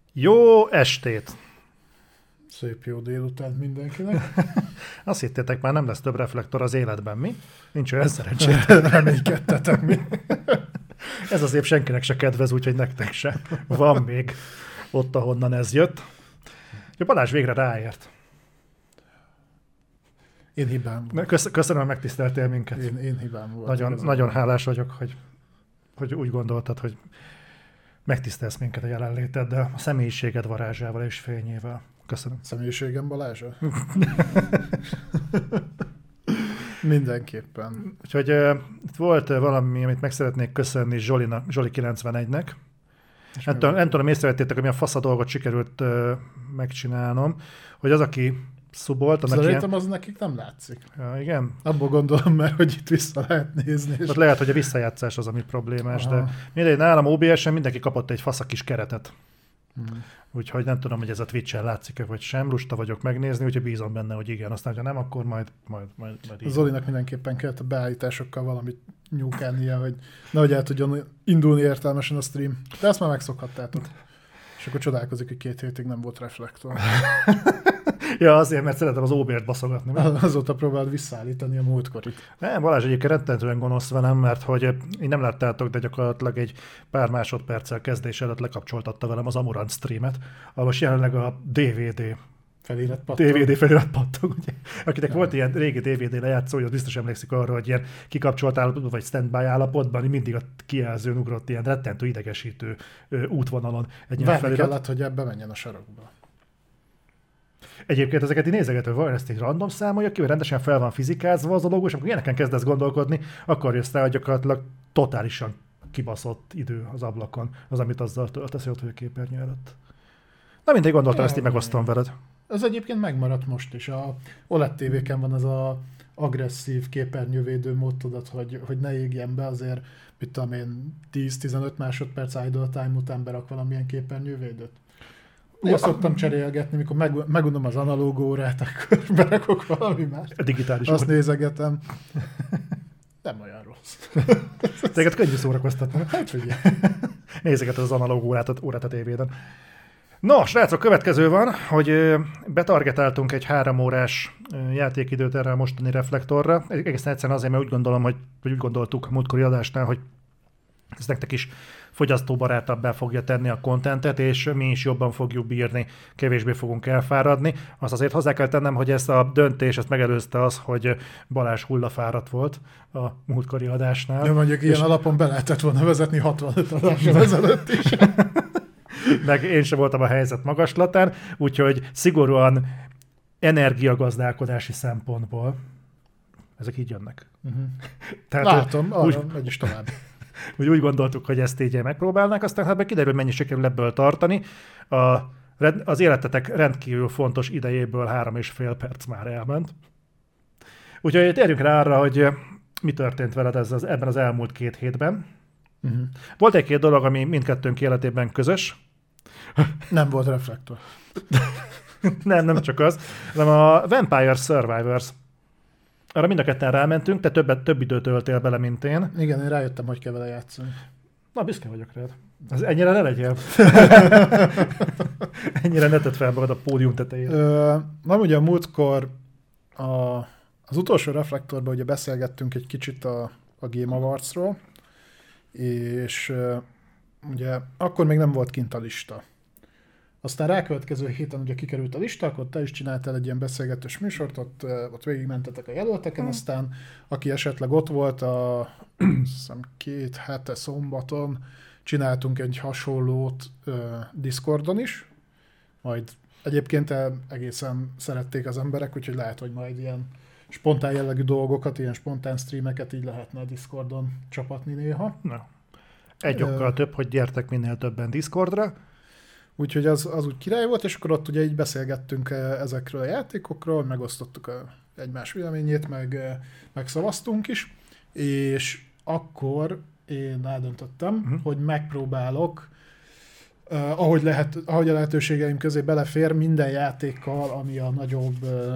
Jó estét! Szép jó délután mindenkinek. Azt hittétek, már nem lesz több reflektor az életben, mi? Nincs olyan szerencsétek. Reménykedtetek mi. Ez az év senkinek se kedvez, úgyhogy nektek se. Van még ott, ahonnan ez jött. Balázs végre ráért. Én hibám volt. Köszönöm, hogy megtiszteltél minket. Én hibám volt. Nagyon hálás vagyok, hogy úgy gondoltad, hogy megtisztelsz minket a jelenléteddel, a személyiséged varázsával és fényével. Köszönöm. Személyiségem Balázsa? Mindenképpen. Úgyhogy itt volt valami, amit meg szeretnék köszönni Zsoli 91-nek. Nem tudom, észrevettétek, hogy milyen fasz a dolgot sikerült megcsinálnom, hogy az, aki szubolt... Szerintem az nekik nem látszik. Ja, igen? Abból gondolom, mert hogy itt vissza lehet nézni. És... lehet, hogy a visszajátszás az, ami problémás, de mindegy, nálam OBS-en mindenki kapott egy fasz a kis keretet. Úgyhogy nem tudom, hogy ez a Twitch-en látszik-e, vagy sem. Lusta vagyok megnézni, úgyhogy bízom benne, hogy igen. Aztán, ha nem, akkor majd Zolinak mindenképpen kellett a beállításokkal valamit nyúkálnia, hogy nehogy el tudjon indulni értelmesen a stream. De ezt már megszokhattátok. És akkor csodálkozik, hogy 2 hétig nem volt reflektor. Ja, azért, mert szeretem az OBS-t baszogatni. Azóta próbáld visszaállítani a múltkorit. Nem, Balázs egyébként rettentően gonosz velem, mert hogy így nem láttátok, de gyakorlatilag egy pár másodperccel kezdés előtt lekapcsoltatta velem az Amurant streamet, ahol most jelenleg a DVD felirat pattog. Ugye? Akinek volt ilyen régi DVD lejátszó, az biztos emlékszik arra, hogy ilyen kikapcsolt állapotban, vagy standby állapotban, mindig a kijelzőn ugrott ilyen rettentő idegesítő útvonalon egy ilyen felirat. Kellett, hogy ebbe menjen a sarokba. Egyébként ezeket így nézegetve, van ezt egy random számolja ki, hogy rendesen fel van fizikázva az a logó, és amikor ilyeneken kezdesz gondolkodni, akkor jössz rá, hogy gyakorlatilag totálisan kibaszott idő az ablakon, az, amit azzal töltesz, hogy ott vagy a képernyő előtt. Na mindegy, gondoltam, ezt így megosztom veled. Ez egyébként megmaradt most is. A OLED TV-ken van az a agresszív képernyővédő mód, tudod, hogy ne égjen be, azért, mit tudom én, 10-15 másodperc idle time után berak valamilyen képernyővédőt. Úgy szoktam cserélgetni, mikor megunom az analóg órát, akkor berakok valami más. A digitális azt nézegetem. Nem olyan rossz. Téged könnyű szórakoztatni. Hát ugye. Nézegeted az analóg órát a tévéden. No, srácok, következő van, hogy betargetáltunk egy 3 órás játékidőt erre a mostani reflektorra. Egészen egyszerűen azért, mert úgy gondoltuk a múltkori adásnál, hogy ez nektek is fogyasztóbarátabbá fogja tenni a kontentet, és mi is jobban fogjuk bírni, kevésbé fogunk elfáradni. Azt azért hozzá kell tennem, hogy ezt a döntés, ezt megelőzte az, hogy Balázs hullafáradt volt a múltkori adásnál. Ja, mondjuk ilyen alapon be lehetett volna vezetni 65 adással ezelőtt is. Meg én sem voltam a helyzet magaslatán, úgyhogy szigorúan energiagazdálkodási szempontból ezek így jönnek. Tehát látom, arra megy is tovább. Úgy gondoltuk, hogy ezt így megpróbálnák, aztán hát kiderül, mennyi sikerül ebből tartani. Az életetek rendkívül fontos idejéből 3,5 perc már elment. Úgyhogy térjünk rá arra, hogy mi történt veled ebben az elmúlt 2 hétben. Volt egy-két dolog, ami mindkettőnk életében közös. Nem volt reflektor. nem csak az, hanem a Vampire Survivors. Arra mind a ketten rámentünk, te több időt töltél bele, mint én. Igen, én rájöttem, hogy kell vele játszani. Na, büszke vagyok rád. Ennyire ne legyél. Ennyire ne tedd fel magad a pódium tetejére. Na, ugye a múltkor az utolsó reflektorban ugye beszélgettünk egy kicsit a Game Awards-ról, és ugye akkor még nem volt kint a lista. Aztán rákövetkező héten ugye kikerült a lista, akkor te is csináltál egy ilyen beszélgetős műsort, ott végigmentetek a jelölteken, aztán aki esetleg ott volt, hiszem 2 hete szombaton csináltunk egy hasonlót Discordon is, majd egyébként egészen szerették az emberek, úgyhogy lehet, hogy majd ilyen spontán jellegű dolgokat, ilyen spontán streameket így lehetne a Discordon csapatni néha. Na. Egy okkal több, hogy gyertek minél többen Discordra. Úgyhogy az úgy király volt, és akkor ott ugye így beszélgettünk ezekről a játékokról, megosztottuk egymás véleményét, meg szavaztunk is, és akkor én eldöntöttem, hogy megpróbálok, ahogy a lehetőségeim közé belefér, minden játékkal, ami a nagyobb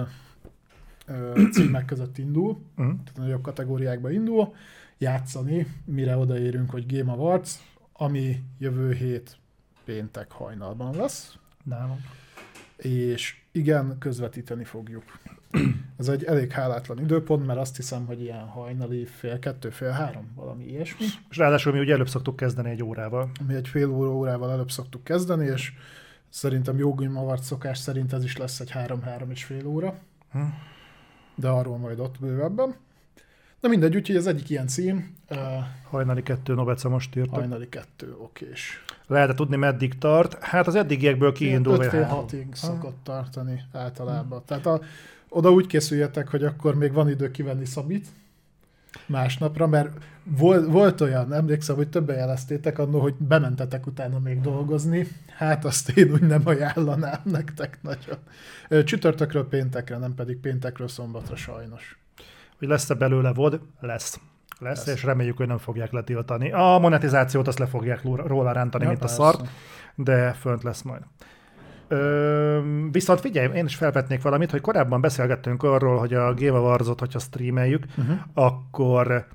címek között indul, tehát a nagyobb kategóriákba indul, játszani, mire odaérünk, hogy Game Awards, ami jövő hét péntek hajnalban lesz. Nálam. És igen, közvetíteni fogjuk. Ez egy elég hálátlan időpont, mert azt hiszem, hogy ilyen hajnali 1:30, 2:30, valami ilyesmi. És ráadásul mi ugye előbb szoktuk kezdeni egy órával. Mi egy fél órával előbb szoktuk kezdeni, és szerintem Jogi Mavart szokás szerint ez is lesz egy 3-3 és fél óra. De arról majd ott bővebben. Na mindegy, úgyhogy ez egyik ilyen cím. Hajnali 2 Nobeca most írta. Hajnali 2, okés. Lehet-e tudni, meddig tart? Hát az eddigiekből kiindul. 5-6-ig szokott tartani általában. Tehát oda úgy készüljetek, hogy akkor még van idő kivenni Szabit másnapra, mert volt olyan, emlékszem, hogy többen jeleztétek annól, hogy bementetek utána még dolgozni. Hát azt én úgy nem ajánlanám nektek nagyon. Csütörtökről péntekre, nem pedig péntekről szombatra sajnos. Hogy lesz-e belőle VOD? Lesz, és reméljük, hogy nem fogják letiltani. A monetizációt azt le fogják róla rántani, ja, mint persze. A szart, de fönt lesz majd. Viszont figyelj, én is felvetnék valamit, hogy korábban beszélgettünk arról, hogy a Game Awards-ot, hogyha streameljük, akkor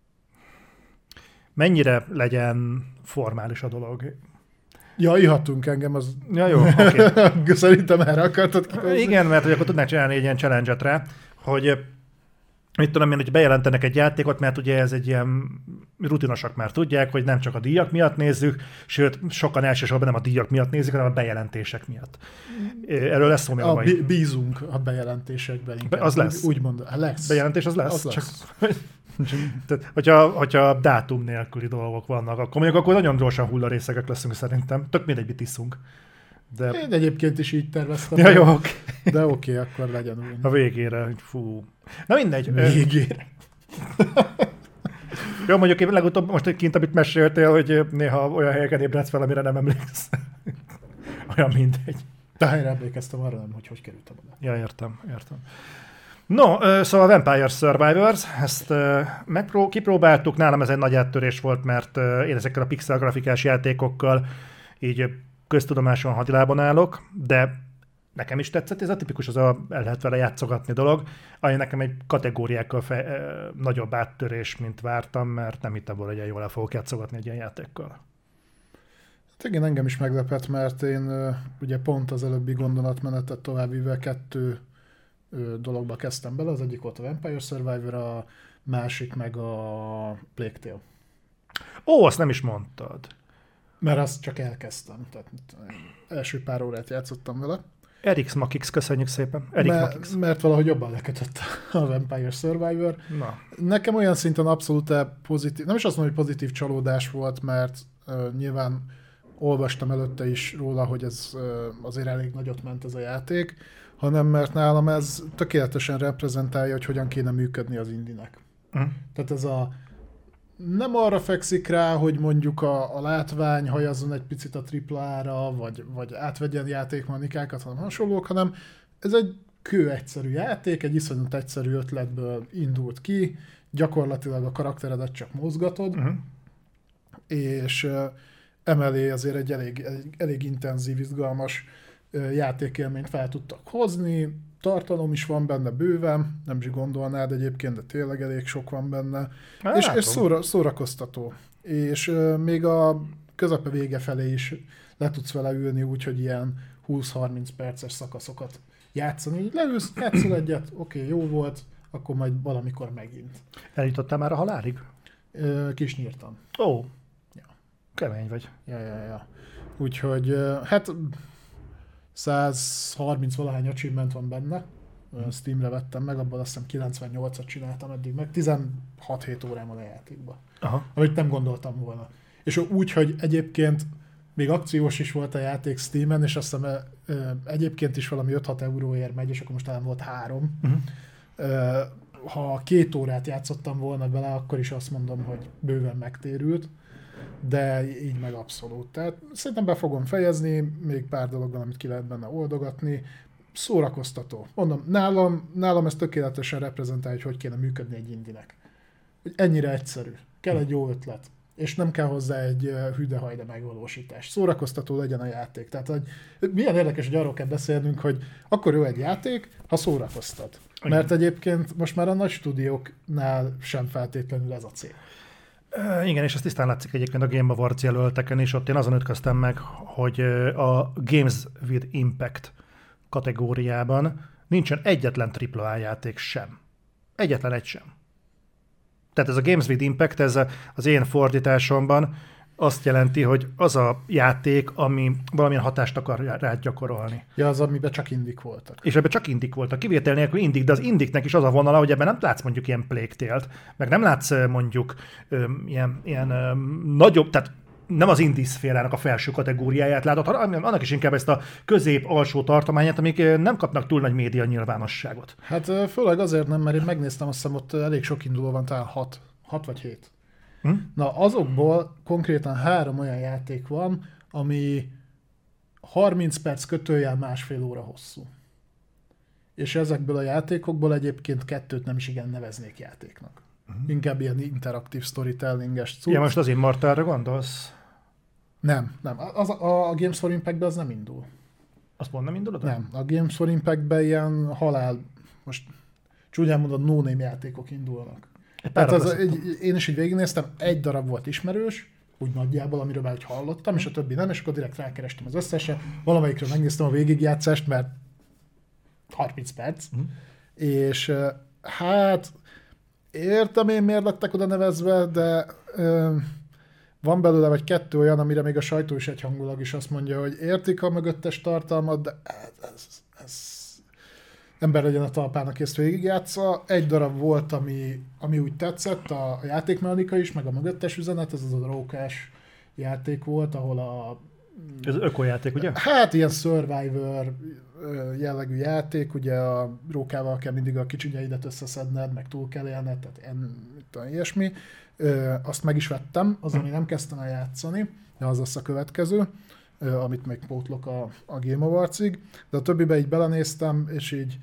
mennyire legyen formális a dolog. Ja, ihatunk engem, az... Ja, jó, oké. Okay. Szerintem erre akartad kihozni. Igen, mert hogy akkor tudnák csinálni egy ilyen challenge-et rá, hogy mit tudom én, hogy bejelentenek egy játékot, mert ugye ez egy ilyen rutinosak már tudják, hogy nem csak a díjak miatt nézzük, sőt, sokan elsősorban nem a díjak miatt nézik, hanem a bejelentések miatt. Erről lesz szó még majd. Bízunk a bejelentésekben. Az lesz. Úgy mondom, lesz. Bejelentés az lesz. Az lesz. Tehát, hogyha dátum nélküli dolgok vannak, akkor mondjuk akkor nagyon gyorsan hullarészegek leszünk szerintem. Tök mindegy, mit iszunk. De... Én egyébként is így terveztem. Ja, jó, oké. De oké, akkor legyen úgy. A végére, fú. Na mindegy. Végére. Jó, mondjuk én legutóbb most egy kint, amit meséltél, hogy néha olyan helyeken ébredsz fel, amire nem emlékszel. Olyan mindegy. De helyre emlékeztem arra nem, hogy kerültem oda. Ja, értem. No, szóval Vampire Survivors, ezt kipróbáltuk, nálam ez egy nagy áttörés volt, mert én ezekkel a pixel grafikás játékokkal így köztudomáson hadilában állok, de nekem is tetszett, ez a tipikus, el lehet vele játszogatni dolog, ami nekem egy kategóriákkal nagyobb áttörés, mint vártam, mert nem hittem volna, hogy jól el fogok játszogatni egy ilyen játékkal. Hát igen, engem is meglepett, mert én ugye pont az előbbi gondolatmenetet továbbvive 2 dologba kezdtem bele, az egyik volt a Vampire Survivor, a másik meg a Plague Tale. Ó, azt nem is mondtad. Mert azt csak elkezdtem, tehát első pár órát játszottam vele. Erix Makix, köszönjük szépen. Mert valahogy jobban lekötött a Vampire Survivor. Na. Nekem olyan szinten abszolút pozitív, nem is azt mondom, hogy pozitív csalódás volt, mert nyilván olvastam előtte is róla, hogy ez azért elég nagyot ment ez a játék, hanem mert nálam ez tökéletesen reprezentálja, hogy hogyan kéne működni az indinek. Tehát ez nem arra fekszik rá, hogy mondjuk a látvány hajazzon egy picit a AAA-ra, vagy átvegyen játékmanikákat, hanem hasonlók, hanem ez egy egyszerű játék, egy iszonyat egyszerű ötletből indult ki, gyakorlatilag a karakteredet csak mozgatod, és emellé azért egy elég intenzív, izgalmas játékélményt fel tudtak hozni, tartalom is van benne bőven, nem is gondolnád egyébként, de tényleg elég sok van benne, és szórakoztató. És még a közepe vége felé is le tudsz vele ülni úgy, hogy ilyen 20-30 perces szakaszokat játszani. Így leülsz, játszol egyet, oké, jó volt, akkor majd valamikor megint. Eljutottál már a halálig? Kis nyírtam. Ó, ja. Kemény vagy. Ja. Úgyhogy, hát 130 valahány achievement van benne. Steamre vettem meg, abban azt hiszem 98-at csináltam eddig meg, 16-7 órám van a játékban. Aha. Amit nem gondoltam volna. És úgy, hogy egyébként még akciós is volt a játék Steamen, és azt hiszem egyébként is valami 5-6 euróért megy, és akkor most talán volt 3. Ha 2 órát játszottam volna vele, akkor is azt mondom, hogy bőven megtérült, de így meg abszolút. Tehát szerintem be fogom fejezni, még pár dolog van, amit ki lehet benne oldogatni. Szórakoztató. Mondom, nálam ez tökéletesen reprezentálja, hogy kéne működni egy indinek. Ennyire egyszerű. Kell egy jó ötlet. És nem kell hozzá egy hűde-hajde megvalósítás. Szórakoztató legyen a játék. Tehát, hogy milyen érdekes, hogy arról kell beszélnünk, hogy akkor jó egy játék, ha szórakoztat. Mert egyébként most már a nagy stúdióknál sem feltétlenül ez a cél. Igen, és ezt tisztán látszik egyébként a Game Awards jelölteken is, ott én azon ütköztem meg, hogy a Games with Impact kategóriában nincsen egyetlen AAA játék sem. Egyetlen egy sem. Tehát ez a Games with Impact, ez az én fordításomban azt jelenti, hogy az a játék, ami valamilyen hatást akar rád gyakorolni. Ja, az, amiben csak indik voltak. És ebben csak indik voltak. Kivétel nélkül indik, de az indiknek is az a vonala, hogy ebben nem látsz mondjuk ilyen Plague Tale-t, meg nem látsz mondjuk ilyen nagyobb, tehát nem az indie szférának a felső kategóriáját látod, hanem annak is inkább ezt a közép-alsó tartományát, amik nem kapnak túl nagy média nyilvánosságot. Hát főleg azért nem, mert én megnéztem, azt hiszem ott elég sok induló van, talán 6 vagy 7. Na, azokból konkrétan 3 olyan játék van, ami 30 perc kötőjel másfél óra hosszú. És ezekből a játékokból egyébként 2 nem is igen neveznék játéknak. Inkább ilyen interaktív storytellinges cucc. Ja, most az Immortalra gondolsz? Nem. A Games for Impact-ben az nem indul. Azt pont nem indulod? Nem. A Games for Impact-ben ilyen halál, most csúnyán mondod, no-name játékok indulnak. Tehát én is így végignéztem, 1 darab volt ismerős, úgy nagyjából, amiről már hallottam, és a többi nem, és akkor direkt rákerestem az összesre. Valamelyikről megnéztem a végigjátszást, mert 30 perc, és hát értem én, miért lettek oda nevezve, de van belőle vagy 2 olyan, amire még a sajtó is egyhangulag is azt mondja, hogy értik a mögöttes tartalmat, de ez ember legyen a talpának, ezt végigjátsza. 1 darab volt, ami úgy tetszett, a játékmechanika is, meg a mögöttes üzenet, ez az a rókás játék volt, ahol Ez ökojáték, ugye? Hát ilyen Survivor jellegű játék, ugye a rókával kell mindig a kicsinyeidet összeszedned, meg túl kell élned, tehát ilyesmi. Azt meg is vettem, az, ami nem kezdtem el játszani, de az lesz a következő, amit még pótlok a Game Awards-ig, de a többibe így belenéztem, és így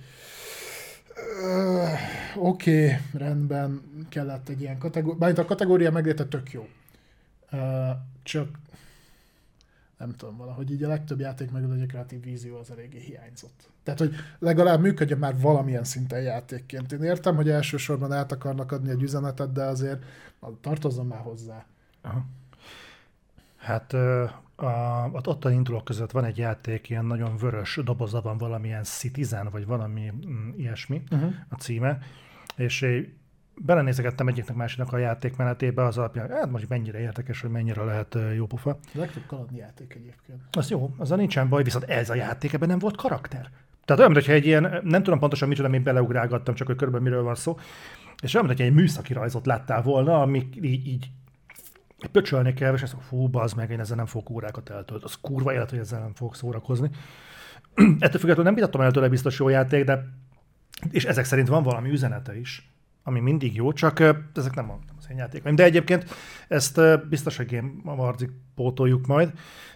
oké, rendben, kellett egy ilyen kategória, bármint a kategória megléte tök jó. Csak nem tudom, valahogy így a legtöbb játék meg a kreatív vízió az eléggé hiányzott. Tehát, hogy legalább működjön már valamilyen szinten játékként. Én értem, hogy elsősorban át akarnak adni egy üzenetet, de azért tartozzon már hozzá. Aha. Hát az ottani indulók között van egy játék, ilyen nagyon vörös doboza van, valamilyen Citizen, vagy valami ilyesmi a címe, és belenézegettem egyiknek másiknak a játékmenetébe, az alapján, hát most mennyire érdekes, hogy mennyire lehet jó pofa. A legtöbb kalandni játék egyébként. Az jó, azzal nincsen baj, viszont ez a játék, ebben nem volt karakter. Tehát olyan, mintha egy ilyen, nem tudom pontosan micsoda, én beleugrálgattam, csak hogy körülbelül miről van szó, és olyan, mintha egy műszaki rajzot láttál volna, ami így pöcsölni kell, és azt mondom, fú, bazd meg, én ezzel nem fogok órákat eltölt. Az kurva élet, hogy ezzel nem fogok szórakozni. Ettől függetlenül nem vitattam el tőle biztos jó játék, de és ezek szerint van valami üzenete is, ami mindig jó, csak ezek nem az én játékaim. De egyébként ezt biztos, hogy Game Awards-ig pótoljuk majd.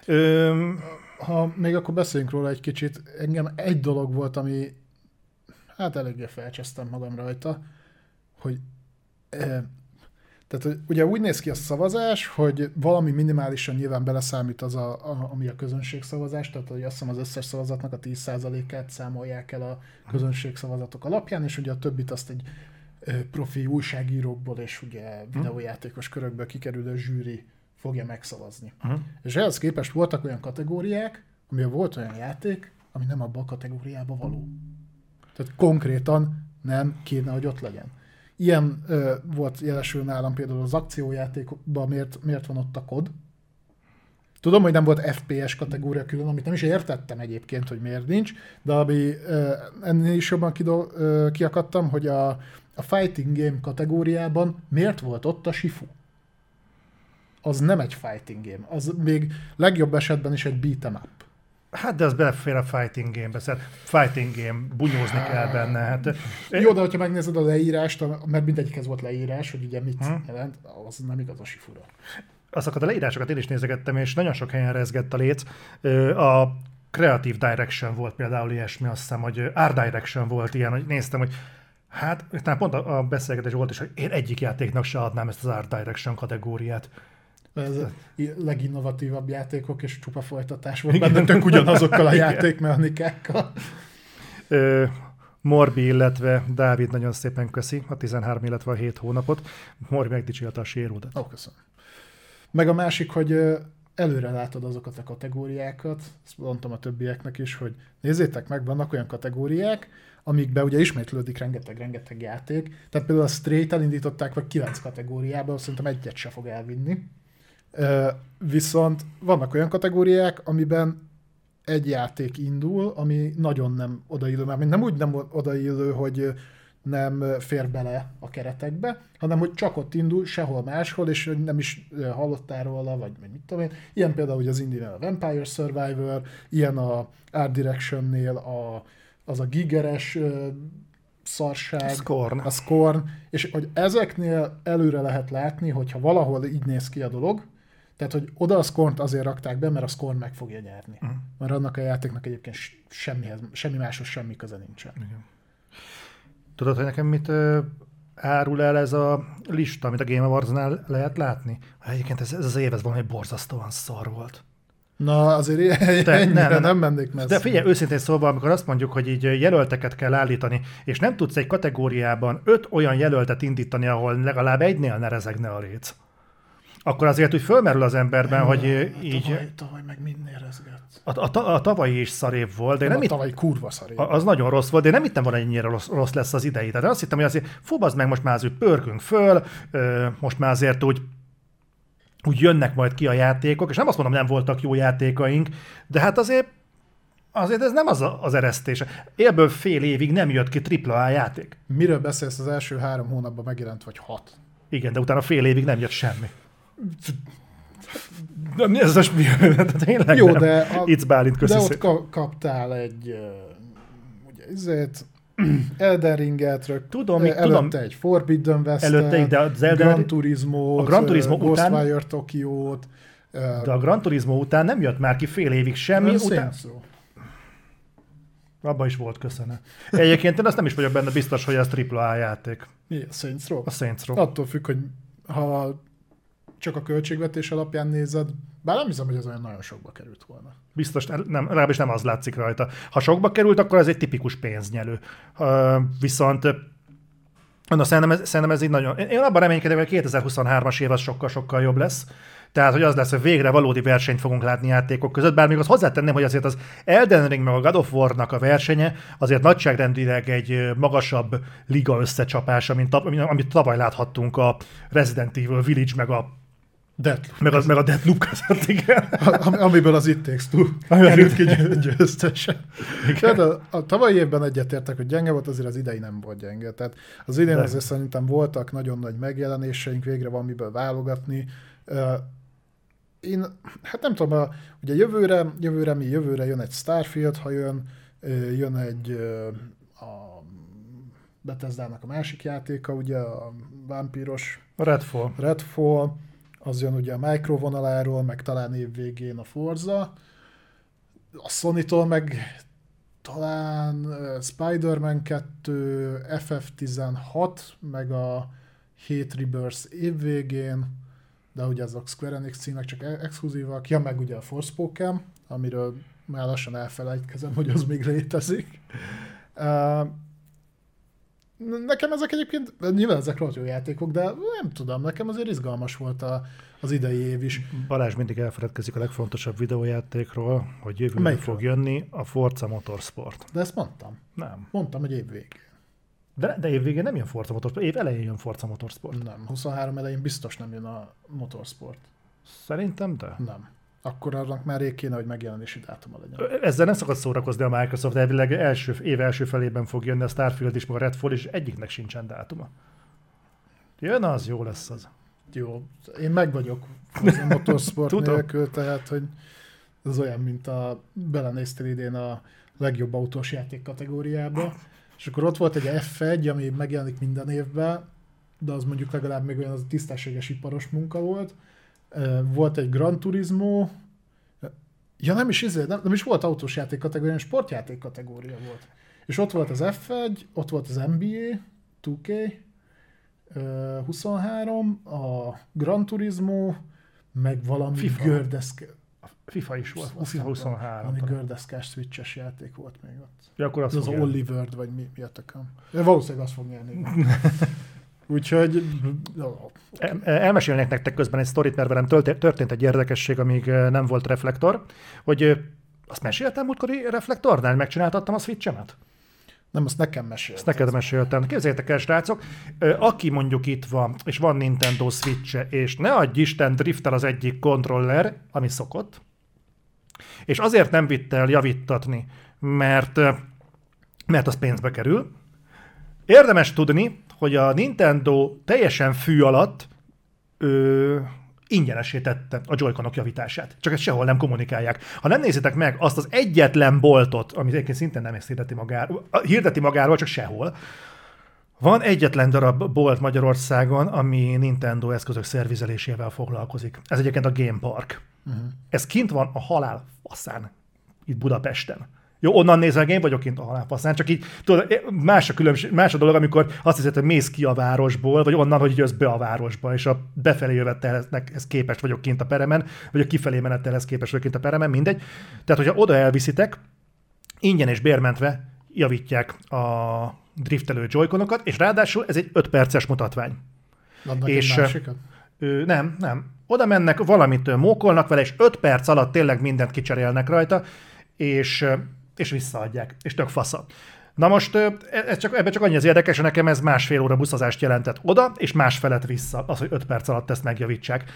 Ha még akkor beszéljünk róla egy kicsit, engem egy dolog volt, ami hát eléggé felcsesztem magam rajta, hogy tehát hogy ugye úgy néz ki a szavazás, hogy valami minimálisan nyilván beleszámít az, ami a közönségszavazás, tehát hogy azt hiszem az összes szavazatnak a 10%-át számolják el a közönségszavazatok alapján, és ugye a többit azt egy profi újságírókból és ugye videójátékos körökből kikerülő zsűri fogja megszavazni. És ehhez képest voltak olyan kategóriák, amiben volt olyan játék, ami nem abban a kategóriába való. Tehát konkrétan nem kéne, hogy ott legyen. Ilyen volt jelesül nálam például az akciójátékokban, miért van ott a kod. Tudom, hogy nem volt FPS kategória külön, amit nem is értettem egyébként, hogy miért nincs, de ami ennél is jobban kiakadtam, hogy a fighting game kategóriában miért volt ott a Shifu. Az nem egy fighting game, az még legjobb esetben is egy beat'em up. Hát de az belefér a fighting game-be, szóval fighting game, bunyózni kell benne. Hát, jó, de hogyha megnézed a leírást, mert mindegyikhez volt leírás, hogy ugye mit jelent, az nem igaz a Shifura. Azokat a leírásokat én is nézegettem, és nagyon sok helyen rezgett a léc. A Creative Direction volt például ilyesmi, azt hiszem, hogy Art Direction volt ilyen, hogy néztem, hogy hát, talán pont a beszélgetés volt is, hogy én egyik játéknak se adnám ezt az Art Direction kategóriát. Ez a leginnovatívabb játékok, és csupa folytatás volt benne, tök ugyanazokkal a játékmechanikákkal. Morbi, illetve Dávid nagyon szépen köszi a 13, illetve a 7 hónapot. Morbi megdicsérte a séródat. Ó, köszönöm. Meg a másik, hogy előre látod azokat a kategóriákat, ezt mondtam a többieknek is, hogy nézzétek meg, vannak olyan kategóriák, amikben ugye ismétlődik rengeteg játék. Tehát például a Stray-t elindították vagy 9 kategóriában, szerintem egyet se fog elvinni. Viszont vannak olyan kategóriák, amiben egy játék indul, ami nagyon nem odaillő, már nem úgy nem odaillő, hogy nem fér bele a keretekbe, hanem hogy csak ott indul, sehol máshol, és nem is hallottál róla, vagy mit tudom én. Ilyen például az Indie-nél a Vampire Survivor, ilyen a Art Direction-nél az a gigeres szarság, a Scorn, és hogy ezeknél előre lehet látni, hogyha valahol így néz ki a dolog, tehát, hogy oda a Scornt azért rakták be, mert a Scorn meg fogja nyerni. Mert annak a játéknak egyébként semmi máshoz semmi köze nincsen. Igen. Tudod, hogy nekem mit árul el ez a lista, amit a Game Awards-nál lehet látni? Egyébként ez az év, ez valami borzasztóan szar volt. Na, azért nem mennék messze. De figyelj, őszintén szóval, amikor azt mondjuk, hogy így jelölteket kell állítani, és nem tudsz egy kategóriában 5 olyan jelöltet indítani, ahol legalább egynél ne rezegne a réc, akkor azért úgy fölmerül az emberben, hogy így... Tavaly meg mindnél rezgett. A tavalyi is szarév volt, de nem tavalyi kurva szarév. Az nagyon rossz volt, de nem hittem volna, hogy ennyire rossz lesz az idei. Tehát azt hittem, hogy azért fúbazd meg, most már azért pörgünk föl, most már azért úgy jönnek majd ki a játékok, és nem azt mondom, nem voltak jó játékaink, de hát azért ez nem az eresztés. Ebből fél évig nem jött ki AAA játék. Miről beszélsz, az első 3 hónapban megjelent, vagy 6? Igen, de utána fél évig nem jött semmi. Ez most mi? Tényleg jó, nem. de It's Bálint, de ott kaptál egy Elden Ringet, előtte egy Forbidden West-et, de az Gran Turismo-t, Ghostwire Tokiót. De a Gran Turismo után nem jött már ki fél évig semmi. Abba is volt köszönet. Egyébként én azt nem is vagyok benne biztos, hogy ez AAA játék. Mi? A Saints Row? A Saints Row. Attól függ, hogy ha csak a költségvetés alapján nézed, bár nem hiszem, hogy ez olyan nagyon sokba került volna. Biztos, nem, legalábbis nem az látszik rajta. Ha sokba került, akkor ez egy tipikus pénznyelő. Viszont szerintem ez így nagyon... Én abban reménykedem, hogy a 2023-as év az sokkal-sokkal jobb lesz. Tehát, hogy az lesz, hogy végre valódi versenyt fogunk látni játékok között, bár még azt hozzátenném, hogy azért az Elden Ring meg a God of War-nak a versenye azért nagyságrendileg egy magasabb liga összecsapása, amit tavaly láthattunk a Resident Evil Village meg a Deathloop között, igen. Amiből az It Takes Two került ki győztesen. A tavalyi évben egyetértek, hogy gyenge volt, azért az idei nem volt gyenge. Tehát az idén azért szerintem voltak nagyon nagy megjelenéseink, végre van miből válogatni. Én, hát nem tudom, ugye jövőre jön egy Starfield, ha jön egy a Bethesdának a másik játéka, ugye a vámpíros Redfall, az jön ugye a Micro vonaláról, meg talán évvégén a Forza. A Sony-tól meg talán Spider-Man 2, FF16, meg a Hate Rebirth évvégén, de ugye azok Square Enix címek csak exkluzívak. Ja, meg ugye a Forspoken, amiről már lassan elfelejtkezem, hogy az még létezik. Nekem ezek egyébként, nyilván ezek rossz jó játékok, de nem tudom, nekem azért izgalmas volt az idei év is. Balázs mindig elfeledkezik a legfontosabb videójátékról, hogy jövőre fog jönni a Forza Motorsport. De ezt mondtam. Nem. Mondtam, hogy év végén. De év végén nem jön Forza Motorsport, év elején jön Forza Motorsport. Nem, 23 elején biztos nem jön a Motorsport. Szerintem de? Nem. Akkor annak már rég kéne, hogy megjelenési dátuma legyen. Ezzel nem szokott szórakozni a Microsoft, de elvileg év első felében fog jönni a Starfield is, meg a Redfall is, egyiknek sincsen dátuma. Jön az, jó lesz az. Jó, én meg vagyok a Motorsport nélkül, tehát hogy ez olyan, mint belenéztél idén a legjobb autós játék kategóriába, és akkor ott volt egy F1, ami megjelenik minden évben, de az mondjuk legalább még olyan az tisztességes iparos munka volt. Volt egy Gran Turismo, ja nem is volt autós játék kategória, sportjáték kategória volt. És ott volt az F1, ott volt az NBA, 2K, 23, a Gran Turismo, meg valami gördeszke. A FIFA is volt, a FIFA 23. Ami gördeszkás Switch-es játék volt még ott. Ja, akkor az Oliver, vagy mi a tököm. Valószínűleg azt fog nyerni. Úgyhogy... Elmesélnék nektek közben egy sztorit, mert velem történt egy érdekesség, amíg nem volt reflektor, hogy azt meséltem múltkori reflektornál, megcsináltattam a Switch-emet? Nem, azt nekem meséltem. Ezt neked meséltem. Képzeljétek el, srácok, aki mondjuk itt van, és van Nintendo Switch-e, és ne adj Isten, driftel az egyik kontroller, ami szokott, és azért nem vitt el javítatni, mert az pénzbe kerül. Érdemes tudni, hogy a Nintendo teljesen fű alatt ingyenesé tette a Joy-Conok javítását. Csak ezt sehol nem kommunikálják. Ha nem nézitek meg azt az egyetlen boltot, amit egyébként szintén nem ezt hirdeti magáról, csak sehol, van egyetlen darab bolt Magyarországon, ami Nintendo eszközök szervizelésével foglalkozik. Ez egyébként a Game Park. Ez kint van a halál faszán, itt Budapesten. Jó, onnan nézve, én vagyok kint a halálfaszán, csak így tudod, más a dolog, amikor azt hiszed, hogy mész ki a városból, vagy onnan, hogy jössz be a városba, és a befelé jövetelhez képest vagyok kint a peremen, vagy a kifelé menettelhez képest vagyok kint a peremen, mindegy. Tehát, hogyha oda elviszitek, ingyen és bérmentve javítják a driftelő Joy-Conokat, és ráadásul ez egy 5 perces mutatvány. Adnak és egy másikat? Nem. Oda mennek, valamit mókolnak vele, és 5 perc alatt tényleg mindent kicserélnek rajta, és visszaadják, és tök fasza. Na most ebben csak annyi az érdekes, hogy nekem ez 1,5 óra buszozást jelentett oda, és másfelet vissza, az, hogy 5 perc alatt ezt megjavítsák.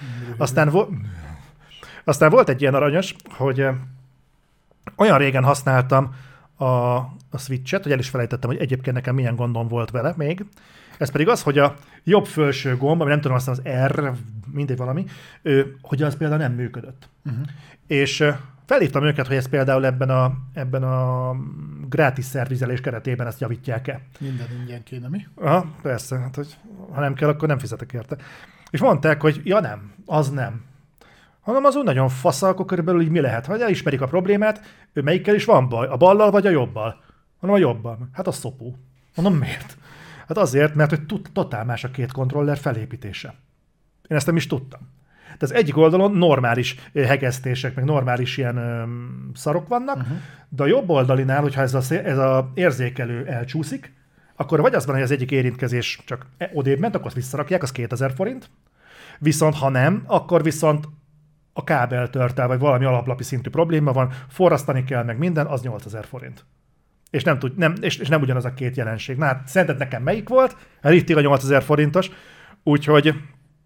Aztán volt egy ilyen aranyos, hogy olyan régen használtam a Switch-et, hogy el is felejtettem, hogy egyébként nekem milyen gondom volt vele még. Ez pedig az, hogy a jobb felső gomb, ami nem tudom, aztán az R, mindegy valami, hogy az például nem működött. És felhívtam őket, hogy ez például ebben a gratis szervizelés keretében ezt javítják-e. Minden ingyen kéne, mi? Aha, persze, hát, hogy ha nem kell, akkor nem fizetek érte. És mondták, hogy ja nem, az nem. Hanem az úgy nagyon fasza, akkor körülbelül így mi lehet? Ha elismerik a problémát, ő melyikkel is van baj, a ballal vagy a jobbal? Mondom, a jobbal. Hát az szopó. Mondom, miért? Hát azért, mert hogy totál más a két kontroller felépítése. Én ezt nem is tudtam. Tehát az egyik oldalon normális hegesztések, meg normális ilyen szarok vannak, de a jobb oldalinál, hogyha ez a érzékelő elcsúszik, akkor vagy az van, hogy az egyik érintkezés csak odébb ment, akkor azt visszarakják, az 2000 forint. Viszont ha nem, akkor viszont a kábel tört el, vagy valami alaplapi szintű probléma van, forrasztani kell meg minden, az 8000 forint. És nem ugyanaz a két jelenség. Na hát szerinted nekem melyik volt? Elittig a 8000 forintos, úgyhogy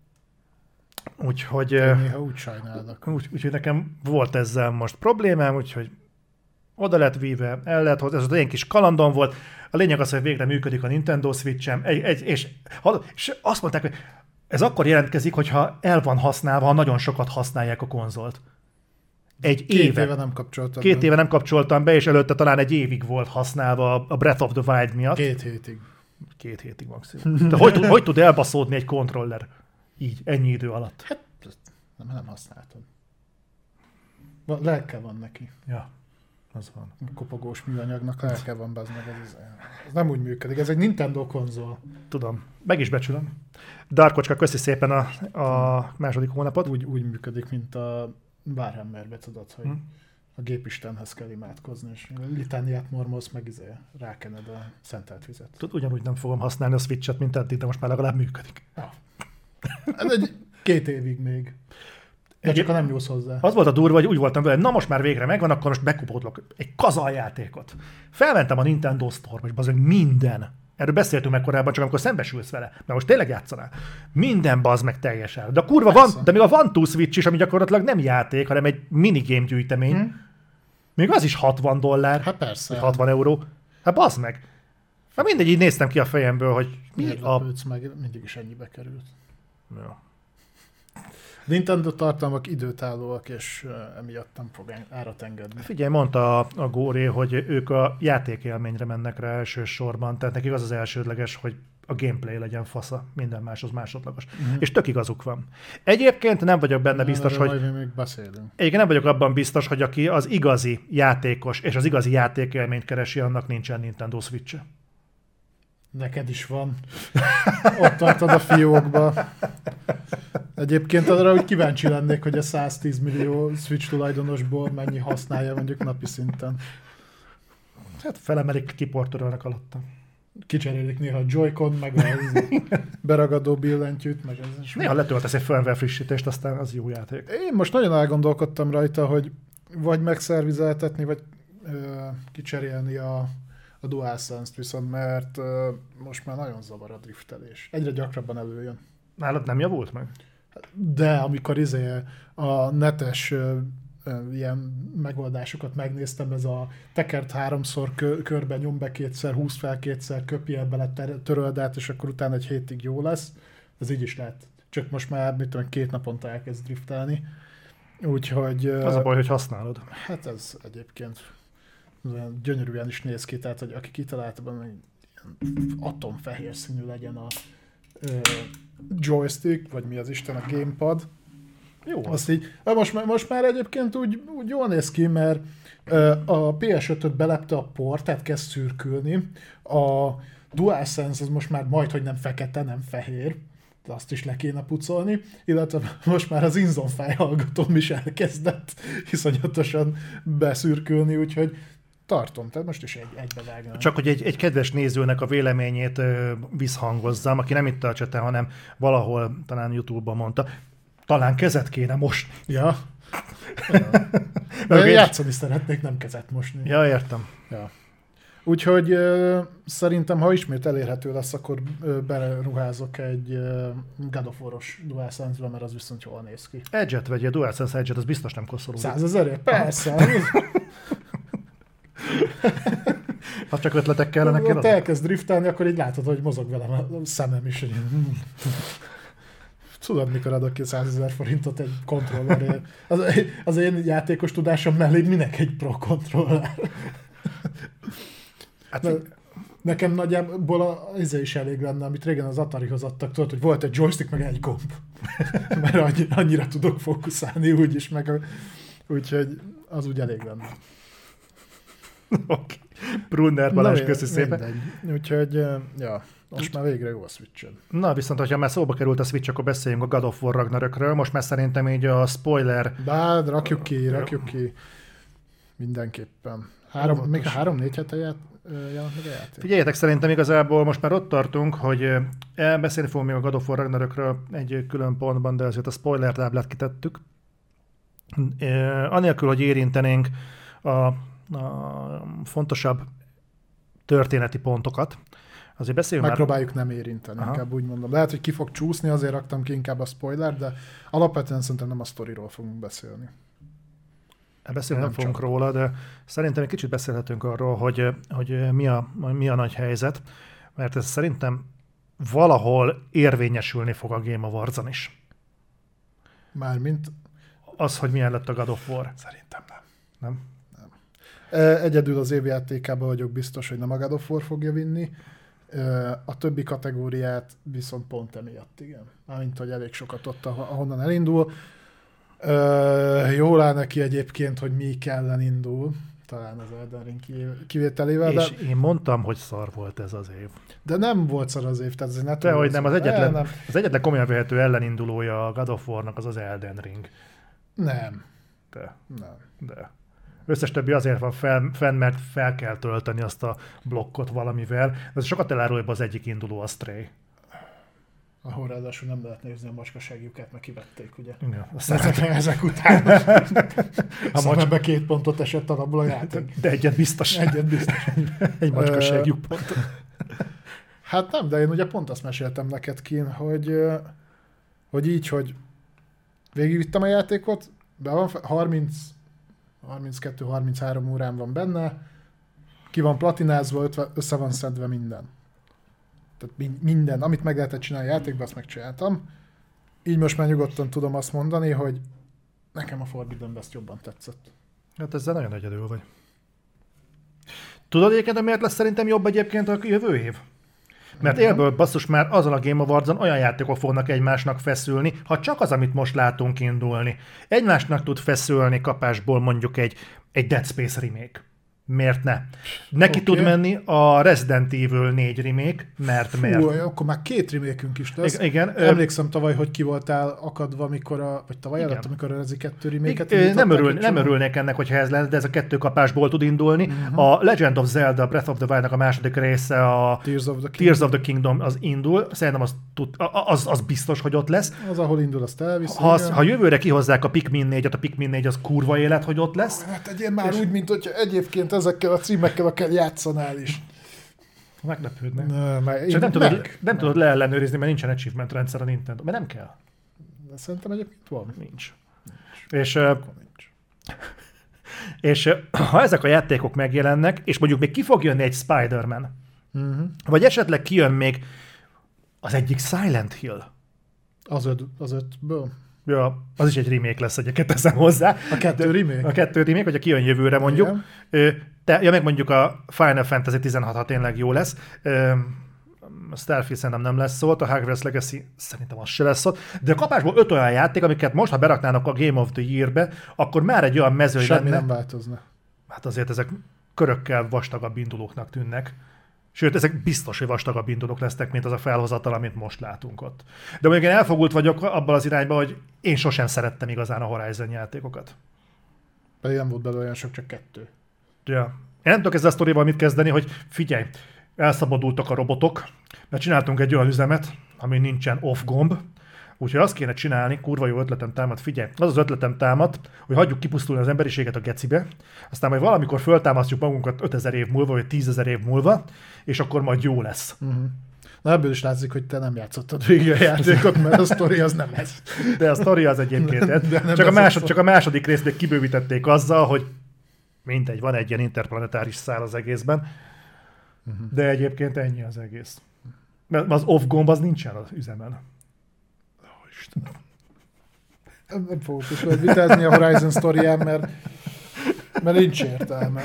néha úgy sajnálnak. Úgyhogy nekem volt ezzel most problémám, úgyhogy oda lett víve, el lett hozzá, ez az ilyen kis kalandom volt. A lényeg az, hogy végre működik a Nintendo Switch-em, és azt mondták, hogy ez akkor jelentkezik, hogyha el van használva, ha nagyon sokat használják a konzolt. Két éve nem kapcsoltam be, és előtte talán egy évig volt használva a Breath of the Wild miatt. 2 hétig maximum. De hogy tud elbaszódni egy kontroller? Így, ennyi idő alatt. Hát, nem használtam. Lelke van neki. Ja, az van. A kopogós műanyagnak lelke van, bazd meg. Ez nem úgy működik, ez egy Nintendo konzol. Tudom, meg is becsülöm. Darkocska, köszi szépen a második hónapot. Úgy működik, mint a Warhammerbe, tudod, hogy a gépistenhez kell imádkozni, és litániát mormolsz, meg rákened a szentelt vizet. Ugyanúgy nem fogom használni a Switch-et, mint eddig, de most már legalább működik. Ja. Ez 2 évig még. Csak nem nyúlsz hozzá. Az volt a durva, hogy úgy voltam vele, na most már végre megvan, akkor most bekupódlok egy kazaljátékot. Felmentem a Nintendo Store-ba, és bazeg minden. Erről beszéltünk meg korábban, csak amikor szembesülsz vele. Mert most tényleg játszanál. Minden bazd meg teljesen. De a kurva van, de még a One Two Switch is, ami gyakorlatilag nem játék, hanem egy minigame gyűjtemény. Még az is $60. Hát persze. 60 euró. Hát bazd meg. Hát mindegy, így néztem ki a fejemből, hogy miért lepődsz meg, mindig is ennyibe került. Ja. Nintendo tartalmak időtállóak, és emiatt nem fog árat engedni. Figyelj, mondta a Góré, hogy ők a játékélményre mennek rá elsősorban, tehát nekik az elsődleges, hogy a gameplay legyen fasza, minden más az másodlagos. És tök igazuk van. Egyébként nem vagyok benne biztos, hogy... még beszélünk. Egyébként nem vagyok abban biztos, hogy aki az igazi játékos és az igazi játékélményt keresi, annak nincsen Nintendo Switch-e. Neked is van. Ott tartod a fiókba. Egyébként arra, hogy kíváncsi lennék, hogy a 110 millió Switch tulajdonosból mennyi használja mondjuk napi szinten. Hát felemelik, kiportolnak alatta. Kicserélik néha a Joy-Con, meg az beragadó billentyűt, meg ez is. Néha letöltesz egy firmware frissítést, aztán az jó játék. Én most nagyon elgondolkodtam rajta, hogy vagy megszervizeltetni, vagy kicserélni a DualSense-t viszont, mert most már nagyon zavar a driftelés. Egyre gyakrabban előjön. Nálad nem javult meg? De amikor a netes ilyen megoldásokat megnéztem, ez a tekert 3-szor körbe nyom be 2-szer, húz fel 2-szer, köpjél bele, töröld át, és akkor utána egy hétig jó lesz. Ez így is lehet. Csak most már, 2 naponta elkezd driftelni. Úgyhogy... Az a baj, hogy használod. Hát ez egyébként gyönyörűen is néz ki, tehát hogy aki kitalálta benne, hogy atomfehér színű legyen a joystick, vagy mi az Isten, a gamepad. Jó. Azt így, most már egyébként úgy jól néz ki, mert a PS5-öt belepte a port, tehát kezd szürkülni. A DualSense az most már majdhogy nem fekete, nem fehér, de azt is le kéne pucolni, illetve most már az InZone fejhallgatóm is elkezdett iszonyatosan beszürkülni, úgyhogy tartom, tehát most is egybevágnám. Csak hogy egy kedves nézőnek a véleményét visszhangozzam, aki nem itt a csete, hanem valahol talán YouTube-ban mondta, talán kezet kéne most. Ja. De játszani szeretnék, nem kezet mosni. Ja, értem. Ja. Úgyhogy szerintem, ha ismét elérhető lesz, akkor beruházok egy God of War-os DualSense-be, mert az viszont jól néz ki. Edge-et vegyél, DualSense Edge-et, az biztos nem koszorúdik. 100 000-ért? Persze. Ha csak ötletek kellene Ha te elkezd driftelni, akkor így látod, hogy mozog velem a szemem is. Hogy... Tudod, mikor adok ki 100 000 forintot egy kontrollerért. Az én játékos tudásom mellé minek egy pro kontroller? Hát, nekem nagyjából az is elég lenne, amit régen az Atarihoz adtak, tudod, hogy volt egy joystick, meg egy gomb. Mert annyira tudok fókuszálni úgyis, úgyhogy az úgy elég lenne. Oké. Brunner Balázs, köszi szépen. Mindegy. Úgyhogy, ja, most már végre jó a Switch-en. Na, viszont, hogyha már szóba került a Switch, akkor beszéljünk a God of War Ragnarökről. Most már szerintem így a spoiler... Bár rakjuk ki. Mindenképpen. Még 3-4 hete jelent meg a játék. Figyeljetek, szerintem igazából most már ott tartunk, hogy beszélni fogunk még a God of War Ragnarökről egy külön pontban, de azért a spoiler táblát kitettük. Anélkül, hogy érintenénk a fontosabb történeti pontokat, azért beszéljünk Megpróbáljuk nem érinteni, inkább úgy mondom. Lehet, hogy ki fog csúszni, azért raktam ki inkább a spoiler, de alapvetően szerintem nem a sztoriról fogunk beszélni. Beszélni nem fogunk róla, de szerintem egy kicsit beszélhetünk arról, hogy mi a nagy helyzet, mert ez szerintem valahol érvényesülni fog a Game Awards-on is. Mármint? Az, hogy milyen lett a God of War. Szerintem nem. Nem? Egyedül az évjátékában vagyok biztos, hogy nem a God of War fogja vinni. A többi kategóriát viszont pont emiatt, igen. Mármint, hogy elég sokat ott, ahonnan elindul. Jól áll neki egyébként, hogy mi ellen indul, talán az Elden Ring kivételével. És én mondtam, hogy szar volt ez az év. De nem volt szar az év, tehát ez nem. Dehogy nem, az egyetlen komolyan vehető ellenindulója a God of War-nak az Elden Ring. Nem. De. Összes többi azért van fenn, mert fel kell tölteni azt a blokkot valamivel. Ez sokat elárul, hogy az egyik induló a Stray. Ahol ráadásul nem lehet nézni a macskaságjukát, meg kivették, ugye? Igen. Ezek után a szemembe 2 pontot esett alapból a játék. De egyet biztos. Egy macskaságjuk pont. Hát nem, de én ugye pont azt meséltem neked, Kín, hogy így, hogy végigvittem a játékot, be van 32-33 órán van benne, ki van platinázva, össze van szedve minden. Tehát minden, amit meg lehetett csinálni a játékban, azt megcsináltam. Így most már nyugodtan tudom azt mondani, hogy nekem a Forbidden West jobban tetszett. Hát ezzel nagyon egyedül vagy. Tudod egyébként, miért lesz szerintem jobb egyébként a jövő év? Mert élből basszus már azon a Game Awards-on olyan játékok fognak egymásnak feszülni, ha csak az, amit most látunk indulni. Egymásnak tud feszülni kapásból mondjuk egy Dead Space remake. Miért ne? Neki tud menni a Resident Evil 4 remake, mert miért? Akkor már 2 remake-ünk is lesz. Igen. Emlékszem tavaly, hogy ki voltál akadva, vagy tavaly előtt, amikor a Rezi 2 remake-et nem örülnék ennek, hogyha ez lenne, de ez a 2 kapásból tud indulni. A Legend of Zelda Breath of the Wild-nak a második része, a Tears of the Kingdom az indul. Szerintem az biztos, hogy ott lesz. Az, ahol indul, azt elviszi. Ha jövőre kihozzák a Pikmin 4-et, a Pikmin 4 az kurva élet, hogy ott lesz. Hát tegyél már úgy, mint hogyha egyébként ezekkel a címekkel kell játszanál is. Meglepődnek. Csak nem tudod leellenőrizni, mert nincsen achievement rendszer a Nintendo. Mert nem kell. De szerintem egyébként van. Nincs. És ha ezek a játékok megjelennek, és mondjuk még ki fog jönni egy Spider-Man, vagy esetleg kijön még az egyik Silent Hill. Az 5-ből? Ja, az is egy remake lesz, egyébként teszem hozzá. A 2 remake? A 2 remake, hogyha kijön jövőre mondjuk. Meg mondjuk a Final Fantasy 16, ha tényleg jó lesz. A Starfield szerintem nem lesz ott, a Hogwarts Legacy szerintem az se lesz ott. De a kapásból 5 olyan játék, amiket most, ha beraknának a Game of the Year-be, akkor már egy olyan mező lenne. Semmi nem változna. Hát azért ezek körökkel vastagabb indulóknak tűnnek. Sőt, ezek biztos, hogy vastagabb indulók lesznek, mint az a felhozatal, amit most látunk ott. De mondjuk én elfogult vagyok abban az irányban, hogy én sosem szerettem igazán a Horizon játékokat. Pedig nem volt belőle olyan sok, csak 2. Ja. Én nem tudok ezzel a sztorival mit kezdeni, hogy figyelj, elszabadultak a robotok, mert csináltunk egy olyan üzemet, ami nincsen off gomb, úgyhogy azt kéne csinálni, kurva jó ötletem támad, figyelj, az ötletem támad, hogy hagyjuk kipusztulni az emberiséget a gecibe, aztán majd valamikor föltámasztjuk magunkat 5000 év múlva, vagy 10 000 év múlva, és akkor majd jó lesz. Na ebből is látszik, hogy te nem játszottad végig a játékot, mert a sztori az nem ez. De a sztori az egyébként csak a második részt még kibővítették azzal, hogy mindegy, van egy ilyen interplanetáris szál az egészben, de egyébként ennyi az egész. Mert az off gomb az nincsen az üzemen. Istenem. Nem fogok is majd vitázni a Horizon sztorián, mert nincs értelme.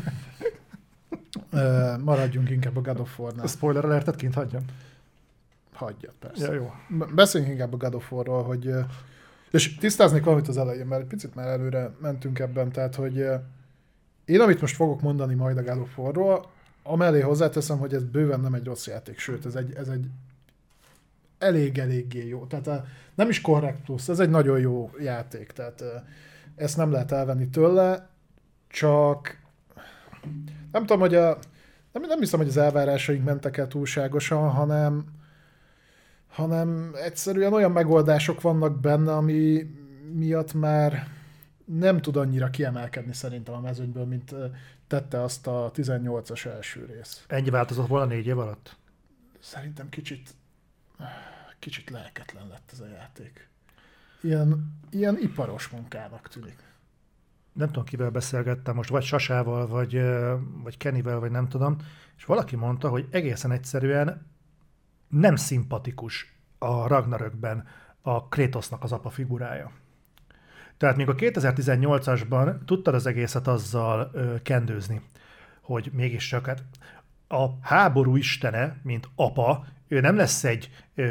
Maradjunk inkább a God of War-nál. A spoiler alertet kint hagyjam? Hagyja, persze. Ja, jó. Beszéljünk inkább a God of War-ról, hogy... És tisztáznék valamit az elején, mert egy picit már előre mentünk ebben, tehát, hogy én, amit most fogok mondani majd a God of War-ról, amellé hozzáteszem, hogy ez bőven nem egy rossz játék, sőt, ez egy eléggé jó. Tehát nem is korrekt plusz, ez egy nagyon jó játék, tehát ezt nem lehet elvenni tőle, csak nem tudom, hogy nem hiszem, hogy az elvárásaink mentek el túlságosan, hanem egyszerűen olyan megoldások vannak benne, ami miatt már nem tud annyira kiemelkedni szerintem a mezőnyből, mint tette azt a 18-as első rész. Ennyi változott volna 4 év alatt? Szerintem kicsit lelketlen lett ez a játék. Ilyen iparos munkának tűnik. Nem tudom, kivel beszélgettem most, vagy Sasával, vagy Kennyvel, vagy nem tudom, és valaki mondta, hogy egészen egyszerűen nem szimpatikus a Ragnarökben a Kratosnak az apa figurája. Tehát még a 2018-asban tudtad az egészet azzal kendőzni, hogy mégiscsak hát a háború istene, mint apa, ő nem lesz egy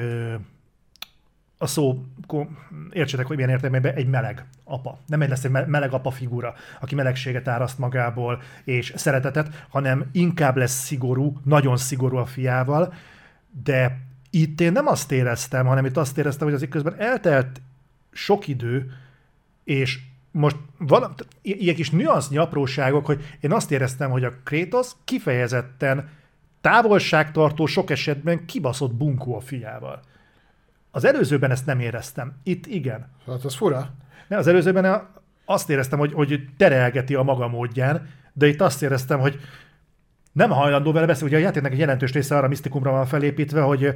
a szó, értsétek, hogy milyen értelmében, egy meleg apa. Nem egy lesz egy meleg apa figura, aki melegséget áraszt magából és szeretetet, hanem inkább lesz szigorú, nagyon szigorú a fiával, de itt én nem azt éreztem, hanem itt azt éreztem, hogy azért közben eltelt sok idő, és most ilyen kis nüansznyi apróságok, hogy én azt éreztem, hogy a Kratos kifejezetten távolságtartó, sok esetben kibaszott bunkó a fiával. Az előzőben ezt nem éreztem. Itt igen. Hát az fura. Az előzőben azt éreztem, hogy terelgeti a maga módján, de itt azt éreztem, hogy nem hajlandó vele beszélni. Ugye a játéknak egy jelentős része arra misztikumra van felépítve, hogy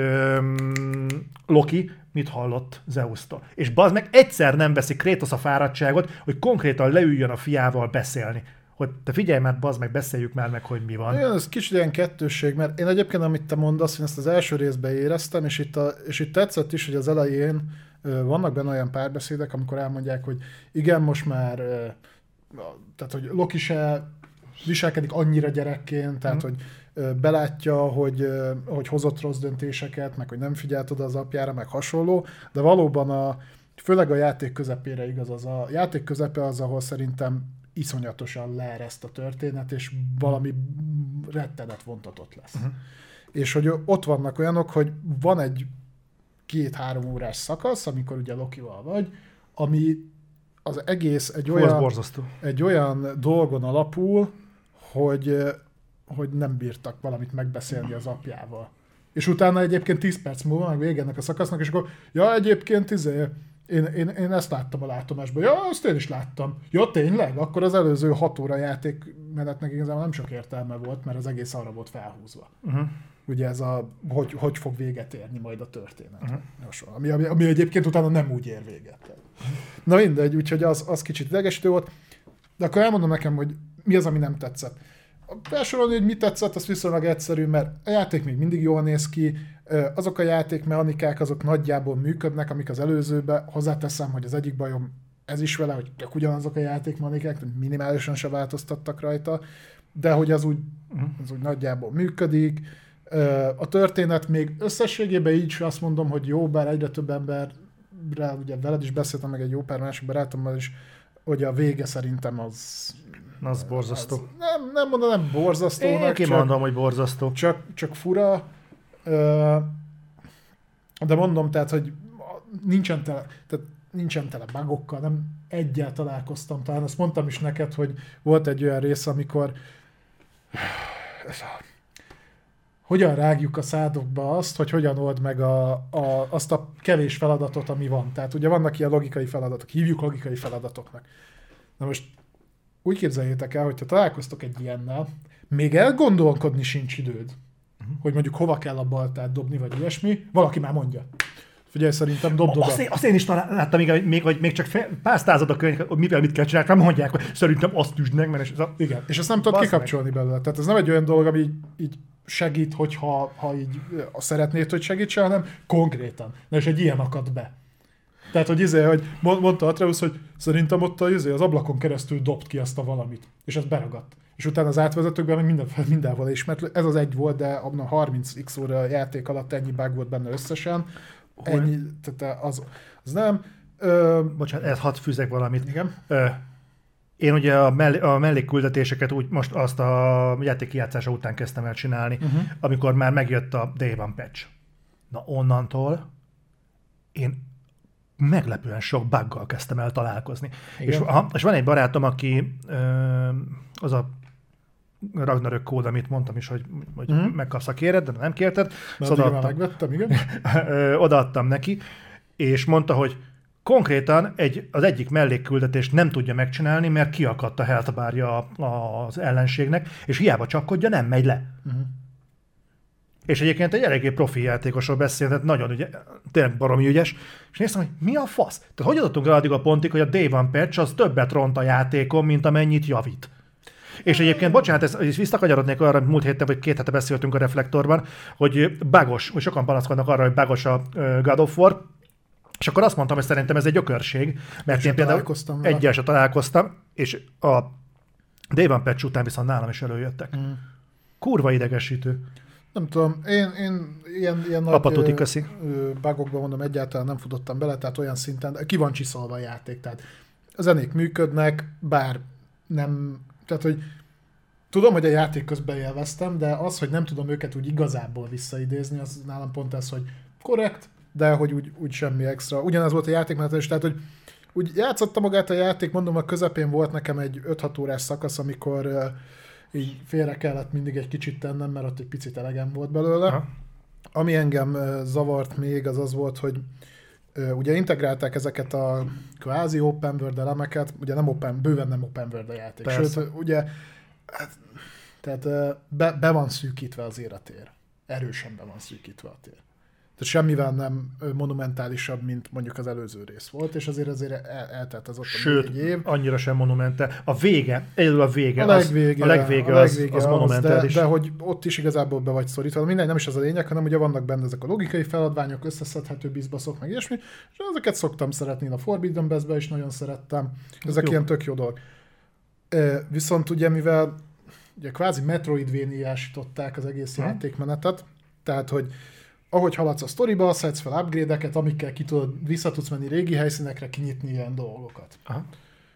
Loki mit hallott Zeus-tól. És bazd meg egyszer nem veszi Kratos a fáradtságot, hogy konkrétan leüljön a fiával beszélni. Hogy te figyelj már, bazd meg, beszéljük már meg, hogy mi van. Igen, ez kicsit ilyen kettősség, mert én egyébként, amit te mondasz, én ezt az első részben éreztem, és itt tetszett is, hogy az elején vannak benne olyan párbeszédek, amikor elmondják, hogy igen, most már, tehát hogy Loki se viselkedik annyira gyerekként, tehát hogy belátja, hogy hozott rossz döntéseket, meg hogy nem figyelt oda az apjára, meg hasonló, de valóban főleg a játék közepére igaz, az a játék közepe az, ahol szerintem iszonyatosan leereszt a történet, és valami rettenet vontatott lesz. És hogy ott vannak olyanok, hogy van egy 2-3 órás szakasz, amikor ugye Lokival vagy, ami az egész egy olyan dolgon alapul, hogy nem bírtak valamit megbeszélni az apjával. És utána egyébként 10 perc múlva meg vége ennek a szakasznak, és akkor egyébként én ezt láttam a látomásban. Azt én is láttam. Tényleg? Akkor az előző 6 óra játékmenetnek igazából nem sok értelme volt, mert az egész arra volt felhúzva. Ugye ez hogy fog véget érni majd a történet. Ami egyébként utána nem úgy ér véget. Na mindegy, úgyhogy az kicsit idegesítő volt. De akkor elmondom nekem, hogy mi az, ami nem tetszett. Felsorolni, hogy mi tetszett, az viszonylag egyszerű, mert a játék még mindig jól néz ki, azok a játékmechanikák azok nagyjából működnek, amik az előzőben. Hozzáteszem, hogy az egyik bajom ez is vele, hogy tök ugyanazok a játékmechanikák, minimálisan se változtattak rajta, de hogy az úgy nagyjából működik. A történet még összességében így is azt mondom, hogy jó, bár egyre több emberrel, ugye veled is beszéltem, meg egy jó pár másik barátommal is, hogy a vége szerintem az borzasztó. Nem mondanám borzasztónak. Én kimondom, hogy borzasztó. Csak fura. De mondom, tehát, hogy nincsen tele bugokkal, nem egyel találkoztam. Talán azt mondtam is neked, hogy volt egy olyan rész, amikor hogyan rágjuk a szádokba azt, hogy hogyan old meg azt a kevés feladatot, ami van. Tehát ugye vannak ilyen logikai feladatok, hívjuk logikai feladatoknak. Na most úgy képzeljétek el, hogyha találkoztok egy ilyennel, még elgondolkodni sincs időd, hogy mondjuk hova kell a baltát dobni, vagy ilyesmi, valaki már mondja. Figyelj, szerintem dobd oda. Azt én is láttam, még csak pásztázod a könyvet, hogy mivel mit kell csinálni, nem mondják, hogy szerintem azt üsd meg, mert igen, és azt nem tudod kikapcsolni belőle. Tehát ez nem egy olyan dolog, ami így segít, hogyha így szeretnéd, hogy segítsen, hanem konkrétan. Na és egy ilyen akad be. Tehát, hogy mondta Atreus, hogy szerintem ott az ablakon keresztül dobt ki azt a valamit, és ez beragadt. És utána az átvezetőkben meg mindenhol ismert. Ez az egy volt, de abban a 30x óra játék alatt ennyi bug volt benne összesen. Ennyi, tehát az nem. Bocsánat, ez hadd fűzek valamit. Igen. Én ugye a mellékküldetéseket úgy most azt a játék kijátszása után kezdtem el csinálni, amikor már megjött a Day One patch. Na onnantól én meglepően sok buggal kezdtem el találkozni. És van egy barátom, aki az a Ragnarök kód, amit mondtam is, hogy megkapsz a kéred, de nem kérted. Szóval megvettem, igen. Odaadtam neki, és mondta, hogy konkrétan az egyik mellékküldetést nem tudja megcsinálni, mert kiakadt a health barja az ellenségnek, és hiába csapkodja, nem megy le. És egyébként egy eléggé profi játékosról beszél, tehát nagyon tényleg baromi ügyes, és néztem, hogy mi a fasz? Tehát hogy adottunk rá addig a pontig, hogy a Day One patch az többet ront a játékon, mint amennyit javít. És egyébként, bocsánat, ezt visszakanyarodnék arra, múlt héten vagy 2 hete beszéltünk a Reflektorban, hogy bugos, hogy sokan panaszkodnak arra, hogy bugos a God of War, és akkor azt mondtam, hogy szerintem ez egy ökörség, mert én például egyel se találkoztam, és a Day One patch után viszont nálam is előjöttek. Kurva idegesítő. Nem tudom, én ilyen nagy bugokban mondom, egyáltalán nem futottam bele, tehát olyan szinten, ki van csiszolva a játék, tehát a zenék működnek, bár nem, tehát hogy tudom, hogy a játék közben élveztem, de az, hogy nem tudom őket úgy igazából visszaidézni, az nálam pont ez, hogy korrekt, de hogy úgy semmi extra. Ugyanez volt a játékmenet is, tehát hogy úgy játszotta magát a játék, mondom, a közepén volt nekem egy 5-6 órás szakasz, amikor így félre kellett mindig egy kicsit tennem, mert ott egy picit elegem volt belőle. Aha. Ami engem zavart még, az volt, hogy ugye integrálták ezeket a kvázi open world elemeket, ugye bőven nem open world a játék. Persze. Sőt, ugye, tehát be van szűkítve azért a tér. Erősen be van szűkítve a tér. Tehát semmivel nem monumentálisabb, mint mondjuk az előző rész volt, és azért eltelt az ott a 4 év. Annyira sem monumentál. A vége, egyedül a vége, a legvége az monumentális. De hogy ott is igazából be vagy szorítva. Mindegy, nem is az a lényeg, hanem ugye vannak benne ezek a logikai feladványok, összeszedhető bizbaszok, meg ilyesmi, és ezeket szoktam szeretni. A Forbidden West-ben is nagyon szerettem. Ezek ilyen tök jó dolgok. Viszont ugye, mivel ugye kvázi Metroidvania-sították az egész játékmenetet, tehát, hogy ahogy haladsz a sztoriba, szedsz fel upgrade-eket, amikkel vissza tudsz menni régi helyszínekre, kinyitni ilyen dolgokat. Aha.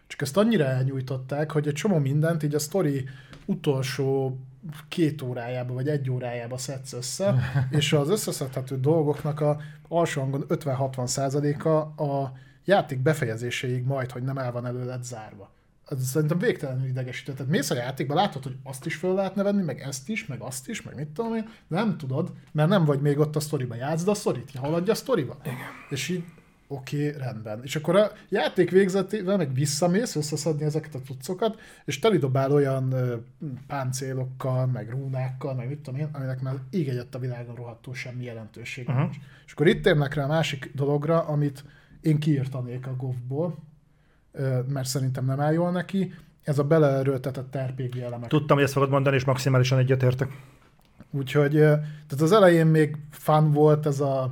Csak ezt annyira elnyújtották, hogy egy csomó mindent így a sztori utolsó 2 órájába vagy 1 órájába szedsz össze, és az összeszedhető dolgoknak a alsó hangon 50-60%-a a játék befejezéséig majd, hogy nem el van előled zárva. Az szerintem végtelenül idegesített. Tehát mész a játékba, látod, hogy azt is föl lehetne venni, meg ezt is, meg azt is, meg mit tudom én, de nem tudod, mert nem vagy még ott a sztoriba. Játszd a sztorit, haladj a sztoriba. Igen. És így oké, rendben. És akkor a játék végzetével meg visszamész összeszedni ezeket a cuccokat, és telidobál olyan páncélokkal, meg rúnákkal, meg mit tudom én, aminek már ég egyet a világon rohadtul semmi jelentősége nincs. És akkor itt térnek rá a másik dologra, amit én kiírtanék a GoV-ból, mert szerintem nem áll jól neki, ez a beleerőltetett RPG elemek. Tudtam, hogy ezt fogod mondani, és maximálisan egyetértek. Úgyhogy tehát az elején még fun volt ez a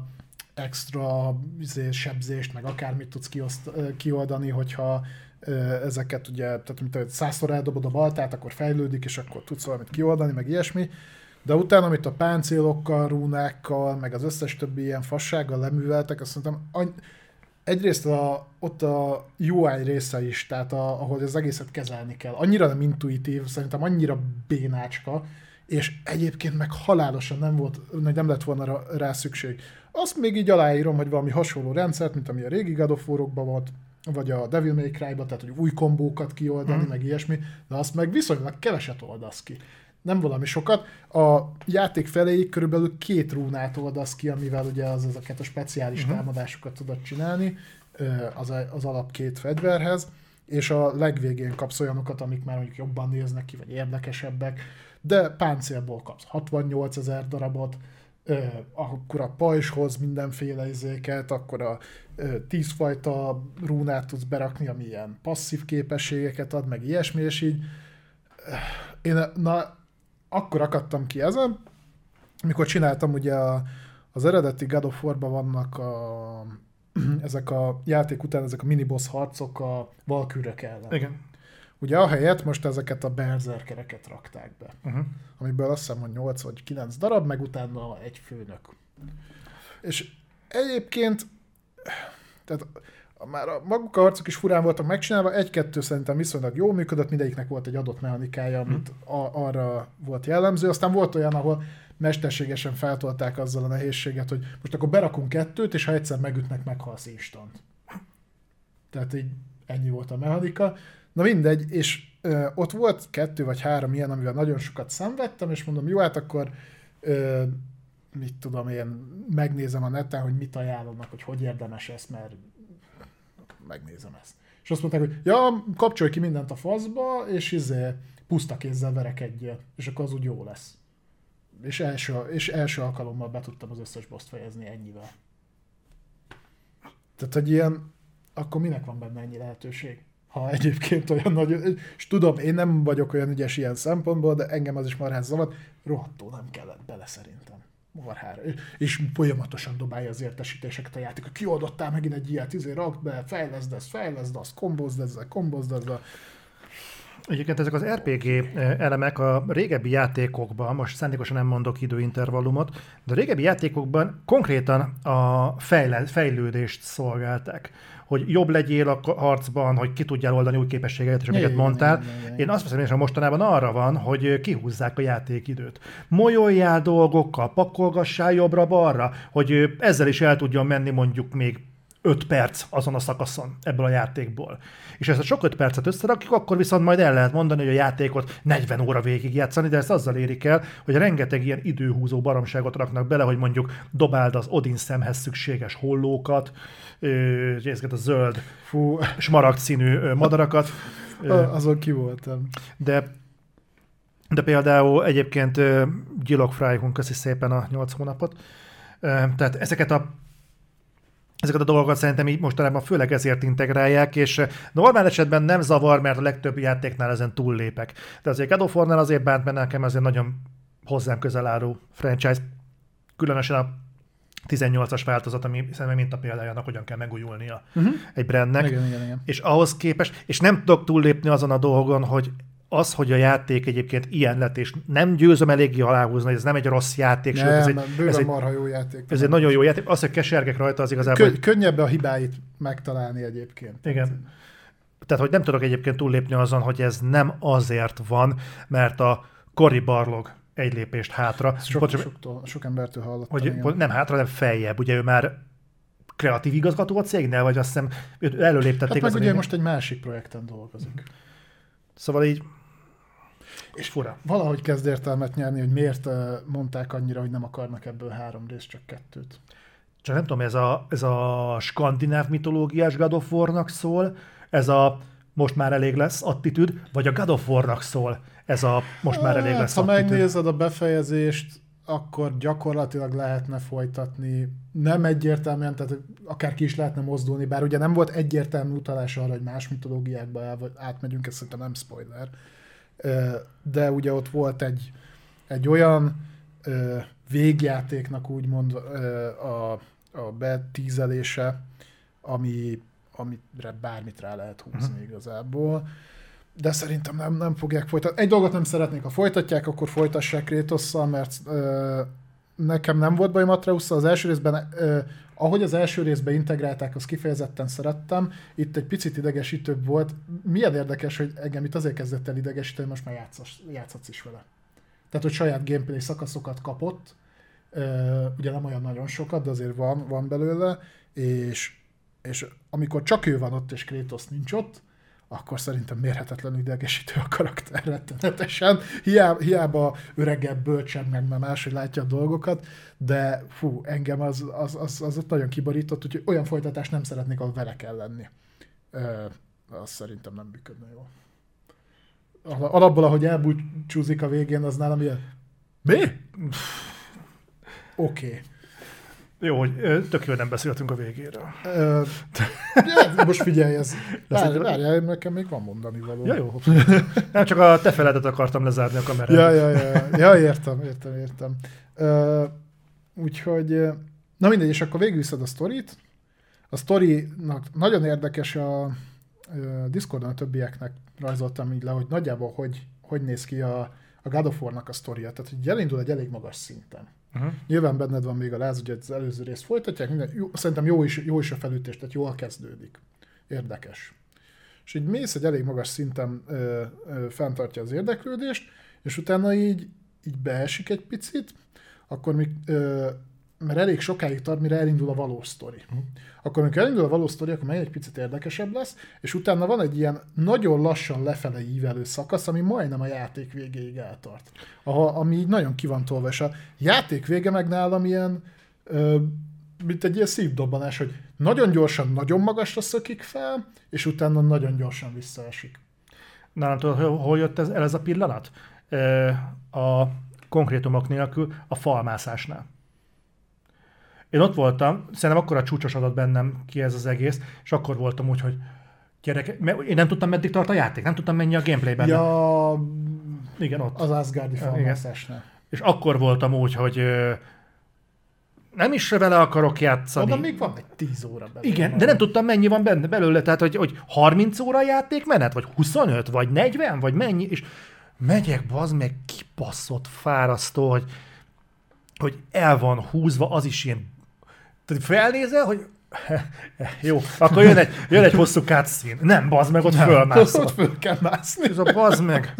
extra sebzést, meg akármit tudsz kioldani, hogyha ezeket ugye, tehát mint 100-szor eldobod a baltát, akkor fejlődik, és akkor tudsz valamit kioldani, meg ilyesmi. De utána, amit a páncélokkal, rúnákkal, meg az összes többi ilyen fassággal leműveltek, azt mondtam, egyrészt ott a UI része is, tehát ahol az egészet kezelni kell. Annyira nem intuitív, szerintem annyira bénácska, és egyébként meg halálosan nem lett volna rá szükség. Azt még így aláírom, hogy valami hasonló rendszert, mint ami a régi God of War-okban volt, vagy a Devil May Cry-ba, tehát hogy új kombókat kioldani, meg ilyesmi, de azt meg viszonylag keveset oldasz ki. Nem valami sokat. A játék feléig körülbelül 2 rúnát oldasz ki, amivel ugye ezeket a speciális támadásokat tudod csinálni az alap 2 fegyverhez, és a legvégén kapsz olyanokat, amik már mondjuk jobban néznek ki, vagy érdekesebbek, de páncélból kapsz 68 000 darabot, akkor a pajzshoz mindenféle izéket, akkor a 10 fajta rúnát tudsz berakni, ami ilyen passzív képességeket ad, meg ilyesmi, és így én akkor akadtam ki ezen, amikor csináltam ugye az eredeti God of War-ban vannak ezek a játék után ezek a miniboss harcok a valkürök ellen. Igen. Ugye ahelyett most ezeket a berserkereket rakták be, amiből azt hiszem, hogy 8 vagy 9 darab, meg utána egy főnök. És egyébként, tehát már maguk a harcok is furán voltak megcsinálva, 1-2 szerintem viszonylag jól működött, mindegyiknek volt egy adott mechanikája, amit arra volt jellemző. Aztán volt olyan, ahol mesterségesen feltolták azzal a nehézséget, hogy most akkor berakunk 2-t, és ha egyszer megütnek, meghalsz instant. Tehát így ennyi volt a mechanika. Na mindegy, és ott volt 2 vagy 3 ilyen, amivel nagyon sokat szenvedtem, és mondom, jó, hát akkor mit tudom én, megnézem a neten, hogy mit ajánlanak, hogy érdemes ezt, mert megnézem ezt. És azt mondták, hogy ja, kapcsolj ki mindent a faszba, és puszta kézzel verekedjél, és akkor az úgy jó lesz. És első alkalommal be tudtam az összes boszt fejezni ennyivel. Tehát, hogy ilyen, akkor minek van benne ennyi lehetőség? Ha egyébként olyan nagy, és tudom, én nem vagyok olyan ügyes ilyen szempontból, de engem az is marház zavart, rohadtul nem kellett bele szerintem. Marhára. És folyamatosan dobálja az értesítéseket a játék, hogy kioldottál megint egy ilyet, rakd be, fejleszd ezt, kombozd ezzel. Egyébként ezek az RPG elemek a régebbi játékokban, most szándékosan nem mondok időintervallumot, de a régebbi játékokban konkrétan a fejlődést szolgálták. Hogy jobb legyél a harcban, hogy ki tudjál oldani új képességeket, és amiket mondtál. Én azt hiszem, hogy mostanában arra van, hogy kihúzzák a játékidőt. Molyoljál dolgokkal, pakolgassál jobbra-balra, hogy ezzel is el tudjon menni mondjuk még 5 perc azon a szakaszon ebből a játékból. És ezt a sok 5 percet összerakjuk, akkor viszont majd el lehet mondani, hogy a játékot 40 óra végig játszani, de ezt azzal érik el, hogy rengeteg ilyen időhúzó baromságot raknak bele, hogy mondjuk dobáld az Odin szemhez szükséges hollókat, ezeket a zöld, smaragd színű madarakat. Azon ki voltam. De például egyébként Gyilog Fryhun, köszi szépen a 8 hónapot. Tehát ezeket a dolgokat szerintem így mostanában főleg ezért integrálják, és normál esetben nem zavar, mert a legtöbb játéknál ezen túllépek. De azért God of War-nál azért bánt, mert nekem azért nagyon hozzám közel álló franchise, különösen a 18-as változat, ami szerintem mint a példája annak, hogyan kell megújulnia egy brandnek. Igen. És ahhoz képest, és nem tudok túllépni azon a dolgon, hogy hogy a játék egyébként ilyen lett, és nem győzöm eléggé aláhúzni, hogy ez nem egy rossz játék. Ez egy marha jó játék. Ez egy nagyon jó játék. Az, hogy kesergek rajta, az igazából... Könnyebb a hibáit megtalálni egyébként. Igen. Tehát, hogy nem tudok egyébként túllépni azon, hogy ez nem azért van, mert a Cory Barlog egy lépést hátra. Sok embertől hallottam. Hogy nem hátra, hanem feljebb. Ugye ő már kreatív igazgató a cégnél, vagy azt hiszem, őt előléptették. Hát meg ugye most egy másik projekten dolgozik. Szóval így... És fura. Valahogy kezd értelmet nyerni, hogy miért mondták annyira, hogy nem akarnak ebből 3 részt, csak 2. Csak nem tudom, ez a skandináv mitológiás God of War-nak szól, ez a most már elég lesz attitűd, vagy a God of War-nak szól, ez a most már elég lesz attitűd. Ha megnézed a befejezést, akkor gyakorlatilag lehetne folytatni. Nem egyértelműen, tehát akár ki is lehetne mozdulni, bár ugye nem volt egyértelmű utalás arra, hogy más mitológiákba átmegyünk, ez szerintem nem spoiler. De ugye ott volt egy olyan végjátéknak úgymond a betízelése, amire bármit rá lehet húzni igazából. De szerintem nem fogják folytatni. Egy dolgot nem szeretnék, ha folytatják, akkor folytassák Kratosszal, mert nekem nem volt bajom Atreusszal az első részben, ahogy az első részben integrálták, azt kifejezetten szerettem. Itt egy picit idegesítőbb volt. Milyen érdekes, hogy engem itt azért kezdett el idegesíteni, most már játszhatsz is vele. Tehát, hogy saját gameplay szakaszokat kapott, ugye nem olyan nagyon sokat, de azért van belőle, és amikor csak ő van ott, és Kratos nincs ott, akkor szerintem mérhetetlenül idegesítő a karakter rettenetesen. Hiába öregebb, bölcsebb, meg máshogy látja a dolgokat, de engem az ott nagyon kiborított, úgyhogy olyan folytatást nem szeretnék, ahol vele kell lenni. Az szerintem nem működne jól. Alapból, ahogy elbúcsúzik a végén, az nálam ilyen... Mi? Oké. Jó, hogy tök jó, nem beszéltünk a végéről. Most figyelj, várjál, nekem még van mondani való. Ja, jó. Nem, csak a te feledet akartam lezárni a kamerát. Ja, értem. Úgyhogy, na mindegy, és akkor végigviszed a sztorit. A sztorinak nagyon érdekes a Discordon a többieknek rajzoltam így le, hogy nagyjából hogy néz ki a God of War-nak a sztoria. Tehát, hogy elindul egy elég magas szinten. Uh-huh. Nyilván benned van még a láz, hogy az előző részt folytatják, szerintem jó is a felütés, tehát jól kezdődik. Érdekes. És így mész egy elég magas szinten fenntartja az érdeklődést, és utána így beesik egy picit, akkor mert elég sokáig tart, mire elindul a valós sztori. Akkor, amikor elindul a valós sztori, akkor meg egy picit érdekesebb lesz, és utána van egy ilyen nagyon lassan lefele ívelő szakasz, ami majdnem a játék végéig eltart. Ami így nagyon ki van tolva, és a játék vége meg nálam ilyen, mint egy ilyen szívdobbanás, hogy nagyon gyorsan, nagyon magasra szökik fel, és utána nagyon gyorsan visszaesik. Nem tudom, hol jött el ez a pillanat? A konkrétumok nélkül a falmászásnál. Én ott voltam, szerintem akkor a csúcsosodott bennem ki ez az egész, és akkor voltam úgy, hogy gyerek, én nem tudtam, meddig tart a játék, nem tudtam, mennyi a gameplay benne. Ja, igen, ott. Az Asgardi falmászásnál. És akkor voltam úgy, hogy nem is vele akarok játszani. Oda még van egy 10 óra belőle. Igen, de nem tudtam, mennyi van benne belőle, tehát hogy 30 óra játékmenet, vagy 25, vagy 40, vagy mennyi, és megyek, bazd meg, kibaszott fárasztó, hogy el van húzva, az is ilyen. Tehát felnézel, hogy jó, akkor jön egy hosszú cutscene. Nem, bazd meg, ott fölmászol. Ott föl kell mászni. Ez a bazd meg.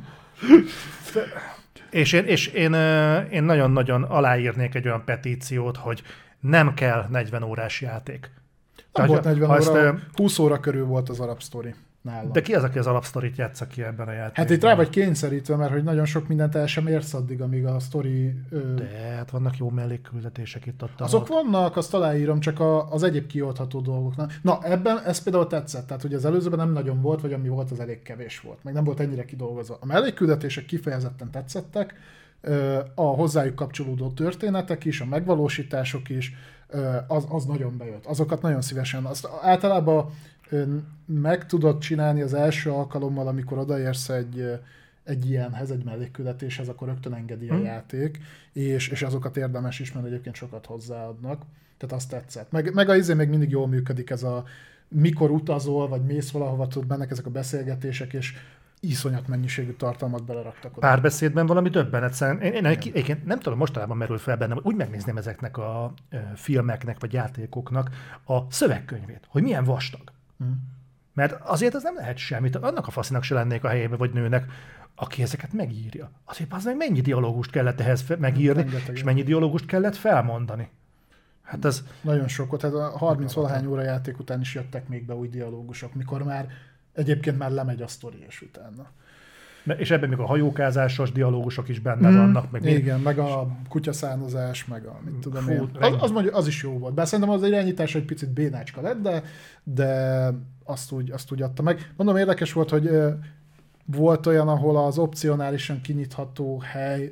És én nagyon-nagyon aláírnék egy olyan petíciót, hogy nem kell 40 órás játék. Nem volt 40 óra, 20 óra körül volt az alapsztori nálam. De ki az, aki az alapsztorit játsza ki ebben a játékban? Hát itt rá vagy kényszerítve, mert hogy nagyon sok mindent el sem érsz addig, amíg a sztori... De hát vannak jó mellékküldetések itt ott. Azok vannak, azt aláírom, csak az egyéb kioldható dolgoknak. Na, ebben ez például tetszett, tehát hogy az előzőben nem nagyon volt, vagy ami volt, az elég kevés volt. Meg nem volt ennyire kidolgozva. A mellékküldetések kifejezetten tetszettek, a hozzájuk kapcsolódó történetek is, a megvalósítások is, az nagyon bejött. Azokat nagyon szívesen. Azt általában meg tudod csinálni az első alkalommal, amikor odaérsz egy ilyenhez, egy mellékküldetéshez, akkor rögtön engedi a játék, és azokat érdemes is, mert egyébként sokat hozzáadnak. Tehát azt tetszett. Meg azért még mindig jól működik ez a mikor utazol, vagy mész valahova, tud bennek ezek a beszélgetések, és iszonyat mennyiségű tartalmat beleraktak oda. Párbeszédben valami döbbenet. Én nem tudom, mostanában merül fel bennem, úgy megnézném ezeknek a filmeknek, vagy játékoknak a szövegkönyvét, hogy milyen vastag. Mert azért az nem lehet semmit, annak a faszinak se lennék a helyébe, vagy nőnek, aki ezeket megírja. Azért az meg mennyi dialógust kellett ehhez megírni, Rengeteg. és mennyi dialógust kellett felmondani. Hát ez... Nagyon sokat, hát a 30-valahány óra játék után is jöttek még be új dialógusok, mikor már egyébként már lemegy a sztori, és utána. És ebben még a hajókázásos dialógusok is benne vannak. Meg igen, meg a kutyaszánozás, meg a mit tudom én. Fú, Az is jó volt. Bár szerintem az irányítás egy picit bénácska lett, de azt úgy adta meg. Mondom, érdekes volt, hogy volt olyan, ahol az opcionálisan kinyitható hely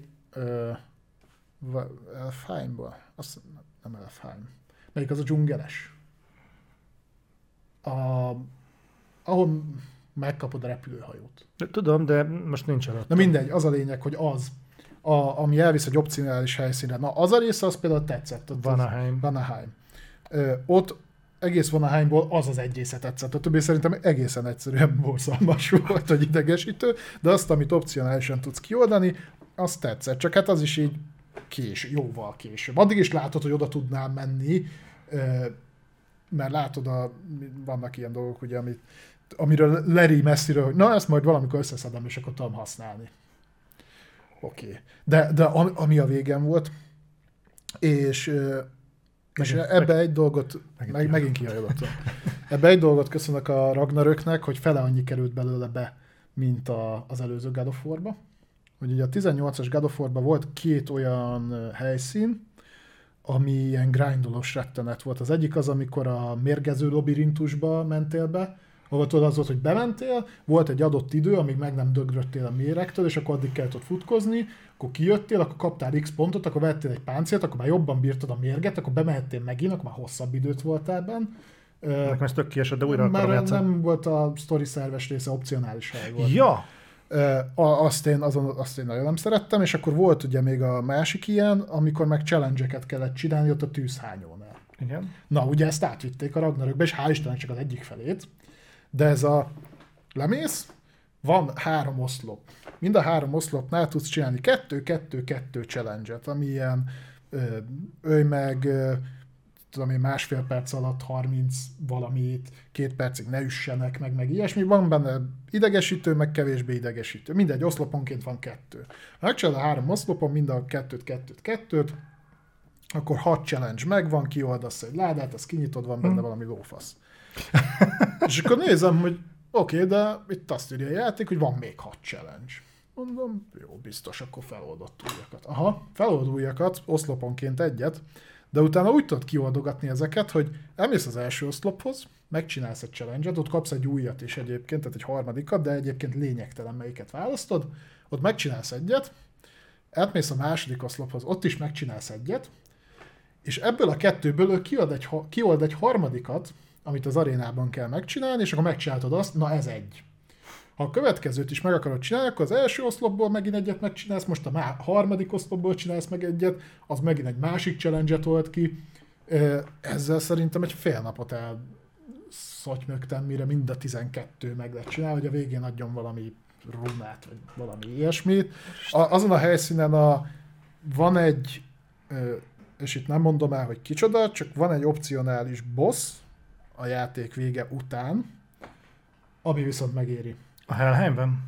Elfheimból. Azt nem Elfheim. Melyik az a dzsungeles? Ahol megkapod a repülőhajót. Tudom, de most nincs előtt. Na mindegy, az a lényeg, hogy ami elvisz egy opcionális helyszínre. Na az a része, az például tetszett. Vanaheim. Ott egész Vanaheimból az egésze tetszett. A többi szerintem egészen egyszerűen borzalmas volt, vagy idegesítő, de azt, amit opcionálisan tudsz kioldani, az tetszett. Csak hát az is így jóval később. Addig is látod, hogy oda tudnál menni, mert látod, vannak ilyen dolgok, ugye, amiről Larry messziről, hogy na, ezt majd valamikor összeszedem, és akkor tudom használni. Oké. De ami a végem volt, és ebbe egy dolgot, megint kihajolottam. Ebbe egy dolgot köszönök a Ragnaröknek, hogy fele annyi került belőle be, mint az előző God of War-ba. Hogy ugye a 18-as God of War-ban volt 2 olyan helyszín, ami ilyen grindolós rettenet volt. Az egyik az, amikor a mérgező labirintusba mentél be, ahol tudod az volt, hogy bementél, volt egy adott idő, amíg meg nem dögröttél a méregtől, és akkor addig kellett ott futkozni, akkor kijöttél, akkor kaptál X pontot, akkor vettél egy páncélt, akkor már jobban bírtad a mérget, akkor bemehettél megint, akkor már hosszabb időt voltál benne. Nekem ez tök kiesett, de újra akarom játszani. Nem volt a sztori szerves része, opcionális hely volt. Ja! Azt én nagyon nem szerettem, és akkor volt ugye még a másik ilyen, amikor meg challenge-eket kellett csinálni ott a tűzhányónál. Igen. Na, ugye ezt átvitték a Ragnarökbe, és hál' Istennek csak az egyik felét, de ez lemész, van 3 oszlop. Mind a 3 oszlopnál tudsz csinálni 2-2-2 challenge-et, ami ilyen ölj meg, tudom én, 1,5 perc alatt 30 valamit, 2 percig ne üssenek, meg ilyesmi. Van benne idegesítő, meg kevésbé idegesítő. Mindegy, oszloponként van 2. Ha megcsinálod a 3 oszlopon, mind a 2-2-2, akkor 6 challenge megvan, kioldasz egy ládát, azt kinyitod, van benne valami lófasz. És akkor nézem, hogy oké, de itt azt írja a játék, hogy van még 6 challenge. Mondom, jó, biztos, akkor feloldott újakat. Aha, felold újakat, oszloponként egyet, de utána úgy tudod kioldogatni ezeket, hogy elmész az első oszlophoz, megcsinálsz egy challenge-et, ott kapsz egy újat is egyébként, tehát egy harmadikat, de egyébként lényegtelen melyiket választod, ott megcsinálsz egyet, átmész a második oszlophoz, ott is megcsinálsz egyet, és ebből a 2-ből kiold egy harmadikat, amit az arénában kell megcsinálni, és akkor megcsináltad azt, na ez egy. Ha a következőt is meg akarod csinálni, akkor az első oszlopból megint egyet megcsinálsz, most a harmadik oszlopból csinálsz meg egyet, az megint egy másik challenge-et old ki. Ezzel szerintem egy fél napot elszotymögtem, mire mind a 12 meg lett csinálni, hogy a végén adjon valami runát, vagy valami ilyesmit. Azon a helyszínen van egy, és itt nem mondom el, hogy kicsoda, csak van egy opcionális boss a játék vége után, ami viszont megéri. A Helheimben?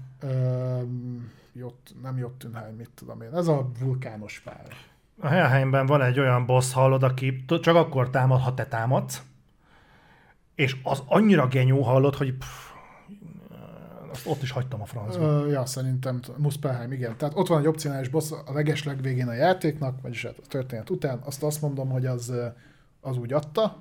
Nem Jotunheim, mit tudom én. Ez a vulkános pálya. A Helheimben van egy olyan boss, hallod, aki csak akkor támad, ha te támadsz. És az annyira genyó, hallod, hogy azt ott is hagytam a francba. Ja, szerintem Muspelheim, igen. Tehát ott van egy opcionális boss a legeslegvégén a játéknak, vagyis a történet után. Azt mondom, hogy az úgy adta.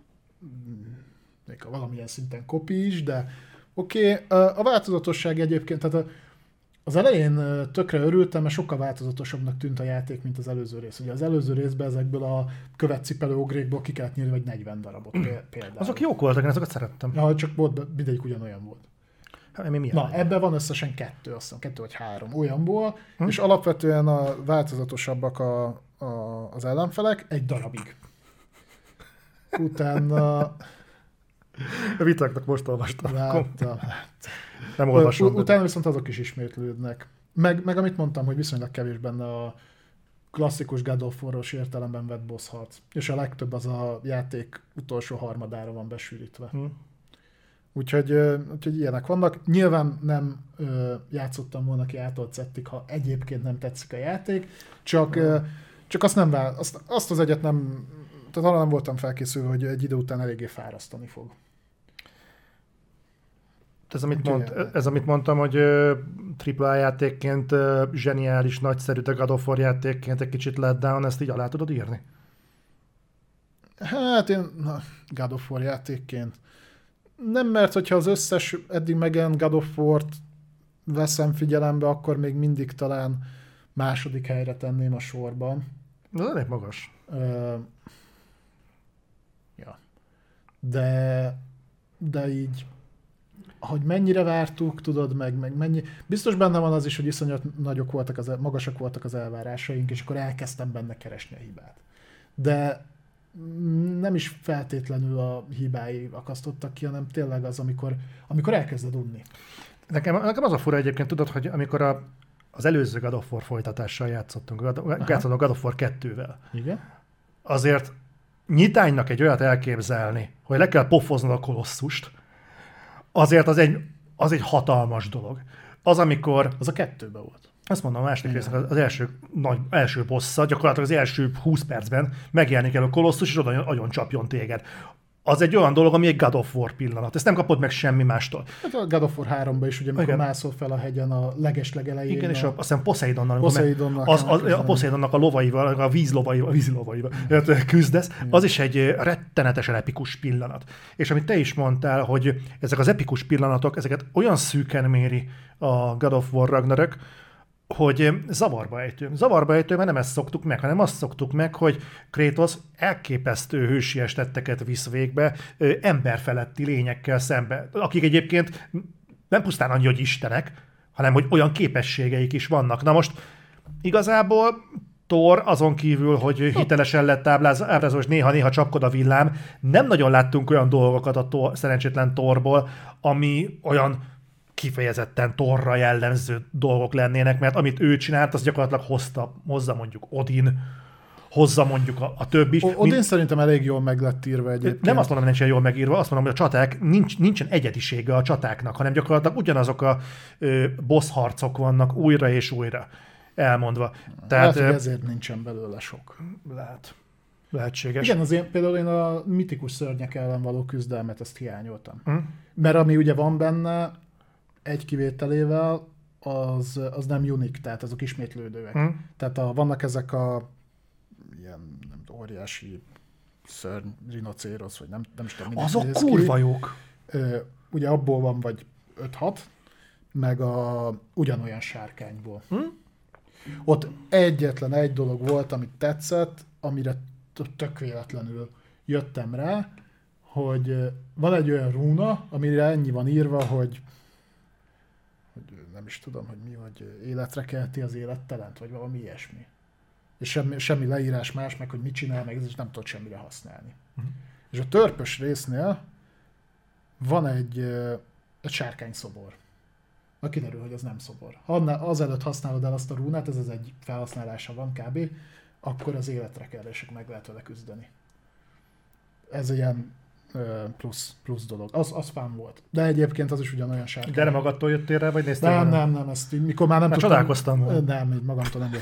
Még valamilyen szinten kopi is, de oké. A változatosság egyébként, tehát az elején tökre örültem, mert sokkal változatosabbnak tűnt a játék, mint az előző rész. Ugye az előző részben ezekből a követcipelő ogrékból ki kellett nyírni, vagy 40 darabot például. Azok jók voltak, én azokat szerettem. Ja, csak volt, mindegyik ugyanolyan volt. Hát, na, ebben van összesen 2, azt hiszem, 2 vagy 3 olyanból, és alapvetően a változatosabbak az ellenfelek egy darabig. Utána... A vitáknak most olvastam. Láttam. Nem olvasom. Utána viszont azok is ismétlődnek. Meg amit mondtam, hogy viszonylag kevés benne a klasszikus God of War-os értelemben vett boss harc. És a legtöbb az a játék utolsó harmadára van besűrítve. Úgyhogy ilyenek vannak. Nyilván nem játszottam volna ki A-tól Z-ig, ha egyébként nem tetszik a játék, csak azt nem azt az egyet nem, tehát arra nem voltam felkészülve, hogy egy idő után eléggé fárasztani fog. Ez, amit mondtam, hogy AAA játékként zseniális, nagyszerű, de God of War játékként egy kicsit letdown, ezt így alá tudod írni? Hát én God of War játékként nem, mert hogyha az összes eddig megjelent God of War-t veszem figyelembe, akkor még mindig talán második helyre tenném a sorban. Ez elég magas. Ja. De így, hogy mennyire vártuk, tudod, meg mennyi... Biztos benne van az is, hogy iszonyat magasak voltak az elvárásaink, és akkor elkezdtem benne keresni a hibát. De nem is feltétlenül a hibái akasztottak ki, hanem tényleg az, amikor elkezded unni. Nekem az a fura egyébként, tudod, hogy amikor az előző God of War folytatással játszottunk God of War 2-vel. Igen? Azért nyitánynak egy olyat elképzelni, hogy le kell pofoznod a kolosszust, azért az egy hatalmas dolog. Az, amikor... Az a 2-ben volt. Azt mondom, a második résznek az első bossza, gyakorlatilag az első 20 percben megjelenik el a kolosszus, és oda agyon csapjon téged. Az egy olyan dolog, ami egy God of War pillanat. Ezt nem kapod meg semmi mástól. Hát a God of War 3-ban is, ugye, amikor mászol fel a hegyen a legelején. Igen, és aztán Poseidonnal, a Poseidonnak a lovaival, a vízlovaival küzdesz, az is egy rettenetesen epikus pillanat. És amit te is mondtál, hogy ezek az epikus pillanatok, ezeket olyan szűken méri a God of War Ragnarök, hogy zavarba ejtő, mert nem ezt szoktuk meg, hanem azt szoktuk meg, hogy Kratos elképesztő hősies tetteket visz végbe emberfeletti lényekkel szembe, akik egyébként nem pusztán annyi, hogy istenek, hanem hogy olyan képességeik is vannak. Na most igazából Thor azon kívül, hogy hitelesen lett ábrázolva, és néha-néha csapkod a villám, nem nagyon láttunk olyan dolgokat a szerencsétlen Thorból, ami olyan kifejezetten Thorra jellemző dolgok lennének, mert amit ő csinált, az gyakorlatilag hozza mondjuk Odin, hozza mondjuk a többi is. Odin szerintem elég jól meg lett írva egyébként. Nem azt mondom, hogy nincsen jól megírva, azt mondom, hogy a csaták, nincsen egyedisége a csatáknak, hanem gyakorlatilag ugyanazok a boss harcok vannak újra és újra elmondva. Tehát, ezért nincsen belőle sok. Lehetséges. Igen, például én a mitikus szörnyek ellen való küzdelmet ezt hiányoltam. Mert ami ugye van benne, egy kivételével, az nem unik, tehát azok ismétlődőek. Tehát vannak ezek a ilyen óriási szörny, rinocérosz, vagy nem is tudom, azok kurva jók. Ugye abból van vagy 5-6, meg ugyanolyan sárkányból. Ott egyetlen egy dolog volt, amit tetszett, amire tök véletlenül jöttem rá, hogy van egy olyan rúna, amire ennyi van írva, hogy nem is tudom, hogy mi, hogy életre kelti az élettelent, vagy valami ilyesmi. És semmi leírás más, meg hogy mit csinál, meg és nem tudod semmire használni. És a törpös résznél van egy sárkányszobor. Na kiderül, hogy az nem szobor. Ha azelőtt használod el azt a rúnát, ez az egy felhasználása van kb., akkor az életre kell, és meg lehet vele küzdeni. Ez ilyen plusz dolog. Az fán volt. De egyébként az is ugyanolyan sárkány. De nem magadtól jöttél rá, vagy néztél? Nem, ezt így, mikor már nem tudtam. Csodálkoztam volna. Nem, így magamtól nem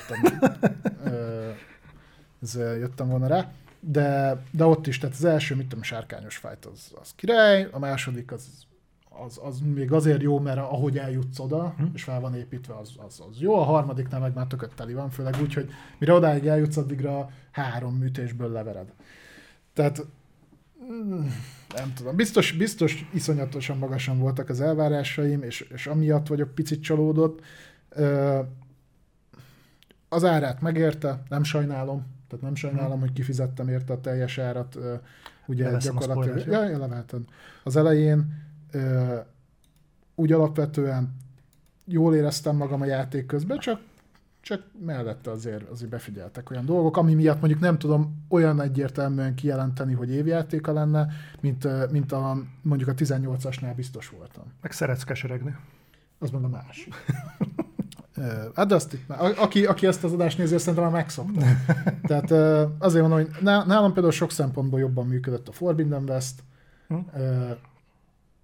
jöttem volna rá. De ott is, tehát az első, mit tudom, sárkányos fájt az király, a második az még azért jó, mert ahogy eljutsz oda, és fel van építve, az jó, a harmadiknál meg már tököt teli van, főleg úgy, hogy mire odáig eljutsz, addigra 3 műtésből levered. Tehát nem tudom, biztos iszonyatosan magasan voltak az elvárásaim, és amiatt vagyok picit csalódott. Az árát megérte, nem sajnálom, hogy kifizettem érte a teljes árat, ugye gyakorlatilag. Leveheted. Az elején úgy alapvetően jól éreztem magam a játék közben, csak mellette azért befigyeltek olyan dolgok, ami miatt mondjuk nem tudom olyan egyértelműen kijelenteni, hogy évjátéka lenne, mint mondjuk a 18-asnál biztos voltam. Meg szeretsz keseregni. Az meg a más. Hát de azt itt már, aki ezt az adást nézi, azt szerintem már megszokta. Tehát azért mondom, hogy nálam például sok szempontból jobban működött a Forbidden West,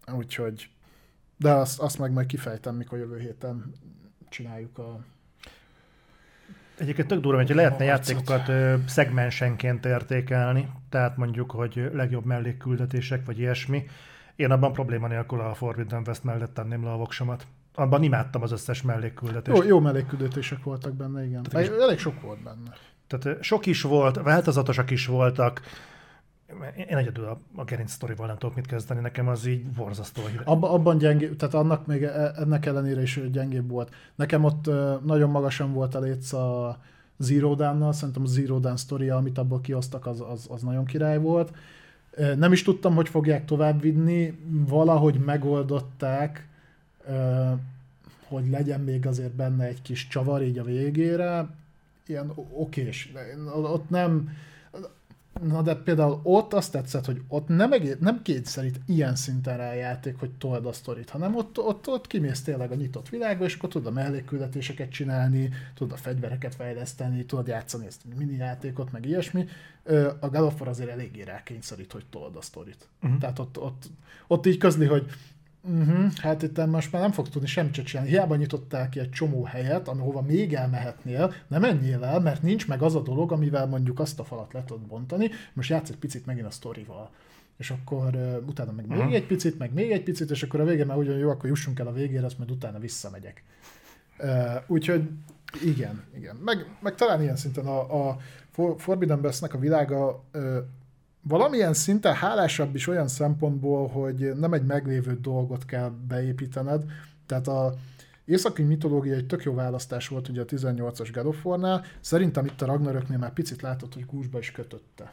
Úgyhogy, de azt meg majd kifejtem, mikor jövő héten csináljuk Egyébként tök durva, hogy lehetne harcot. játékokat szegmensenként értékelni, tehát mondjuk, hogy legjobb mellékküldetések, vagy ilyesmi. Én abban probléma nélkül a Forbidden West mellett tenném le a voksomat. Abban imádtam az összes mellékküldetést. Jó mellékküldetések voltak benne, igen. Elég sok volt benne. Tehát sok is volt, változatosak is voltak. Én egyedül a gerinc sztorival nem tudok mit kezdeni, nekem az így borzasztó. Abban gyengébb, tehát annak még ennek ellenére is gyengébb volt. Nekem ott nagyon magasan volt a létsz a Zero Dawn-nal, szerintem a Zero Dawn sztoria, amit abból kihoztak, az nagyon király volt. Nem is tudtam, hogy fogják továbbvinni, valahogy megoldották, hogy legyen még azért benne egy kis csavar így a végére, ilyen okés. Ott nem... Na de például ott azt tetszett, hogy ott nem kényszerít ilyen szinten rá a játék, hogy told a sztorit, hanem ott kimész tényleg a nyitott világba, és akkor tudod a mellékküldetéseket csinálni, tudod a fegyvereket fejleszteni, tudod játszani ezt a mini játékot, meg ilyesmi. A God of War azért eléggé rákényszerít, hogy told a sztorit. Tehát ott így közli, hogy hát itt most már nem fogsz tudni semmit csinálni. Hiába nyitották ki egy csomó helyet, ahova még elmehetnél, nem menjél el, mert nincs meg az a dolog, amivel mondjuk azt a falat le tudod bontani, most játsz egy picit megint a sztorival. És akkor utána meg még egy picit, meg még egy picit, és akkor a végén már ugyan jó, akkor jussunk el a végére, azt majd utána visszamegyek. Úgyhogy igen. Meg talán ilyen szinten a Forbidden Westnek a világa valamilyen szinten hálásabb is olyan szempontból, hogy nem egy meglévő dolgot kell beépítened. Tehát a északi mitológia egy tök jó választás volt ugye a 18-as God of War-nál. Szerintem itt a Ragnaröknél már picit látod, hogy gúzsba is kötötte.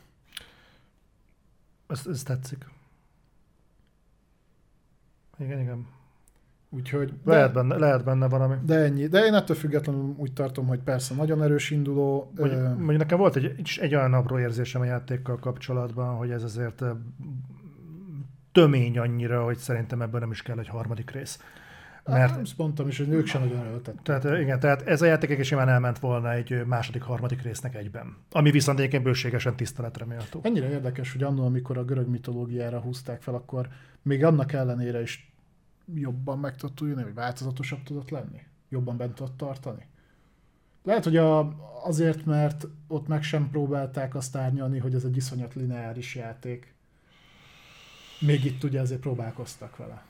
Ez tetszik. Igen. Úgyhogy lehet benne valami. De ennyi. De én ettől függetlenül úgy tartom, hogy persze nagyon erős induló. Mondjuk nekem volt egy olyan apró érzésem a játékkal kapcsolatban, hogy ez azért tömény annyira, hogy szerintem ebből nem is kell egy harmadik rész. Mert azt mondtam is, hogy ők sem nagyon előtettek. Tehát ez a játék is simán elment volna egy második-harmadik résznek egyben. Ami viszont egyébként bőségesen tiszteletre méltó. Ennyire érdekes, hogy annól, amikor a görög mitológiára húzták fel, akkor még annak ellenére is jobban meg tudott ülni, vagy változatosabb tudott lenni? Jobban bent tudott tartani? Lehet, hogy azért, mert ott meg sem próbálták azt árnyalni, hogy ez egy iszonyat lineáris játék. Még itt ugye azért próbálkoztak vele.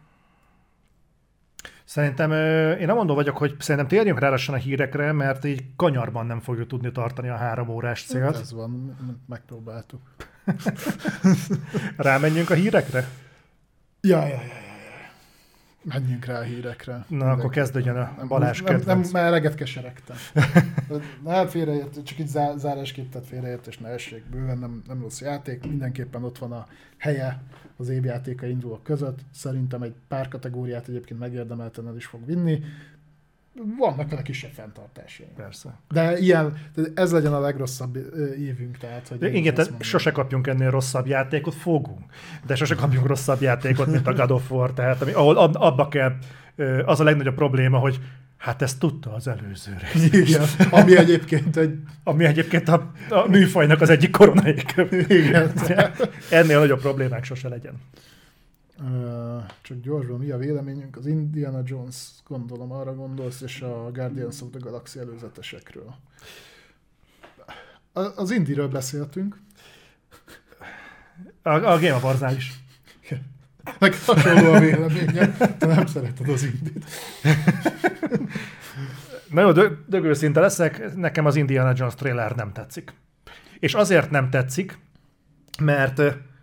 Szerintem, én nem mondó vagyok, hogy szerintem térjünk rá lassan a hírekre, mert így kanyarban nem fogjuk tudni tartani a 3 órás célt. Ez van, megpróbáltuk. Rámenjünk a hírekre? Ja. Menjünk rá a hírekre. Na, akkor kezdődjön a Balázs kedvenc. Már eleget keseregtem. Hát félreért, csak így zárásképp, tehát félreértés ne essék, bőven nem rossz játék. Mindenképpen ott van a helye az évjátéka indulók között. Szerintem egy pár kategóriát egyébként megérdemelten el is fog vinni. Vannak vele kisebb fenntartásai. Persze. De ez legyen a legrosszabb évünk. Tehát, hogy igen, tehát sose kapjunk ennél rosszabb játékot, fogunk. De sose kapjunk rosszabb játékot, mint a God of War. Tehát ahol abba kell, az a legnagyobb probléma, hogy hát ezt tudta az előző rész. Igen, ami egyébként a műfajnak az egyik koronaik. Igen. Ennél nagyobb problémák sose legyen. Csak gyorsan, mi a véleményünk? Az Indiana Jones, gondolom arra gondolsz, és a Guardians of the Galaxy előzetesekről. Az Indiről beszéltünk. A Game Awards-nál is. Meg hasonló a véleményem, te nem szereted az Indit. Na jó, dögőszinte leszek, nekem az Indiana Jones trailer nem tetszik. És azért nem tetszik, mert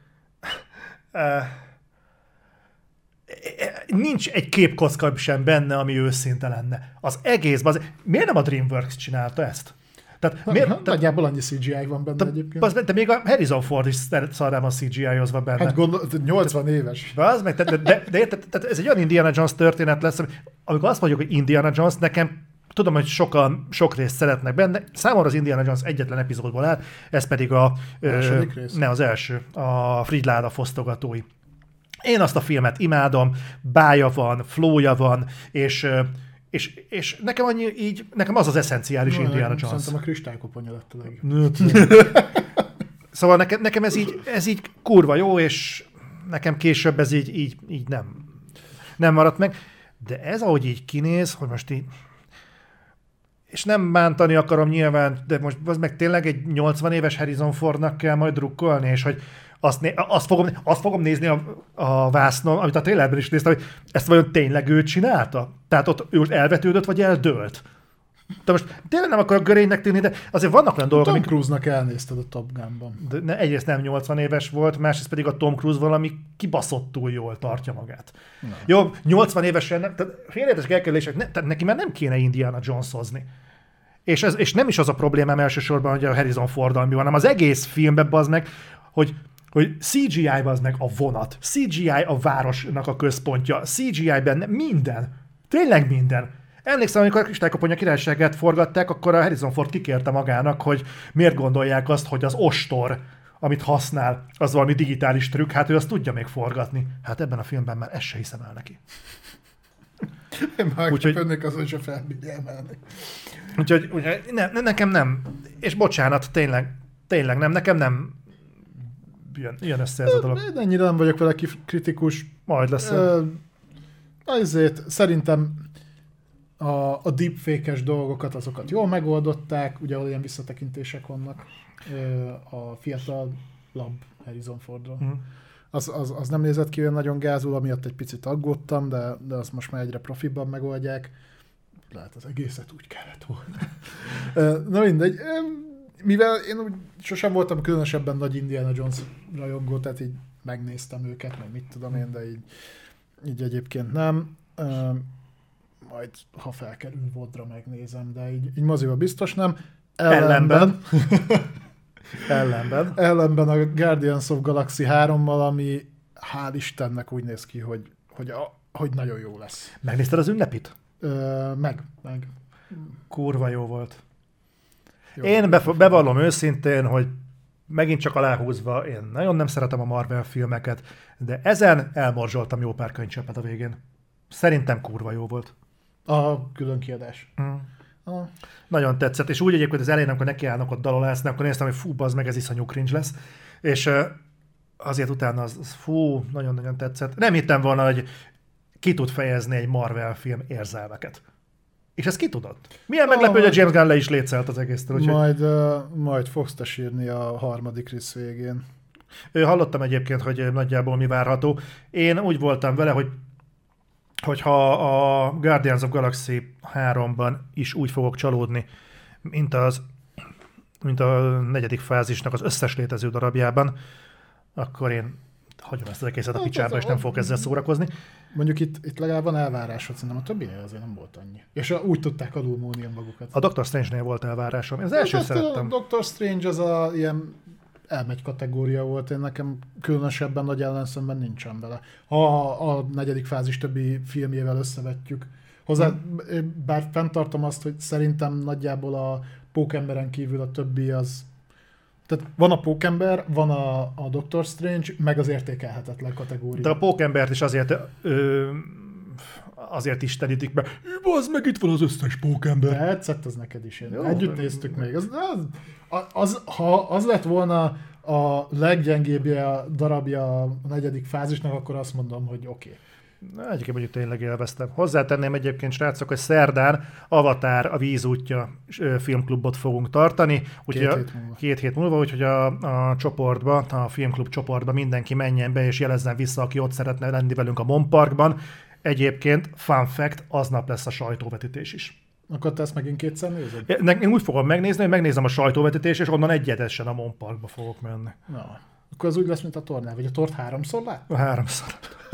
nincs egy képkocka sem benne, ami őszinte lenne. Az egészben, miért nem a DreamWorks csinálta ezt? Tehát, nagyjából annyi CGI van benne egyébként. De még a Harrison Ford is szarában CGI-ozva benne. Hát 80 éves. De ez egy olyan Indiana Jones történet lesz, amikor azt mondjuk, hogy Indiana Jones, nekem tudom, hogy sokan sok részt szeretnek benne. Számomra az Indiana Jones egyetlen epizódból áll, ez pedig az első, a Fridláda fosztogatói. Én azt a filmet imádom, bája van, flója van, és nekem az az eszenciális Indiana Jones. Szerintem a kristálykoponya lett a legjobb. Szóval nekem ez így kurva jó, és nekem később ez így nem maradt meg. De ez, ahogy így kinéz, hogy most így... És nem bántani akarom nyilván, de most az meg tényleg egy 80 éves Harrison Fordnak kell majd drukkolni, és hogy azt fogom nézni a vásznon, amit a trailerben is néztem, hogy ezt vajon tényleg ő csinálta? Tehát ott ő most elvetődött, vagy eldőlt? De most tényleg nem akarok görénynek tűnni, de azért vannak olyan dolgok, Tom Cruise-nak elnézted a Top Gun-ban. De egyrészt nem 80 éves volt, másrészt pedig a Tom Cruise valami kibaszottul jól tartja magát. Na. Jó, 80 évesen, tehát félreértések elkerülések, tehát neki már nem kéne Indiana Jones-ozni. És nem is az a problémám elsősorban, hogy a Harrison Forddal mi van, hanem az egész filmben bazd meg, hogy CGI bazd meg a vonat, CGI a városnak a központja, CGI benne minden. Tényleg minden. Emlékszem, amikor a Kristálykoponya királyságát forgatták, akkor a Harrison Ford kikérte magának, hogy miért gondolják azt, hogy az ostor, amit használ, az valami digitális trükk, hát ő azt tudja még forgatni. Hát ebben a filmben már ezt se hiszem el neki. Én már önnek azon sem felbírja emelni. Úgyhogy nekem nem. És bocsánat, tényleg nem. Nekem nem jön össze ez a dolog. Ennyire nem vagyok vele kritikus. Majd lesz. Azért szerintem a deepfake-es dolgokat, azokat jól megoldották, ugye olyan visszatekintések vannak a fiatalabb Harrison Fordról. Az nem nézett ki olyan nagyon gázul, amiatt egy picit aggódtam, de azt most már egyre profibban megoldják. Lehet az egészet úgy kellett volna. Na mindegy. Mivel én úgy sosem voltam különösebben nagy Indiana Jones rajongó, tehát így megnéztem őket, meg mit tudom én, de így egyébként nem. Majd, ha felkerül VOD-ra megnézem, de így moziba biztos nem. Ellenben a Guardians of Galaxy 3-mal, ami hál' Istennek úgy néz ki, hogy nagyon jó lesz. Megnézted az ünnepit? Meg. Kurva jó volt. Jó, én bevallom őszintén, hogy megint csak aláhúzva, én nagyon nem szeretem a Marvel filmeket, de ezen elmorzsoltam jó pár könycsepet a végén. Szerintem kurva jó volt. A külön kiadás. Nagyon tetszett, és úgy egyébként az elején, amikor nekiállnak ott dalolászni, akkor néztem, hogy fú, bazd meg, ez iszonyú cringe lesz. És azért utána az fú, nagyon-nagyon tetszett. Nem hittem volna, hogy ki tud fejezni egy Marvel film érzelmeket. És ezt ki tudott? Milyen meglepő, hogy a James Gunn le is létszelt az egésztől. Majd fogsz te sírni a harmadik rész végén. Hallottam egyébként, hogy nagyjából mi várható. Én úgy voltam vele, hogyha a Guardians of Galaxy 3-ban is úgy fogok csalódni, mint a negyedik fázisnak az összes létező darabjában, akkor én hagyom ezt az egészet a picsába, és nem fogok ezzel szórakozni. Mondjuk itt legalább van elvárásod, szerintem a többinél azért nem volt annyi. És úgy tudták alulmúlni magukat. A Doctor Strange-nél volt elvárásom. Én az első szerettem. A Doctor Strange az a ilyen elmegy kategória volt, én nekem különösebben nagy ellenszemben nincsen vele. Ha a negyedik fázis többi filmjével összevetjük. Bár fenntartom azt, hogy szerintem nagyjából a Pókemberen kívül a többi az... Tehát van a Pókember, van a Doctor Strange, meg az értékelhetetlen kategória. De a Pókembert is azért istenítik be. Bazd meg, itt van az összes Pókember. Tetszett az neked is. Együtt néztük még. Ha az lett volna a leggyengébbje a darabja a negyedik fázisnak, akkor azt mondom, hogy oké. Egyébként mondjuk tényleg élveztem. Hozzátenném egyébként, srácok, hogy szerdán Avatar a vízútja filmklubot fogunk tartani. Két hét múlva, úgyhogy a csoportba, a filmklub csoportba mindenki menjen be és jelezzen vissza, aki ott szeretne lenni velünk a Mon Parkban. Egyébként, fun fact, aznap lesz a sajtóvetítés is. Akkor te ezt megint kétszer nézed? Én úgy fogom megnézni, hogy megnézem a sajtóvetítést, és onnan egyedesen a Mon Parkba fogok menni. Na, akkor az úgy lesz, mint a tornál, vagy a tort 3-szor lát? 3-szor.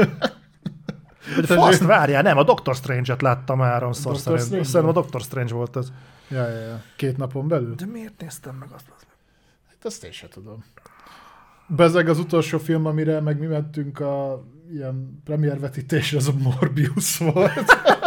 Azt várjál, nem, a Doctor Strange-et láttam 3-szor szerintem. Szerintem a Doctor Strange volt az. Ja. 2 napon belül? De miért néztem meg azt? Hát azt én sem tudom. Bezeg az utolsó film, amire meg mi mentünk a ilyen premiervetítésre, az a Morbius volt.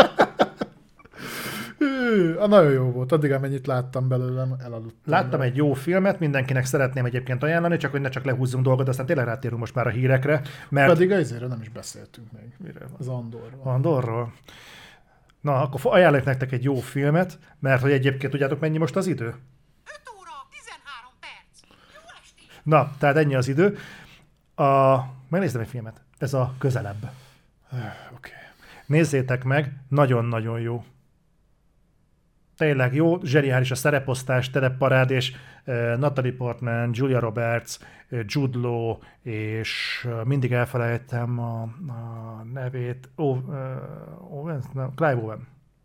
Nagyon jó volt, addig amennyit láttam belőlem, elaludtam. Láttam egy jó filmet, mindenkinek szeretném egyébként ajánlani, csak hogy ne csak lehúzzunk dolgot, aztán tényleg rátérünk most már a hírekre. Mert... Pedig ezért nem is beszéltünk még. Mire? Az Andorról. Andorról? Na, akkor ajánlok nektek egy jó filmet, mert hogy egyébként tudjátok mennyi most az idő? 5 óra, 13 perc. Jó estét! Na, tehát ennyi az idő. Megnéztem egy filmet. Ez a Közelebb. Oké. Nézzétek meg, nagyon-nagyon jó. Tényleg jó, zseniális a szereposztás, terepparád, és Natalie Portman, Julia Roberts, Jude Law, és mindig elfelejtem a nevét, Clive Owen.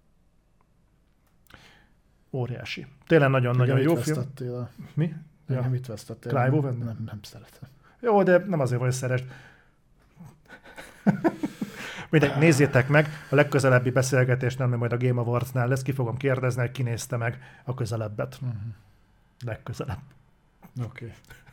Óriási. Tényleg nagyon-nagyon jó film. Mi? Ja. Mit vesztettél? Clive Owen? Nem szeretem. Jó, de nem azért vagy szerest. Mindegy, nézzétek meg, a legközelebbi beszélgetésnél, mert majd a Game Awards-nál lesz, ki fogom kérdezni, hogy ki nézte meg a Közelebbet. Legközelebb. Oké.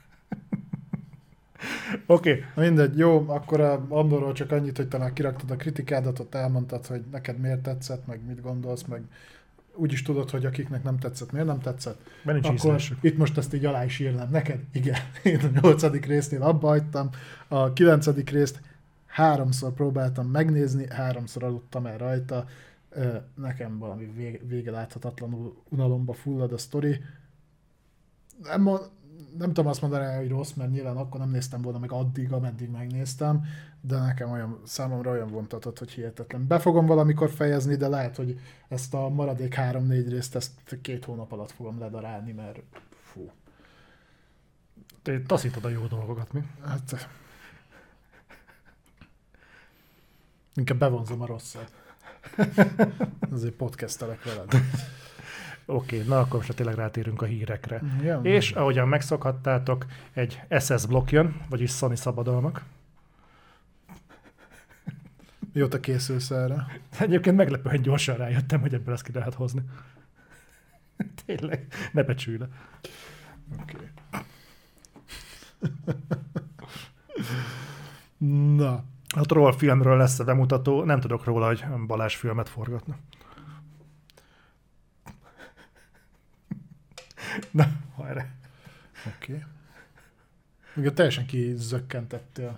Oké. Mindegy, jó, akkor a Andorról csak annyit, hogy talán kiraktad a kritikádat, ott elmondtad, hogy neked miért tetszett, meg mit gondolsz, meg úgy is tudod, hogy akiknek nem tetszett, miért nem tetszett. Akkor itt most ezt így alá is írnám. Neked, igen, én a 8. résznél abba hagytam, a 9. részt 3-szor próbáltam megnézni, 3-szor aludtam el rajta, nekem valami vége láthatatlanul unalomba fullad a sztori. Nem tudom azt mondani, hogy rossz, mert nyilván akkor nem néztem volna meg addig, ameddig megnéztem, de nekem számomra olyan vontatott, hogy hihetetlen. Be fogom valamikor fejezni, de lehet, hogy ezt a maradék 3-4 részt ezt 2 hónap alatt fogom ledarálni, mert fú. Te taszítod a jó dolgokat, mi? Hát... Inkább bevonzom a rosszat. Azért podcastelek veled. Oké, na akkor most tényleg rátérünk a hírekre. Ja, és ahogyan megszokhattátok, egy SS blokk jön, vagyis Sony szabadalmak. Mióta készülsz erre? Egyébként meglepően gyorsan rájöttem, hogy ebből ezt ki lehet hozni. Tényleg, ne becsülj le. Oké. Na. A Troll filmről lesz a bemutató, nem tudok róla, hogy Balázs filmet forgatna. Na, hajrá. Oké. Még teljesen kizökkentettél.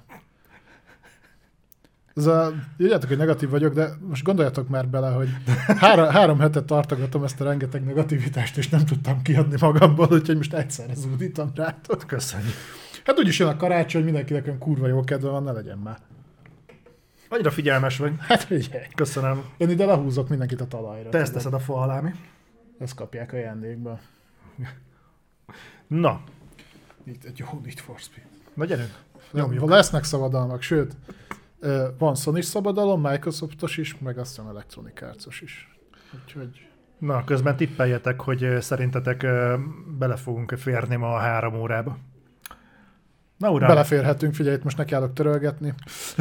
Írjátok, hogy negatív vagyok, de most gondoljatok már bele, hogy 3 hetet tartogatom ezt a rengeteg negativitást, és nem tudtam kiadni magamból, úgyhogy most egyszerre zúdítom rátok. Köszönjük. Hát úgyis jön a karácsony, mindenkinek olyan kurva jó kedve van, ne legyen már. Annyira figyelmes vagy. Hát figyelj. Köszönöm. Én ide lehúzok mindenkit a talajra. Te ezt teszed a fa alá, mi? Ezt kapják ajándékba. Na. Itt egy jó Need for Speed. Na gyerünk. Lesznek szabadalmak, sőt, van Sony szabadalom, Microsoftos is, meg azt hiszem Electronic Arts-os is. Úgyhogy... Na, közben tippeljetek, hogy szerintetek bele fogunk férni ma a 3 órába. Na, uram. Beleférhetünk, figyelj, itt most nekiállok törölgetni.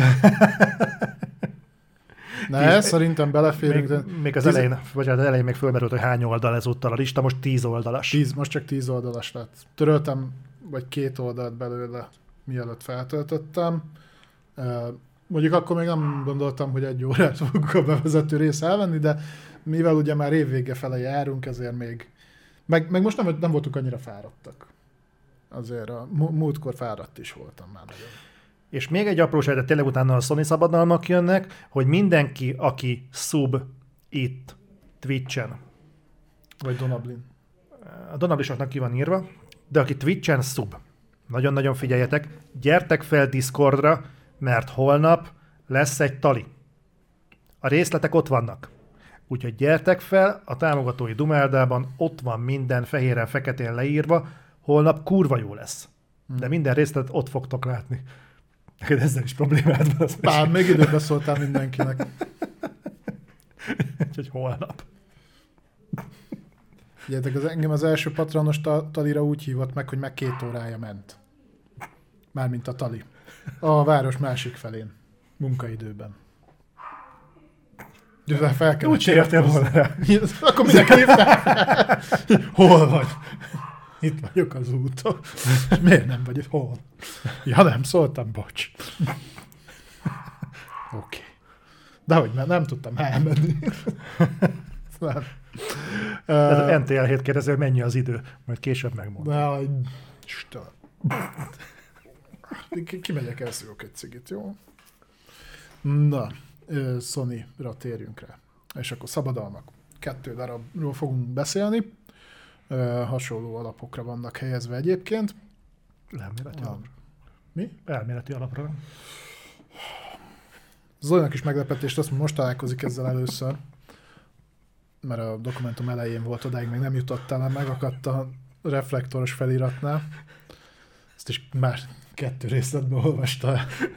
Szerintem beleférünk. Még az elején, vagy az elején még fölmerült, hogy hány oldal ezúttal a lista, most 10 oldalas. Most csak 10 oldalas lett. Töröltem vagy 2 oldalt belőle, mielőtt feltöltöttem. Mondjuk akkor még nem gondoltam, hogy 1 órát fogunk a bevezető rész elvenni, de mivel ugye már évvége fele járunk, ezért még... Meg most nem voltunk annyira fáradtak. Azért a múltkor fáradt is voltam már nagyon. És még egy apróság, de tényleg utána a Sony szabadalmak jönnek, hogy mindenki, aki sub itt Twitch-en. Vagy Donablin. A Donablisoknak ki van írva, de aki Twitch-en sub. Nagyon-nagyon figyeljetek, gyertek fel Discordra, mert holnap lesz egy tali. A részletek ott vannak. Úgyhogy gyertek fel, a támogatói Dumeldában ott van minden fehéren-feketén leírva, holnap kurva jó lesz. De minden részletet ott fogtok látni. Neked ezzel is problémád van. Bár még időben szóltál mindenkinek. Úgyhogy holnap. Figyeljetek, engem az első patronos talira úgy hívott meg, hogy meg 2 órája ment. Mármint a tali. A város másik felén. Munkaidőben. Úgy se értél volna rá. Akkor mindenki hívtál. Hol vagy? Itt vagyok az úton. Miért nem vagy itt? Hol? Ja, nem szóltam, bocs. Oké. De hogy már nem tudtam elmenni. Nem. Az NTL7 kérdezi, hogy mennyi az idő. Majd később megmondom. Istenem. Kimegyek, elszívok egy cigit, jó? Na, Sony-ra térjünk rá. És akkor szabadalmak. 2 darabról fogunk beszélni. Hasonló alapokra vannak helyezve egyébként. Mi? Elméleti alapra. Zolinak is meglepetést, azt most találkozik ezzel először, mert a dokumentum elején volt, odáig még nem jutott el, megakadt a reflektoros feliratnál. Ezt is már 2 részletben olvasta.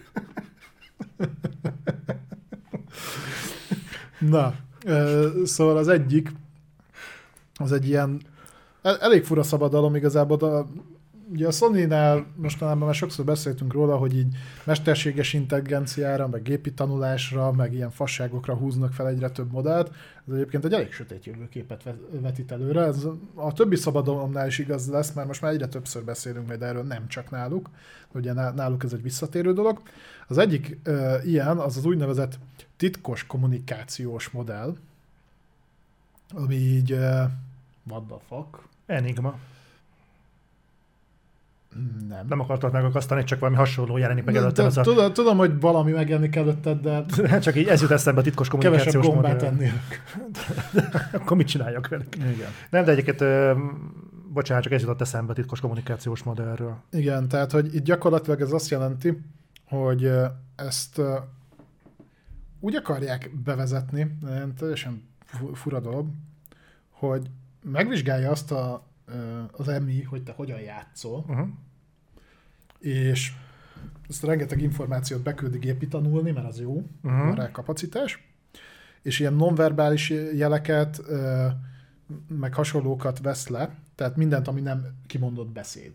Na, szóval az egyik, az egy ilyen elég fura szabadalom igazából. Ugye a Sony-nál mostanában már sokszor beszéltünk róla, hogy így mesterséges intelligenciára, meg gépi tanulásra, meg ilyen fasságokra húznak fel egyre több modellt. Ez egyébként egy elég sötét jövőképet vetít előre. Ez a többi szabadalomnál is igaz lesz, mert most már egyre többször beszélünk majd erről, nem csak náluk. Ugye náluk ez egy visszatérő dolog. Az egyik ilyen, az az úgynevezett titkos kommunikációs modell, ami így what the fuck? Enigma. Nem akartad megakasztani, csak valami hasonló jelenik meg előttem. Tudom, hogy valami megjelenik előtted, de... Csak így ez jut eszembe a titkos kommunikációs modell. Kevesebb gombát ennél. Akkor mit csináljak velük? Igen. Nem, de egyébként, bocsánat, csak ez jutott eszembe a titkos kommunikációs modellről. Igen, tehát, hogy itt gyakorlatilag ez azt jelenti, hogy ezt úgy akarják bevezetni, teljesen fura dolog, hogy megvizsgálja azt az EMI, hogy te hogyan játszol, és ezt rengeteg információt beküldi gépi tanulni, mert az jó, van rá kapacitás, és ilyen nonverbális jeleket, meg hasonlókat vesz le, tehát mindent, ami nem kimondott beszéd.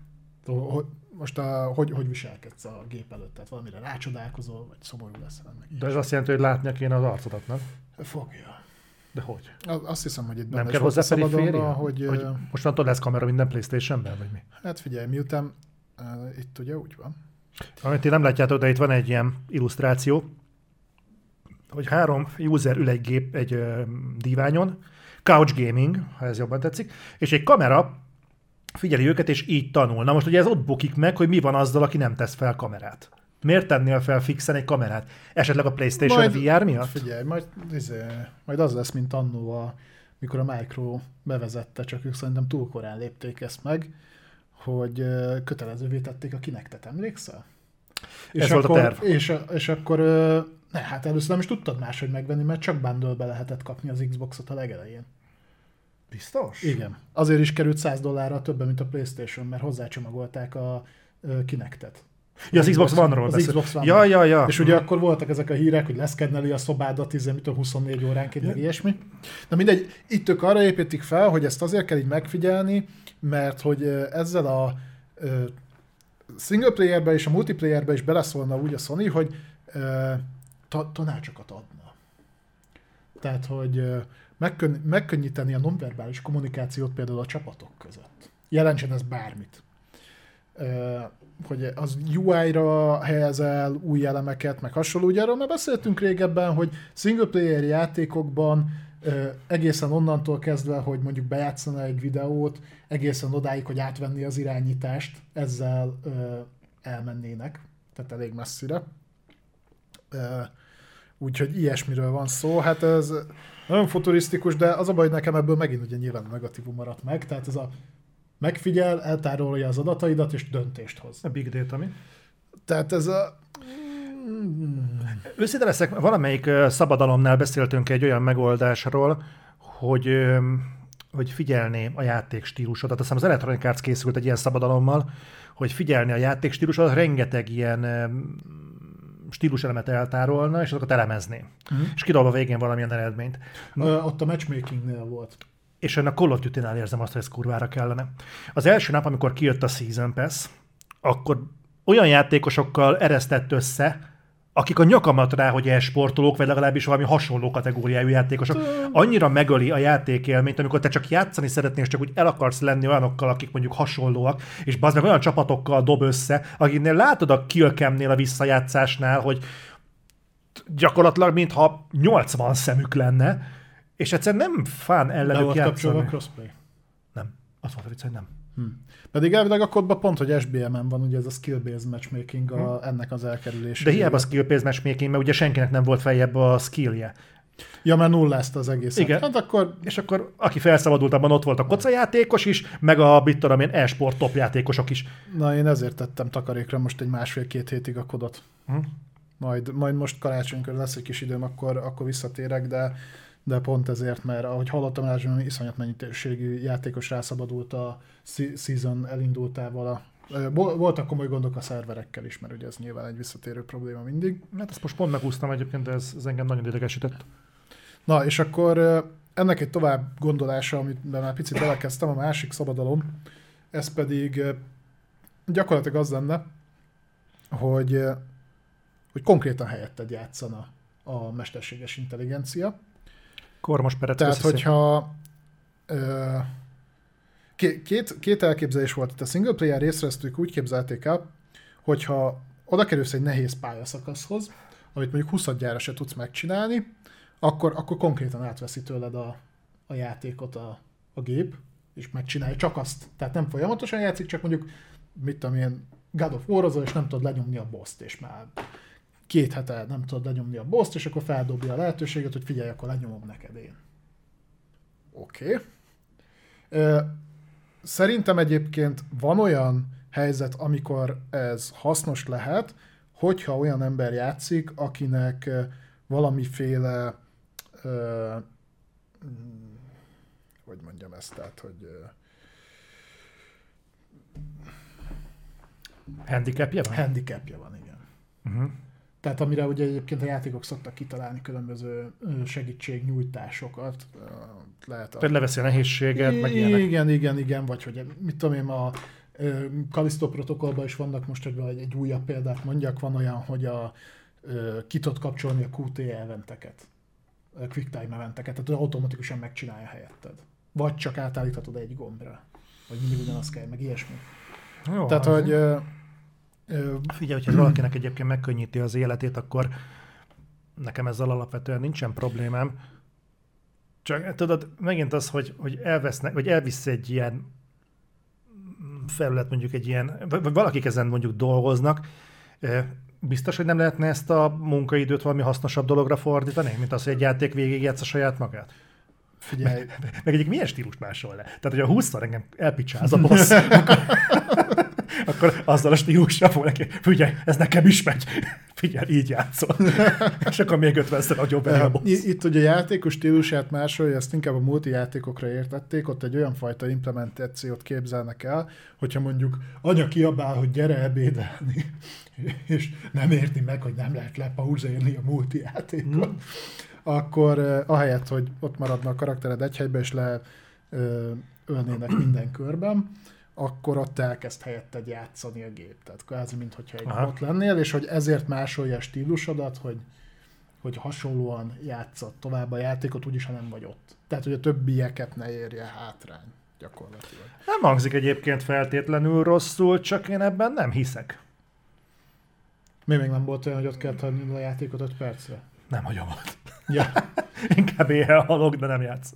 Most hogy viselkedsz a gép előtt, tehát valamire rácsodálkozol, vagy szomorú leszel. De ez azt jelenti, hogy látnia kéne az arcodat, nem? Fogja. De hogy? Azt hiszem, hogy itt nem kell hozzá periféria? hogy mostantól lesz kamera minden PlayStation-ben, vagy mi? Hát figyelj, miután itt ugye úgy van. Amit ti nem látjátok, de itt van egy ilyen illusztráció, hogy 3 user ül egy díványon, couch gaming, ha ez jobban tetszik, és egy kamera figyeli őket, és így tanul. Na most ugye ez ott bukik meg, hogy mi van azzal, aki nem tesz fel kamerát. Miért tennél fel fixen egy kamerát? Esetleg a PlayStation VR miatt? Figyelj, majd az lesz, mint annó, mikor a Micro bevezette, csak ők szerintem túl korán lépték ezt meg, hogy kötelezővé tették a Kinectet, emlékszel? Ez volt a terv. És akkor, hát először nem is tudtad máshogy megvenni, mert csak bundle-be lehetett kapni az Xboxot a legelején. Biztos? Igen. Azért is került $100 többen, mint a PlayStation, mert hozzácsomagolták a Kinectet. Ja, az Xbox One-ról beszél. Ja. És ugye akkor voltak ezek a hírek, hogy leszkenneli a szobádat 24 óránként, meg ilyesmi. Na mindegy, itt ők arra építik fel, hogy ezt azért kell így megfigyelni, mert hogy ezzel a single playerbe és a multiplayerbe is beleszólna úgy a Sony, hogy tanácsokat adna. Tehát, hogy megkönnyíteni a nonverbális kommunikációt például a csapatok között. Jelentsen ez bármit. Hogy az UI-ra helyezel új elemeket, meg hasonló. Ugye arról már beszéltünk régebben, hogy single player játékokban egészen onnantól kezdve, hogy mondjuk bejátszana egy videót, egészen odáig, hogy átvenni az irányítást, ezzel elmennének, tehát elég messzire. Úgyhogy ilyesmiről van szó. Hát ez nagyon futurisztikus, de az a baj, hogy nekem ebből megint ugye nyilván a negatívum maradt meg, tehát ez a megfigyel, eltárolja az adataidat, és döntést hoz. A big data, mi? Tehát ez a... Őszinte leszek, valamelyik szabadalomnál beszéltünk egy olyan megoldásról, hogy figyelni a játék stílusodat. Azt hiszem az Electronic Arts készült egy ilyen szabadalommal, hogy figyelni a játék stílusodat, rengeteg ilyen stíluselemet eltárolna, és azokat elemezni. És kidobva a végén valamilyen eredményt. Ott a matchmakingnél volt. És a Call of Duty-nál érzem azt, hogy ez kurvára kellene. Az első nap, amikor kijött a Season Pass, akkor olyan játékosokkal eresztett össze, akik a nyakamat rá, hogy e-sportolók, vagy legalábbis valami hasonló kategóriájú játékosok. Annyira megöli a játékélményt, amikor te csak játszani szeretnél, és csak úgy el akarsz lenni olyanokkal, akik mondjuk hasonlóak, és bazd meg olyan csapatokkal dob össze, akiknél látod a killcamnél, a visszajátszásnál, hogy gyakorlatilag mintha 80 szemük lenne, és egyszerűen nem fán ellenük játszani. A crossplay? Nem. Azt mondta vicc, hogy nem. Pedig elvileg a kódban pont, hogy SBM-en van ugye ez a skill-based matchmaking ennek az elkerülése. De hiába skill-based matchmaking, mert ugye senkinek nem volt feljebb a skillje. Ja, mert nullázta az egészet. Igen. Hát akkor... És akkor aki felszabadult, abban ott volt a kocajátékos is, meg a e-sport top játékosok is. Na, én ezért tettem takarékra most egy 1,5-2 hétig a kodot. Majd most karácsonykor lesz egy kis időm, akkor visszatérek, de pont ezért, mert ahogy hallottam, rá, iszonyat mennyiségű játékos rászabadult a season elindultával. Voltak komoly gondok a szerverekkel is, mert ugye ez nyilván egy visszatérő probléma mindig. Hát ezt most pont megúsztam egyébként, de ez engem nagyon idegesített. Na, és akkor ennek egy tovább gondolása, amiben már picit belekezdtem, a másik szabadalom, ez pedig gyakorlatilag az lenne, hogy konkrétan helyetted játszana a mesterséges intelligencia. Kormos Peret. Tehát, hogyha két elképzelés volt itt. A single player részre, ezt ők úgy képzelték el, hogyha oda kerülsz egy nehéz pályaszakaszhoz, amit mondjuk 20-adjára se tudsz megcsinálni, akkor konkrétan átveszi tőled a játékot a gép, és megcsinálja csak azt. Tehát nem folyamatosan játszik, csak mondjuk, mit tudom én, God of War-ozol, és nem tudod lenyomni a boss-t, és már 2 hete nem tudod lenyomni a boss-t, és akkor feldobja a lehetőséget, hogy figyelj, akkor lenyomom neked én. Oké. Szerintem egyébként van olyan helyzet, amikor ez hasznos lehet, hogyha olyan ember játszik, akinek valamiféle hogy mondjam ezt, tehát, hogy handicapja van? Handicapja van, igen. Uh-huh. Tehát amire ugye egyébként a játékok szoktak kitalálni különböző segítségnyújtásokat. Lehet Tehát leveszi a nehézséget, meg ilyenek. Igen, vagy hogy mit tudom én, a Callisto protokollban is vannak most, hogy egy újabb példát mondjak, van olyan, hogy ki tud kapcsolni a QT eventeket, a quick time eventeket, tehát automatikusan megcsinálja helyetted. Vagy csak átállíthatod egy gombra, vagy mindig ugyanaz kell, meg ilyesmi. Jó, tehát, hogy figyelj, hogyha valakinek egyébként megkönnyíti az életét, akkor nekem ezzel alapvetően nincsen problémám. Csak tudod, megint az, hogy elvesznek, vagy elvisz egy ilyen felület, mondjuk egy ilyen, vagy valakik ezen mondjuk dolgoznak, biztos, hogy nem lehetne ezt a munkaidőt valami hasznosabb dologra fordítani, mint az, hogy egy játék végig játsz a saját magát? Figyelj. Meg egyik milyen stílust másol le? Tehát, hogy a 20-szor engem elpicsáz a boss, akkor azzal a stílussal fog neki, figyelj, ez nekem is megy. Figyelj, így játszol. És akkor még 50-szer nagyobb a boss. Itt ugye a játékos stílusát másolja, ezt inkább a multijátékokra értették, ott egy olyan fajta implementációt képzelnek el, hogyha mondjuk anya kiabál, hogy gyere ebédelni, és nem érti meg, hogy nem lehet lepauzélni a multijátékot. Akkor ahelyett, hogy ott maradna a karaktered egy helyben, és ölnének minden körben, akkor ott elkezd helyetted játszani a gép. Tehát kvázi, mintha egy bot lennél, és hogy ezért másolja a stílusodat, hogy hasonlóan játszod tovább a játékot, úgyis, ha nem vagy ott. Tehát, hogy a többieket ne érje hátrány gyakorlatilag. Nem hangzik egyébként feltétlenül rosszul, csak én ebben nem hiszek. Még nem volt olyan, hogy ott kellett hagyni a játékot 5 percre? Nem hagyom ott. Ja. Inkább éjjel halok, de nem játsz.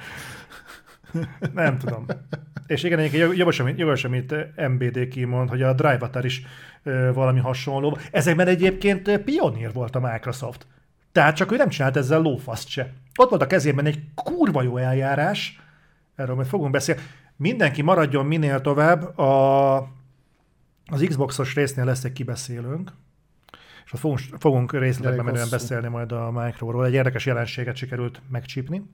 Nem tudom. És igen, egyébként jogos, amit MBD kimond, hogy a Drive-Atar is valami hasonló. Ezekben egyébként pionír volt a Microsoft. Tehát csak ő nem csinált ezzel lófaszt se. Ott volt a kezében egy kurva jó eljárás, erről majd fogunk beszélni. Mindenki maradjon minél tovább, az Xboxos résznél lesz egy kibeszélőnk, és fogunk részletben menően beszélni majd a Microról. Egy érdekes jelenséget sikerült megcsípni.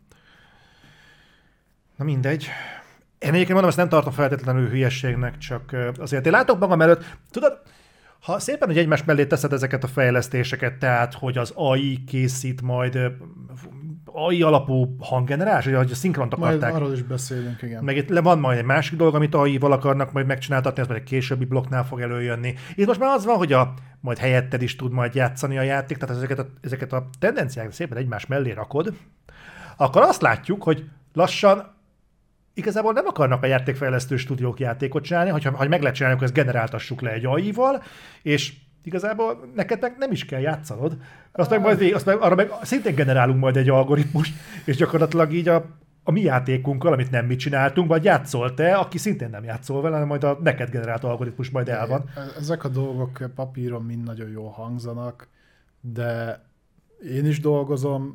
Na mindegy. Én egyébként mondom, ezt nem tartom feltétlenül hülyességnek, csak azért én látok magam előtt, tudod, ha szépen, hogy egymás mellé teszed ezeket a fejlesztéseket, tehát, hogy az AI készít majd AI alapú hanggenerálás, hogy a szinkront akarták. Majd arról is beszélünk, igen. Meg itt van majd egy másik dolog, amit AI-val akarnak majd megcsináltatni, ez majd egy későbbi blokknál fog előjönni. Itt most már az van, hogy majd helyetted is tud majd játszani a játék, tehát ezeket a tendenciákat szépen egymás mellé rakod, akkor azt látjuk, hogy lassan igazából nem akarnak a játékfejlesztő stúdiók játékot csinálni, ha meg lehet csinálni, akkor ezt generáltassuk le egy AI-val, és igazából neked meg nem is kell játszanod. Arra meg szintén generálunk majd egy algoritmust, és gyakorlatilag így a mi játékunkkal, amit nem mi csináltunk, vagy játszol te, aki szintén nem játszol vele, majd a neked generált algoritmus majd el van. Ezek a dolgok papíron mind nagyon jól hangzanak, de én is dolgozom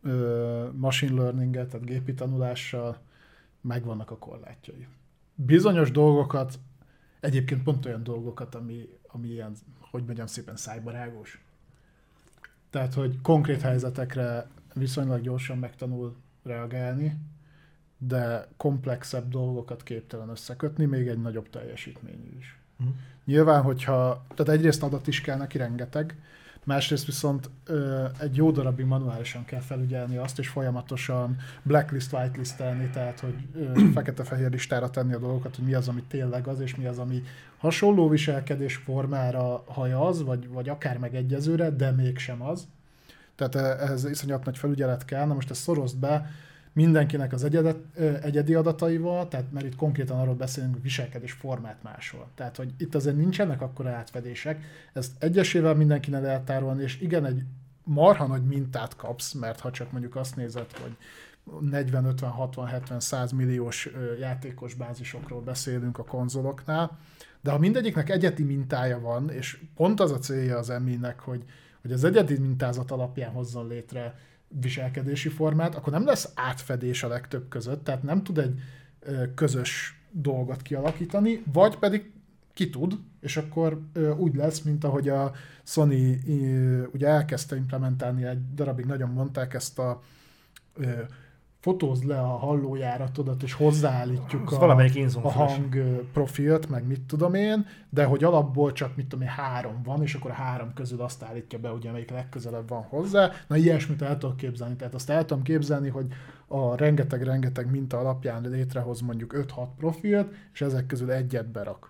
machine learning-et, tehát gépi tanulással megvannak a korlátjai. Bizonyos dolgokat, egyébként pont olyan dolgokat, ami ilyen, hogy mondjam szépen, szájbarágos. Tehát, hogy konkrét helyzetekre viszonylag gyorsan megtanul reagálni, de komplexebb dolgokat képtelen összekötni, még egy nagyobb teljesítményű is. Nyilván, tehát egyrészt adat is kell neki rengeteg, másrészt viszont egy jó darabig manuálisan kell felügyelni azt, és folyamatosan blacklist, whitelistelni, tehát hogy fekete-fehér listára tenni a dolgokat, hogy mi az, ami tényleg az, és mi az, ami hasonló viselkedés formára hajaz, vagy akár megegyezőre, de mégsem az. Tehát ehhez iszonyat nagy felügyelet kell. Na most ezt szorozd be mindenkinek az egyedi adataival, tehát mert itt konkrétan arról beszélünk, hogy viselkedés formát máshol. Tehát, hogy itt azért nincsenek akkora átfedések, ezt egyesével mindenkinek lehet tárolni, és igen, egy marha nagy mintát kapsz, mert ha csak mondjuk azt nézed, hogy 40, 50, 60, 70, 100 milliós játékos bázisokról beszélünk a konzoloknál, de ha mindegyiknek egyedi mintája van, és pont az a célja az EMI-nek, hogy az egyedi mintázat alapján hozzon létre viselkedési formát, akkor nem lesz átfedés a legtöbb között, tehát nem tud egy közös dolgot kialakítani, vagy pedig ki tud, és akkor úgy lesz, mint ahogy a Sony ugye elkezdte implementálni, egy darabig nagyon mondták ezt a fotózd le a hallójáratodat, és hozzáállítjuk a hangprofilt, meg mit tudom én, de hogy alapból csak mit tudom én 3 van, és akkor a 3 közül azt állítja be, ugye, amelyik legközelebb van hozzá. Na ilyesmit el tudok képzelni. Tehát azt el tudom képzelni, hogy a rengeteg minta alapján létrehoz mondjuk 5-6 profilt, és ezek közül egyet berak.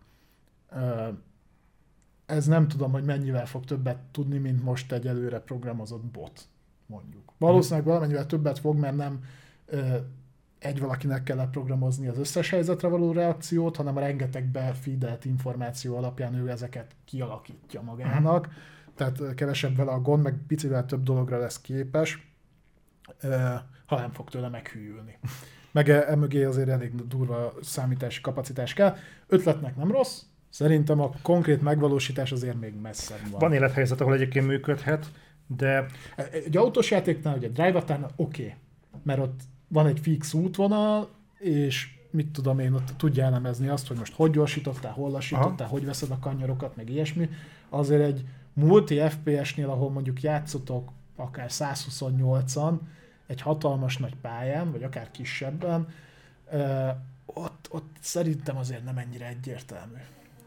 Ez nem tudom, hogy mennyivel fog többet tudni, mint most egy előre programozott bot, mondjuk. Valószínűleg valamennyivel többet fog, mert nem egy valakinek kell leprogramozni az összes helyzetre való reakciót, hanem a rengeteg befeedelt információ alapján ő ezeket kialakítja magának. Tehát kevesebb vele a gond, meg picivel több dologra lesz képes, ha nem fog tőle meghűlni. Meg emögé azért elég durva számítási kapacitás kell. Ötletnek nem rossz, szerintem a konkrét megvalósítás azért még messze van. Van élethelyzet, ahol egyébként működhet, de... Egy autós játéknál, ugye Drive-atánál oké, mert ott van egy fix útvonal, és mit tudom én, ott tudja elemezni azt, hogy most hogy gyorsítottál, hol lassítottál, hogy veszed a kanyarokat, meg ilyesmi. Azért egy multi FPS-nél, ahol mondjuk játszotok akár 128-an, egy hatalmas nagy pályán, vagy akár kisebben, ott szerintem azért nem ennyire egyértelmű.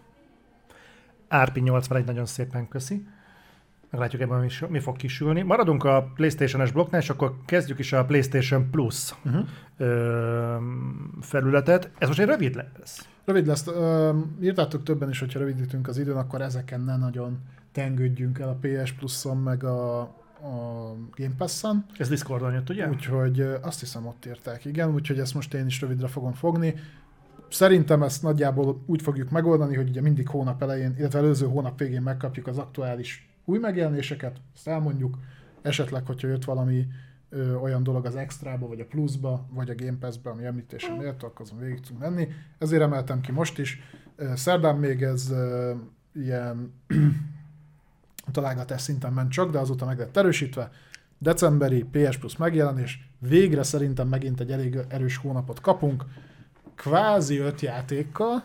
Árpi 81 nagyon szépen köszi. Meglátjuk ebben, mi fog kisülni. Maradunk a PlayStation-es blokknál, és akkor kezdjük is a PlayStation Plus felületet. Ez most egy rövid lesz. Rövid lesz. Írtátok többen is, hogyha rövidítünk az időn, akkor ezeken ne nagyon tengődjünk el a PS Plus-on, meg a Game Pass-on. Ez Discordon jött, ugye? Úgyhogy azt hiszem ott írták, igen. Úgyhogy ezt most én is rövidre fogom fogni. Szerintem ezt nagyjából úgy fogjuk megoldani, hogy ugye mindig hónap elején, illetve előző hónap végén megkapjuk az aktuális új megjelenéseket, ezt elmondjuk, esetleg, hogyha jött valami olyan dolog az extrába, vagy a pluszba, vagy a Game Pass-be, ami említésre méltó, akkor azon végig tudunk menni. Ezért emeltem ki most is. Szerdán még ez ilyen találgatás szinten ment csak, de azóta meg lett erősítve. Decemberi PS Plus megjelenés, végre szerintem megint egy elég erős hónapot kapunk, kvázi 5 játékkal,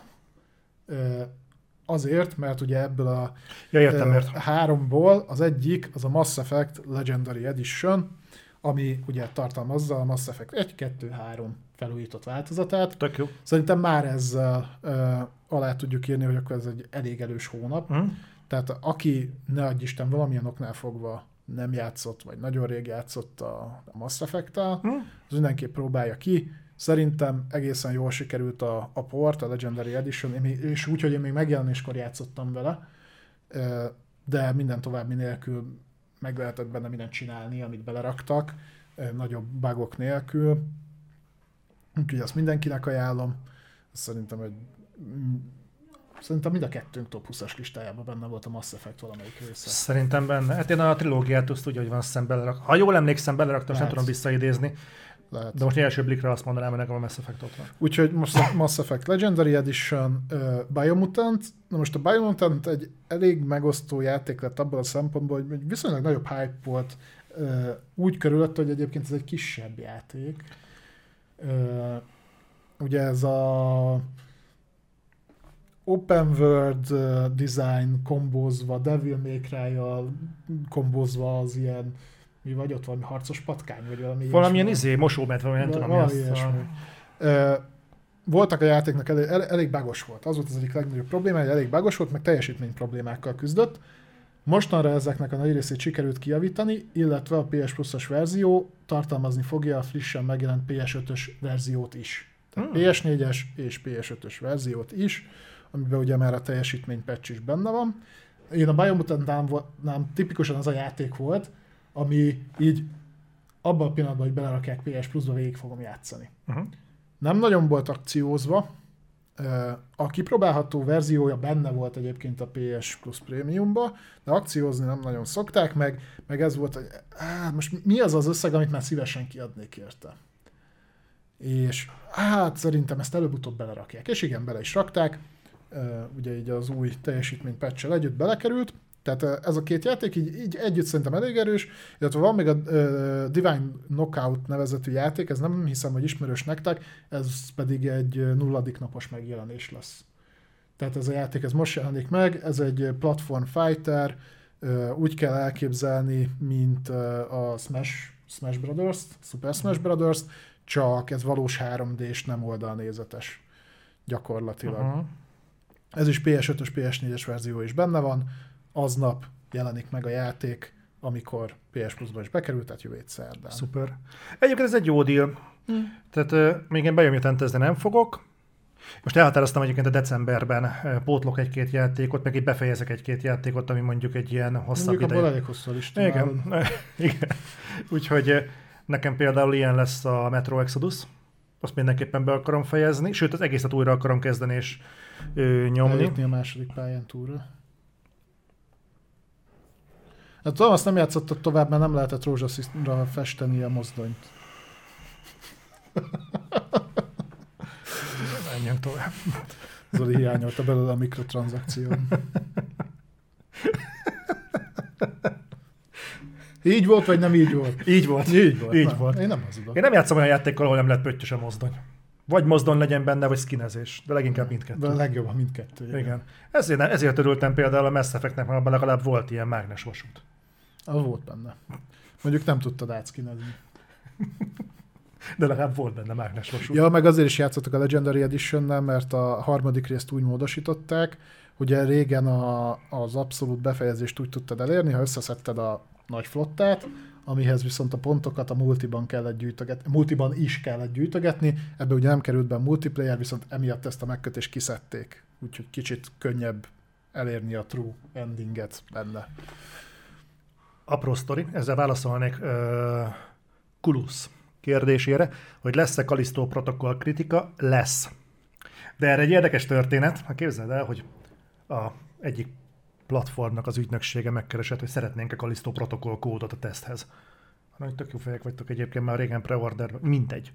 azért, mert ugye ebből a 3-ból az egyik, az a Mass Effect Legendary Edition, ami ugye tartalmazza a Mass Effect 1, 2, 3 felújított változatát. Tök jó. Szerintem már ezzel alá tudjuk írni, hogy akkor ez egy elég erős hónap. Tehát aki, ne adj Isten, valamilyen oknál fogva nem játszott, vagy nagyon rég játszott a Mass Effect-tel, az mindenképp próbálja ki. Szerintem egészen jól sikerült a port, a Legendary Edition, és úgy, hogy én még megjelenéskor játszottam vele, de minden további nélkül meg lehetett benne mindent csinálni, amit beleraktak, nagyobb bugok nélkül. Úgyhogy azt mindenkinek ajánlom. Szerintem mind a kettőnk top 20-as listájában benne volt a Mass Effect valamelyik része. Szerintem benne. Hát én a trilógiát azt tudja, hogy van szem beleraktam. Ha jól emlékszem, beleraktam, nem tudom visszaidézni. Lehet. De most első blikre azt mondanám, hogy nekem a Mass Effect ott van. Úgyhogy Mass Effect Legendary Edition, Biomutant. Na most a Biomutant egy elég megosztó játék lett abban a szempontból, hogy viszonylag nagyobb hype volt úgy körülött, hogy egyébként ez egy kisebb játék. Ugye ez a open world design kombózva, Devil May Cry-jal kombózva az ilyen, mi vagy ott valami harcos patkány, vagy valami valamilyen mosómedve, vagy nem tudom mi az. Voltak a játéknak elég bugos volt. Az volt az egyik legnagyobb probléma, hogy elég bugos volt, meg teljesítmény problémákkal küzdött. Mostanra ezeknek a nagy részét sikerült kijavítani, illetve a PS Plus-os verzió tartalmazni fogja a frissen megjelent PS5-ös verziót is. Tehát PS4-es és PS5-ös verziót is, amiben ugye már a teljesítmény patch is benne van. Én a Biomutant-nál tipikusan az a játék volt, ami így abban a pillanatban, hogy belerakják PS Plus-ba, végig fogom játszani. Nem nagyon volt akciózva. A kipróbálható verziója benne volt egyébként a PS Plus Premiumba, de akciózni nem nagyon szokták, meg ez volt, hogy most mi az az összeg, amit már szívesen kiadnék érte. És szerintem ezt előbb-utóbb belerakják. És igen, bele is rakták, ugye így az új teljesítmény patch-el együtt belekerült, tehát ez a két játék így együtt szerintem elég erős, illetve van még a Divine Knockout nevezetű játék, ez nem hiszem, hogy ismerős nektek, ez pedig egy 0. napos megjelenés lesz. Tehát ez a játék, ez most jelenik meg, ez egy platform fighter, úgy kell elképzelni, mint a Smash Brothers, Super Smash Brothers, csak ez valós 3D-s, nem oldalnézetes gyakorlatilag. Ez is PS5-ös, PS4-es verzió is benne van, aznap jelenik meg a játék, amikor PS Plus-ba is bekerült, tehát jövő szerdán. Szuper. Egyébként ez egy jó deal. Tehát még én Biomutant-ezni nem fogok. Most elhatároztam egyébként a decemberben pótlok egy-két játékot, meg így befejezek egy-két játékot, ami mondjuk egy ilyen hosszabb ideje. Mondjuk elég hosszú a listán. Igen. Úgyhogy nekem például ilyen lesz a Metro Exodus. Azt mindenképpen be akarom fejezni, sőt az egészet újra akarom kezdeni és nyomni. Eljutni a második pályán túlra. Hát tudom, azt nem játszottad tovább, mert nem lehetett rózsaszínra festeni a mozdonyt. Menjünk tovább. Zoli hiányolta belőle a mikrotranszakción. Így volt, vagy nem így volt? Így volt. Így volt. Én nem hazudok. Én nem játszom olyan játékkal, ahol nem lehet pöttyös a mozdony. Vagy mozdony legyen benne, vagy skinezés. De leginkább mindkettő. De a legjobb a mindkettő. Igen. Ezért örültem például a Mass Effectnek, mert abban legalább volt ilyen mágnes vasút. Az volt benne. Mondjuk nem tudtad átszkinezni. De legalább volt benne mágnes vasút. Ja, meg azért is játszottak a Legendary Edition-nel, mert a harmadik részt úgy módosították, ugye régen az abszolút befejezést úgy tudtad elérni, ha összeszedted a nagy flottát, amihez viszont a pontokat a multiban is kellett gyűjtögetni, ebbe ugye nem került be a multiplayer, viszont emiatt ezt a megkötést kiszedték, úgyhogy kicsit könnyebb elérni a true endinget benne. Apró sztori, ezzel válaszolnék Kulusz kérdésére, hogy lesz-e Callisto protokoll kritika? Lesz. De erre egy érdekes történet, ha képzeld el, hogy egyik platformnak az ügynöksége megkeresett, hogy szeretnénk-e Callisto protokoll kódot a teszthez. Hogy tök jó fejek vagytok egyébként, már régen pre-order, mindegy.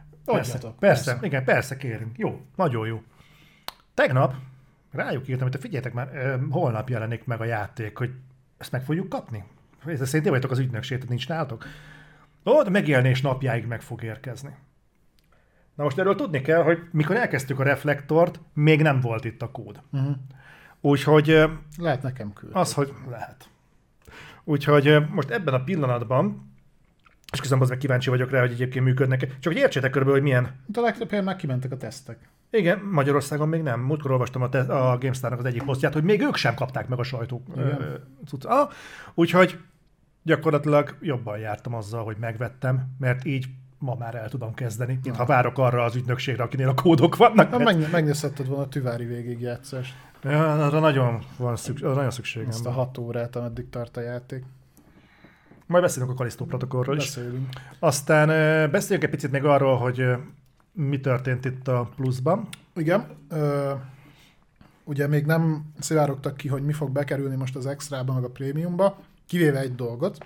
Persze, kérünk. Jó, nagyon jó. Tegnap rájuk írtam, hogy figyeljetek már, holnap jelenik meg a játék, hogy ezt meg fogjuk kapni? Ez szerint vagytok az ügynökség, tehát nincs nálatok? De megjelenés napjáig meg fog érkezni. Na most erről tudni kell, hogy mikor elkezdtük a Reflektort, még nem volt itt a kód. Úgyhogy... Lehet nekem küldeni. Az, hogy lehet. Úgyhogy most ebben a pillanatban, és közben meg kíváncsi vagyok rá, hogy egyébként működnek. Csak hogy értsétek körülbelül, hogy milyen. De a legtöbb helyen már kimentek a tesztek. Igen, Magyarországon még nem. Múltkor olvastam a GameStar-nak az egyik posztját, hogy még ők sem kapták meg a sajtó cuccot. Úgyhogy gyakorlatilag jobban jártam azzal, hogy megvettem, mert így ma már el tudom kezdeni, mintha várok arra az ügynökségre, akinél a kódok vannak. Megnézheted volna a Tüvári végigjátszást. Ja, arra nagyon szükségem. Azt a 6 órát, ameddig tart a játék. Majd beszélünk a Callisto protokollról is. Beszélünk. Aztán beszéljünk egy picit még arról, hogy mi történt itt a pluszban. Igen. Ugye még nem szivárogtak ki, hogy mi fog bekerülni most az extrába, meg a prémiumba, kivéve egy dolgot,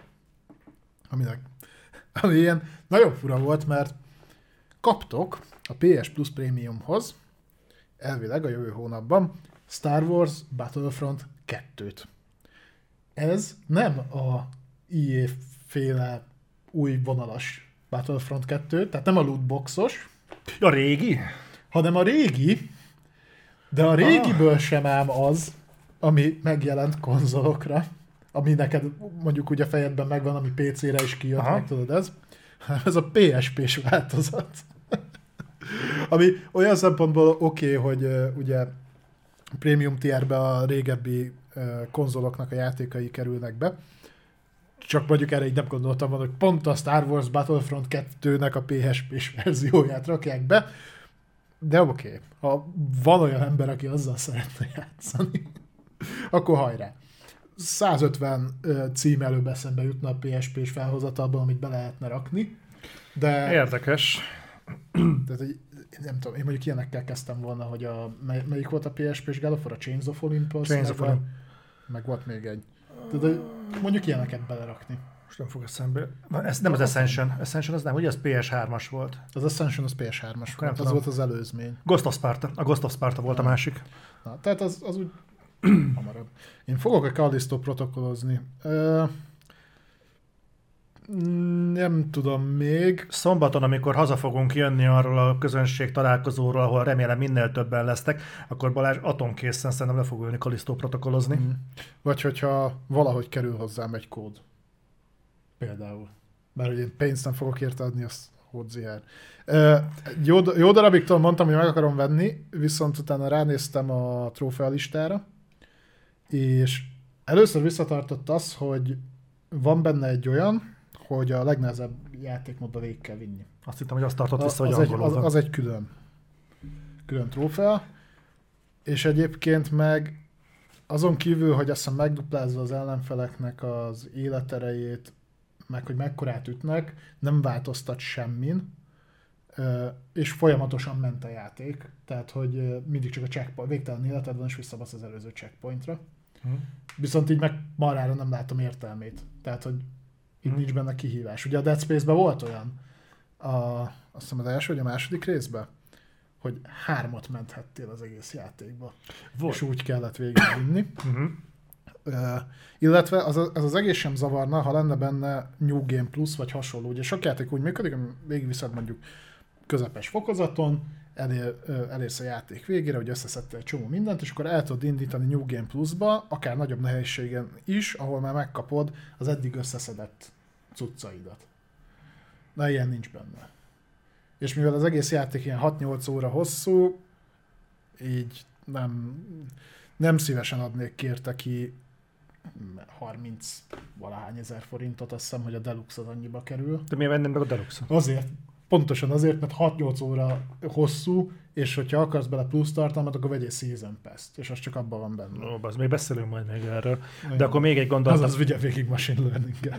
ami ilyen nagyon fura volt, mert kaptok a PS Plus Premiumhoz, elvileg a jövő hónapban, Star Wars Battlefront 2-t. Ez nem a EA féle új vonalas Battlefront 2, tehát nem a lootboxos, A régi? hanem a régi, de a régiből sem ám az, ami megjelent konzolokra, ami neked mondjuk úgy a fejedben megvan, ami PC-re is kijött, meg tudod ez a PSP-s változat. Ami olyan szempontból oké, hogy ugye Premium Tierbe a régebbi konzoloknak a játékai kerülnek be, csak mondjuk erre így nem gondoltam volna, hogy pont a Star Wars Battlefront 2-nek a PSP-s verzióját rakják be, de oké. Ha van olyan ember, aki azzal szeretne játszani, akkor hajrá. 150 cím előbb eszembe jutna a PSP-s felhozatalban, amit be lehetne rakni, de... Érdekes. Tehát, nem tudom, én mondjuk ilyenekkel kezdtem volna, hogy melyik volt a PSP-s God of War? A Chains of Olympus? Meg volt még egy. Tehát mondjuk ilyeneket belerakni. Most nem fog eszembe. Ez nem az Ascension. Ascension az nem, ugye az PS3-as volt. Az Ascension az PS3-as volt, az volt az előzmény. Ghost of Sparta. A Ghost of Sparta volt a másik. Na, tehát az úgy hamarabb. Én fogok a Callisto protokollozni. Nem tudom még. Szombaton, amikor haza fogunk jönni arról a közönség találkozóról, ahol remélem minél többen lesztek, akkor Balázs atomkészen szerintem le fog ülni Callisto protokollozni. Vagy hogyha valahogy kerül hozzám egy kód. Például. Mert hogy én pénzt nem fogok érte adni, azt hódzihár. Jó darabigtól mondtam, hogy meg akarom venni, viszont utána ránéztem a trófea listára, és először visszatartott az, hogy van benne egy olyan, hogy a legnehezebb játékmódba végig kell vinni. Azt hittem, hogy azt tartott vissza, hogy az egy külön trófea, és egyébként meg azon kívül, hogy azt hiszem megduplázza az ellenfeleknek az életerejét, meg hogy mekkorát ütnek, nem változtat semmin, és folyamatosan ment a játék, tehát hogy mindig csak a checkpoint, végtelen életed van, és visszabasz az előző checkpointra. Viszont így meg marára nem látom értelmét, tehát hogy itt nincs benne kihívás. Ugye a Dead Space-ben volt olyan, azt hiszem az első vagy a második részben, hogy 3 menthettél az egész játékba. Volt. És úgy kellett végigvinni. Illetve az egész sem zavarna, ha lenne benne New Game Plus, vagy hasonló. Ugye sok játék úgy működik, hogy végigviszed mondjuk közepes fokozaton, elérsz a játék végére, hogy összeszedtél egy csomó mindent, és akkor el tudod indítani New Game Plus-ba, akár nagyobb nehézségen is, ahol már megkapod az eddig összeszedett cuccaidat. Na, ilyen nincs benne. És mivel az egész játék ilyen 6-8 óra hosszú, így nem szívesen adnék kérte ki 30 valahány ezer forintot, azt hiszem, hogy a Deluxe az annyiba kerül. De miért vennem meg a Deluxe-ot? Azért. Pontosan azért, mert 6-8 óra hosszú, és hogyha akarsz bele plusz tartalmat, akkor vegyél Season Pass-t, és az csak abban van benne. Ó, az még beszélünk majd még erről. De akkor még egy gondolat. Az vigye végig machine learning-el.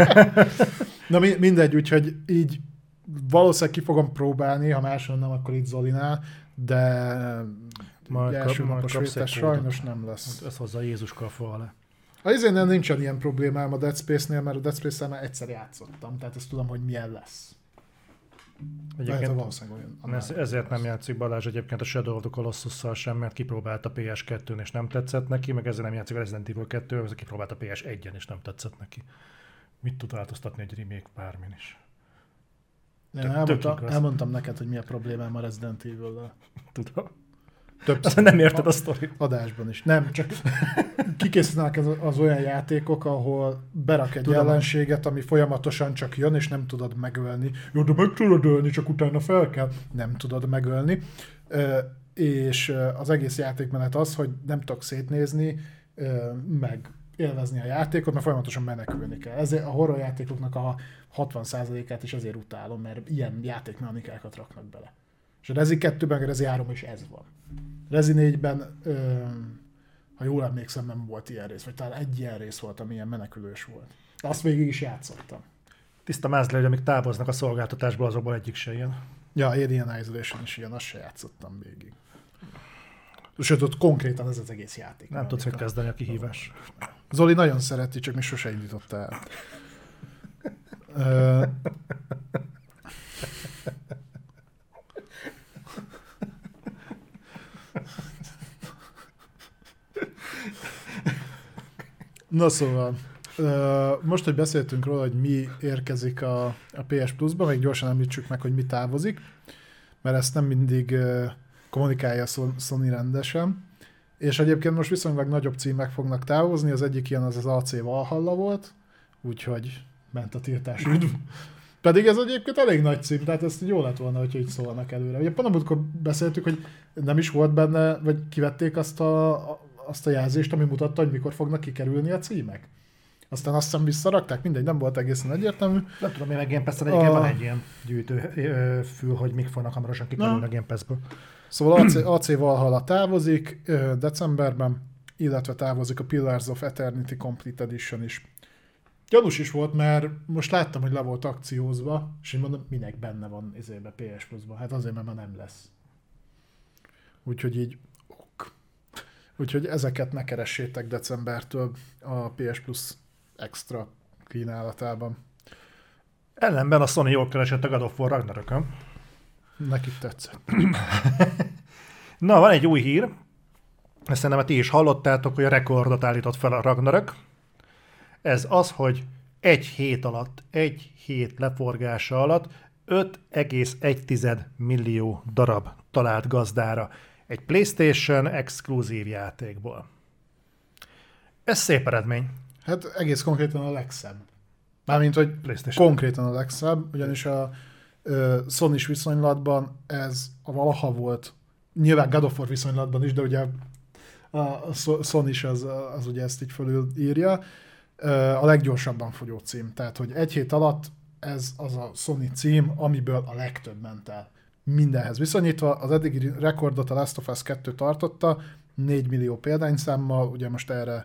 Na mindegy, úgyhogy így valószínűleg ki fogom próbálni, ha máson nem, akkor itt Zolinál, de első napos vétes sajnos nem lesz. Ez hozzá Jézuskal fog le. Azért nincsen ilyen problémám a Dead Space-nél, mert a Dead Space-nél már egyszer játszottam, tehát ezt tudom, hogy milyen lesz. Ezért nem játszik Balázs egyébként a Shadow of the Colossus-szal sem, mert kipróbálta PS2-n és nem tetszett neki, meg ezért nem játszik a Resident Evil 2-vel, ezért kipróbálta PS1-en és nem tetszett neki. Mit tud változtatni egy remake bármin is? Elmondtam neked, hogy mi a problémám a Resident Evil-lel. Tudom. Többször nem érted a sztorit. Adásban is. Nem, csak kikészítenek az olyan játékok, ahol berak egy ellenséget, ami folyamatosan csak jön, és nem tudod megölni. Jó, de meg tudod ölni, csak utána fel kell. Nem tudod megölni. És az egész játékmenet az, hogy nem tudok szétnézni, meg élvezni a játékot, mert folyamatosan menekülni kell. Ezért a horror játékoknak a 60%-át is ezért utálom, mert ilyen játékmechanikákat raknak bele. És a Rezi 2-ben, a Rezi 3 is ez van. Rezi 4-ben, ha jól emlékszem, nem volt ilyen rész, vagy talán egy ilyen rész volt, ami ilyen menekülős volt. De azt végig is játszottam. Tiszta mázle, hogy amik távoznak a szolgáltatásból, azokból egyik se ilyen. Ja, Alien Isolation is ilyen, azt se játszottam végig. Sőt, ott konkrétan ez az egész játék. Nem tudsz mit kezdeni a kihívás. Zoli nagyon szereti, csak mi sose indította el. Na szóval. Most, hogy beszéltünk róla, hogy mi érkezik a PS Plus-ba, még gyorsan említsük meg, hogy mi távozik, mert ezt nem mindig kommunikálja Sony rendesen. És egyébként most viszonylag nagyobb címek fognak távozni, az egyik ilyen az AC Valhalla volt, úgyhogy ment a tiltás üdv. Pedig ez egyébként elég nagy cím, tehát ezt jó lett volna, hogyha így szólnak előre. Ugye pont amikor beszéltük, hogy nem is volt benne, vagy kivették azt a jelzést, ami mutatta, hogy mikor fognak kikerülni a címek. Aztán azt hiszem visszarakták, mindegy, nem volt egészen egyértelmű. Nem tudom, én meg Game Pass-en egyébként van egy ilyen gyűjtő fül, hogy mik fognak hamarosan kikerülni a Game Pass-ből. Szóval AC Valhalla távozik decemberben, illetve távozik a Pillars of Eternity Complete Edition is. Gyanús is volt, mert most láttam, hogy le volt akciózva, és én mondom, minek benne van izébe PS Plus-ban. Hát azért, mert már nem lesz. Úgyhogy így ok. Úgyhogy ezeket ne keressétek decembertől a PS Plus extra kínálatában. Ellenben a Sony jól keresett a God of War Ragnarökön. Nekik tetszett. Na, van egy új hír. Ezt szerintem ti is hallottátok, hogy a rekordot állított fel a Ragnarök. Ez az, hogy egy hét leforgása alatt 5,1 millió darab talált gazdára egy PlayStation exkluzív játékból. Ez szép eredmény. Hát egész konkrétan a legszebb. Mármint, hogy konkrétan a legszebb, ugyanis a Sony-s viszonylatban ez a valaha volt, nyilván God of War viszonylatban is, de ugye a Sony-s az ugye ezt így fölül írja, a leggyorsabban fogyó cím. Tehát, hogy egy hét alatt ez az a Sony cím, amiből a legtöbb ment el. Mindenhez viszonyítva, az eddigi rekordot a Last of Us 2 tartotta, 4 millió példányszámmal, ugye most erre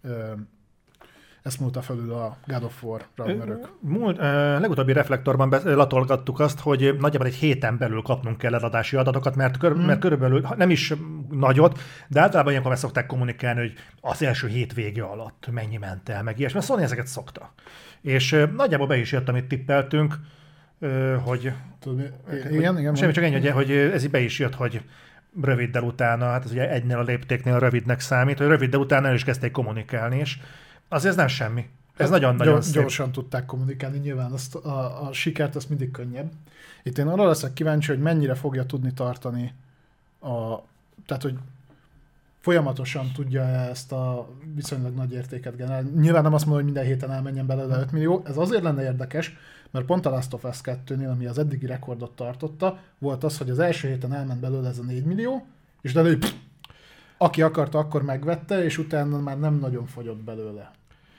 ezt múlta felül a God of War Ragnarök. Legutóbbi reflektorban latolgattuk azt, hogy nagyjából egy héten belül kapnunk kell eladási adatokat, mert körülbelül nem is nagyot, de általában ilyenkor meg szokták kommunikálni, hogy az első hétvége alatt mennyi ment el, meg ilyesmi. Sony ezeket szokta. És nagyjából be is jött, amit tippeltünk, hogy... Igen. Semmi, csak ennyi, hogy ez így be is jött, hogy röviddel utána, hát ez ugye egynél a léptéknél rövidnek számít, hogy röviddel utána el is kezdték kommunikálni, és azért ez nem semmi. Ez nagyon-nagyon szép. Gyorsan tudták kommunikálni, nyilván azt a sikert azt mindig könnyebb. Itt én arra leszek kíváncsi, hogy mennyire fogja tudni tartani tehát, hogy folyamatosan tudja ezt a viszonylag nagy értéket generálni. Nyilván nem azt mondom, hogy minden héten elmenjen belőle 5 millió. Ez azért lenne érdekes, mert pont a Last of Us 2-nél, ami az eddigi rekordot tartotta, volt az, hogy az első héten elment belőle ez a 4 millió, és de aki akarta, akkor megvette, és utána már nem nagyon fogyott belőle.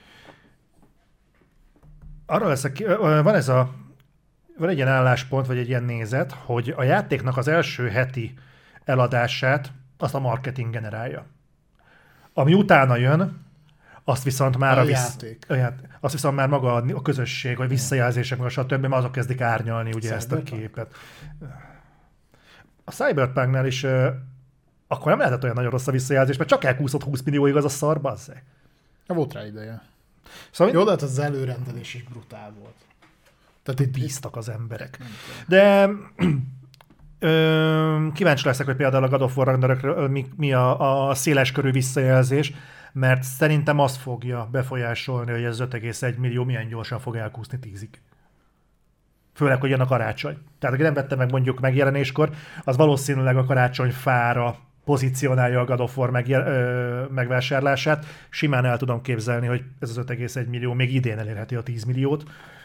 Arra leszek, van egy ilyen álláspont, vagy egy ilyen nézet, hogy a játéknak az első heti eladását azt a marketing generálja. Ami utána jön, azt viszont már azt viszont már maga a közösség, vagy visszajelzések, meg a stb. Már azok kezdik árnyalni ugye ezt a képet. A Cyberpunknál is akkor nem lehetett olyan nagyon rossz a visszajelzés, mert csak elkúszott 20 millióig az a szar, bazzeg. Volt rá ideje. Szóval jó, de hát az előrendelés is brutál volt. Tehát itt bíztak az emberek. De kíváncsi leszek, hogy például a God of War Ragnarökről mi a széleskörű visszajelzés, mert szerintem azt fogja befolyásolni, hogy ez 5,1 millió milyen gyorsan fog elkúszni 10-ig. Főleg, hogy jön a karácsony. Tehát aki nem vette meg mondjuk megjelenéskor, az valószínűleg a karácsony fára pozícionálja a God of War megvásárlását. Simán el tudom képzelni, hogy ez az 5,1 millió még idén elérheti a 10 milliót.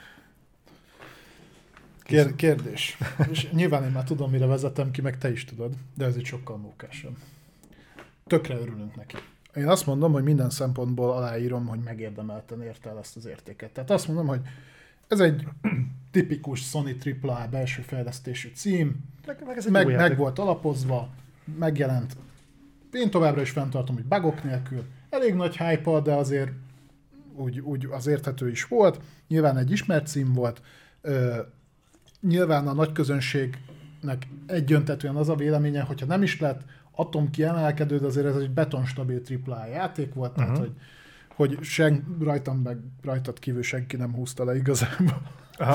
Kérdés. És nyilván én már tudom, mire vezetem ki, meg te is tudod, de ez itt sokkal mókásabb. Tökre örülünk neki. Én azt mondom, hogy minden szempontból aláírom, hogy megérdemelten ért el ezt az értéket. Tehát azt mondom, hogy ez egy tipikus Sony AAA belső fejlesztésű cím, meg volt alapozva, megjelent. Én továbbra is fenntartom, hogy bugok nélkül. Elég nagy hype, de azért úgy az érthető is volt. Nyilván egy ismert cím volt. Nyilván a nagy közönségnek egyöntetően az a véleménye, hogyha nem is lett atomkiemelkedő, de azért ez egy betonstabil AAA játék volt, tehát hogy rajtad kívül senki nem húzta le igazából. Aha.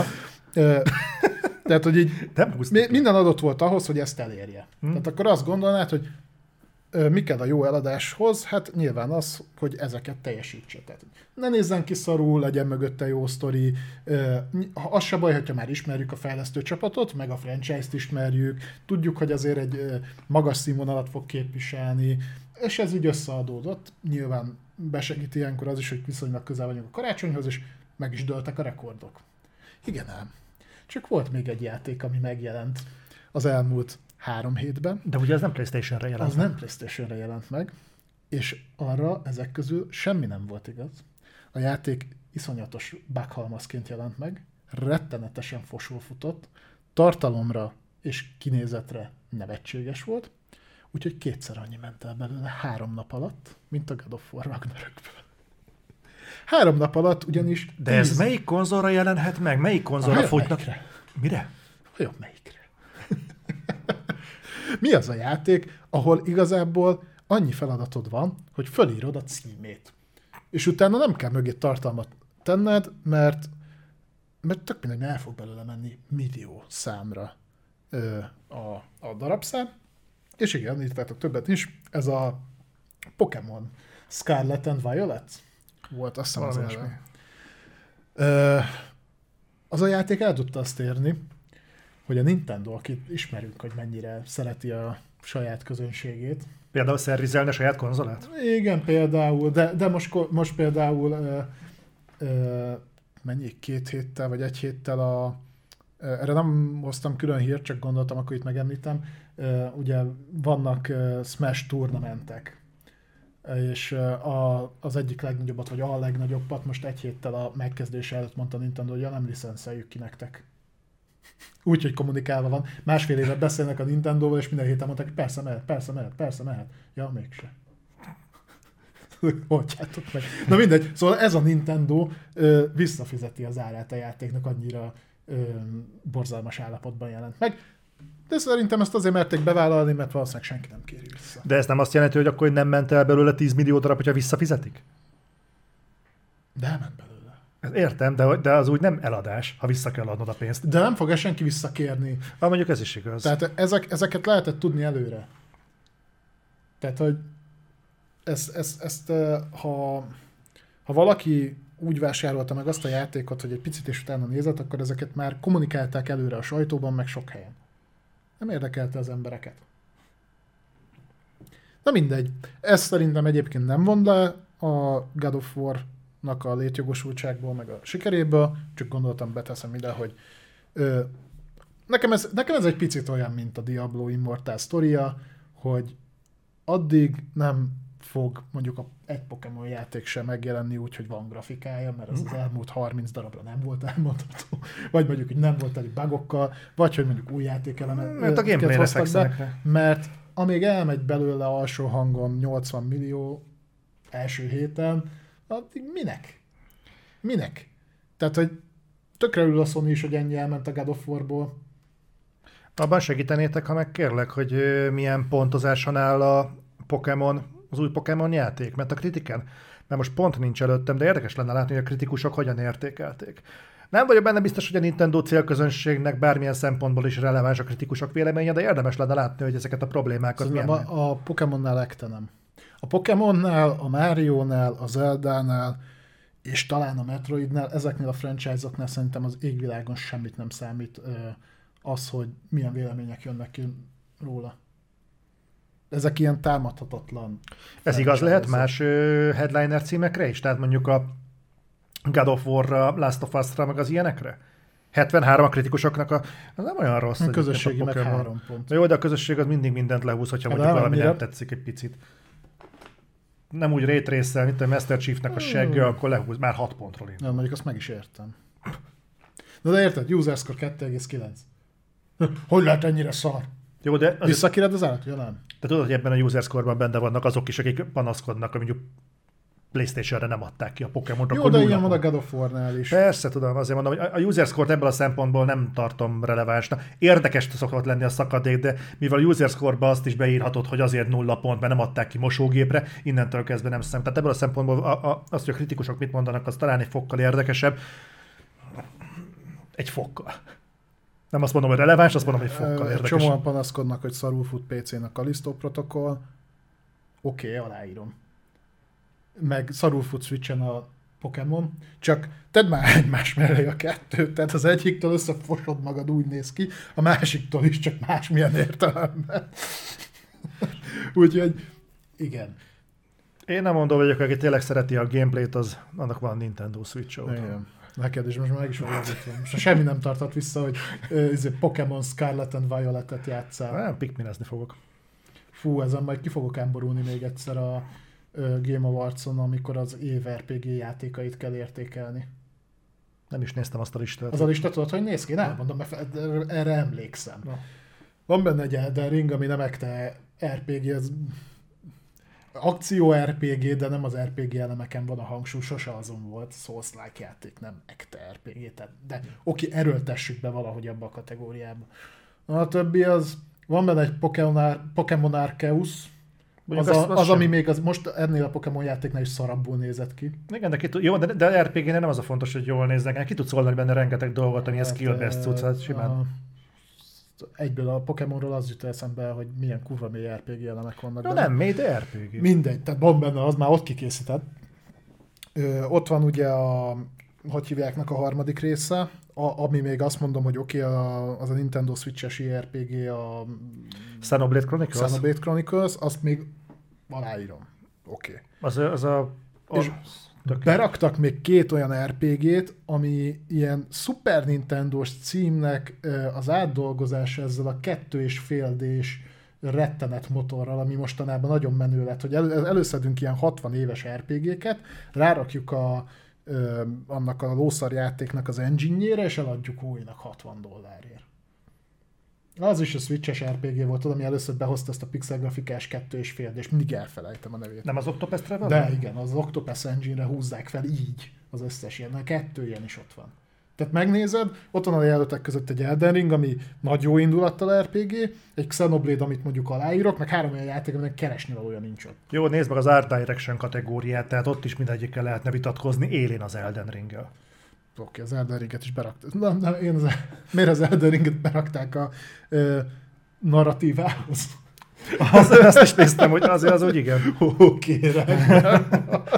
Tehát, hogy így minden adott volt ahhoz, hogy ezt elérje. Tehát akkor azt gondolnád, hogy mi kell a jó eladáshoz? Hát nyilván az, hogy ezeket teljesítse. Tehát ne nézzen ki szarul, legyen mögötte jó sztori. Az se baj, hogyha már ismerjük a fejlesztő csapatot, meg a franchise-t ismerjük, tudjuk, hogy azért egy magas színvonalat fog képviselni, és ez így összeadódott. Nyilván besegít ilyenkor az is, hogy viszonylag közel vagyunk a karácsonyhoz, és meg is dőltek a rekordok. Igen ám. Csak volt még egy játék, ami megjelent az elmúlt 3 hétben. De ugye ez nem PlayStation-re jelent meg. Az nem PlayStation-re jelent meg, és arra ezek közül semmi nem volt igaz. A játék iszonyatos bughalmazként jelent meg, rettenetesen fosul futott, tartalomra és kinézetre nevetséges volt, úgyhogy 2-szer annyi ment el belőle 3 nap alatt, mint a God of War Ragnarökből. 3 nap alatt ugyanis... De ez melyik konzolra jelenhet meg? Melyik konzolra futnak? Mire? Vajon melyikre? Mi az a játék, ahol igazából annyi feladatod van, hogy fölírod a címét. És utána nem kell mögé tartalmat tenned, mert tök mindegy, el fog belőle menni millió számra a darabszám. És igen, említettek többet is, ez a Pokémon Scarlet and Violet volt, azt hiszem az neve. Az a játék el tudta azt érni, hogy a Nintendo, akit ismerünk, hogy mennyire szereti a saját közönségét. Például szervizelni a saját konzolát? Igen, például, de most például mennyi, 2 héttel vagy 1 héttel erre nem hoztam külön hírt, csak gondoltam, akkor itt megemlítem, ugye vannak Smash turnamentek, és az egyik legnagyobbat, vagy a legnagyobbat most 1 héttel a megkezdése előtt mondta Nintendo, hogy nem licenszeljük ki nektek. Úgy, hogy kommunikálva van. 1,5 éve beszélnek a Nintendóval, és minden héten mondták, hogy persze mehet. Ja, mégse. Hagyjátok meg. Na mindegy, szóval ez a Nintendo visszafizeti az árát a játéknak, annyira borzalmas állapotban jelent meg. De szerintem ezt azért merték bevállalni, mert valószínűleg senki nem kéri vissza. De ez nem azt jelenti, hogy akkor nem ment el belőle 10 millió darab, hogyha visszafizetik? De elment belőle. Értem, de az úgy nem eladás, ha vissza kell adnod a pénzt. De nem fog ezt senki visszakérni. Mondjuk ez is igaz. Tehát ezeket lehetett tudni előre. Tehát, hogy ezt ha valaki úgy vásárolta meg azt a játékot, hogy egy picit is utána nézett, akkor ezeket már kommunikálták előre a sajtóban, meg sok helyen. Nem érdekelte az embereket. Na mindegy. Ez szerintem egyébként nem von le a God of War-nak a létjogosultságból, meg a sikeréből, csak gondoltam, beteszem ide, hogy nekem ez egy picit olyan, mint a Diablo Immortal sztoria, hogy addig nem fog mondjuk egy Pokémon játék sem megjelenni úgy, hogy van grafikája, mert az elmúlt 30 darabra nem volt elmondható, vagy mondjuk, hogy nem volt teli bugokkal, vagy hogy mondjuk új játékelemet hoztak be, mert amíg elmegy belőle alsó hangon 80 millió első héten, addig minek? Tehát, hogy tökre ül a Sony is, hogy ennyi elment a God of War-ból. Abban segítenétek, ha meg kérlek, hogy milyen pontozáson áll a Pokémon, az új Pokémon játék, mert a kritiken, mert most pont nincs előttem, de érdekes lenne látni, hogy a kritikusok hogyan értékelték. Nem vagyok benne biztos, hogy a Nintendo célközönségnek bármilyen szempontból is releváns a kritikusok véleménye, de érdemes lenne látni, hogy ezeket a problémákat milyen. A Pokémonnál ekte nem. A Pokémonnál, a Mario-nál, a Zelda-nál, és talán a Metroidnál, ezeknél a franchise-oknál szerintem az égvilágon semmit nem számít az, hogy milyen vélemények jönnek ki róla. Ezek ilyen támadhatatlan. Ez igaz lehet más headliner címekre is? Tehát mondjuk a God of War-ra, Last of Us-ra, meg az ilyenekre? 73 a kritikusoknak az nem olyan rossz. A közösségi meg 3 pont. Jó, de a közösség az mindig mindent lehúz, hogyha mondjuk valami nem tetszik egy picit. Nem úgy rétrészel, mint a Master Chiefnek a segge, akkor lehúz, már 6 pontról indul. Nem, mondjuk azt meg is értem. De érted, user score 2,9. Hogy lehet ennyire szar? Jó, de visszakéred az állat? Ja, nem. De tudod, hogy ebben a user score-ban benne vannak azok is, akik panaszkodnak, hogy mondjuk PlayStation-re nem adták ki a Pokémon-ra. Jó, de ilyen van a God of War-nál is. Persze, tudom, azért mondom, hogy a user score-t ebből a szempontból nem tartom relevánsnak. Érdekes szokott lenni a szakadék, de mivel a user score-ba azt is beírhatod, hogy azért 0 pont, mert nem adták ki mosógépre, innentől kezdve nem szem. Tehát ebből a szempontból azt, hogy a kritikusok mit mondanak, az talán egy fokkal érdekesebb. Egy fokkal. Nem azt mondom, hogy releváns, azt mondom, hogy fokkal érdekes. Csomóan panaszkodnak, hogy szarul fut PC-n a Callisto protokoll. Oké, aláírom. Meg szarul fut Switchen a Pokémon, csak tedd már egymás mellé a kettőt, tehát az egyiktől összefosod magad, úgy néz ki, a másiktól is, csak másmilyen értelemben. Úgyhogy igen. Én nem mondom, vagyok, aki tényleg szereti a gameplayt, az annak van Nintendo Switch óta. Igen. Neked is most már meg is vagyok. Most semmi nem tartott vissza, hogy Pokémon Scarlet and Violet-et játsszál. Nem, Pikminezni fogok. Fú, ezen majd ki fogok ámborulni még egyszer a Game Awards-on, amikor az év RPG játékait kell értékelni. Nem is néztem azt a listát. Az a lista tudod, hogy néz ki? Nem, mondom, erre emlékszem. Na. Van benne egy Elden Ring, ami nem ekte RPG, az akció RPG, de nem az RPG elemeken van a hangsúly, sose azon volt, Souls-like játék, nem ekte RPG, de oké, erőltessük be valahogy abba a kategóriába. A többi az, van benne egy Pokémon Arceus, az ami még most ennél a Pokémon játéknál is szarabbul nézett ki. Igen, de RPG-nél nem az a fontos, hogy jól néznek. Ki tudsz oldani benne rengeteg dolgot, ami a skill-based cucc, simán. Egyből a Pokémonról az jut eszembe, hogy milyen kurva mély RPG elemek vannak. No, nem mély, de RPG. Mindegy, tehát van benne, az már ott kikészített. Ott van ugye hogy hívjáknak a harmadik része, ami még azt mondom, hogy oké, az a Nintendo Switch-es RPG, a Xenoblade Chronicles, azt még aláírom. Oké. És beraktak még 2 olyan RPG-t, ami ilyen Super Nintendo-s címnek az átdolgozás ezzel a 2,5D-s rettenet motorral, ami mostanában nagyon menő lett, hogy előszedünk ilyen 60 éves RPG-ket, rárakjuk annak a lószar játéknak az engine-jére, és eladjuk újnak $60. Az is a Switch-es RPG volt, ami először behozta ezt a pixel grafikás 2,5D, és mindig elfelejtem a nevét. Nem az Octopus Traveler? De igen, az Octopus Engine-re húzzák fel így az összes ilyen, 2 ilyen is ott van. Tehát megnézed, ott van a jelöltek között egy Elden Ring, ami nagy jó indulattal RPG, egy Xenoblade, amit mondjuk aláírok, meg 3 olyan játék, aminek keresni valója nincs ott. Jó, nézd meg az Art Direction kategóriát, tehát ott is mindegyikkel lehetne vitatkozni, élén az Elden Ring-gel. Oké, az Elden Ringet is berakták. Miért az Elden Ringet berakták a narratívához? Azt is néztem, hogy azért az úgy igen. Oké, rendben.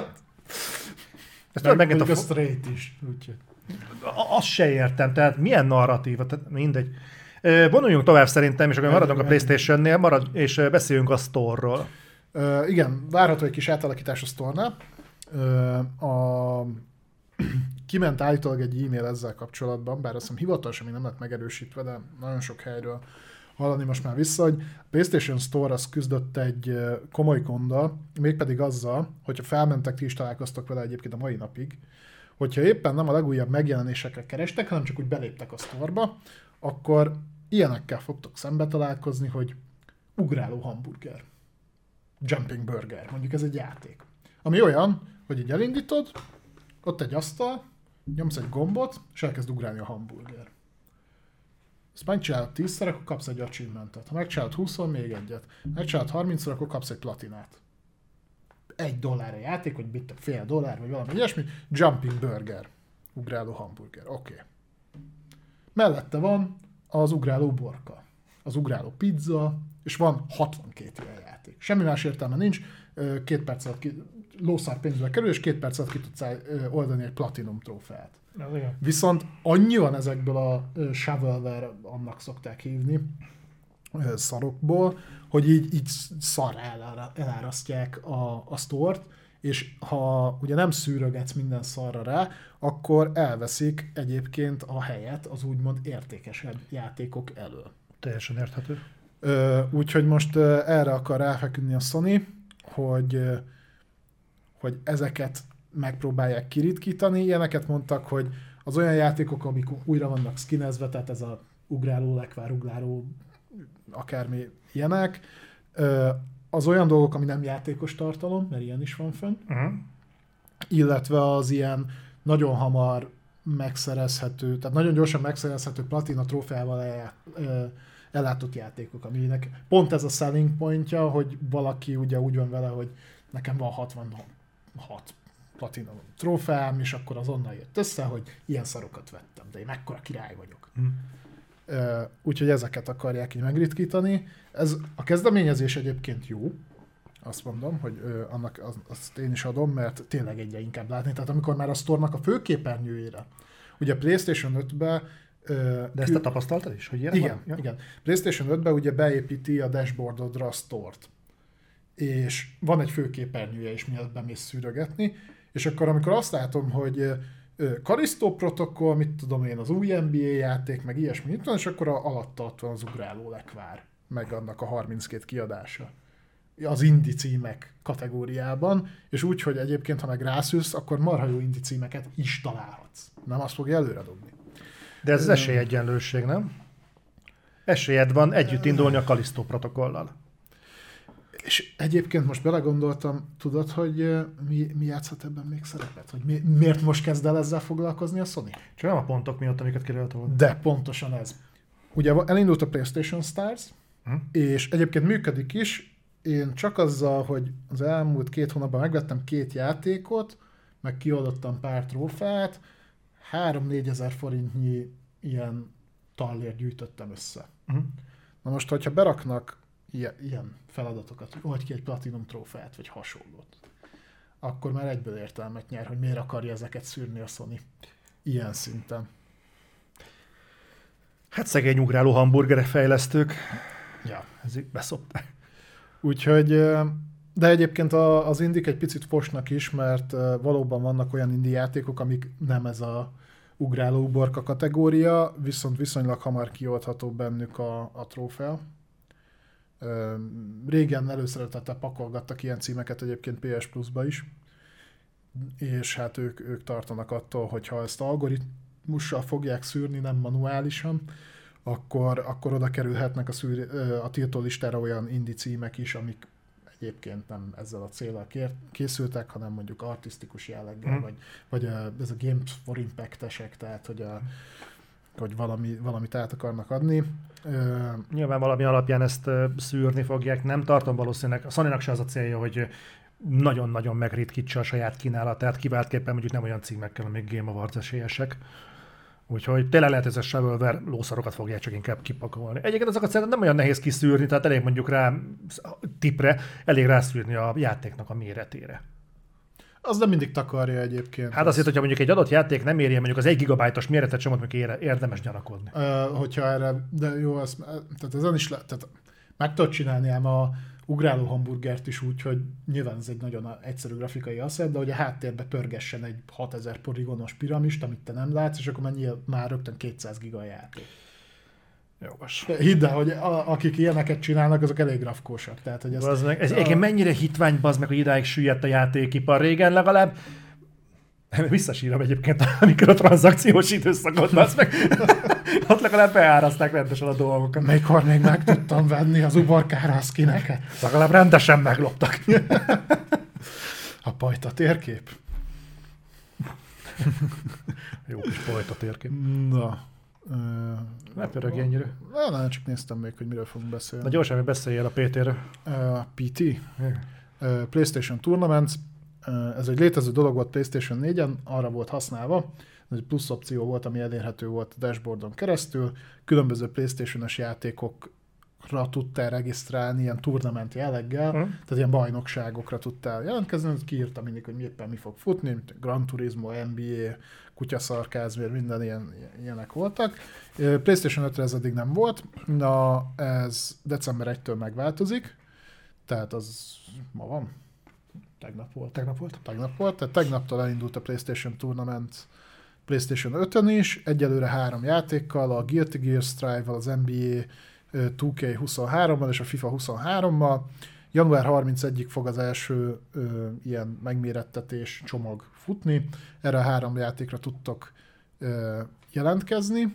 Ezt megint a straight is. Úgyhogy. Azt se értem, tehát milyen narratíva, tehát mindegy. Vonuljunk tovább szerintem, és akkor maradunk a PlayStation-nél, és beszéljünk a Store-ról. Igen, várható egy kis átalakítás a Store-nál. Kiment állítólag egy e-mail ezzel kapcsolatban, bár azt hiszem hivatalosan még nem lett megerősítve, de nagyon sok helyről hallani most már vissza, hogy a PlayStation Store az küzdött egy komoly gonddal, mégpedig azzal, hogyha felmentek, ti is találkoztok vele egyébként a mai napig, hogyha éppen nem a legújabb megjelenésekre kerestek, hanem csak úgy beléptek a Store-ba, akkor ilyenekkel fogtok szembe találkozni, hogy ugráló hamburger, jumping burger, mondjuk ez egy játék. Ami olyan, hogy így elindítod, ott egy asztal, nyomsz egy gombot, és elkezd ugrálni a hamburger. Ezt megcsinálod 10-szer, akkor kapsz egy achievementet. Ha megcsinálod 20-szor, még egyet. Megcsinálod 30-szor, akkor kapsz egy platinát. $1 a játék, vagy mit fél dollár, vagy valami ilyesmi. Jumping burger. Ugráló hamburger. Oké. Mellette van az ugráló borka. Az ugráló pizza, és van 62 ilyen játék. Semmi más értelme nincs. 2 perc alatt lószár pénzbe kerül, és 2 perc alatt ki tudsz oldani egy platinum trófeát. Viszont annyi van ezekből a shovelware, annak szokták hívni, szarokból, hogy így szar elárasztják a sztort, és ha ugye nem szűrögetsz minden szarra rá, akkor elveszik egyébként a helyet az úgymond értékesebb játékok elől. Teljesen érthető. Úgyhogy most erre akar ráfeküdni a Sony, hogy ezeket megpróbálják kiritkítani. Ilyeneket mondtak, hogy az olyan játékok, amik újra vannak skinezve, tehát ez a ugráló, lekvár, ugráló, akármi ilyenek, az olyan dolgok, ami nem játékos tartalom, mert ilyen is van fönn, illetve az ilyen nagyon hamar megszerezhető, tehát nagyon gyorsan megszerezhető platina trófeával ellátott játékok, aminek pont ez a selling pointja, hogy valaki ugye úgy van vele, hogy nekem van 66 platina trófeám, és akkor azonnal jött össze, hogy ilyen szarokat vettem, de én mekkora király vagyok. Úgyhogy ezeket akarják így megritkítani. Ez a kezdeményezés egyébként jó, Azt mondom, hogy annak azt én is adom, mert tényleg egyre inkább látni. Tehát amikor már a sztornak a főképernyőjére, ugye PlayStation 5-be... De ezt te tapasztaltad is, hogy ilyen igen, van? Ja. igen. PlayStation 5-be ugye beépíti a dashboardodra a store-t. És van egy főképernyője is, mielőtt bemész szűrögetni, és akkor amikor azt látom, hogy Callisto protokoll, mit tudom én, az új NBA játék, meg ilyesmi, és akkor alatta ott van az ugráló lekvár, meg annak a 32 kiadása. Az indie címek kategóriában, és úgy, hogy egyébként, ha meg rászülsz, akkor marha jó indie címeket is találhatsz. Nem azt fogja előre dobni. De ez az esélyegyenlőség, nem? Esélyed van együtt indulni a Callisto protokollal. És egyébként most belegondoltam, tudod, hogy mi játszhat ebben még szerepet? Hogy miért most kezd el ezzel foglalkozni a Sony? Csak nem a pontok miatt, amiket kijelölt volna. De pontosan ez. Ugye elindult a PlayStation Stars, és egyébként működik is. Én csak azzal, hogy az elmúlt 2 hónapban megvettem 2 játékot, meg kiadottam pár trófeát, 3-4 ezer forintnyi ilyen tallért gyűjtöttem össze. Na most, hogyha beraknak ilyen feladatokat, hogy old ki egy Platinum trófeát, vagy hasonlót, akkor már egyből értelmet nyer, hogy miért akarja ezeket szűrni a Sony ilyen szinten. Hát szegény ugráló hamburgerek fejlesztők. Ja. Ez így beszopták. Úgyhogy, de egyébként az indik egy picit fosnak is, mert valóban vannak olyan indie játékok, amik nem ez a ugráló uborka kategória, viszont viszonylag hamar kioldható bennük a trófea. Régen előszeretettel pakolgattak ilyen címeket egyébként PS Plus-ba is, és hát ők tartanak attól, hogyha ezt algoritmussal fogják szűrni, nem manuálisan, akkor oda kerülhetnek a tiltó listára olyan indie címek is, amik egyébként nem ezzel a céllal készültek, hanem mondjuk artisztikus jelleggel, vagy ez a Games for Impact-esek, tehát hogy valamit át akarnak adni. Nyilván valami alapján ezt szűrni fogják. Nem tartom valószínűleg. A Sony-nak se az a célja, hogy nagyon-nagyon megritkítsa a saját kínálatát, kiváltképpen mondjuk nem olyan címekkel, amik Game Awards esélyesek. Úgyhogy tényleg lehet, ez a shovelware lószarokat fogják csak inkább kipakolni. Egyébként azokat szerintem nem olyan nehéz kiszűrni, tehát elég mondjuk rá tipre, elég rászűrni a játéknak a méretére. Az nem mindig takarja egyébként. Hát azért, hogyha mondjuk egy adott játék nem érje mondjuk az 1 gigabájtos méretet sem, mondjuk érdemes gyanakodni. Hogyha erre, de jó, tehát ezen is tehát meg tudod csinálni ám a ugráló hamburgert is úgy, hogy nyilván ez egy nagyon egyszerű grafikai asszett, de hogy a háttérbe pörgessen egy 6000 poligonos piramist, amit te nem látsz, és akkor menjél már rögtön 200 giga játék. Jogos. Hidd el, hogy akik ilyeneket csinálnak, azok elég rafkósak. Tehát, hogy ez mennyire hitvány, bazd meg, hogy idáig süllyedt a játékipar. Régen legalább visszasírom egyébként a mikrotranszakciós időszakot, bazd meg. Ott legalább beárazták rendesen a dolgokat. Mikor még meg tudtam venni az uborkára a skineket. Legalább rendesen megloptak. A pajta térkép. Jó kis pajta térkép. Na. Ne pörög ennyire. Nem, csak néztem még, hogy miről fogunk beszélni. Na gyorsan, hogy beszéljél a PT-ről. PT? PlayStation Tournaments. Ez egy létező dolog volt PlayStation 4-en, arra volt használva. Ez egy plusz opció volt, ami elérhető volt a dashboardon keresztül. Különböző PlayStation-es játékokra tudtál regisztrálni, ilyen tournament jelleggel, tehát ilyen bajnokságokra tudtál jelentkezni, kiírta mindig, hogy éppen mi fog futni, mint Gran Turismo, NBA, kutyaszarkázmér, minden ilyenek voltak. PlayStation 5-re ez eddig nem volt, na ez december 1-től megváltozik, tehát az ma van? Tegnap volt. Tehát tegnaptól elindult a PlayStation Tournament PlayStation 5-ön is, egyelőre 3 játékkal, a Guilty Gear Strive-val, az NBA 2K23-mal és a FIFA 23-mal. Január 31-ig fog az első ilyen megmérettetés csomag futni. Erre a 3 játékra tudtok jelentkezni,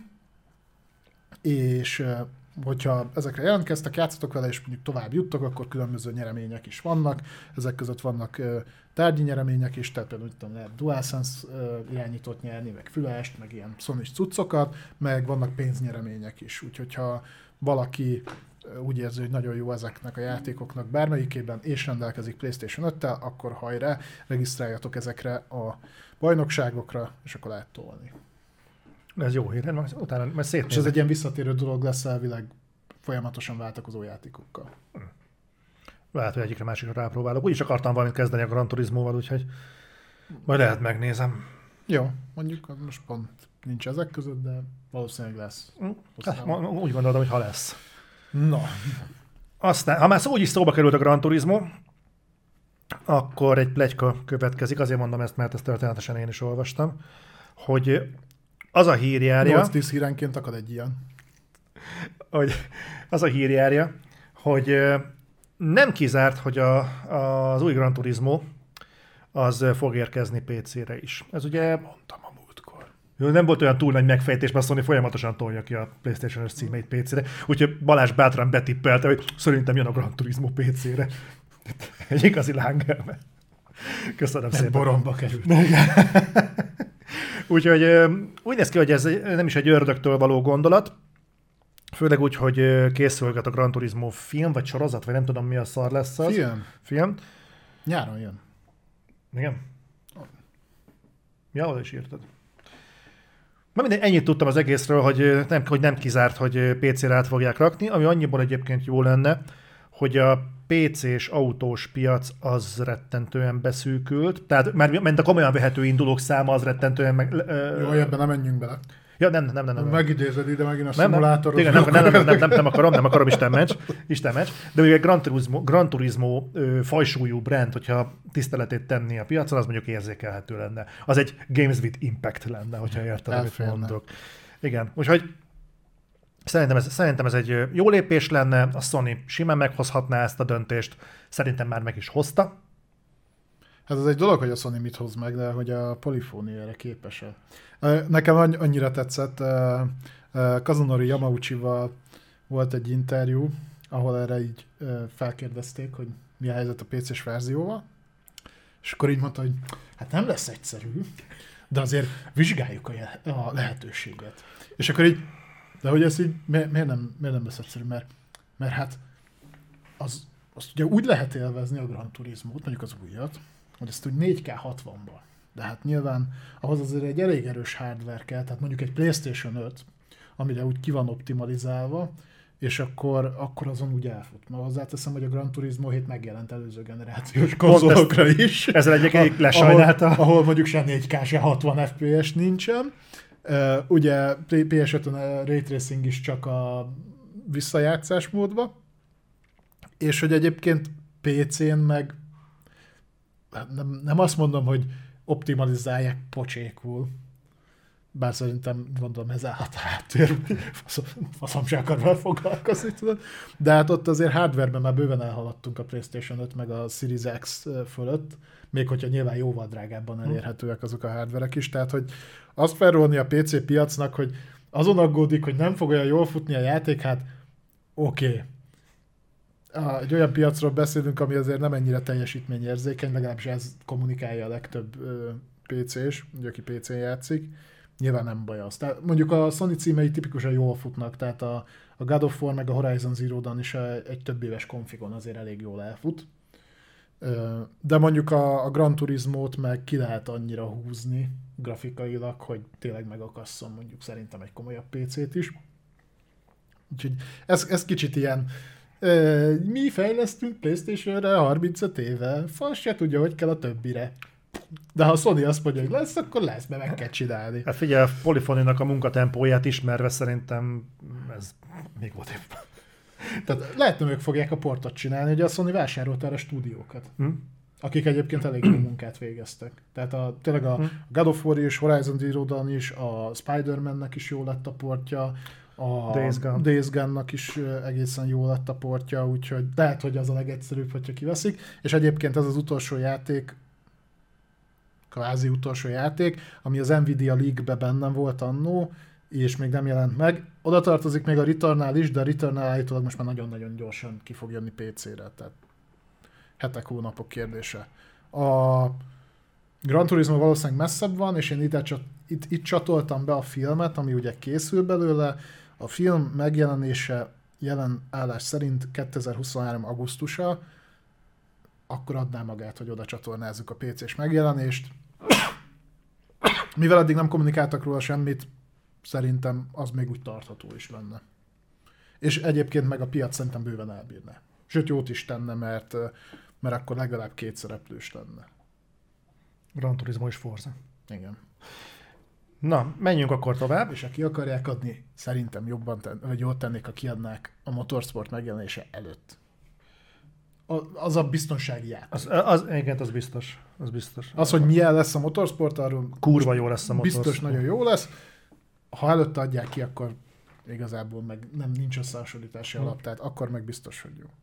és hogyha ezekre jelentkeztek, játszatok vele, és mondjuk tovább juttok, akkor különböző nyeremények is vannak. Ezek között vannak tárgyi nyeremények is, tehát például lehet DualSense irányítót nyerni, meg fülest, meg ilyen Sony-s cuccokat, meg vannak pénznyeremények is. Úgyhogy ha valaki úgy érzi, hogy nagyon jó ezeknek a játékoknak bármelyikében, és rendelkezik PlayStation 5-tel, akkor hajrá, regisztráljatok ezekre a bajnokságokra, és akkor lehet tolni. Ez jó hír, utána majd szétnézek. És ez egy ilyen visszatérő dolog lesz elvileg folyamatosan váltakozó játékokkal. lehet, hogy egyikre másikra rápróbálok. Úgyis akartam valamit kezdeni a Gran Turismóval, úgyhogy majd lehet megnézem. Jó, mondjuk az most pont nincs ezek között, de valószínűleg lesz. Úgy gondoltam, hogy ha lesz. Na. Aztán, ha már úgyis szóba került a Gran Turismo, akkor egy pletyka következik, azért mondom ezt, mert ezt történetesen én is olvastam, hogy az a hír járja... 8-10 hírenként akad egy ilyen. Hogy az a hír járja, hogy nem kizárt, hogy az új Gran Turismo az fog érkezni PC-re is. Ez ugye... Mondtam a múltkor. Nem volt olyan túl nagy megfejtés, mert Sony folyamatosan tolja ki a PlayStation-ös címeit PC-re, úgyhogy Balázs bátran betippelte, hogy szerintem jön a Gran Turismo PC-re. Egy igazi lángelme. Köszönöm szépen. Boromba került. Úgyhogy úgy néz ki, hogy ez nem is egy ördögtől való gondolat, főleg úgy, hogy készülget a Gran Turismo film, vagy sorozat, vagy nem tudom mi a szar lesz az. Film. Nyáron jön. Igen? Ja, oda is írtad. Ennyit tudtam az egészről, hogy nem kizárt, hogy PC-re át fogják rakni, ami annyiból egyébként jó lenne, hogy a PC-s autós piac az rettentően beszűkült, tehát már ment a komolyan vehető indulók száma az rettentően Jó, ebben nem menjünk bele. Ja, nem. Megidézed ide megint a szimulátor. Nem akarom, Isten meccs. De ugye Gran Turismo fajsúlyú brand, hogyha tiszteletét tenni a piacon, az mondjuk érzékelhető lenne. Az egy Games with Impact lenne, hogyha érted, amit mondok. Igen, úgyhogy szerintem ez egy jó lépés lenne, a Sony simán meghozhatná ezt a döntést, szerintem már meg is hozta. Hát ez egy dolog, hogy a Sony mit hoz meg, de hogy a Polyphony erre képes-e. Nekem annyira tetszett, Kazunori Yamauchival volt egy interjú, ahol erre így felkérdezték, hogy mi a helyzet a PC-s verzióval, és akkor így mondta, hogy hát nem lesz egyszerű, de azért vizsgáljuk a lehetőséget. És akkor így, de hogy ez így miért nem lesz egyszerű, mert hát azt ugye úgy lehet élvezni a Gran Turismót, mondjuk az újat, hogy ezt úgy 4K 60-ban. De hát nyilván ahhoz azért egy elég erős hardware kell, tehát mondjuk egy PlayStation 5, amire úgy ki van optimalizálva, és akkor azon úgy elfut. Na hozzáteszem, hogy a Gran Turismo 7 megjelent előző generációs konzolokra is. Ezzel egyébként lesajnálta. Ahol mondjuk se 4K, se 60 FPS nincsen. Ugye PS5-ön a Ray Tracing is csak a visszajátszás módban. És hogy egyébként PC-n meg nem azt mondom, hogy optimalizálják pocsékul, bár szerintem gondolom ez állhat a háttér, faszom se akar vele foglalkozni, tudod. De hát ott azért hardwareben már bőven elhaladtunk a PlayStation 5 meg a Series X fölött, még hogyha nyilván jóval drágábban elérhetőek azok a hardverek is, tehát hogy azt felrólni a PC piacnak, hogy azon aggódik, hogy nem fog olyan jól futni a játék, hát oké. Egy olyan piacról beszélünk, ami azért nem ennyire teljesítményérzékeny, legalábbis ez kommunikálja a legtöbb PC-s, ugye, aki PC-n játszik. Nyilván nem baj az. Tehát mondjuk a Sony címei tipikusan jól futnak, tehát a God of War meg a Horizon Zero Dawn is egy több éves konfigon azért elég jól elfut. De mondjuk a Gran Turismót meg ki lehet annyira húzni grafikailag, hogy tényleg megakasszon mondjuk szerintem egy komolyabb PC-t is. Úgyhogy ez kicsit ilyen mi fejlesztünk PlayStation-re 35 éve, fasz se tudja, hogy kell a többire. De ha a Sony azt mondja, hogy lesz, akkor lesz, mert meg kell csinálni. Hát figyelj, a Polyphony-nak a munkatempóját ismerve szerintem ez még volt épp. Tehát lehet, hogy ők fogják a portot csinálni, hogy a Sony vásárolt erre stúdiókat, akik egyébként elég jó munkát végeztek. Tehát tényleg a God of War és Horizon Zero Dawn is, a Spider-Man-nek is jó lett a portja, a Days Gone-nak is egészen jó lett a portja, úgyhogy lehet, hogy az a legegyszerűbb, hogyha kiveszik. És egyébként ez az utolsó játék, kvázi utolsó játék, ami az Nvidia League-be bennem volt annó, és még nem jelent meg. Oda tartozik még a Returnal is, de a Returnal állítólag most már nagyon-nagyon gyorsan ki fog jönni PC-re, tehát hetek, hónapok kérdése. A Gran Turismo valószínűleg messzebb van, és én itt csatoltam be a filmet, ami ugye készül belőle. A film megjelenése jelen állás szerint 2023. augusztusa, akkor adná magát, hogy oda csatornázzuk a PC-s megjelenést. Mivel eddig nem kommunikáltak róla semmit, szerintem az még úgy tartható is lenne. És egyébként meg a piac szerintem bőven elbírná. Sőt, jót is tenne, mert akkor legalább 2 szereplős lenne. Gran Turismo és Forza. Igen. Na, menjünk akkor tovább. És ha ki akarják adni, szerintem vagy jól tennék, ha kiadnák a Motorsport megjelenése előtt. Az a biztonsági játék. Igen, az biztos. Az biztos. Az, hogy milyen lesz a Motorsport, arról kurva jó lesz a Motorsport. Biztos nagyon jó lesz. Ha előtte adják ki, akkor igazából meg nincs összehasonlítási alap, tehát akkor meg biztos, hogy jó.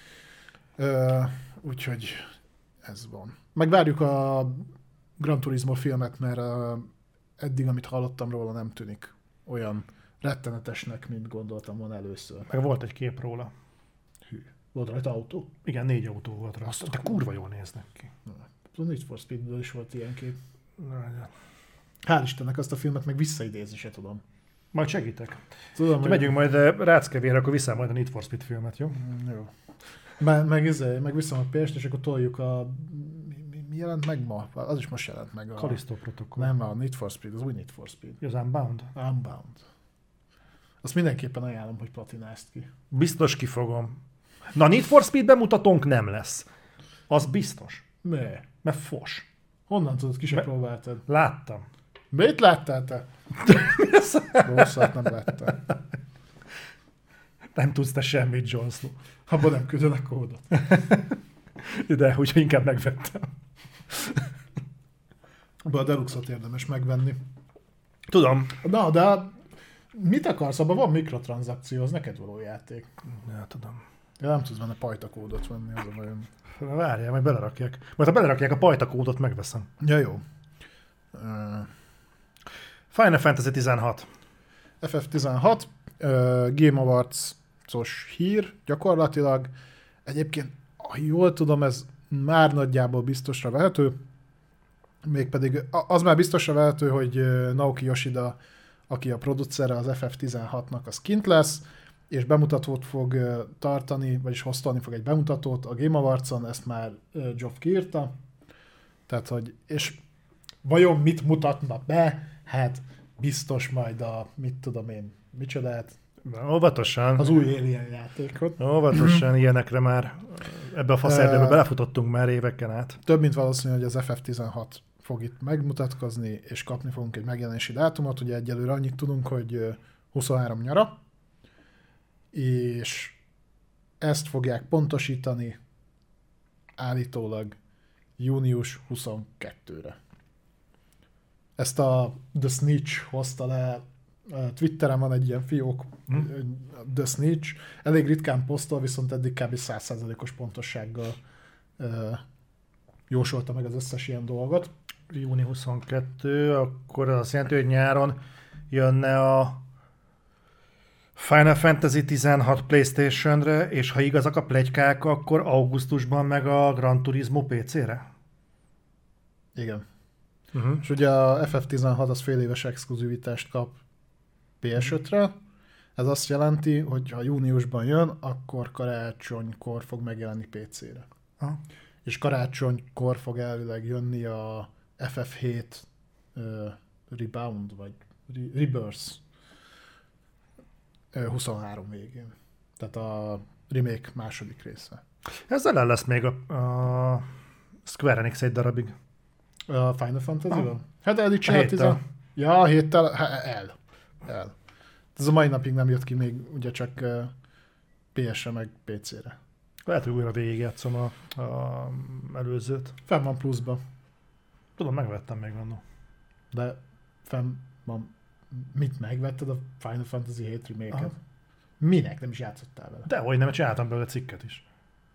Úgyhogy ez van. Megvárjuk a Gran Turismo filmet, mert eddig, amit hallottam róla, nem tűnik olyan rettenetesnek, mint gondoltam volna először. Meg volt egy kép róla. Hű. Volt rajta autó? Igen, 4 autó volt rajta. De kurva jól néznek ki. A Need for Speedből is volt ilyen kép. Na. Hál' Istennek azt a filmet meg visszaidézni se tudom. Majd segítek. Tudom, hogy megyünk majd Ráckevére, akkor vissza majd a Need for Speed filmet, jó? Jó. Meg viszem a PS-t, és akkor toljuk mi jelent meg ma? Az is most jelent meg. Callisto Protocol. Nem, a Need for Speed, az új Need for Speed. Az Unbound? Unbound. Azt mindenképpen ajánlom, hogy platinázt ki. Biztos kifogom. Na, Need for Speed bemutatónk nem lesz. Az biztos. Miért? Mert fos. Honnan tudod, ki sem próbáltad? Láttam. Mit láttál te? Rosszat nem láttál. Nem tudsz te semmit, Jon Snow. Abban nem küldenek kódot. De, úgyhogy inkább megvettem. Abban a Deluxot érdemes megvenni. Tudom. Na, de mit akarsz? Abban van mikrotranszakció, az neked való játék. Ja, tudom. Ja, nem tudsz benne pajtakódot venni, az a bajom. Várjál, majd belerakják. Majd ha belerakják a pajtakódot, megveszem. Ja, jó. Final Fantasy 16. FF16, Game Awards-os hír gyakorlatilag. Egyébként, ha jól tudom, ez már nagyjából biztosra vehető. Mégpedig az már biztosra vehető, hogy Naoki Yoshida, aki a producere az FF16-nak, az kint lesz, és bemutatót fog tartani, vagyis hoztani fog egy bemutatót a Game Awards-on, ezt már Geoff kiírta. Tehát, hogy, és vajon mit mutatna be? Hát biztos majd mit tudom én, micsodát? Óvatosan. Az új Alien játékot. Óvatosan, ilyenekre már ebbe a faszerdőbe belefutottunk már éveken át. Több mint valószínű, hogy az FF16 fog itt megmutatkozni, és kapni fogunk egy megjelenési dátumot. Ugye egyelőre annyit tudunk, hogy 23 nyara, és ezt fogják pontosítani állítólag június 22-re. Ezt a The Snitch hozta le, Twitteren van egy ilyen fiók, The Snitch, elég ritkán posztol, viszont eddig kb. 100%-os pontossággal jósolta meg az összes ilyen dolgot. Júni 22, akkor az azt jelenti, hogy nyáron jönne a Final Fantasy 16 PlayStation-re, és ha igazak a pletykák, akkor augusztusban meg a Gran Turismo PC-re? Igen. És ugye a FF16 az fél éves exkluzivitást kap PS5-re. Ez azt jelenti, hogy ha júniusban jön, akkor karácsonykor fog megjelenni PC-re. És karácsonykor fog elvileg jönni a FF7 Rebound, vagy Rebirth 23 végén. Tehát a remake második része. Ezzel el lesz még a Square Enix egy darabig. A Final Fantasy-vel? Hát eddig csinált Ja, a héttel el. Ez a mai napig nem jött ki még, ugye csak PS-re meg PC-re. Lehet, hogy újra végigjátszom a előzőt. Fenn van pluszba. Tudom, megvettem még annó. De fenn van... Mit megvetted a Final Fantasy 7 remake-et? Minek? Nem is játszottál vele? Dehogy nem, csináltam belőle cikket is.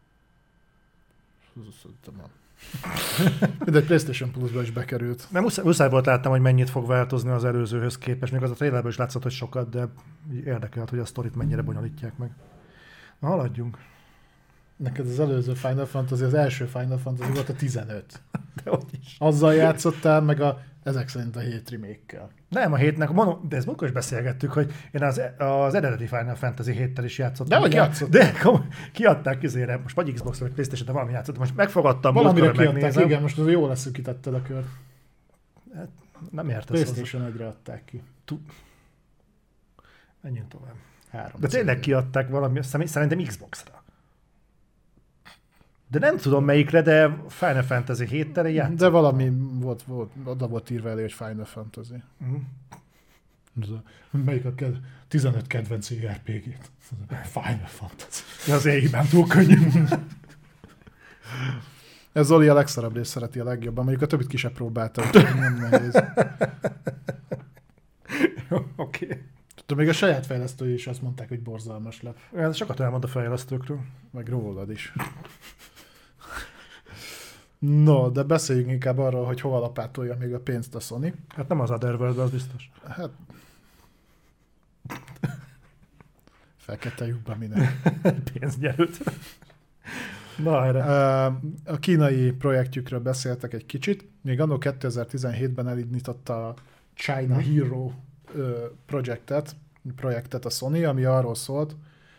De egy PlayStation Plus-ba is bekerült. Nem, muszáj volt láttam, hogy mennyit fog változni az előzőhöz képest. Még az a trailerből is látszott, hogy sokat, de érdekelt, hogy a sztorit mennyire bonyolítják meg. Na, haladjunk. Neked az előző Final Fantasy, az első Final Fantasy volt a 15. De hogy is. Azzal játszottál, meg ezek szerint a 7 remake-kel. Nem, a 7-nek, de ezt múltkor is beszélgettük, hogy én az eredeti Final Fantasy 7-tel is játszottam. De hogy játszott? De kiadták közére, most vagy Xbox vagy PlayStation, de valami játszottam. Most megfogadtam, valamire kiadták, megnézem. igen, most az jó lesz, hogy kitetted a kört. Nem értesz hozzá. PlayStation 1-re adták ki. Menjünk tovább. 3. De tényleg kiadták valami, szerintem Xbox-ra. De nem tudom melyikre, de Final Fantasy 7-tel játszottam. De valami volt, oda volt írva elé, hogy Final Fantasy. Melyik a 15 kedvenc RPG-t? Final Fantasy. Az éjjében túl könnyű. Ez Zoli a legszarabb részt szereti a legjobban, mondjuk a többit ki sem próbáltam, nem nehéz. Oké. Tudom, még a saját fejlesztői is azt mondták, hogy borzalmas lett. Ez sokat elmond a fejlesztőkről. Meg rólad is. No, de beszéljünk inkább arról, hogy hova lapátolja még a pénzt a Sony. Hát nem az Otherworld, az biztos. Hát... Fekete lyukba minek. Pénznyelőt. Na, erre. A kínai projektjükről beszéltek egy kicsit. Még anno 2017-ben elindította a China Hero projektet a Sony, ami arról szólt,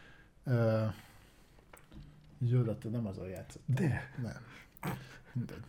nem az a játszott. De. Nem. Mindegy.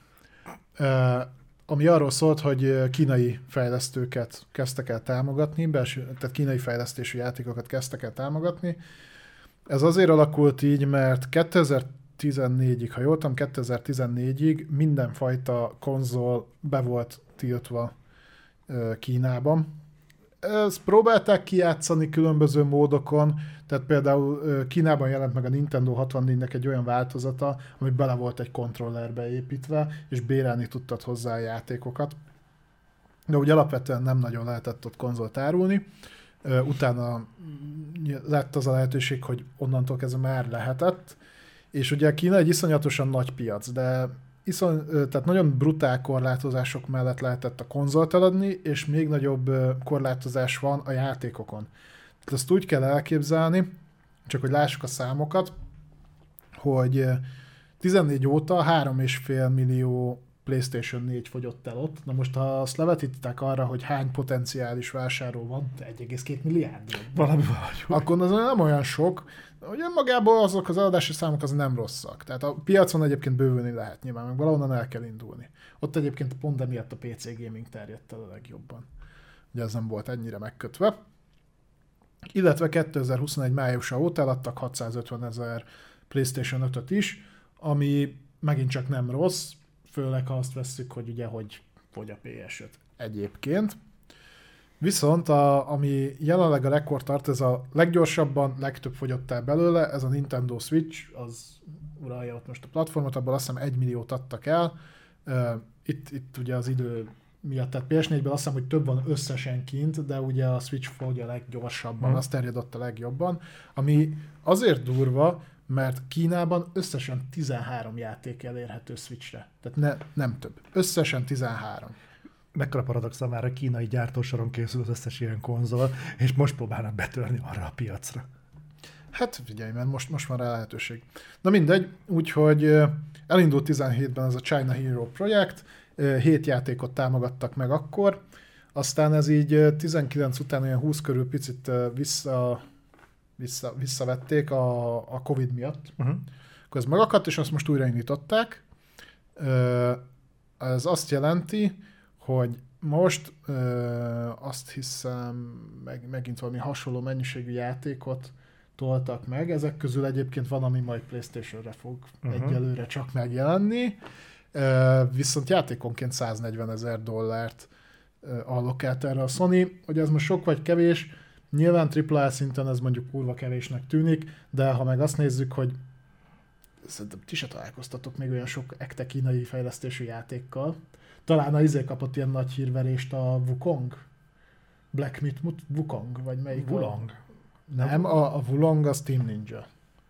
Ami arról szólt, hogy kínai fejlesztőket kezdtek el támogatni, tehát kínai fejlesztésű játékokat kezdtek el támogatni. Ez azért alakult így, mert 2014-ig, ha jól tudom, 2014-ig mindenfajta konzol be volt tiltva Kínában. Ezt próbálták kijátszani különböző módokon, tehát például Kínában jelent meg a Nintendo 64-nek egy olyan változata, ami bele volt egy kontrollerbe építve, és bérelni tudtad hozzá a játékokat. De úgy alapvetően nem nagyon lehetett ott konzolt árulni. Utána lett az a lehetőség, hogy onnantól kezdve már lehetett. És ugye Kína egy iszonyatosan nagy piac, de tehát nagyon brutál korlátozások mellett lehetett a konzolt eladni, és még nagyobb korlátozás van a játékokon. Tehát ezt úgy kell elképzelni, csak hogy lássuk a számokat, hogy 14 óta 3,5 millió PlayStation 4 fogyott el ott. Na most, ha azt levetítitek arra, hogy hány potenciális vásárló van, 1,2 milliárd. Valami. Akkor az nem olyan sok. Ugye magában azok az eladási számok az nem rosszak. Tehát a piacon egyébként bővülni lehet nyilván, meg valahonnan el kell indulni. Ott egyébként pont emiatt a PC gaming terjedt el a legjobban. Ugye ez nem volt ennyire megkötve. Illetve 2021 májusa óta eladtak 650 000 PlayStation 5-öt is, ami megint csak nem rossz, főleg ha azt vesszük, hogy ugye hogy fogy a PS5 egyébként. Viszont ami jelenleg a rekord tart, ez a leggyorsabban, legtöbb fogyott el belőle, ez a Nintendo Switch, az uralja ott most a platformot, abból azt hiszem 1 milliót adtak el. Itt ugye az idő miatt, tehát PS4-ben azt hiszem, hogy több van összesen kint, de ugye a Switch fogy a leggyorsabban, az terjed ott a legjobban, ami azért durva, mert Kínában összesen 13 játék elérhető Switchre. Tehát nem több. Összesen 13. Mekkora paradox már a kínai gyártósoron készül az összes ilyen konzol, és most próbálnak betörni arra a piacra. Hát figyelj, mert most van rá lehetőség. Na mindegy, úgyhogy elindult 17-ben ez a China Hero projekt, 7 játékot támogattak meg akkor, aztán ez így 19 után olyan 20 körül picit visszavették a Covid miatt. Akkor ez megakadt, és azt most újraindították. Ez azt jelenti, hogy most azt hiszem, megint valami hasonló mennyiségű játékot toltak meg. Ezek közül egyébként van, ami majd PlayStation-re fog egyelőre csak megjelenni. Viszont játékonként $140 000 allokált erre a Sony. Hogy ez most sok vagy kevés, nyilván AAA szinten ez mondjuk kurva kevésnek tűnik, de ha meg azt nézzük, hogy szerintem ti se találkoztatok még olyan sok ekte kínai fejlesztésű játékkal. Talán a izé kapott ilyen nagy hírverést a Wukong? Black Myth Wukong, vagy melyik? Wulong. Nem, a Wulong az Team Ninja.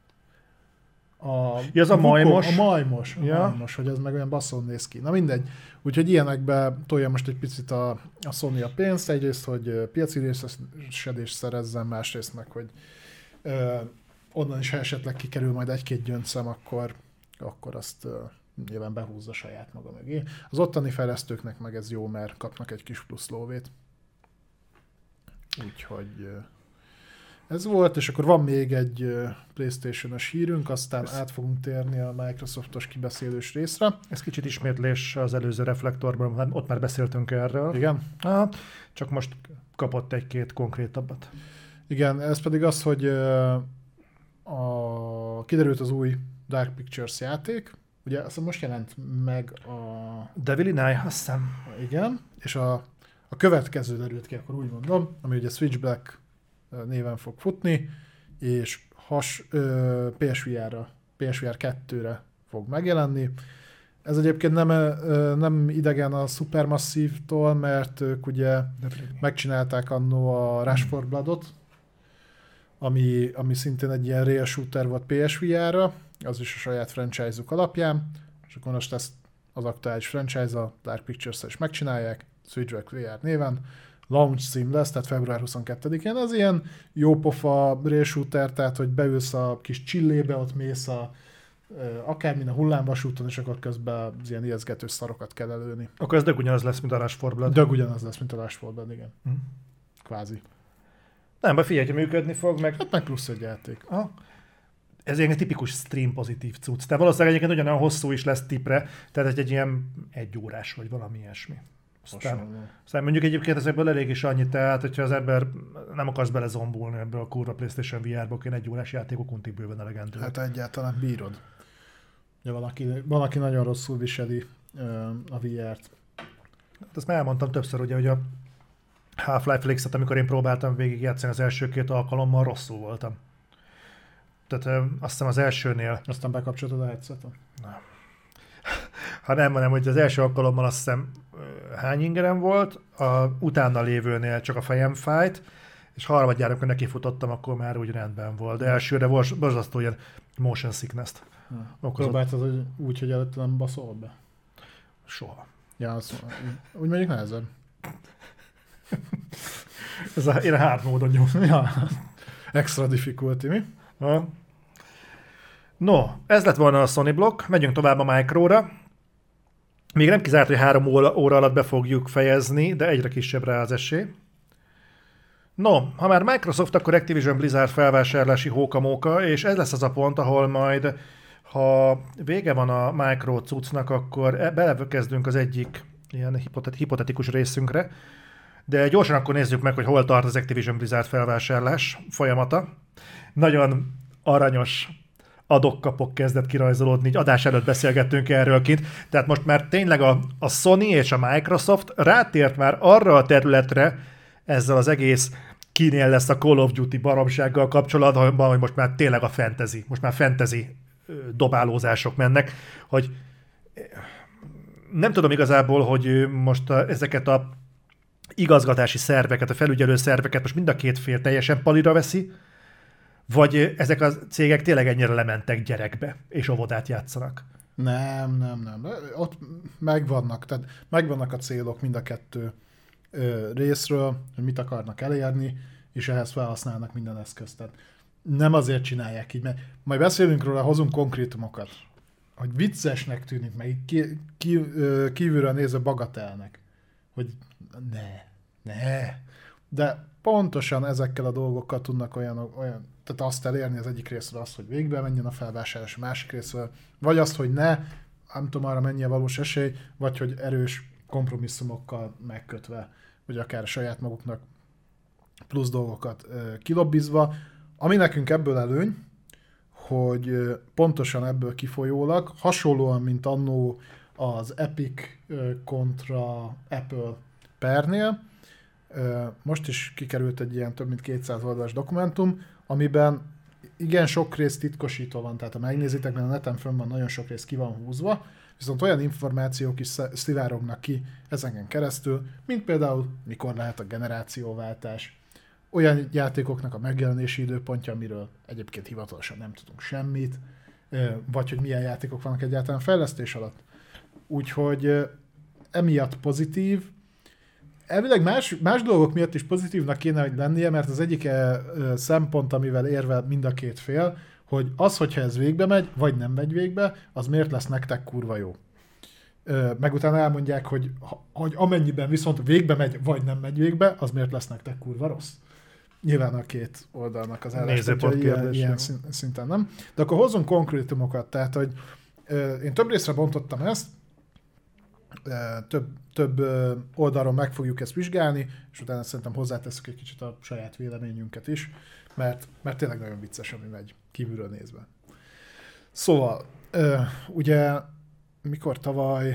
Az a majmos? A majmos, hogy ez meg olyan baszón néz ki. Na mindegy. Úgyhogy ilyenekbe tolja most egy picit a Sony a pénzt. Egyrészt, hogy piaci részesedést szerezzen, másrészt meg, hogy onnan is, ha esetleg kikerül majd egy-két gyöngyszem, akkor azt nyilván behúzza saját maga mögé. Az ottani fejlesztőknek meg ez jó, mert kapnak egy kis plusz lóvét. Úgyhogy ez volt, és akkor van még egy PlayStation-os hírünk, aztán át fogunk térni a Microsoftos kibeszélős részre. Ez kicsit ismétlés az előző reflektorban, ott már beszéltünk erről. Igen? Csak most kapott egy-két konkrétabbat. Igen, ez pedig az, hogy kiderült az új Dark Pictures játék, ugye azt most jelent meg a... Devil Eye, azt hiszem. Igen, és a következő derült ki, akkor úgy mondom, ami ugye Switchback néven fog futni, és PSVR-ra, PSVR 2-re fog megjelenni. Ez egyébként nem idegen a Supermassive-tól, mert ők ugye megcsinálták annó a Rush for Blood-ot, ami szintén egy ilyen rail shooter volt PSVR-ra, az is a saját franchise-uk alapján, és akkor most ezt az aktuális franchise, a Dark Pictures-szel is megcsinálják, Switchback VR néven, launch cím lesz, tehát február 22-én, az ilyen jópofa rail shooter, tehát hogy beülsz a kis csillébe, ott mész akármin a hullámvasúton, és akkor közben az ilyen ijesztgetős szarokat kell előni. Akkor ez ugyanaz lesz, mint a Rush for Blood. Ugyanaz lesz, mint a Rush for Blood, igen. Kvázi. Nem, bár figyelj, hogy működni fog, meg... Hát meg plusz egy játék. Ez egy tipikus stream pozitív cucc. Tehát valószínűleg egyébként ugyanolyan hosszú is lesz tipre, tehát egy ilyen 1 órás, vagy valami ilyesmi. Aztán mondjuk egyébként ezekből elég is annyi, tehát hogyha az ember nem akarsz belezombulni ebből a kurva PlayStation VR-ba, én 1 órás játékok untig bőven elegendő. Hát egyáltalán bírod. Ja, van, aki nagyon rosszul viseli a VR-t. Hát azt már elmondtam többször, ugye, hogy a Half-Life Alyx-et, amikor én próbáltam végigjátszani az első 2 alkalommal, rosszul voltam. Tehát azt hiszem az elsőnél... Aztán bekapcsoltad a headsetet? Nem. Ha nem, hanem hogy az első alkalommal azt hiszem hány ingerem volt, utána lévőnél csak a fejem fájt, és harmadjára, amikor nekifutottam, akkor már úgy rendben volt. De elsőre borzasztó ilyen motion sickness-t. Próbáltad hogy úgy, hogy előtte nem baszol be? Soha. Ja, úgy mondjuk nehezebb. Én a hard módon nyom. Ja. Extra difficulty, mi? Ha. No, ez lett volna a Sony blokk, megyünk tovább a Micro-ra. Még nem kizárt, hogy 3 óra alatt be fogjuk fejezni, de egyre kisebb rá az esély. No, ha már Microsoft, akkor Activision Blizzard felvásárlási hókamóka, és ez lesz az a pont, ahol majd, ha vége van a Micro cuccnak, akkor belekezdünk az egyik ilyen hipotetikus részünkre, de gyorsan akkor nézzük meg, hogy hol tart az Activision Blizzard felvásárlás folyamata. Nagyon aranyos adok-kapok kezdett kirajzolódni, így adás előtt beszélgettünk erről kint, tehát most már tényleg a Sony és a Microsoft rátért már arra a területre ezzel az egész kinél lesz a Call of Duty baromsággal kapcsolatban, hogy most már tényleg a fantasy dobálózások mennek, hogy nem tudom igazából, hogy most ezeket a igazgatási szerveket, a felügyelő szerveket most mind a két fél teljesen palira veszi, vagy ezek a cégek tényleg ennyire lementek gyerekbe, és óvodát játszanak? Nem. Ott megvannak, tehát megvannak a célok mind a kettő részről, hogy mit akarnak elérni, és ehhez felhasználnak minden eszközt. Tehát nem azért csinálják így, mert majd beszélünk róla, hozunk konkrétumokat, hogy viccesnek tűnik, meg kívülről nézve bagatelnek, hogy ne. De pontosan ezekkel a dolgokkal tudnak olyan tehát azt elérni az egyik részről azt, hogy végbe menjen a felvásárlás, a másik részről, vagy azt, hogy nem tudom arra mennyi a valós esély, vagy hogy erős kompromisszumokkal megkötve, vagy akár saját maguknak plusz dolgokat kilobbizva. Ami nekünk ebből előny, hogy pontosan ebből kifolyólag, hasonlóan, mint annó az Epic kontra Apple pernél, most is kikerült egy ilyen több mint 200 oldalas dokumentum, amiben igen sok rész titkosítva van, tehát ha megnézitek, mert a neten fönn van, nagyon sok rész ki van húzva, viszont olyan információk is szivárognak ki ezeken keresztül, mint például mikor lehet a generációváltás, olyan játékoknak a megjelenési időpontja, amiről egyébként hivatalosan nem tudunk semmit, vagy hogy milyen játékok vannak egyáltalán fejlesztés alatt. Úgyhogy emiatt pozitív. Elvileg más dolgok miatt is pozitívnak kéne, hogy lennie, mert az egyik szempont, amivel érve mind a két fél, hogy az, hogyha ez végbe megy, vagy nem megy végbe, az miért lesz nektek kurva jó. Meg utána elmondják, hogy amennyiben viszont végbe megy, vagy nem megy végbe, az miért lesz nektek kurva rossz. Nyilván a két oldalnak az álláspontja ilyen szinten nem. De akkor hozzunk konkrétumokat, tehát, hogy én több részre bontottam ezt, több oldalról meg fogjuk ezt vizsgálni, és utána szerintem hozzáteszünk egy kicsit a saját véleményünket is, mert tényleg nagyon vicces, ami megy kívülről nézve. Szóval, ugye mikor tavaly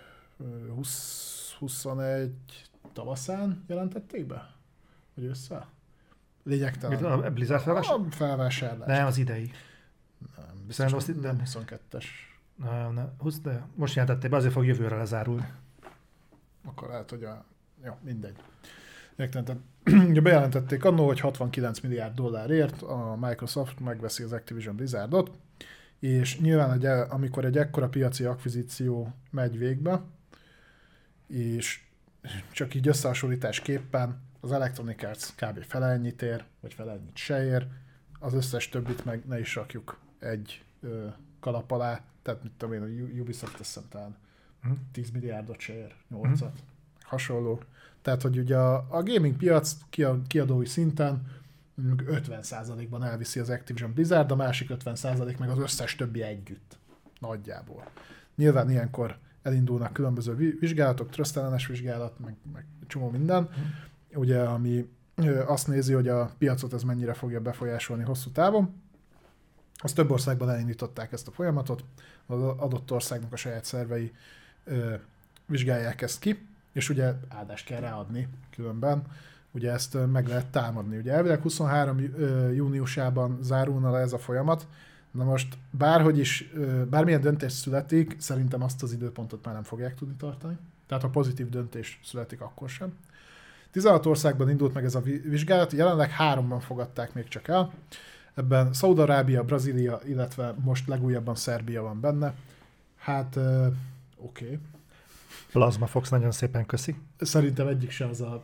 21 tavaszán jelentették be? Vagy össze? Lényegtelen. A Blizzard felvásárlás? A felvásárlás. Nem, az idei. Nem, biztos, nem 22-es. Nem, de most jelentették be, azért fog jövőre lezárulni. Akkor lehet, hogy jó, mindegy. Tehát, ugye bejelentették annól, hogy 69 milliárd dollárért a Microsoft megveszi az Activision Blizzardot, és nyilván, amikor egy ekkora piaci akvizíció megy végbe, és csak így összehasonlításképpen az Electronic Arts kb. Fele ennyit ér, vagy fele ennyit se ér, az összes többit meg ne is rakjuk egy kalap alá, tehát mit tudom én, a Ubisoft teszem talán 10 milliárdot se ér, 8-at, hasonló. Tehát, hogy ugye a gaming piac kiadói szinten 50%-ban elviszi az Activision Blizzard, a másik 50% meg az összes többi együtt. Nagyjából. Nyilván ilyenkor elindulnak különböző vizsgálatok, trösztellenes vizsgálat, meg csomó minden, ugye, ami azt nézi, hogy a piacot ez mennyire fogja befolyásolni hosszú távon. Az több országban elindították ezt a folyamatot, az adott országnak a saját szervei vizsgálják ezt ki, és ugye áldást kell ráadni különben, ugye ezt meg lehet támadni. Ugye elvileg 23 júniusában zárulna le ez a folyamat, na most bárhogy is, bármilyen döntés születik, szerintem azt az időpontot már nem fogják tudni tartani. Tehát ha pozitív döntés születik, akkor sem. 16 országban indult meg ez a vizsgálat, jelenleg 3-ban fogadták még csak el. Ebben Szaúd-Arábia, Brazília, illetve most legújabban Szerbia van benne. Hát, oké. Plasma Fox, nagyon szépen köszi. Szerintem egyik se az a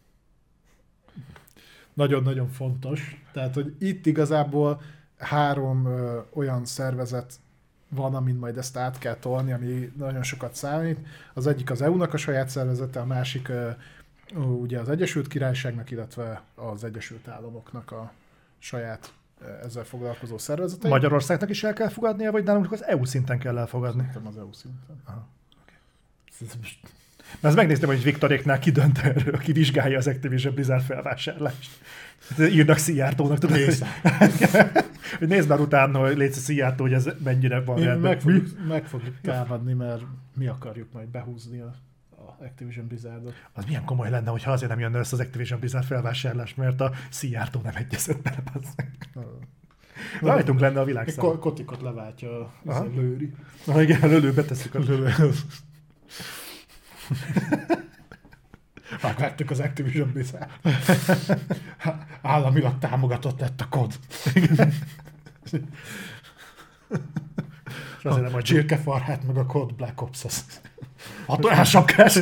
nagyon-nagyon fontos. Tehát, hogy itt igazából 3 olyan szervezet van, amin majd ezt át kell tolni, ami nagyon sokat számít. Az egyik az EU-nak a saját szervezete, a másik ugye az Egyesült Királyságnak, illetve az Egyesült Államoknak a saját ezzel foglalkozó szervezetei. Magyarországnak is el kell fogadnia, vagy nálunk az EU szinten kell elfogadni? Szerintem az EU szinten. Aha. Okay. Mert azt megnéztem, hogy Viktoréknál ki dönt erről, ki vizsgálja az Activision Blizzard felvásárlást. Írnak Szijjártónak, tudod? Hogy nézd már utána, hogy légy Szijjártó, hogy ez mennyire van. Meg fogjuk támadni, mert mi akarjuk majd behúzni a Activision Blizzardot. Az milyen komoly lenne, hogyha azért nem jönne össze az Activision Blizzard felvásárlás, mert a Szijjártó nem egyezett bele. Rajtunk lenne a világszám. Kotikot leváltja a lőri. Igen, lőlőbe tesszük a lőlőbe. Megvettük az Activision Blizzard. Államilag támogatott lett a kod. A csirkefarhát meg a kod Black Ops. A tojássapkás.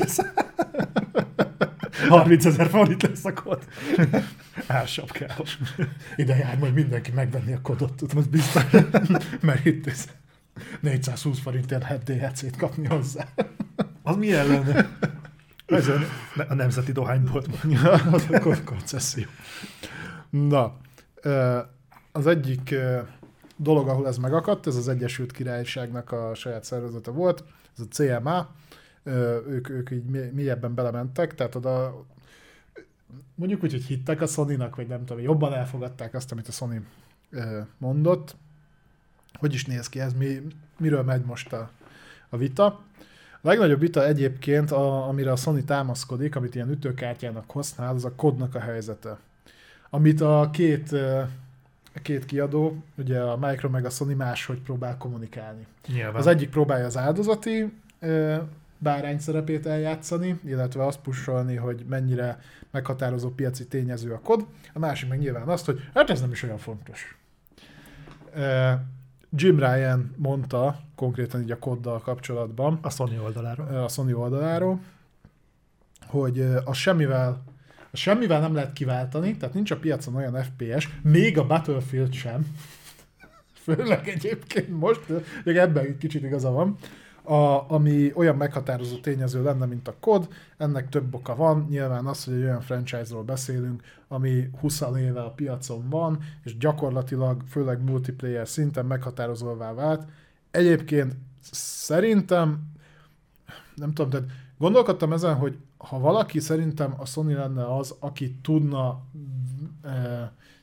30 000 forint lesz a kod. Álsapkás. Ide jár majd mindenki megvenni a kodot, tudom, az biztos. Mert itt 420 forintért lehet DLC-t kapni hozzá. Az milyen lenne? Ez a nemzeti dohánybolt. Az a koncesszió. Na, az egyik dolog, ahol ez megakadt, ez az Egyesült Királyságnak a saját szervezete volt, ez a CMA, ők így mélyebben belementek, tehát oda mondjuk úgy, hogy hittek a Sony-nak, vagy nem tudom, jobban elfogadták azt, amit a Sony mondott. Hogy is néz ki ez, miről megy most a vita? A legnagyobb vita egyébként, amire a Sony támaszkodik, amit ilyen ütőkártyának használ, az a kodnak a helyzete. Amit a két kiadó, ugye a Micro meg a Sony máshogy próbál kommunikálni. Nyilván. Az egyik próbálja az áldozati bárány szerepét eljátszani, illetve azt pusolni, hogy mennyire meghatározó piaci tényező a kod. A másik meg nyilván azt, hogy hát ez nem is olyan fontos. Jim Ryan mondta konkrétan így a koddal kapcsolatban, a Sony oldaláról, hogy a semmivel nem lehet kiváltani, tehát nincs a piacon olyan FPS, még a Battlefield sem, főleg egyébként most, még ebben kicsit igaza van, ami olyan meghatározó tényező lenne, mint a kod. Ennek több oka van, nyilván az, hogy egy olyan franchise-ról beszélünk, ami 20 éve a piacon van, és gyakorlatilag, főleg multiplayer szinten meghatározóvá vált. Egyébként szerintem, nem tudom, tehát gondolkodtam ezen, hogy ha valaki szerintem a Sony lenne az, aki tudna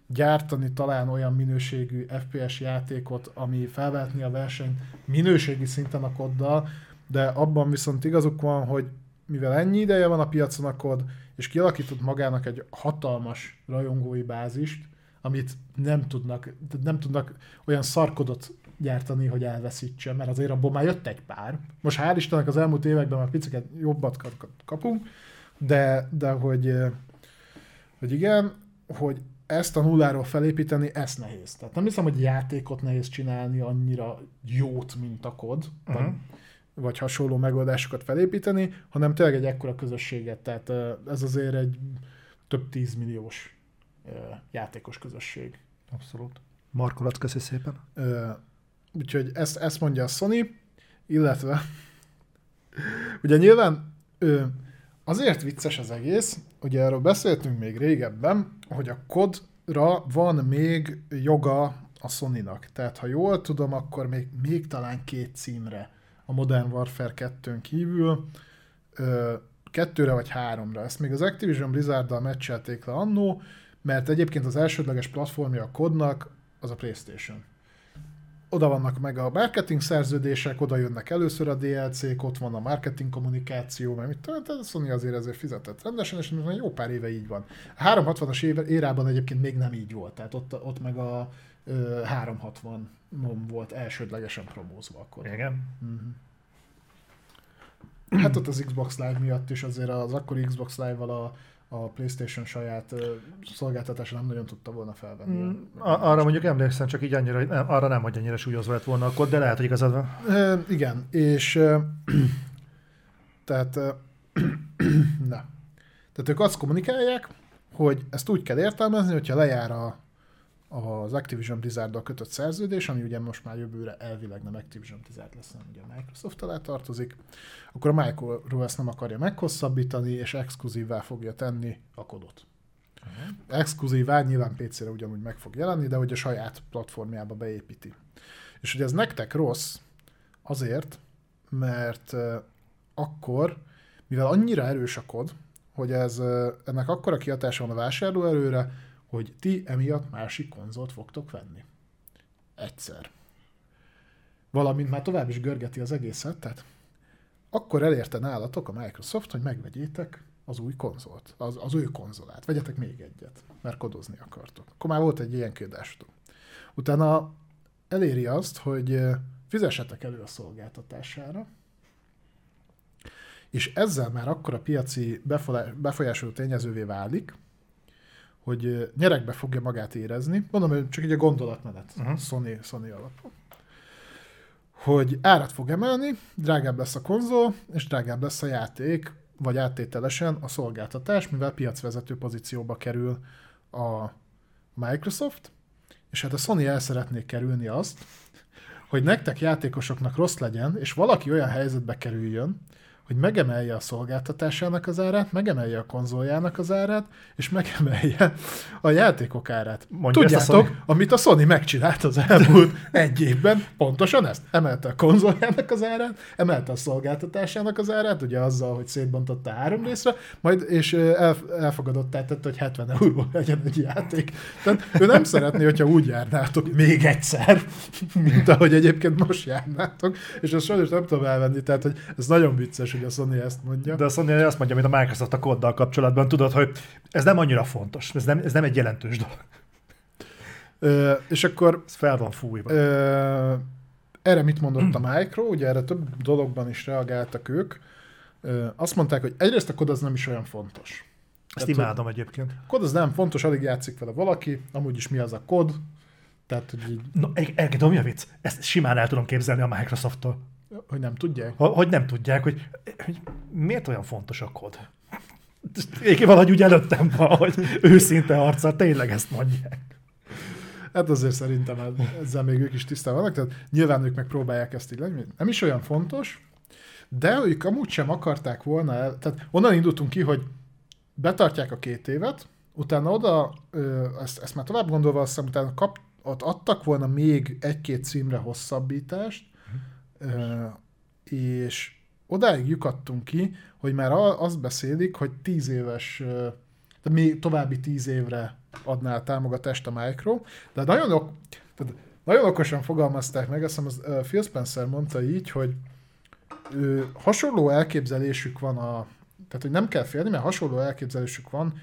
gyártani talán olyan minőségű FPS játékot, ami felvehetni a versenyt minőségi szinten a koddal, de abban viszont igazuk van, hogy mivel ennyi ideje van a piacon a kod, és kialakított magának egy hatalmas rajongói bázist, amit nem tudnak olyan szarkodot gyártani, hogy elveszítse, mert azért abból már jött egy pár. Most hál' Istennek az elmúlt években már picit jobbat kapunk, de hogy igen, hogy ezt a nulláról felépíteni, ez nehéz. Tehát nem hiszem, hogy játékot nehéz csinálni annyira jót, mint a kod, vagy hasonló megoldásokat felépíteni, hanem tényleg egy ekkora közösséget. Tehát ez azért egy több 10 milliós játékos közösség. Abszolút. Markolat, köszi szépen. Úgyhogy ezt mondja a Sony, illetve ugye nyilván azért vicces az egész, ugye erről beszéltünk még régebben, hogy a kodra van még joga a Sony-nak. Tehát ha jól tudom, akkor még talán 2 címre a Modern Warfare 2-n kívül, 2-re vagy 3-ra. Ezt még az Activision Blizzarddal meccselték le annó, mert egyébként az elsődleges platformja a kodnak az a PlayStation. Oda vannak meg a marketing szerződések, oda jönnek először a DLC-k, ott van a marketing kommunikáció, mert mit tudom, a Sony azért ezért fizetett rendesen, és jó pár éve így van. A 360-as érában egyébként még nem így volt, tehát ott meg a 360 volt elsődlegesen promózva akkor. Igen. Hát ott az Xbox Live miatt is azért az akkori Xbox Live-val a PlayStation saját szolgáltatása nem nagyon tudta volna felvenni. Arra mondjuk emlékszem, csak így annyira, arra nem, hogy annyira súlyozva lett volna akkor, de lehet, hogy igazad van. Igen, és tehát ők azt kommunikálják, hogy ezt úgy kell értelmezni, hogyha lejár az Activision Blizzarddal kötött szerződés, ami ugye most már jövőre elvileg nem Activision Blizzard lesz, hanem ugye a Microsoft alá tartozik, akkor a Micro ezt nem akarja meghosszabbítani, és exkluzívvá fogja tenni a kodot. Exkluzívvá nyilván PC-re ugyanúgy meg fog jelenni, de hogy a saját platformjába beépíti. És hogy ez nektek rossz, azért, mert akkor, mivel annyira erős a kod, hogy ennek akkora kihatása van a vásárlóerőre, hogy ti emiatt másik konzolt fogtok venni. Egyszer. Valamint már tovább is görgeti az egészet, tehát akkor elérte nálatok a Microsoft, hogy megvegyétek az új konzolt, az ő konzolát. Vegyetek még egyet, mert kodozni akartok. Akkor már volt egy ilyen kérdásotok. Utána eléri azt, hogy fizessetek elő a szolgáltatására, és ezzel már akkor a piaci befolyásoló tényezővé válik, hogy nyeregbe fogja magát érezni. Mondom, hogy csak így a gondolatmenet Sony alapon. Hogy árat fog emelni, drágább lesz a konzol, és drágább lesz a játék, vagy áttételesen a szolgáltatás, mivel piacvezető pozícióba kerül a Microsoft, és hát a Sony el szeretné kerülni azt, hogy nektek játékosoknak rossz legyen, és valaki olyan helyzetbe kerüljön, hogy megemelje a szolgáltatásának az árát, megemelje a konzoljának az árát, és megemelje a játékok árát. Mondja tudjátok, amit a Sony megcsinált az elmúlt egy évben, pontosan ezt. Emelte a konzoljának az árát, emelte a szolgáltatásának az árát, ugye azzal, hogy szétbontotta 3 részre, majd és elfogadottá tette, hogy 70 euró legyen egy játék. Tehát ő nem szeretné, hogyha úgy járnátok még egyszer, mint ahogy egyébként most járnátok, és ezt sajnos nem tudom elvenni, tehát hogy ez nagyon vicces, hogy a Sony ezt mondja. De a Sony azt mondja, mint a Microsoft a koddal kapcsolatban, tudod, hogy ez nem annyira fontos, ez nem egy jelentős dolog. És akkor... Ez fel van fújva. Erre mit mondott a Micro? Ugye erre több dologban is reagáltak ők. Azt mondták, hogy egyrészt a kod az nem is olyan fontos. Ezt imádom egyébként. A kod az nem fontos, alig játszik vele valaki, amúgy is mi az a kod. Tehát, hogy így... No, tudom, mi a vicc? Ezt simán el tudom képzelni a Microsofttól. Hogy nem tudják? Hogy nem tudják, hogy miért olyan fontos a kod. Én valahogy úgy előttem van, hogy őszinte arccal tényleg ezt mondják. Hát azért szerintem ezzel még ők is tisztán vannak, tehát nyilván ők megpróbálják ezt így lenni. Nem is olyan fontos, de ők amúgy sem akarták volna tehát onnan indultunk ki, hogy betartják a 2 évet, utána oda, ezt már tovább gondolva, azt hiszem, utána ott adtak volna még 1-2 címre hosszabbítást, és odáig lyukadtunk ki, hogy már azt beszélik, hogy 10 éves, tehát még további 10 évre adná a támogatást a Micro, de nagyon okosan fogalmazták meg, azt hiszem Phil Spencer mondta így, hogy hasonló elképzelésük van tehát hogy nem kell félni, mert hasonló elképzelésük van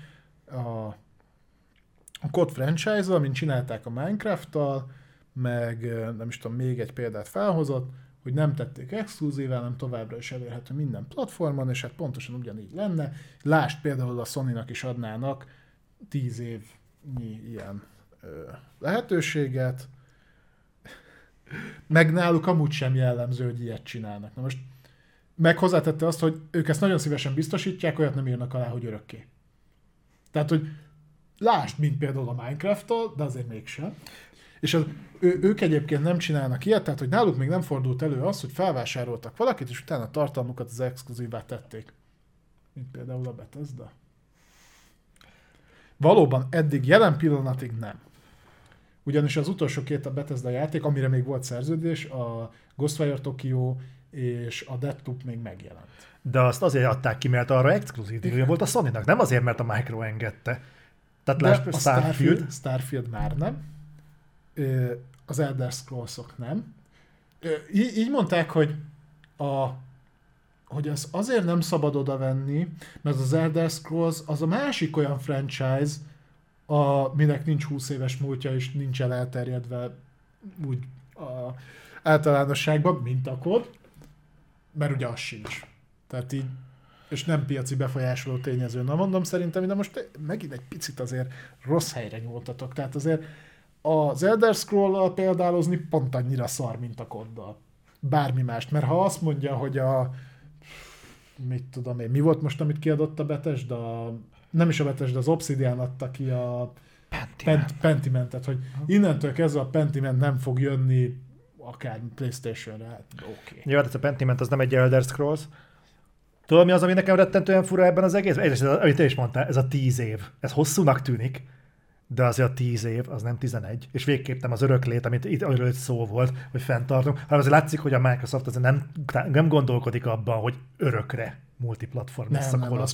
a COD franchise-val, mint csinálták a Minecraft-tal, meg nem is tudom, még egy példát felhozott, hogy nem tették exkluzívá, hanem továbbra is elérhető minden platformon, és hát pontosan ugyanígy lenne. Lásd például a Sony-nak is adnának 10 évnyi ilyen lehetőséget, meg náluk amúgy sem jellemző, hogy ilyet csinálnak. Na most meg hozzátette azt, hogy ők ezt nagyon szívesen biztosítják, olyat nem írnak alá, hogy örökké. Tehát, hogy lásd, mint például a Minecraft-tól, de azért mégsem. És ők egyébként nem csinálnak ilyet, tehát hogy náluk még nem fordult elő az, hogy felvásároltak valakit, és utána a tartalmukat az exkluzívá tették. Mint például a Bethesda. Valóban eddig, jelen pillanatig nem. Ugyanis az utolsó 2 a Bethesda játék, amire még volt szerződés, a Ghostwire Tokyo és a Deathloop még megjelent. De azt azért adták ki, mert arra exkluzív díjja volt a Sony-nak, nem azért, mert a Micro engedte. Tehát a Starfield már nem. Az Elder Scrolls-ok nem. Így mondták, hogy az azért nem szabad odavenni, mert az Elder Scrolls az a másik olyan franchise, minek nincs 20 éves múltja, és nincs elterjedve úgy általánosságban, mint a COD, mert ugye az sincs. Tehát így, és nem piaci befolyásoló tényező. Na mondom, szerintem, de most megint egy picit azért rossz helyre nyúltatok. Tehát azért az Elder Scroll-al példálozni pont annyira szar, mint a COD-dal. Bármi mást. Mert ha azt mondja, hogy mit tudom én, mi volt most, amit kiadott a Bethesda? Nem is a Bethesda, az Obsidian adta ki a Pentimentet, hogy innentől kezdve a Pentiment nem fog jönni akár PlayStation-re. Hát, oké. Jó, hát ez a Pentiment az nem egy Elder Scrolls. Tudod, mi az, ami nekem rettentően fura ebben az egész? Egyrészt, amit te is mondtál, ez a 10 év. Ez hosszúnak tűnik, de azért a 10 év, az nem 11. És végképp nem az öröklét, amit itt arról szó volt, hogy fenntartunk, hanem azért látszik, hogy a Microsoft azért nem gondolkodik abban, hogy örökre multiplatform lesz a Call of Duty. Azt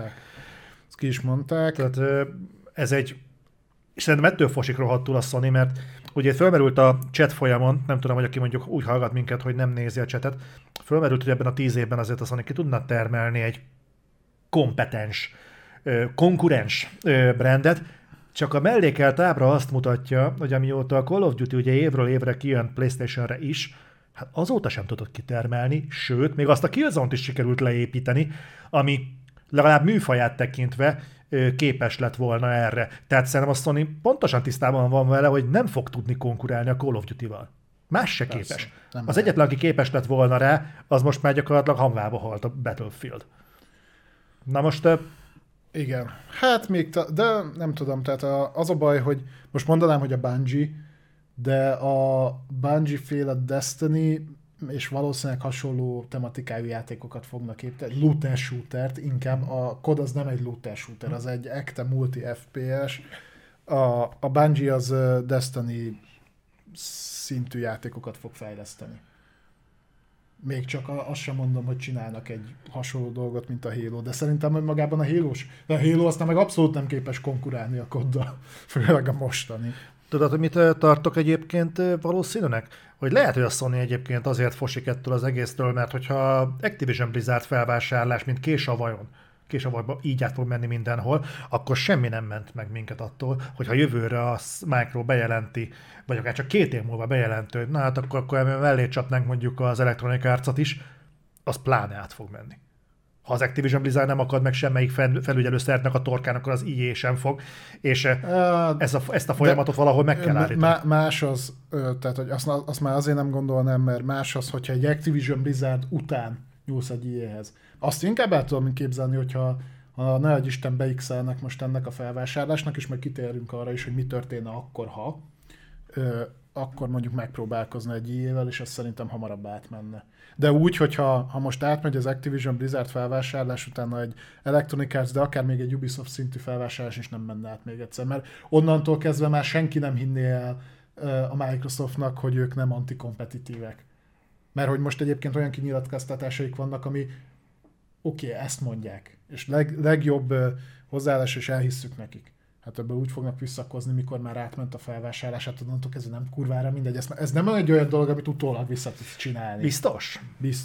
ki is mondták. Tehát ez egy, és szerintem ettől fosik rohadtul a Sony, mert ugye fölmerült a chat folyamon, nem tudom, hogy aki mondjuk úgy hallgat minket, hogy nem nézi a chatet, fölmerült, hogy ebben a 10 évben azért a Sony ki tudna termelni egy kompetens, konkurens brandet, csak a mellékelt ábra azt mutatja, hogy amióta a Call of Duty ugye évről évre kijön PlayStation-re is, hát azóta sem tudott kitermelni, sőt, még azt a Killzone-t is sikerült leépíteni, ami legalább műfaját tekintve képes lett volna erre. Tehát szerintem a Sony pontosan tisztában van vele, hogy nem fog tudni konkurálni a Call of Duty-val. Más se Persze, képes. Az egyetlen, aki képes lett volna rá, az most már gyakorlatilag hamvába halt a Battlefield. Na most... Igen. Hát még, de nem tudom, tehát az a baj, hogy most mondanám, hogy a Bungie, de a Bungie-féle Destiny és valószínűleg hasonló tematikájú játékokat fognak építeni. Looter shootert, inkább a COD az nem egy looter shooter, az egy ekte multi FPS. A Bungie az Destiny szintű játékokat fog fejleszteni. Még csak azt sem mondom, hogy csinálnak egy hasonló dolgot, mint a Halo, de szerintem magában de a Halo aztán meg abszolút nem képes konkurálni a COD-dal, főleg a mostani. Tudod, hogy mit tartok egyébként valószínűnek? Hogy lehet, hogy a Sony egyébként azért fosik ettől az egésztől, mert hogyha Activision Blizzard felvásárlás, mint késavajba így át fog menni mindenhol, akkor semmi nem ment meg minket attól, hogyha jövőre a Micro bejelenti, vagy akár csak 2 év múlva bejelenti, hogy na hát akkor mellé csapnánk mondjuk az Electronic Arts-ot is, az pláne át fog menni. Ha az Activision Blizzard nem akad meg semmelyik felügyelőszervnek a torkán, akkor az EA sem fog, és ezt a folyamatot valahol meg kell állítani. Más az, tehát hogy azt már azért nem gondolnám, mert más az, hogyha egy Activision Blizzard után nyúlsz egy EA-hez. Azt inkább el tudom képzelni, hogyha ne adj Isten beixelnek most ennek a felvásárlásnak, és meg kitérünk arra is, hogy mi történne akkor, akkor mondjuk megpróbálkozni egy EA-vel, és ez szerintem hamarabb átmenne. De úgy, hogyha most átmegy az Activision Blizzard felvásárlás, utána egy Electronic Arts, de akár még egy Ubisoft szintű felvásárlás is nem menne át még egyszer, mert onnantól kezdve már senki nem hinné el a Microsoftnak, hogy ők nem antikompetitívek. Mert hogy most egyébként olyan kinyilatkoztatásaik vannak, ami oké, ezt mondják, és legjobb hozzáállás, és elhisszük nekik. Hát ebből úgy fognak visszakozni, mikor már átment a felvásárlás, hát onnantól kezdve nem kurvára mindegy. Ez nem egy olyan dolog, amit utólag vissza tudsz csinálni. Biztos?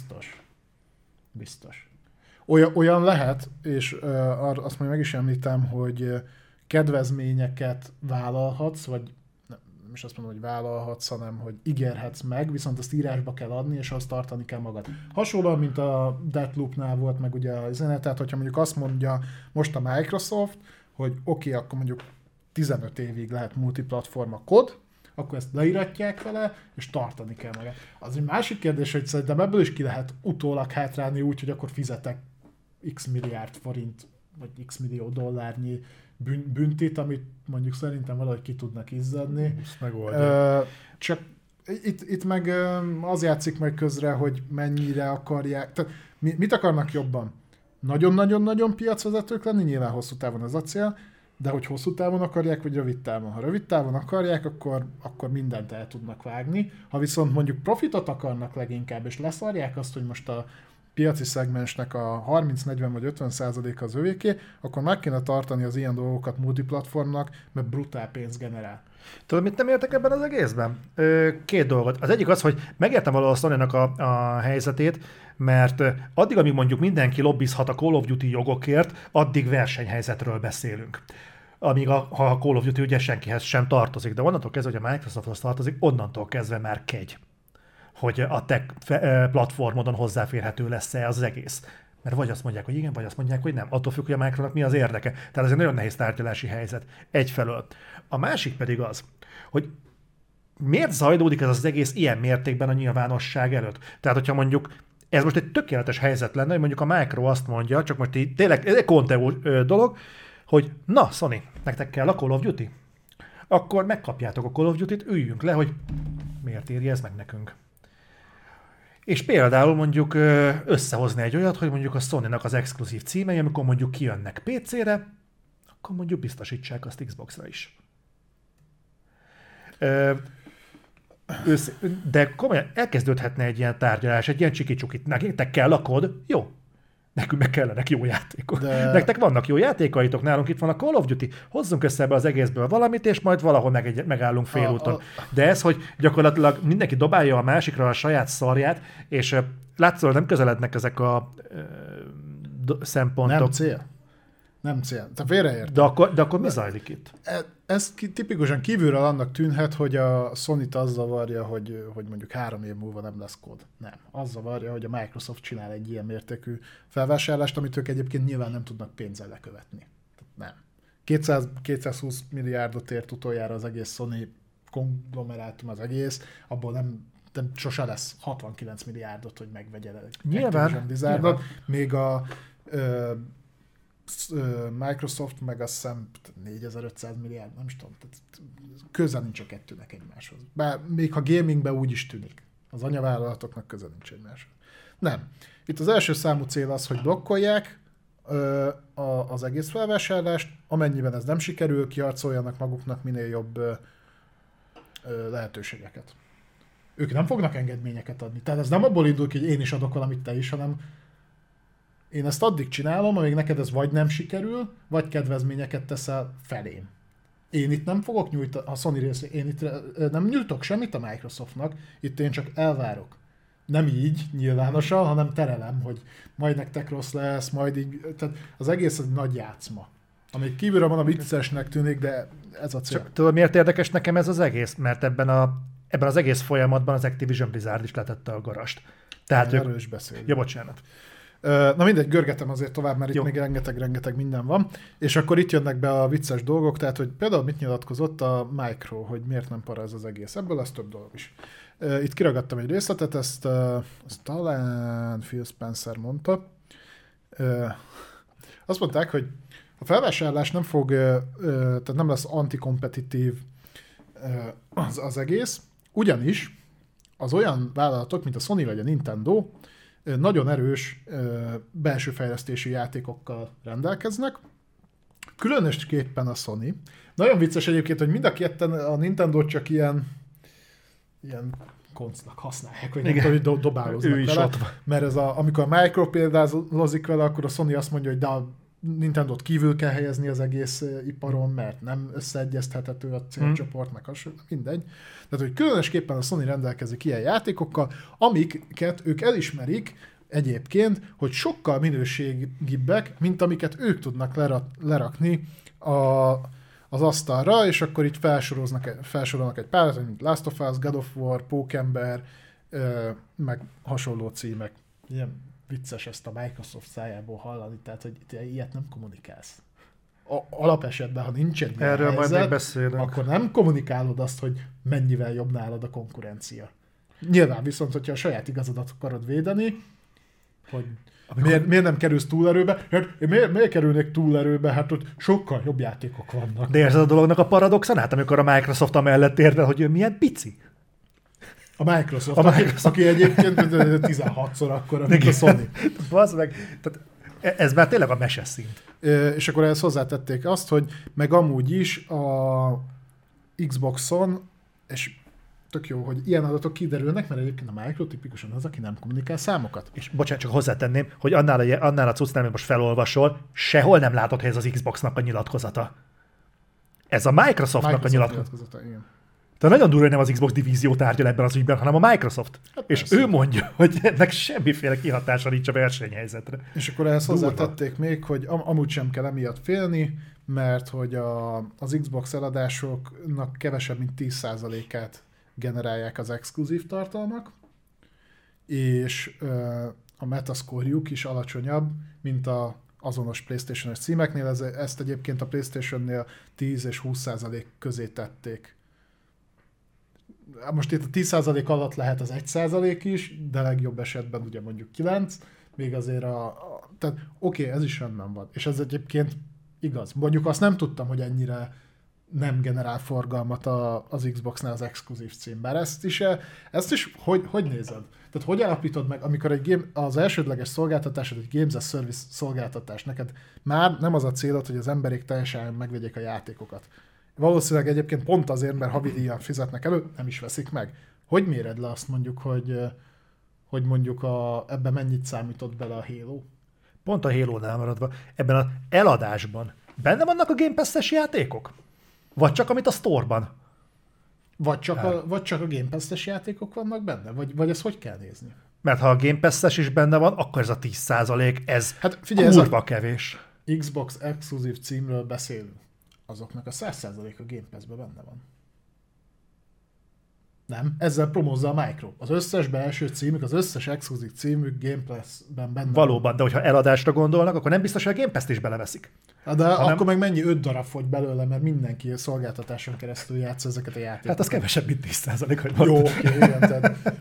Biztos. Olyan lehet, és azt majd meg is említem, hogy kedvezményeket vállalhatsz, vagy nem is azt mondom, hogy vállalhatsz, hanem hogy ígérhetsz meg, viszont azt írásba kell adni, és azt tartani kell magad. Hasonlóan, mint a Deathloopnál volt, meg ugye a zenet, tehát hogyha mondjuk azt mondja most a Microsoft, hogy oké, akkor mondjuk 15 évig lehet multiplatforma kod, akkor ezt leíratják vele, és tartani kell meg. Az egy másik kérdés, hogy szerintem ebből is ki lehet utólag hátrálni úgy, hogy akkor fizetek x milliárd forint, vagy x millió dollárnyi büntit, amit mondjuk szerintem valahogy ki tudnak izzadni. Csak itt meg az játszik meg közre, hogy mennyire akarják. Tehát mit akarnak jobban? Nagyon-nagyon-nagyon piacvezetők lenni, nyilván hosszú távon ez a cél, de hogy hosszú távon akarják, vagy rövid távon. Ha rövid távon akarják, akkor mindent el tudnak vágni. Ha viszont mondjuk profitot akarnak leginkább, és leszarják azt, hogy most a piaci szegmensnek a 30-40 vagy 50% az övéké, akkor meg kéne tartani az ilyen dolgokat multiplatformnak, mert brutál pénzt generál. Tudod, mit nem értek ebben az egészben? Két dolgot. Az egyik az, hogy megértem valahol Sony-nak a helyzetét, mert addig, amíg mondjuk mindenki lobbizhat a Call of Duty jogokért, addig versenyhelyzetről beszélünk. Amíg ha a Call of Duty ugye senkihez sem tartozik, de onnantól kezdve, hogy a Microsofthoz tartozik, onnantól kezdve már kegy, hogy a te platformodon hozzáférhető lesz-e az egész. Mert vagy azt mondják, hogy igen, vagy azt mondják, hogy nem. Attól függ, hogy a Microsoftnak mi az érdeke. Tehát ez egy nagyon nehéz tárgyalási helyzet. Egyfelől. A másik pedig az, hogy miért zajlódik ez az egész ilyen mértékben a nyilvánosság előtt? Tehát, hogyha mondjuk ez most egy tökéletes helyzet lenne, hogy mondjuk a Micro azt mondja, csak most így tényleg ez egy Conteo dolog, hogy na, Sony, nektek kell a Call of Duty? Akkor megkapjátok a Call of Duty-t, üljünk le, hogy miért írja ez meg nekünk. És például mondjuk összehozni egy olyat, hogy mondjuk a Sony-nak az exkluzív címei, amikor mondjuk kijönnek PC-re, akkor mondjuk biztosítsák azt Xbox-ra is. De komolyan elkezdődhetne egy ilyen tárgyalás, egy ilyen csiki-csukit. Nektek kell a kod? Jó. Nekünk meg kellenek jó játékok. De... Nektek vannak jó játékaitok, nálunk itt van a Call of Duty, hozzunk össze ebbe az egészből valamit, és majd valahol megállunk félúton. De ez, hogy gyakorlatilag mindenki dobálja a másikra a saját szarját, és látszólag nem közelednek ezek a szempontok. Nem cél. Te félreérted. De akkor mi zajlik itt? Ez tipikusan kívülről annak tűnhet, hogy a Sony-t az zavarja, hogy mondjuk 3 év múlva nem lesz kód. Nem. Az zavarja, hogy a Microsoft csinál egy ilyen mértékű felvásárlást, amit ők egyébként nyilván nem tudnak pénzzel lekövetni. Nem. 220 milliárdot ért utoljára az egész Sony konglomerátum az egész, abból nem sose lesz 69 milliárdot, hogy megvegye nyilván. Még a Microsoft meg azt hiszem 4500 milliárd, nem is tudom, tehát köze nincs a kettőnek egymáshoz. Bár még ha gamingben úgy is tűnik. Az anyavállalatoknak köze nincs egymáshoz. Nem. Itt az első számú cél az, hogy blokkolják az egész felvásárlást, amennyiben ez nem sikerül, kiharcoljanak maguknak minél jobb lehetőségeket. Ők nem fognak engedményeket adni. Tehát ez nem abból indul ki, hogy én is adok valamit, te is, hanem én ezt addig csinálom, amíg neked ez vagy nem sikerül, vagy kedvezményeket teszel felém. Én itt nem fogok nyújtani, a Sony részé, én itt nem nyújtok semmit a Microsoftnak, itt én csak elvárok. Nem így nyilvánosan, hanem terelem, hogy majd nektek rossz lesz, majd így, tehát az egész egy nagy játszma. Amíg kívülről van a viccesnek tűnik, de ez a cél. Csak tudod, miért érdekes nekem ez az egész? Mert ebben az egész folyamatban az Activision Blizzard is letette a garast. Tehát erről is beszéljünk. Ja, bocsánat. Na mindegy, görgetem azért tovább, mert itt még rengeteg minden van. És akkor itt jönnek be a vicces dolgok, tehát hogy például mit nyilatkozott a Micro, hogy miért nem para ez az egész. Ebből lesz több dolog is. Itt kiragadtam egy részletet, ezt talán Phil Spencer mondta. Azt mondták, hogy a felvásárlás nem fog, tehát nem lesz antikompetitív az egész, ugyanis az olyan vállalatok, mint a Sony vagy a Nintendo, nagyon erős belső fejlesztési játékokkal rendelkeznek, különösképpen a Sony. Nagyon vicces egyébként, hogy mind a ketten a Nintendo csak ilyen koncnak használják, hogy nem tudom, hogy dobáloznak vele. Mert amikor a Micro példálozik vele, akkor a Sony azt mondja, hogy de Nintendót kívül kell helyezni az egész iparon, mert nem összeegyeztethető a célcsoport, meg hasonló, mindegy. Tehát, hogy különösképpen a Sony rendelkezik ilyen játékokkal, amiket ők elismerik egyébként, hogy sokkal minőségibbek, mint amiket ők tudnak lerakni az asztalra, és akkor itt felsorolnak egy párat, mint Last of Us, God of War, Pókember, meg hasonló címek. Ilyen vicces ezt a Microsoft szájából hallani, tehát hogy te ilyet nem kommunikálsz. Alapesetben, ha nincs egy erről helyzet, majd még beszélünk, akkor nem kommunikálod azt, hogy mennyivel jobb nálad a konkurencia. Nyilván viszont, hogyha a saját igazadat akarod védeni, hogy miért nem kerülsz túlerőbe? Hát, miért kerülnék túlerőbe? Hát ott sokkal jobb játékok vannak. De érzed a dolognak a paradoxonát, amikor a Microsoft amellett érvel, hogy ő milyen pici? A Microsoft, aki egyébként 16-szor akkora, mint a Sony. Bazd meg, tehát ez már tényleg a mese szint. És akkor ehhez hozzátették azt, hogy meg amúgy is a Xboxon, és tök jó, hogy ilyen adatok kiderülnek, mert egyébként a Micro tipikusan az, aki nem kommunikál számokat. És bocsánat, csak hozzátenném, hogy annál a cuccnál, amit most felolvasol, sehol nem látod, hogy ez az Xboxnak a nyilatkozata. Ez a Microsoftnak a nyilatkozata. Igen. Tehát nagyon durva, hogy nem az Xbox divízió tárgyal ebben az ügyben, hanem a Microsoft. Hát és persze. Ő mondja, hogy ennek semmiféle kihatása nincs a versenyhelyzetre. És akkor ehhez hozzátették még, hogy amúgy sem kell emiatt félni, mert hogy az Xbox eladásoknak kevesebb, mint 10%-át generálják az exkluzív tartalmak, és a metascore-juk is alacsonyabb, mint az azonos PlayStation-es címeknél. Ezt egyébként a PlayStation-nél 10 és 20% közé tették. Most itt a 10% alatt lehet az 1% is, de legjobb esetben ugye mondjuk 9, még azért tehát oké, ez is rendben van. És ez egyébként igaz. Mondjuk azt nem tudtam, hogy ennyire nem generál forgalmat az Xboxnál az exkluzív cím. Bár ezt is hogy nézed? Tehát hogy állapítod meg, amikor az elsődleges szolgáltatásod egy Games as Service szolgáltatás, neked már nem az a célod, hogy az emberek teljesen megvegyék a játékokat. Valószínűleg egyébként pont azért, mert havidíjan fizetnek elő, nem is veszik meg. Hogy méred le azt mondjuk, hogy mondjuk ebben mennyit számított bele a Halo? Pont a Halo-nál maradva, ebben az eladásban benne vannak a Game Pass-es játékok? Vagy csak amit a store-ban? Vagy csak a Game Pass-es játékok vannak benne? Vagy ezt hogy kell nézni? Mert ha a Game Pass-es is benne van, akkor ez a 10% ez hát figyelj, kurva kevés. Xbox exkluzív címről beszélünk. Azoknak a 100% a Game Pass-ben benne van. Nem? Ezzel promózza a Micro. Az összes belső címük, az összes exkluzív címük Game Pass-ben benne valóban, van. De hogyha eladásra gondolnak, akkor nem biztos, hogy a Game Pass-t is beleveszik. De akkor meg mennyi 5 darab fogy belőle, mert mindenki a szolgáltatáson keresztül játsza ezeket a játékokat. Hát az kevesebb, mint 10%, hogy mondtad. Jó, oké, igen, tehát...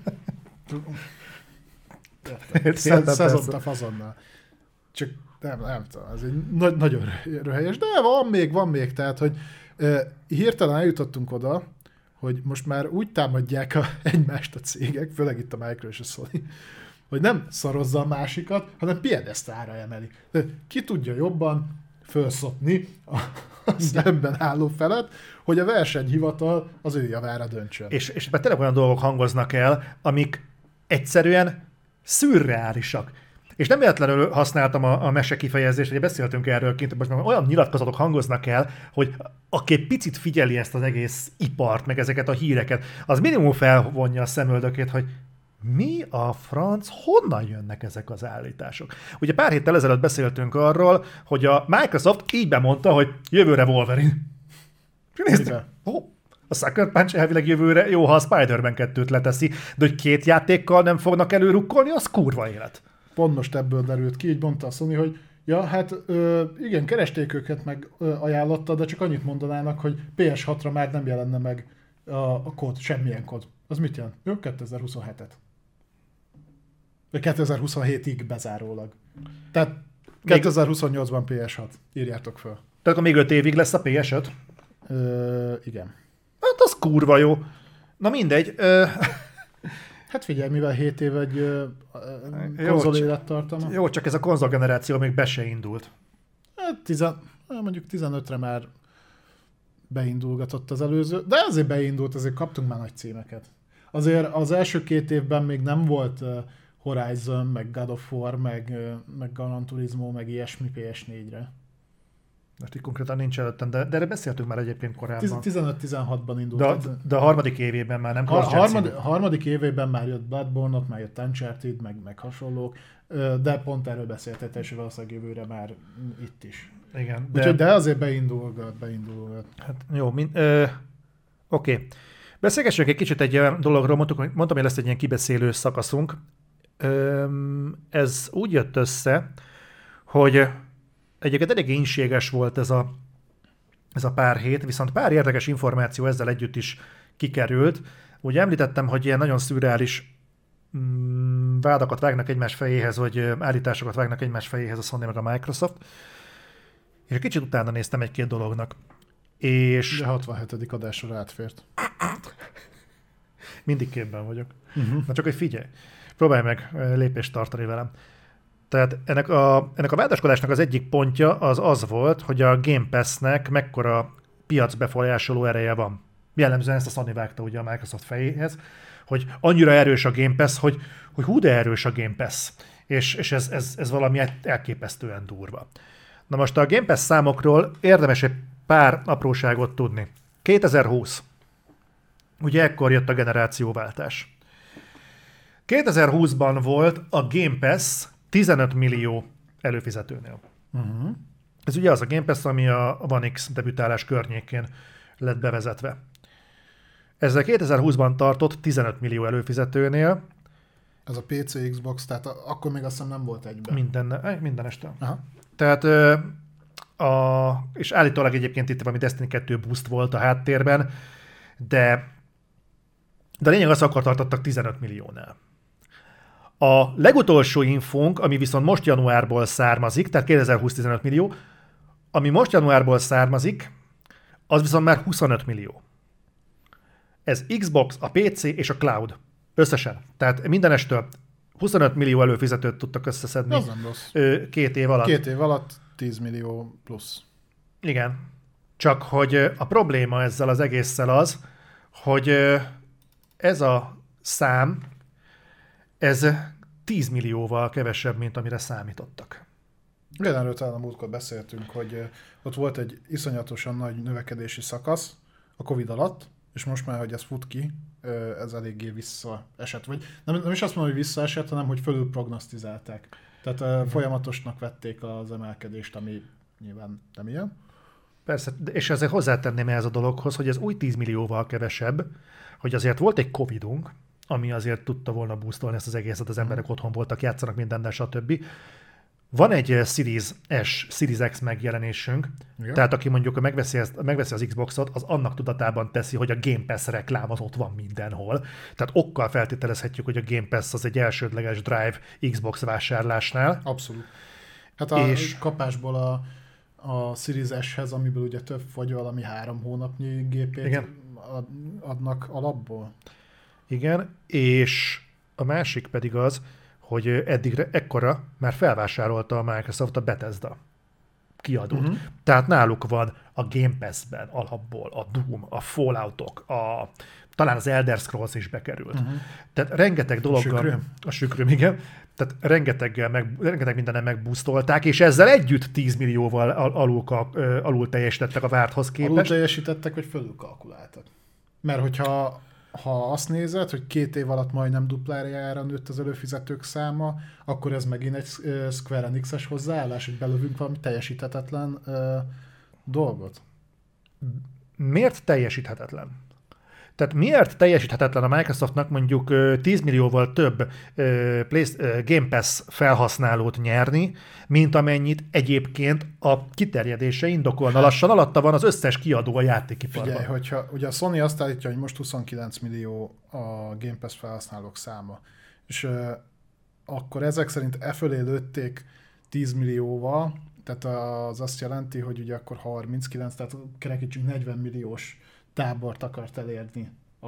Szezont a fazonnal. Csak nem tudom, ez egy nagyon röhelyes, de van még, tehát, hogy hirtelen eljutottunk oda, hogy most már úgy támadják egymást a cégek, főleg itt a Micro és a Sony, hogy nem szarozza a másikat, hanem piedesztára emeli. De ki tudja jobban felszopni a szemben álló felet, hogy a versenyhivatal az ő javára döntsön. És tényleg olyan dolgok hangoznak el, amik egyszerűen szürreálisak. És nem véletlenül használtam a mese kifejezést, hogy beszéltünk erről kint, most már olyan nyilatkozatok hangoznak el, hogy aki egy picit figyeli ezt az egész ipart, meg ezeket a híreket, az minimum felvonja a szemöldökét, hogy mi a franc, honnan jönnek ezek az állítások? Ugye pár héttel ezelőtt beszéltünk arról, hogy a Microsoft így bemondta, hogy jövőre Wolverine. A Sucker Punch elvileg jövőre jó, ha a Spider-Man 2-t leteszi, de hogy 2 játékkal nem fognak előrukkolni, az kurva élet. Pont most ebből derült ki, így mondta a Sony, hogy ja, hát igen, keresték őket meg ajánlotta, de csak annyit mondanának, hogy PS6-ra már nem jelenne meg a kód, semmilyen kód. Az mit jelent? Jó, 2027-et. Vagy 2027-ig bezárólag. Tehát 2028-ban PS6. Írjátok föl. Tehát akkor még 5 évig lesz a PS5? Igen. Hát az kurva jó. Na mindegy. Hát figyelj, mivel 7 év egy konzol élettartama. Jó, csak ez a konzolgeneráció még be se indult. Hát mondjuk 15-re már beindulgatott az előző, de azért beindult, azért kaptunk már nagy címeket. Azért az első 2 évben még nem volt, Horizon, meg God of War, meg Gran Turismo, meg ilyesmi PS4-re. Most így konkrétan nincs előttem, de erre beszéltünk már egyébként korábban. 15-16-ban indult. De a harmadik évében már nem harmadik évében már jött Bloodborne, már jött Uncharted, meg hasonlók, de pont erről beszéltél, és valószínűleg jövőre már itt is. Igen. De azért beindulgat. Hát jó, oké. Beszélgessünk egy kicsit egy olyan dologról, mondtam, hogy lesz egy ilyen kibeszélő szakaszunk. Ez úgy jött össze, hogy egyébként elég ínséges volt ez a pár hét, viszont pár érdekes információ ezzel együtt is kikerült. Ugye említettem, hogy ilyen nagyon szürreális vádakat vágnak egymás fejéhez, vagy állításokat vágnak egymás fejéhez a Sony meg a Microsoft. És egy kicsit utána néztem egy-két dolognak. És... De 67. adásra átfért. Mindig képben vagyok. Na csak hogy figyelj, próbálj meg lépést tartani velem. Tehát ennek a vádaskodásnak az egyik pontja az volt, hogy a Game Pass-nek mekkora piacbefolyásoló ereje van. Jellemzően ezt a Sony vágta ugye a Microsoft fejéhez, hogy annyira erős a Game Pass, hogy hú de erős a Game Pass. És ez valami elképesztően durva. Na most a Game Pass számokról érdemes egy pár apróságot tudni. 2020. Ugye ekkor jött a generációváltás. 2020-ban volt a Game Pass 15 millió előfizetőnél. Ez ugye az a Game Pass, ami a One X debütálás környékén lett bevezetve. Ezzel 2020-ban tartott 15 millió előfizetőnél. Ez a PC, Xbox, tehát akkor még azt hiszem nem volt egyben. Minden este. Aha. Tehát és állítólag egyébként itt valami Destiny 2 boost volt a háttérben, de a lényeg az, akkor tartottak 15 milliónál. A legutolsó infónk, ami viszont most januárból származik, tehát 2020 15 millió, ami most januárból származik, az viszont már 25 millió. Ez Xbox, a PC és a Cloud. Összesen. Tehát mindenestől 25 millió előfizetőt tudtak összeszedni. Az nem rossz. 2 év alatt. 2 év alatt 10 millió plusz. Igen. Csak hogy a probléma ezzel az egésszel az, hogy ez a szám, ez 10 millióval kevesebb, mint amire számítottak. Ugyanerről talán a múltkor beszéltünk, hogy ott volt egy iszonyatosan nagy növekedési szakasz a Covid alatt, és most már, hogy ez fut ki, ez eléggé visszaesett. Vagy nem is azt mondom, hogy visszaesett, hanem hogy fölül prognosztizálták. Tehát folyamatosnak vették az emelkedést, ami nyilván nem ilyen. Persze, és azért hozzátenném ehhez a dologhoz, hogy ez új 10 millióval kevesebb, hogy azért volt egy Covidunk, ami azért tudta volna boostolni ezt az egészet, az emberek otthon voltak, játszanak mindennel, stb. Van egy Series S, Series X megjelenésünk, igen. Tehát aki mondjuk megveszi az Xboxot, az annak tudatában teszi, hogy a Game Pass reklám az ott van mindenhol. Tehát okkal feltételezhetjük, hogy a Game Pass az egy elsődleges drive Xbox vásárlásnál. Abszolút. Hát kapásból a Series S-hez, amiből ugye több vagy valami 3 hónapnyi gépét adnak alapból. Igen, és a másik pedig az, hogy eddigre ekkora már felvásárolta a Microsoft a Bethesda kiadót. Tehát náluk van a Game Pass-ben alapból a Doom, a Falloutok, talán az Elder Scrolls is bekerült. Tehát rengeteg dologgal... A Sükrüm, igen. Tehát rengeteg mindenen megbusztolták, és ezzel együtt 10 millióval alul teljesítettek a várthoz képest. Alul teljesítettek, vagy fölül kalkuláltak? Mert hogyha azt nézed, hogy 2 év alatt majdnem duplájára nőtt az előfizetők száma, akkor ez megint egy Square Enix-es hozzáállás, hogy belövünk valami teljesíthetetlen dolgot. Miért teljesíthetetlen? Tehát miért teljesíthetetlen a Microsoftnak mondjuk 10 millióval több Game Pass felhasználót nyerni, mint amennyit egyébként a kiterjedése indokolna. Lassan alatta van az összes kiadó a játékiparban. Figyelj, hogyha ugye a Sony azt állítja, hogy most 29 millió a Game Pass felhasználók száma, és akkor ezek szerint fölé lőtték 10 millióval, tehát az azt jelenti, hogy ugye akkor 39, tehát kerekítsünk 40 milliós tábort akart elérni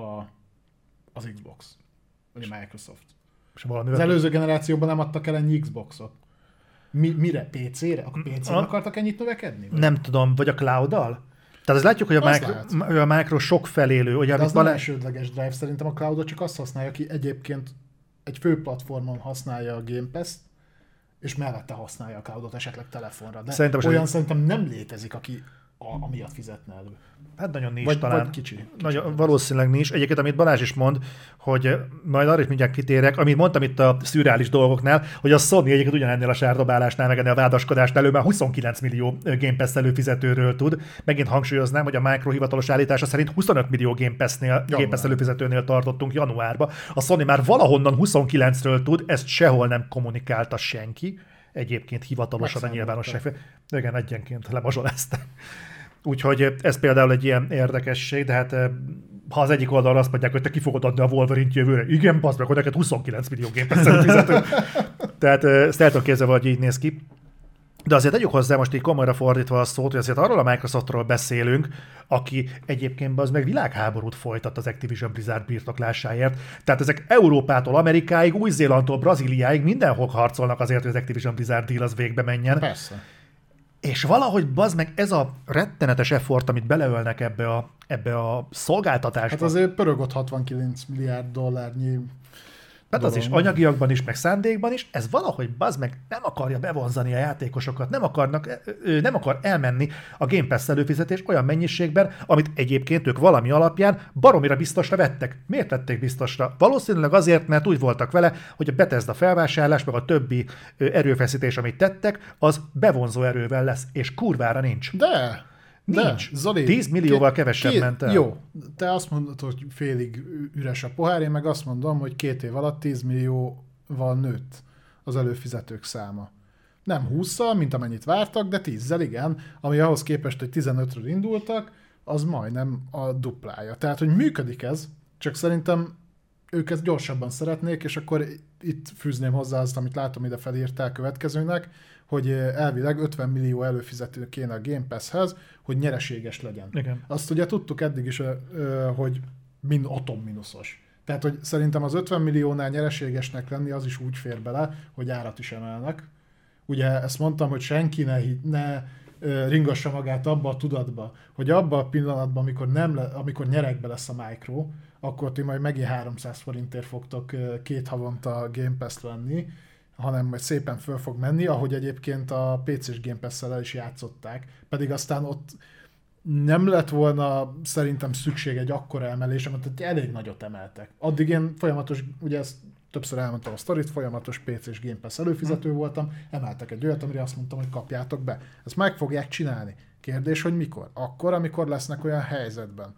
az Xbox, vagy a Microsoft. Az előző generációban nem adtak el ennyi Xboxot. Mire? PC-re? Akkor PC-re akartak ennyit növekedni? Vagy? Nem tudom, vagy a Cloud-dal? Tehát azt látjuk, hogy a Micro sok felélő. Ugye, de az nem elsődleges drive, szerintem a Cloud-ot csak azt használja, aki egyébként egy fő platformon használja a Game Pass-t, és mellette használja a cloudot esetleg telefonra. De szerintem nem létezik, aki amiatt fizetne elő. Hát nagyon nincs vagy, talán. Vagy kicsi nagyon, valószínűleg nincs. Egyébként, amit Balázs is mond, hogy majd arra is mindjárt kitérek, amit mondtam itt a szürreális dolgoknál, hogy a Sony egyébként ugyanennél a sárdobálásnál, meg ennél a vádaskodásnál elő már 29 millió Game Pass előfizetőről tud. Megint hangsúlyoznám, hogy a Micro hivatalos állítása szerint 25 millió Game Pass előfizetőnél tartottunk januárban. A Sony már valahonnan 29-ről tud, ezt sehol nem kommunikálta senki. Egyébként hivatalosan a nyilvánosság. Igen, egyenként lemazsolázták. Úgyhogy ez például egy ilyen érdekesség, de hát ha az egyik oldalra azt mondják, hogy te ki fogod adni a Wolverine-t jövőre, igen, bazd meg, hogy neked 29 millió Game Pass előfizető. Tehát ezt el tudom képzelni, hogy így néz ki. De azért tegyük hozzá most így komolyra fordítva a szót, hogy azért arról a Microsoftról beszélünk, aki egyébként az meg világháborút folytat az Activision Blizzard birtoklásáért. Tehát ezek Európától Amerikáig, Új-Zélandtól Brazíliáig mindenhol harcolnak azért, hogy az Activision Blizzard deal az végbe menjen. Persze. És valahogy bazd meg ez a rettenetes effort, amit beleölnek ebbe a szolgáltatásba. Hát azért pörög ott 69 milliárd dollárnyi. Hát az is anyagiakban is, meg szándékban is, ez valahogy bazd meg nem akarja bevonzani a játékosokat, nem akar elmenni a Game Pass előfizetés olyan mennyiségben, amit egyébként ők valami alapján baromira biztosra vettek. Miért vették biztosra? Valószínűleg azért, mert úgy voltak vele, hogy a Bethesda felvásárlás, meg a többi erőfeszítés, amit tettek, az bevonzó erővel lesz, és kurvára nincs. Nincs. Zoli, 10 millióval kevesebb ment el. Jó, te azt mondod, hogy félig üres a pohár, én meg azt mondom, hogy 2 év alatt 10 millióval nőtt az előfizetők száma. Nem 20-szal, mint amennyit vártak, de 10-zel igen, ami ahhoz képest, hogy 15-ről indultak, az majdnem a duplája. Tehát, hogy működik ez, csak szerintem ők ezt gyorsabban szeretnék, és akkor itt fűzném hozzá azt, amit látom, ide felírtál következőnek, hogy elvileg 50 millió előfizető kéne a Game Pass-hez, hogy nyereséges legyen. Igen. Azt ugye tudtuk eddig is, hogy atomminuszos. Tehát, hogy szerintem az 50 milliónál nyereségesnek lenni az is úgy fér bele, hogy árat is emelnek. Ugye ezt mondtam, hogy senki ne ringassa magát abba a tudatba, hogy abba a pillanatban, amikor nyerekbe lesz a Micro, akkor ti majd megint 300 forintért fogtok 2 havonta Game Pass-t venni, hanem majd szépen föl fog menni, ahogy egyébként a PC-s Game Pass-szel is játszották, pedig aztán ott nem lett volna szerintem szükség egy akkora emelésre, mert elég nagyot emeltek. Addig én folyamatos, ugye ezt többször elmondtam a sztorit, folyamatos PC-s Game Pass előfizető voltam, emeltek egy olyat, amire azt mondtam, hogy kapjátok be. Ezt meg fogják csinálni. Kérdés, hogy mikor? Akkor, amikor lesznek olyan helyzetben.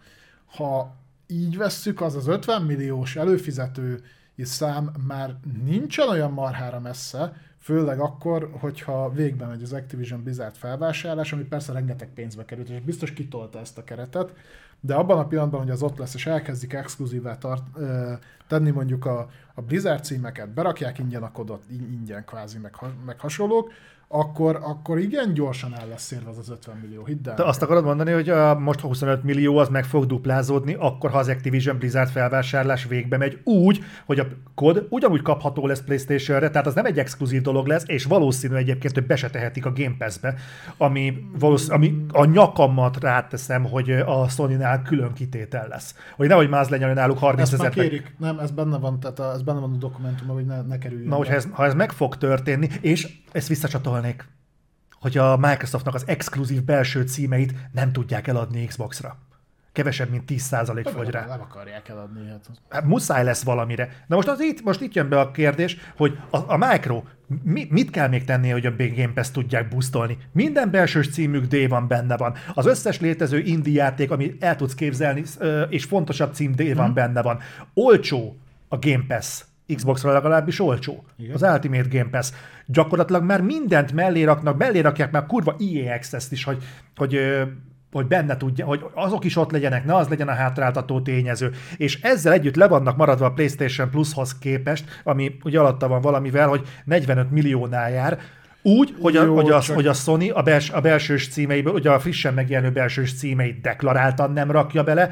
Ha így vesszük, az 50 milliós előfizető szám már nincsen olyan marhára messze, főleg akkor, hogyha végbe megy az Activision Blizzard felvásárlás, ami persze rengeteg pénzbe került, és biztos kitolta ezt a keretet, de abban a pillanatban, hogy az ott lesz, és elkezdik exkluzívá tenni mondjuk a Blizzard címeket, berakják ingyen a kodot, ingyen kvázi, meg hasonlók, akkor igen gyorsan el lesz érve az 50 millió, hidd el. De azt akarod mondani, hogy most a 25 millió az meg fog duplázódni, akkor ha az Activision Blizzard felvásárlás végbe megy úgy, hogy a kod ugyanúgy kapható lesz PlayStation-re, tehát az nem egy exkluzív dolog lesz, és valószínű egyébként, hogy be se tehetik a Game Pass-be, ami a nyakamat ráteszem, hogy a Sony-nál külön kitétel lesz. Hogy nehogy más legyen, hogy náluk 30 000. Ezt már kérik, nem, ez benne van, tehát ez benne van a dokumentumban, hogy ne kerüljön. Na, ha ez meg fog történni, és ezt visszacsatolnék, hogy a Microsoftnak az exkluzív belső címeit nem tudják eladni Xbox-ra. Kevesebb, mint 10% fogy rá. Nem akarják eladni. Hát muszáj lesz valamire. Na most itt jön be a kérdés, hogy a Micro mit kell még tennie, hogy a Game Pass tudják boostolni? Minden belsős címük D van benne van. Az összes létező indie játék, amit el tudsz képzelni, és fontosabb cím D van benne van. Olcsó a Game Pass. Xbox-ra legalábbis olcsó. Igen. Az Ultimate Game Pass. Gyakorlatilag már mindent mellé rakják már kurva EA Access-t is, hogy benne tudja, hogy azok is ott legyenek, ne az legyen a hátráltató tényező. És ezzel együtt le vannak maradva a PlayStation Plus-hoz képest, ami ugye alatta van valamivel, hogy 45 milliónál jár, úgy, hogy a Sony a belsős címeiből, ugye a frissen megjelenő belsős címeit deklaráltan nem rakja bele,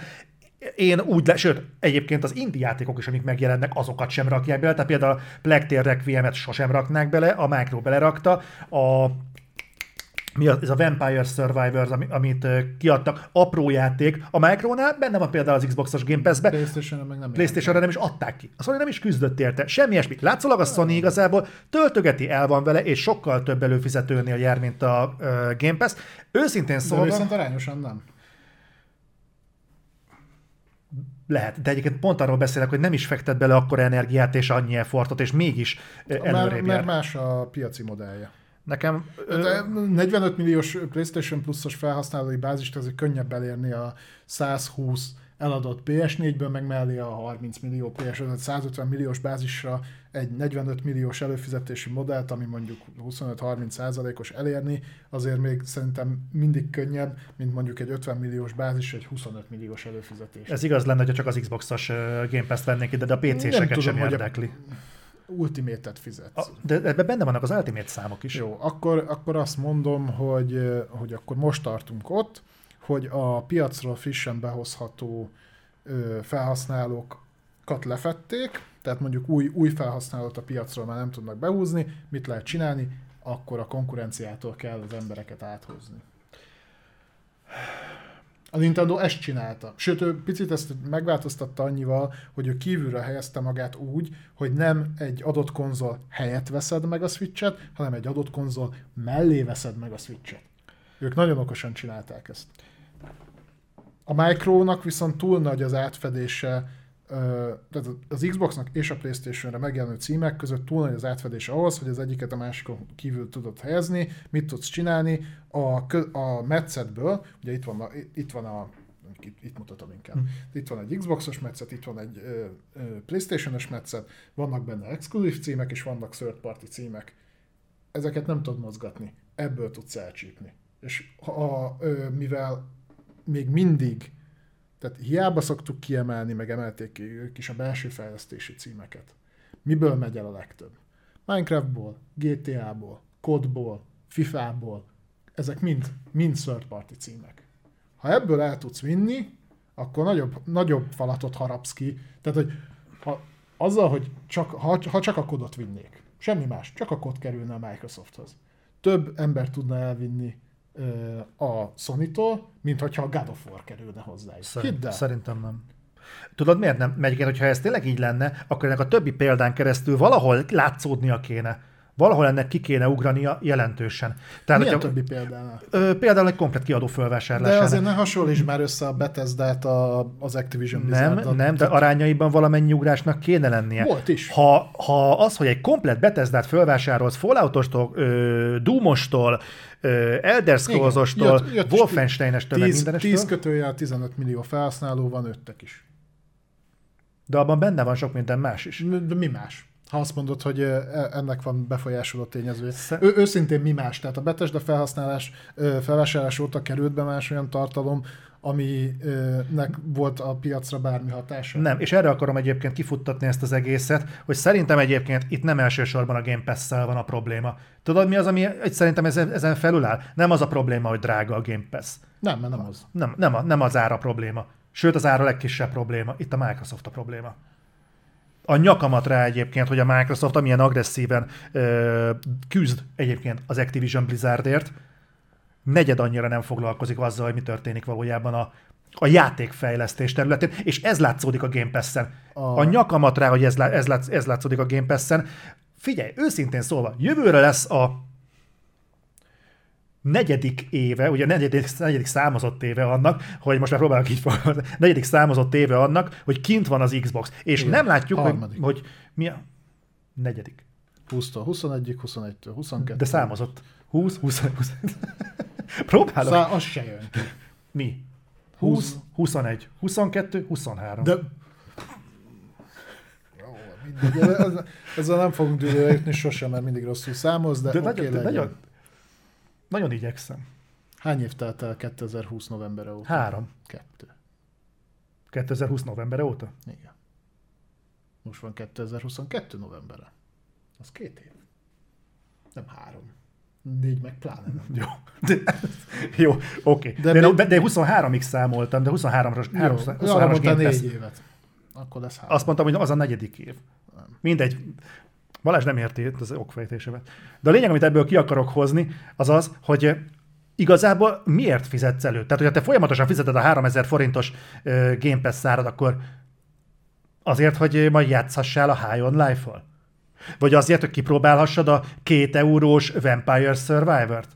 sőt, egyébként az indie játékok is, amik megjelennek, azokat sem rakják bele, tehát például a Plague Tale Requiem-et sosem raknák bele, a Micro belerakta, ez a Vampire Survivors, amit kiadtak, apró játék. A Micronál benne van például az Xbox-os Game Pass-be. PlayStation-re nem is adták ki. A Sony nem is küzdött érte. Semmi ilyesmi. Látszólag a Sony igazából töltögeti, el van vele, és sokkal több előfizetőnél jár, mint a Game Pass. Őszintén szólva... De viszont arányosan nem. Lehet, de egyébként pont arról beszélek, hogy nem is fektet bele akkora energiát és annyi effortot, és mégis előrébb Mert más a piaci modellje. Nekem... 45 milliós PlayStation Plus-os felhasználói bázist azért könnyebb elérni a 120 eladott PS4-ből, meg mellé a 30 millió PS5, 150 milliós bázisra egy 45 milliós előfizetési modellt, ami mondjuk 25-30%-os elérni, azért még szerintem mindig könnyebb, mint mondjuk egy 50 milliós bázis, egy 25 milliós előfizetés. Ez igaz lenne, hogyha csak az Xbox-os Game Pass-t vennék ide, de a PC-seket sem érdekli. Ultimate-et fizetsz. De ebben benne vannak az Ultimate számok is. Jó, akkor azt mondom, hogy akkor most tartunk ott, hogy a piacról frissen behozható felhasználókat lefették, tehát mondjuk új felhasználót a piacról már nem tudnak behúzni, mit lehet csinálni, akkor a konkurenciától kell az embereket áthozni. A Nintendo ezt csinálta. Sőt, ő picit ezt megváltoztatta annyival, hogy ő kívülre helyezte magát úgy, hogy nem egy adott konzol helyett veszed meg a Switch-et, hanem egy adott konzol mellé veszed meg a Switch-et. Ők nagyon okosan csinálták ezt. A Micronak viszont túl nagy az átfedése, tehát az Xboxnak és a PlayStation-re megjelenő címek között túl nagy az átfedése ahhoz, hogy az egyiket a másikon kívül tudod helyezni, mit tudsz csinálni. A Metszedből, ugye itt mutatom inkább. Itt van egy Xboxos Metszet, itt van egy PlayStation-os Metszet, vannak benne exkluzív címek, és vannak third party címek. Ezeket nem tudod mozgatni, ebből tudsz elcsípni. És mivel még mindig, tehát hiába szoktuk kiemelni, meg emelték ki ők is a belső fejlesztési címeket. Miből megy el a legtöbb? Minecraftból, GTA-ból, COD-ból, FIFA-ból, ezek mind third party címek. Ha ebből el tudsz vinni, akkor nagyobb falatot harapsz ki. Tehát, hogy azzal, hogy ha csak a kodot vinnék, semmi más, csak a kod kerülne a Microsofthoz. Több ember tudna elvinni a Sony-tól, mint hogyha a God of War kerülne hozzájuk. Hidd el. Szerintem nem. Tudod miért nem? Mert igen, hogyha ez tényleg így lenne, akkor ennek a többi példán keresztül valahol látszódnia kéne. Valahol ennek ki kéne ugrania jelentősen. Tehát, milyen többi példánál? Például egy komplet kiadó fölvásárlására. De azért ne hasonlíts már össze a Bethesda-t az Activision Blizzard-dal. Nem, de arányaiban valamennyi ugrásnak kéne lennie. Volt is. Ha az, hogy egy komplet Bethesda-t fölvásárolsz Falloutostól, Doomostól, Elder Scrolls-ostól, Wolfenstein-estől, meg mindenestől. 10 15 millió felhasználó van, 5 is. De abban benne van sok minden más is. De mi más? Ha azt mondod, hogy ennek van befolyásoló tényezője. Őszintén mi más? Tehát a Bethesda felvásárlás óta került be más olyan tartalom, aminek volt a piacra bármi hatása? Nem, és erre akarom egyébként kifuttatni ezt az egészet, hogy szerintem egyébként itt nem elsősorban a Game Pass-szel van a probléma. Tudod, mi az, ami szerintem ezen felüláll? Nem az a probléma, hogy drága a Game Pass. Nem, mert nem az. Nem az ára probléma. Sőt, az ára a legkisebb probléma. Itt a Microsoft a probléma. A nyakamat rá egyébként, hogy a Microsoft amilyen agresszíven küzd egyébként az Activision Blizzardért, negyed annyira nem foglalkozik azzal, hogy mi történik valójában a játékfejlesztés területén, és ez látszódik a Game Pass-en. A nyakamat rá, hogy ez látszódik a Game Pass-en. Figyelj, őszintén szólva, jövőre lesz a negyedik éve, ugye negyedik számozott éve annak, hogy most már próbálok így fogalmazni, negyedik számozott éve annak, hogy kint van az Xbox. És igen, nem látjuk, hogy mi a negyedik. 20-tól 21-ig, 21-től 22. De számozott. 20. Próbálok. Az se jön ki. Mi? 20, 21, 22, 23. De... Ezzel nem fogunk dűlőre jutni sosem, mert mindig rosszul számolsz, de oké, legyen. Nagyon igyekszem. Hány év telt el 2020 novembere óta? 3. 2. 2020 novembere óta? Igen. Most van 2022 novembere. Az 2 év. Nem 3. 4 meg pláne nem. Jó. Jó, oké. De 23-ig számoltam, de 23-ras mondta 4 évet. Akkor lesz 3. Azt mondtam, hogy az a negyedik év. Nem. Mindegy. Balázs nem érti az okfejtésemet. De a lényeg, amit ebből ki akarok hozni, az az, hogy igazából miért fizetsz elő? Tehát, hogyha te folyamatosan fizeted a 3000 forintos Game Pass árat, akkor azért, hogy majd játszhassál a High on Life-val? Vagy azért, hogy kipróbálhassad a 2 eurós Vampire Survivor-t?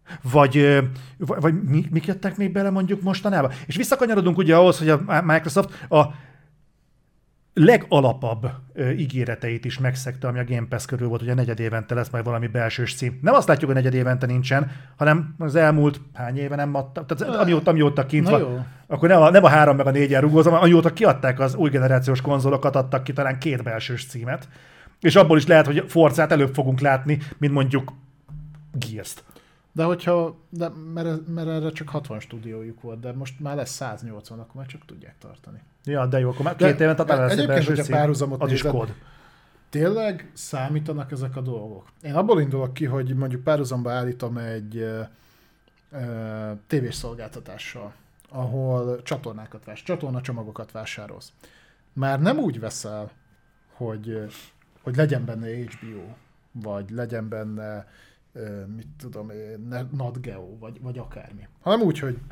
Vagy mik jöttek még bele mondjuk mostanában? És visszakanyarodunk ugye ahhoz, hogy a Microsoft a legalapabb ígéreteit is megszegte, ami a Game Pass körül volt, hogy a negyedévente lesz majd valami belsős cím. Nem azt látjuk, hogy negyedévente nincsen, hanem az elmúlt hány éve nem adtak. Tehát amióta kint van, akkor nem a 3 meg a 4-en rugózom, amióta kiadták az új generációs konzolokat, adtak ki talán 2 belsős címet. És abból is lehet, hogy Forzát előbb fogunk látni, mint mondjuk Gears-t. De mert erre csak 60 stúdiójuk volt, de most már lesz 180, akkor már csak tudják tartani. Ja, de jó, akkor már 2 éven talán lesz egy belső cím, párhuzamot az is kód. Tényleg számítanak ezek a dolgok? Én abból indulok ki, hogy mondjuk párhuzamba állítom egy tévés szolgáltatással, ahol csatornacsomagokat vásárolsz. Már nem úgy veszel, hogy legyen benne HBO, vagy legyen benne mit tudom én, Nat Geo, vagy akármi. Hanem úgy, hogy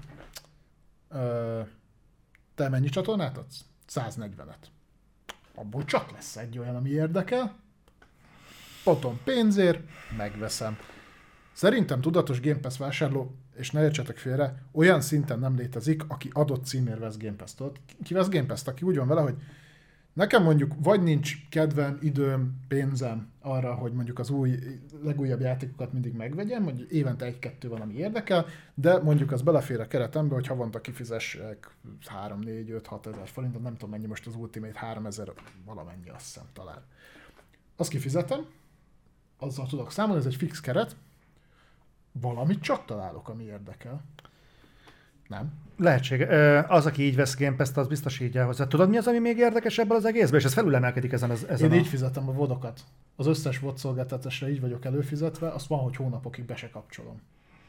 te mennyi csatornát adsz? 140-et. Abból csak lesz egy olyan, ami érdekel. Potom pénzért, megveszem. Szerintem tudatos Game Pass vásárló, és ne értsetek félre, olyan szinten nem létezik, aki adott címért vesz Game Pass-t. Ki vesz Game Pass-t, aki úgy van vele, hogy nekem mondjuk vagy nincs kedvem, időm, pénzem arra, hogy mondjuk az legújabb játékokat mindig megvegyem, mondjuk évente 1-2 van, ami érdekel, de mondjuk az belefér a keretembe, hogy havonta kifizessek 3, 4, 5, 6 ezer forintot, nem tudom mennyi most az Ultimate, 3000 valamennyi, azt hiszem talán. Azt kifizetem, azzal tudok számolni, ez egy fix keret, valamit csak találok, ami érdekel. Nem? Lehetség. Az, aki így vesz Game Pass-t, az biztos így áll hozzá. Tudod, mi az, ami még érdekes ebből az egészben? És ez felülemelkedik ezen Én így fizetem a vodokat. Az összes VOD szolgáltatásra így vagyok előfizetve, azt van, hogy hónapokig be se kapcsolom.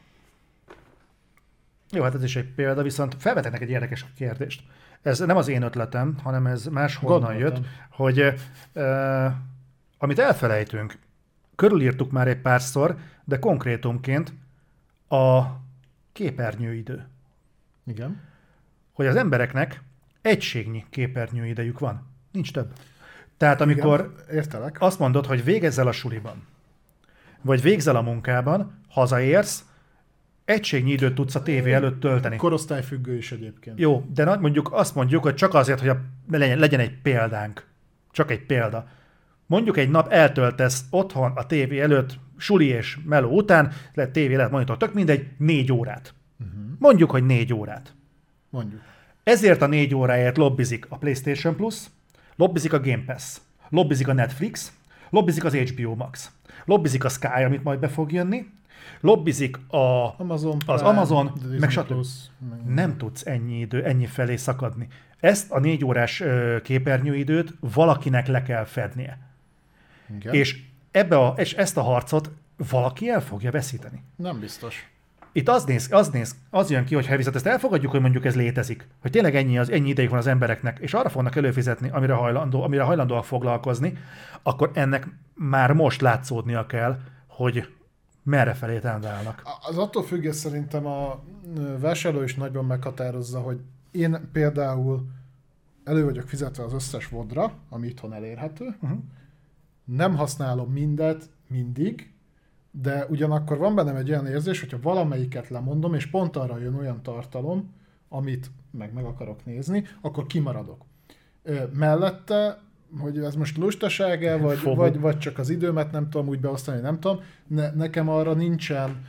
Jó, hát ez is egy példa, viszont felvetetnek egy érdekes kérdést. Ez nem az én ötletem, hanem ez máshonnan jött, hogy amit elfelejtünk, körülírtuk már egy párszor, de konkrétumként a képernyőidő. Igen. Hogy az embereknek egységnyi képernyőidejük van. Nincs több. Tehát amikor értelek. Azt mondod, hogy végezzel a suliban, vagy végzel a munkában, hazaérsz, egységnyi időt tudsz a tévé előtt tölteni. Korosztályfüggő is egyébként. Jó, de mondjuk azt mondjuk, hogy csak azért, hogy legyen egy példánk. Csak egy példa. Mondjuk egy nap eltöltesz otthon a tévé előtt, suli és meló után, lehet tévé, lehet monitor, tök mindegy, 4 órát. Mondjuk, hogy 4 órát. Mondjuk. Ezért a 4 óráért lobbizik a PlayStation Plus, lobbizik a Game Pass, lobbizik a Netflix, lobbizik az HBO Max, lobbizik a Sky, amit majd be fog jönni, lobbizik az Amazon, meg stb. Nem tudsz ennyi felé szakadni. Ezt a 4 órás képernyőidőt valakinek le kell fednie. Igen. És ezt a harcot valaki el fogja veszíteni. Nem biztos. Itt az jön ki, hogy ha viszont ezt elfogadjuk, hogy mondjuk ez létezik, hogy tényleg ennyi idejük van az embereknek, és arra fognak előfizetni, amire hajlandóak foglalkozni, akkor ennek már most látszódnia kell, hogy merre felé tendálnak. Az attól függ, szerintem a vásárló is nagyban meghatározza, hogy én például elő vagyok fizetve az összes vodra, ami itthon elérhető, nem használom mindet mindig, de ugyanakkor van bennem egy olyan érzés, hogyha valamelyiket lemondom, és pont arra jön olyan tartalom, amit meg akarok nézni, akkor kimaradok. Mellette, hogy ez most lustaság-e, vagy csak az időmet nem tudom úgy beosztani, nem tudom, nekem arra nincsen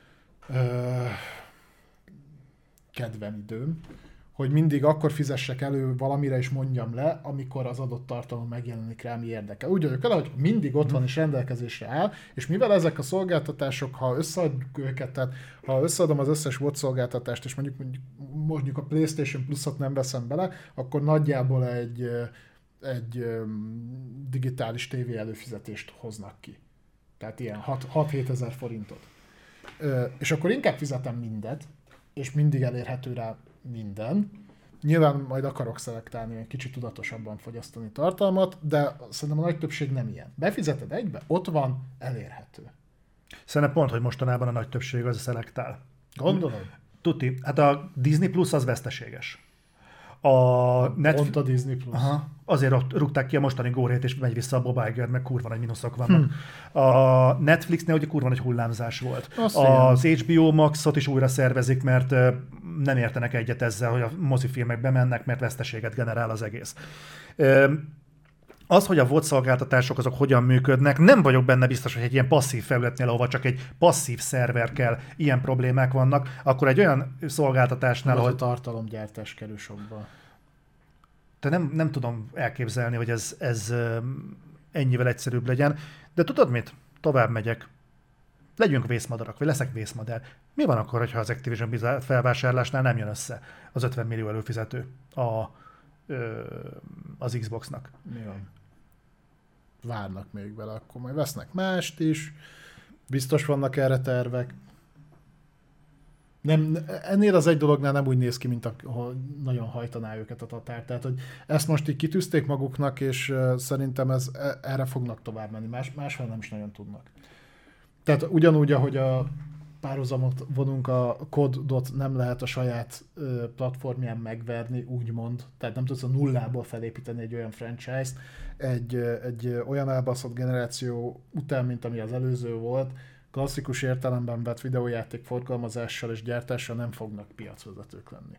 kedvem, időm, hogy mindig akkor fizessek elő valamire és mondjam le, amikor az adott tartalom megjelenik rá, mi érdekel. Úgy vagyok vele, hogy mindig ott van és rendelkezésre áll, és mivel ezek a szolgáltatások, ha összeadjuk őket, tehát ha összeadom az összes VOD szolgáltatást, és mondjuk a PlayStation Plus-ot nem veszem bele, akkor nagyjából egy digitális tévé előfizetést hoznak ki. Tehát ilyen 6-7 ezer forintot. És akkor inkább fizetem mindet, és mindig elérhető rá minden. Nyilván majd akarok szelektálni, egy kicsit tudatosabban fogyasztani tartalmat, de szerintem a nagy többség nem ilyen. Befizeted egybe, ott van, elérhető. Szerintem pont, hogy mostanában a nagy többség az szelektál. Gondolod? Tuti. Hát a Disney Plus az veszteséges. Pont a Disney Plus. Aha, azért ott rúgták ki a mostani górét, és megy vissza a Bob Iger, meg kurva nagy mínuszok vannak. A Netflixnél ugye kurva nagy hullámzás volt. Az HBO Maxot is újra szervezik, mert nem értenek egyet ezzel, hogy a mozifilmek bemennek, mert veszteséget generál az egész. Az, hogy a VOD szolgáltatások azok hogyan működnek, nem vagyok benne biztos, hogy egy ilyen passzív felületnél, ahova csak egy passzív szerver kell, ilyen problémák vannak, akkor egy olyan szolgáltatásnál, ahol a tartalomgyártás kerül sokba. De nem tudom elképzelni, hogy ez ennyivel egyszerűbb legyen. De tudod mit? Tovább megyek. Legyünk vészmadarak, vagy leszek vészmadár. Mi van akkor, hogyha az Activision felvásárlásnál nem jön össze az 50 millió előfizető az Xboxnak? Mi van? Várnak még vele, akkor majd vesznek mást is. Biztos vannak erre tervek. Nem, ennél az egy dolognál nem úgy néz ki, mint hogy nagyon hajtaná őket a tatár. Tehát, hogy ezt most így kitűzték maguknak, és szerintem erre fognak tovább menni. Másfél nem is nagyon tudnak. Tehát ugyanúgy, ahogy a párhuzamot vonunk, a COD-ot nem lehet a saját platformján megverni, úgymond. Tehát nem tudsz a nullából felépíteni egy olyan franchise-t, egy olyan elbaszott generáció után, mint ami az előző volt, klasszikus értelemben vett videójáték forgalmazással és gyártással nem fognak piacvezetők lenni.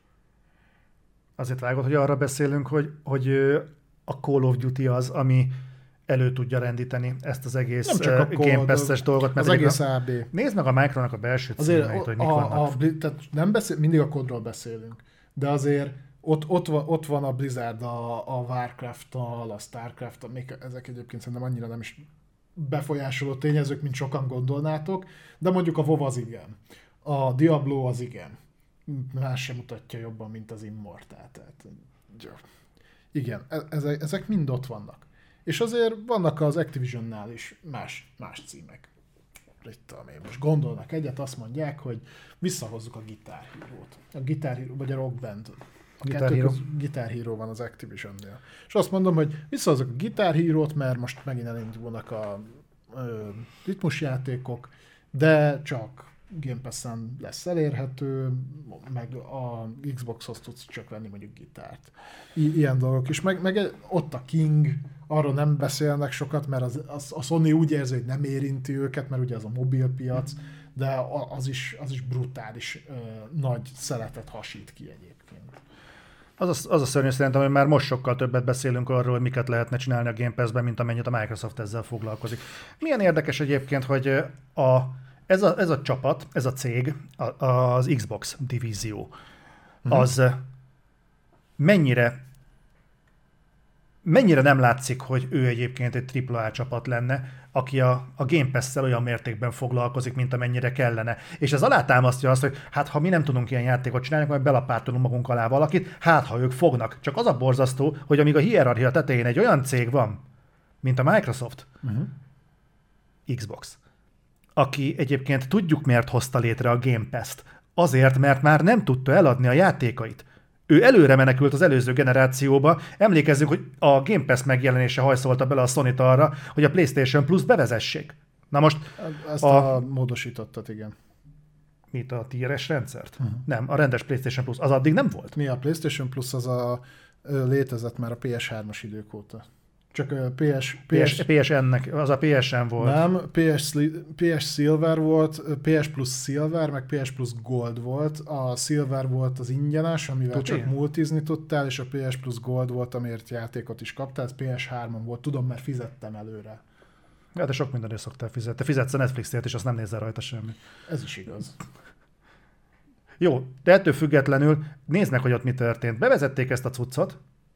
Azért vágod, hogy arra beszélünk, hogy a Call of Duty az, ami elő tudja rendíteni ezt az egész Game Pass-es dolgot. Az egész AB. Nézd meg a Micronak a belső címeit, hogy mik vannak. Tehát nem mindig a kodról beszélünk, de azért ott van a Blizzard, a Warcraft-tal, a Starcraft-tal, még ezek egyébként szerintem annyira nem is befolyásoló tényezők, mint sokan gondolnátok, de mondjuk a WoW az igen. A Diablo az igen. Más sem mutatja jobban, mint az Immortal. Tehát, igen, ezek mind ott vannak. És azért vannak az Activisionnál is más címek. Most gondolnak egyet, azt mondják, hogy visszahozzuk a Guitar Hero-t. A Guitar Hero, vagy a Rock Band. Guitar Hero van az Activisionnél. És azt mondom, hogy visszahozzuk a Guitar Hero-t, mert most megint elindulnak a ritmusjátékok, de csak Game Pass-en lesz elérhető, meg a Xboxhoz tudsz csak venni mondjuk gitárt. Ilyen dolgok is. Meg ott a King, arról nem beszélnek sokat, mert a Sony úgy érzi, hogy nem érinti őket, mert ugye az a mobilpiac, de az is brutális nagy szeletet hasít ki egyébként. Az a szörnyű szerintem, hogy már most sokkal többet beszélünk arról, hogy miket lehetne csinálni a Game Pass-ben, mint amennyit a Microsoft ezzel foglalkozik. Milyen érdekes egyébként, hogy ez a csapat, ez a cég, az Xbox divízió, az mennyire nem látszik, hogy ő egyébként egy AAA csapat lenne, aki a Game Pass-szel olyan mértékben foglalkozik, mint amennyire kellene. És ez alátámasztja azt, hogy hát ha mi nem tudunk ilyen játékot csinálni, majd belapártolunk magunk alá valakit, hát ha ők fognak. Csak az a borzasztó, hogy amíg a hierarchia tetején egy olyan cég van, mint a Microsoft, Xbox, aki egyébként tudjuk miért hozta létre a Game Pass-t. Azért, mert már nem tudta eladni a játékait. Ő előre menekült az előző generációba. Emlékezzünk, hogy a Game Pass megjelenése hajszolta bele a Sony-t arra, hogy a PlayStation Plus bevezessék. Na most... Ezt a módosítottat, igen. Mit, a tier-es rendszert? Nem, a rendes PlayStation Plus. Az addig nem volt? Mi a PlayStation Plus létezett már a PS3-as idők óta. Csak PSN-nek, az a PSN volt. Nem, PS Silver volt, PS Plus Silver, meg PS Plus Gold volt. A Silver volt az ingyenes, amivel csak multizni tudtál, és a PS Plus Gold volt, amiért játékot is kaptál, ez PS3-on volt, tudom, mert fizettem előre. Ja, de sok mindenért szoktál fizetni. Te fizetsz a Netflixért, és azt nem nézel rajta semmit. Ez is igaz. Jó, de ettől függetlenül nézd meg, hogy ott mi történt. Bevezették ezt a cuccot,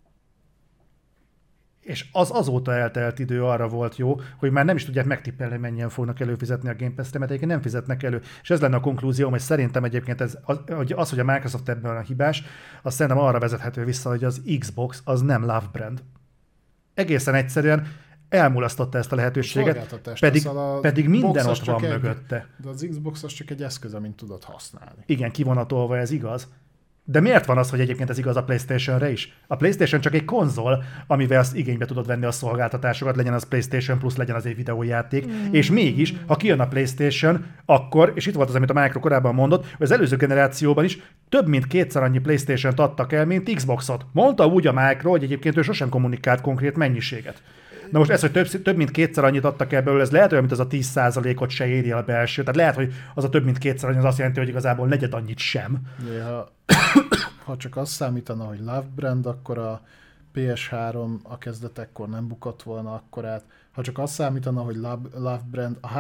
és az azóta eltelt idő arra volt jó, hogy már nem is tudják megtippelni, mennyien fognak előfizetni a Game Pass-re, mert egyébként nem fizetnek elő. És ez lenne a konklúzióm, hogy szerintem egyébként hogy a Microsoft ebben a hibás, az szerintem arra vezethető vissza, hogy az Xbox az nem love brand. Egészen egyszerűen elmulasztotta ezt a lehetőséget, pedig minden ott van mögötte. De az Xbox az csak egy eszköz, amit tudod használni. Igen, kivonatolva, ez igaz. De miért van az, hogy egyébként ez igaz a PlayStation-re is? A PlayStation csak egy konzol, amivel azt igénybe tudod venni a szolgáltatásokat, legyen az PlayStation Plus, legyen az egy videójáték, és mégis, ha kijön a PlayStation, akkor, és itt volt az, amit a Micro korábban mondott, hogy az előző generációban is több mint 2-szer annyi PlayStation-t adtak el, mint Xboxot. Mondta úgy a Micro, hogy egyébként ő sosem kommunikált konkrét mennyiséget. Na most ez, hogy több mint 2-szer annyit adtak el belőle, ez lehet olyan, mint az a 10%-ot se éri el a belső. Tehát lehet, hogy az a több mint 2-szer annyi az azt jelenti, hogy igazából negyed annyit sem. Ha csak azt számítana, hogy Love Brand, akkor a PS3 a kezdetekkor nem bukott volna akkorát. Ha csak azt számítana, hogy Love Brand a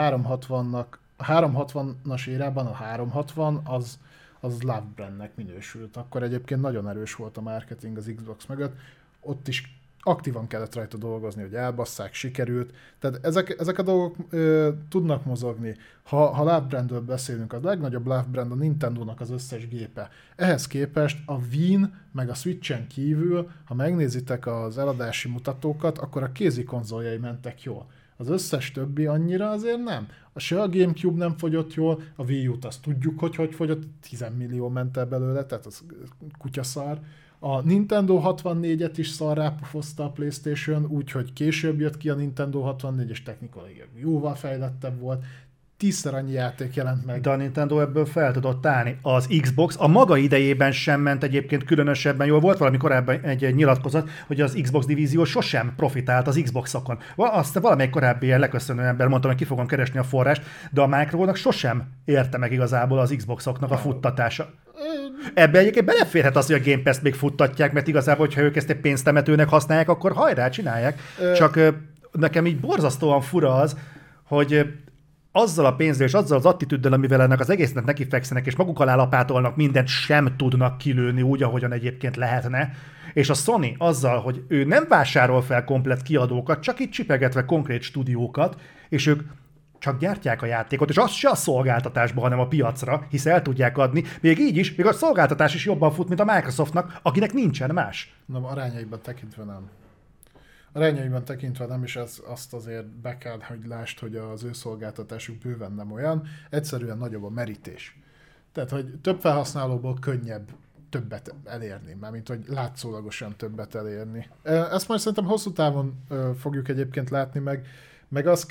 360-as érában a 360 az Love Brandnek minősült. Akkor egyébként nagyon erős volt a marketing az Xbox mögött. Ott is aktívan kellett rajta dolgozni, hogy elbasszák, sikerült. Tehát ezek a dolgok tudnak mozogni. Ha Love Brandről beszélünk, a legnagyobb Love Brand a Nintendónak az összes gépe. Ehhez képest a Wii-n, meg a Switchen kívül, ha megnézitek az eladási mutatókat, akkor a kézi konzoljai mentek jól. Az összes többi annyira azért nem. Se a GameCube nem fogyott jól, a Wii U-t azt tudjuk, hogy fogyott, 10 millió ment el belőle, tehát az kutyaszar. A Nintendo 64-et is szarrá pofozta a PlayStation, úgyhogy később jött ki a Nintendo 64, és technikailag jóval fejlettebb volt. 10-szer annyi játék jelent meg. De a Nintendo ebből fel tudott állni. Az Xbox a maga idejében sem ment egyébként különösebben jól. Volt valami korábban egy nyilatkozat, hogy az Xbox divízió sosem profitált az Xboxokon. Azt valamelyik korábbi ilyen leköszönő ember mondta, hogy ki fogom keresni a forrást, de a Micronak sosem érte meg igazából az Xboxoknak a futtatása. Ebbe egyébként beleférhet az, hogy a Game Pass-t még futtatják, mert igazából, hogyha ők ezt egy pénztemetőnek használják, akkor hajrá, csinálják. Csak nekem így borzasztóan fura az, hogy azzal a pénzzel és azzal az attitűddel, amivel ennek az egésznek nekifekszenek, és maguk alá lapátolnak, mindent sem tudnak kilőni úgy, ahogyan egyébként lehetne. És a Sony azzal, hogy ő nem vásárol fel komplett kiadókat, csak itt csipegetve konkrét stúdiókat, és ők csak gyártják a játékot, és az se a szolgáltatásba, hanem a piacra, hisz el tudják adni. Még így is, még a szolgáltatás is jobban fut, mint a Microsoftnak, akinek nincsen más. Nem, arányaiban tekintve nem. Arányaiban tekintve nem, és azt azért be kell, hogy lásd, hogy az ő szolgáltatásuk bőven nem olyan. Egyszerűen nagyobb a merítés. Tehát, hogy több felhasználóból könnyebb többet elérni, mármint, hogy látszólagosan többet elérni. Ezt majd szerintem hosszú távon fogjuk egyébként látni, meg azt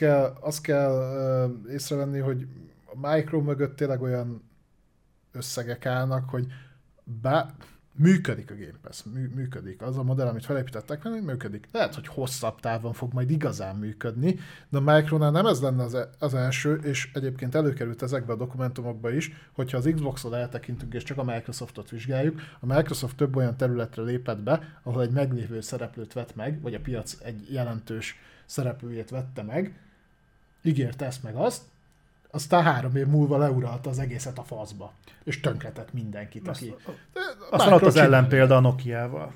kell észrevenni, hogy a Micro mögött tényleg olyan összegek állnak, hogy működik a Game Pass, működik. Az a modell, amit felépítettek, működik. Lehet, hogy hosszabb távon fog majd igazán működni, de a Micronál nem ez lenne az első, és egyébként előkerült ezekbe a dokumentumokba is, hogyha az Xboxon eltekintünk, és csak a Microsoftot vizsgáljuk, a Microsoft több olyan területre lépett be, ahol egy meglévő szereplőt vett meg, vagy a piac egy jelentős szereplőjét vette meg, ígérte ezt meg azt, aztán 3 év múlva leuralta az egészet a faszba. És tönkretett mindenkit, aki... Aztán ott az ellenpélda a Nokia-val.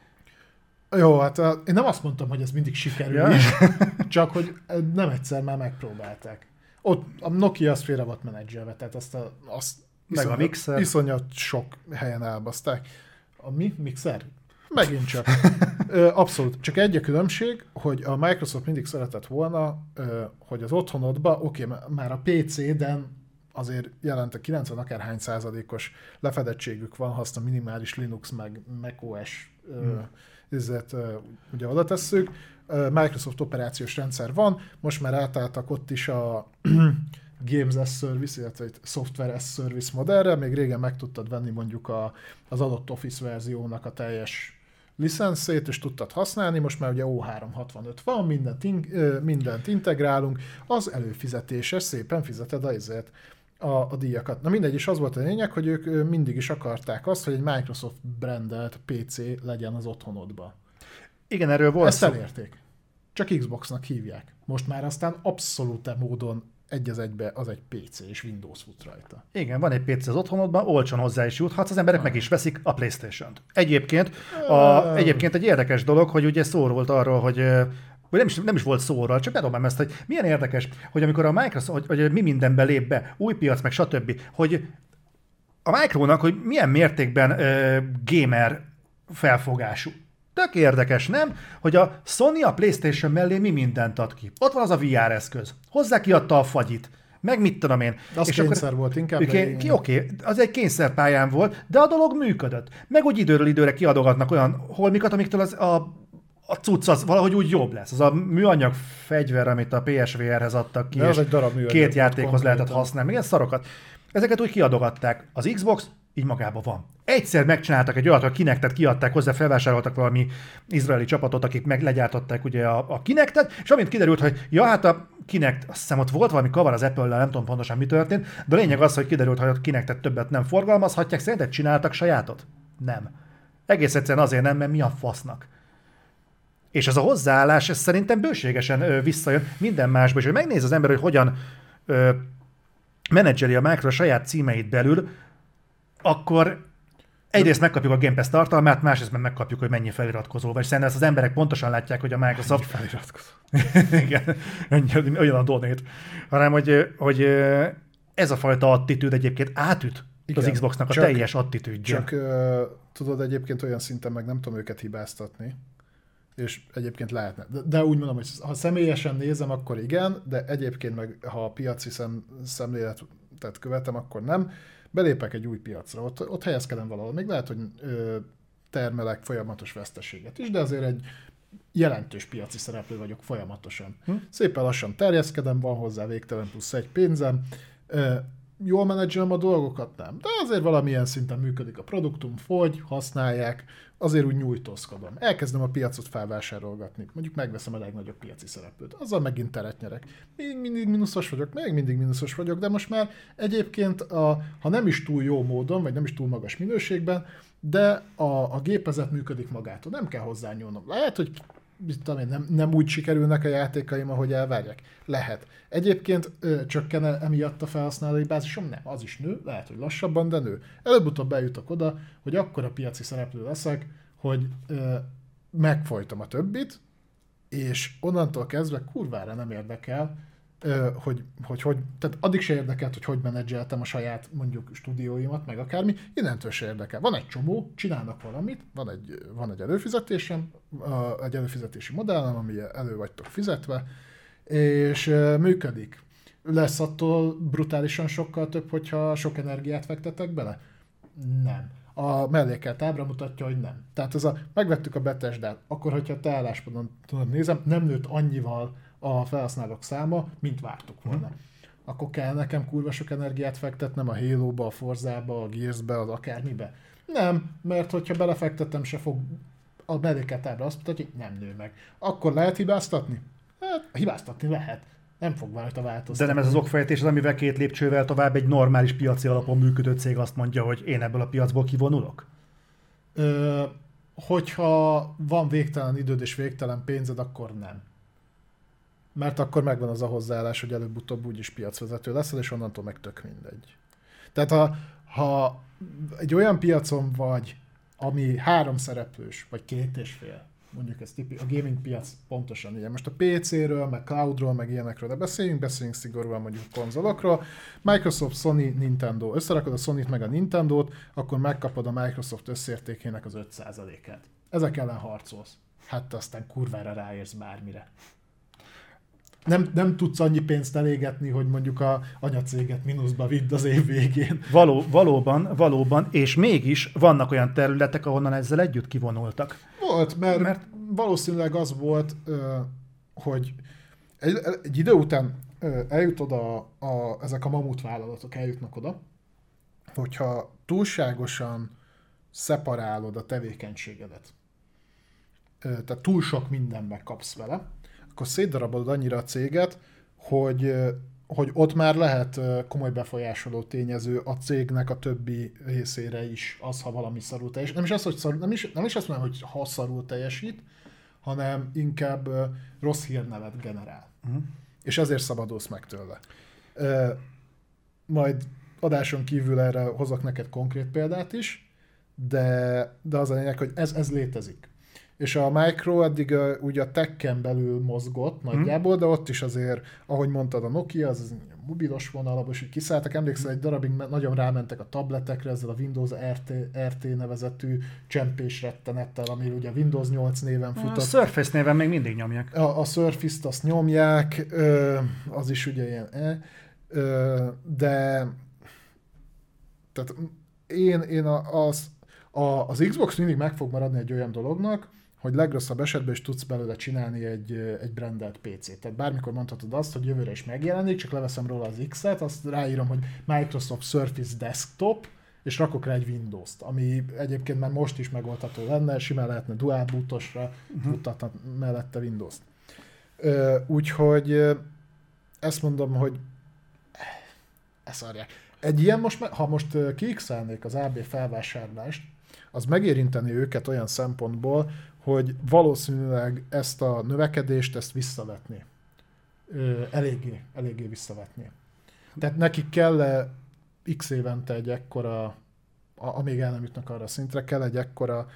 Jó, hát én nem azt mondtam, hogy ez mindig sikerül is, csak hogy nem egyszer már megpróbálták. Ott a Nokia az félre volt menedzselve, tehát azt meg a Mixer. Iszonyat sok helyen elbaszták. A Mixer? Megint csak. Abszolút. Csak egy a különbség, hogy a Microsoft mindig szeretett volna, hogy az otthonodba, már a PC-den azért jelent 90 akárhány százalékos lefedettségük van, ha azt a minimális Linux meg macOS ugye oda tesszük. Microsoft operációs rendszer van, most már átálltak ott is a Games as Service, illetve egy Software as Service modellre, még régen meg tudtad venni mondjuk az adott Office verziónak a teljes licenszét, és tudtad használni, most már ugye O365 van, mindent integrálunk, az előfizetéses, szépen fizeted a díjakat. Na mindegy, és az volt a lényeg, hogy ők mindig is akarták azt, hogy egy Microsoft brandelt PC legyen az otthonodba. Igen, erről volt ezt elérték. Csak Xboxnak hívják. Most már aztán abszolút módon egy az egybe az egy PC és Windows fut rajta. Igen, van egy PC az otthonodban, olcsón hozzá is juthatsz, az emberek meg is veszik a PlayStation-t. Egyébként egy érdekes dolog, hogy ugye szó volt arról, hogy nem is volt szóról, csak bedobom ezt, hogy milyen érdekes, hogy amikor a Microsoft, hogy mi mindenbe lép be, új piac, meg stb., hogy a Micronak, hogy milyen mértékben gamer felfogású. Tök érdekes, nem? Hogy a Sony a PlayStation mellé mi mindent ad ki. Ott van az a VR eszköz. Hozzá kiadta a fagyit. meg mit tudom én. Az kényszer volt inkább. Oké, az egy kényszerpályán volt, de a dolog működött. Meg úgy időről időre kiadogatnak olyan holmikat, amiktől a cucc az valahogy úgy jobb lesz. Az a műanyag fegyver, amit a PSVR-hez adtak ki, és egy darab műanyag, 2 játékhoz lehetett használni, még szarokat. Ezeket úgy kiadogatták. Az Xbox így magában van. Egyszer megcsináltak egy olyat, a Kinectet kiadták hozzá, felvásároltak valami izraeli csapatot, akik legyártották ugye a Kinectet, és amint kiderült, hogy ja, hát a Kinect, azt hiszem ott volt valami kavar az Apple-lel, nem tudom pontosan mi történt, de a lényeg az, hogy kiderült, hogy a Kinectet többet nem forgalmazhatják, szerinted csináltak sajátot? Nem. Egész egyszerűen azért nem, mert mi a fasznak. És ez a hozzáállás, ez szerintem bőségesen visszajön minden másba, és hogy megnéz az ember, hogy hogyan menedzseli a Microsoft a saját címeit belül, akkor egyrészt megkapjuk a Game Pass tartalmát, másrészt meg megkapjuk, hogy mennyi feliratkozó vagy. Szerintem ezt az emberek pontosan látják, hogy a Microsoft... Mennyi feliratkozó. Igen, olyan a donét. Hanem, hogy ez a fajta attitűd egyébként átüt igen, az Xboxnak a teljes attitűdje. Csak tudod, egyébként olyan szinten meg nem tudom őket hibáztatni, és egyébként lehetne. De úgy mondom, hogy ha személyesen nézem, akkor igen, de egyébként meg ha a piaci szemléletet követem, akkor nem. Belépek egy új piacra, ott helyezkedem valahol. Még lehet, hogy termelek folyamatos veszteséget is, de azért egy jelentős piaci szereplő vagyok folyamatosan. Szépen lassan terjeszkedem, van hozzá végtelen plusz egy pénzem, jól menedzselem a dolgokat, nem. De azért valamilyen szinten működik a produktum, fogy, használják, azért úgy nyújtózkodom. Elkezdem a piacot felvásárolgatni. Mondjuk megveszem a legnagyobb piaci szereplőt. Azzal megint teret nyerek. Még mindig mínuszos vagyok, de most már egyébként, ha nem is túl jó módon, vagy nem is túl magas minőségben, de a gépezet működik magától. Nem kell hozzányúlnom. Lehet, hogy nem úgy sikerülnek a játékaim, ahogy elvárják. Lehet. Egyébként csökken emiatt a felhasználói bázisom? Nem, az is nő, lehet, hogy lassabban, de nő. Előbb-utóbb eljutok oda, hogy akkora piaci szereplő leszek, hogy megfojtom a többit, és onnantól kezdve kurvára nem érdekel, tehát addig se érdekelt, hogy menedzseltem a saját mondjuk stúdióimat, meg akármi, innentől se érdekel. Van egy csomó, csinálnak valamit, van egy előfizetésem, egy előfizetési modellem, ami elő vagytok fizetve, és működik. Lesz attól brutálisan sokkal több, hogyha sok energiát fektetek bele? Nem. A mellékelt ábra mutatja, hogy nem. Tehát megvettük a Bethesdát, akkor, hogyha a te állásponton nézem, nem nőtt annyival a felhasználók száma, mint vártuk volna. Akkor kell nekem kurva sok energiát fektetnem a Halo-ba, a Forzába, a Gears-be, az akármibe? Nem, mert hogyha belefektetem, se fog a mellékelt ábra azt mutatja, hogy nem nő meg. Akkor lehet hibáztatni? Hát, hibáztatni lehet. Nem fog rajta változni. De nem ez az okfejtés, az, amivel 2 lépcsővel tovább egy normális piaci alapon működő cég azt mondja, hogy én ebből a piacból kivonulok? Hogyha van végtelen időd és végtelen pénzed, akkor nem. Mert akkor megvan az a hozzáállás, hogy előbb-utóbb úgyis piacvezető leszel, és onnantól meg tök mindegy. Tehát ha egy olyan piacon vagy, ami 3 szereplős, vagy 2,5, mondjuk ez a gaming piac pontosan ilyen. Most a PC-ről, meg cloudról, meg ilyenekről, de beszéljünk szigorúan mondjuk konzolokról. Microsoft, Sony, Nintendo. Összerakod a Sony-t meg a Nintendo-t, akkor megkapod a Microsoft összértékének az 5%-át. Ezek ellen harcolsz. Hát aztán kurvára ráérsz bármire. Nem tudsz annyi pénzt elégetni, hogy mondjuk a anyacéget mínuszba vidd az év végén. Valóban, és mégis vannak olyan területek, ahonnan ezzel együtt kivonultak. Volt, mert valószínűleg az volt, hogy egy idő után eljut oda, ezek a mamutvállalatok eljutnak oda, hogyha túlságosan szeparálod a tevékenységedet, tehát túl sok mindenbe kapsz vele, akkor szétdarabolod annyira a céget, hogy ott már lehet komoly befolyásoló tényező a cégnek a többi részére is, az, ha valami szarul teljesít. Nem is azt mondom, hogy ha szarul teljesít, hanem inkább rossz hírnevet generál. És ezért szabadulsz meg tőle. Majd adáson kívül erre hozok neked konkrét példát is, de az a lényeg, hogy ez létezik. És a Micro eddig ugye a tekken belül mozgott nagyjából, de ott is azért, ahogy mondtad, a Nokia, az mobilos vonalabos, hogy kiszálltak, emlékszel, egy darabig nagyon rámentek a tabletekre ezzel a Windows RT nevezetű csempés rettenettel, ami ugye Windows 8 néven futott. A Surface néven még mindig nyomják. A Surface-t azt nyomják, az is ugye ilyen De tehát az Xbox mindig meg fog maradni egy olyan dolognak, hogy legrosszabb esetben is tudsz belőle csinálni egy brandelt PC-t. Tehát bármikor mondhatod azt, hogy jövőre is megjelenik, csak leveszem róla az X-et, azt ráírom, hogy Microsoft Surface Desktop, és rakok rá egy Windows-t, ami egyébként már most is megoldható lenne, simán lehetne dual bootosra futtatni mellette Windows-t. Úgyhogy ezt mondom, hogy szarják. Egy ilyen ha most kiixelnék az AB felvásárlást, az megérinteni őket olyan szempontból, hogy valószínűleg ezt a növekedést, ezt visszavetni. Eléggé visszavetni. Tehát nekik kell x évente egy ekkora, amíg el nem jutnak arra a szintre, kell egy ekkora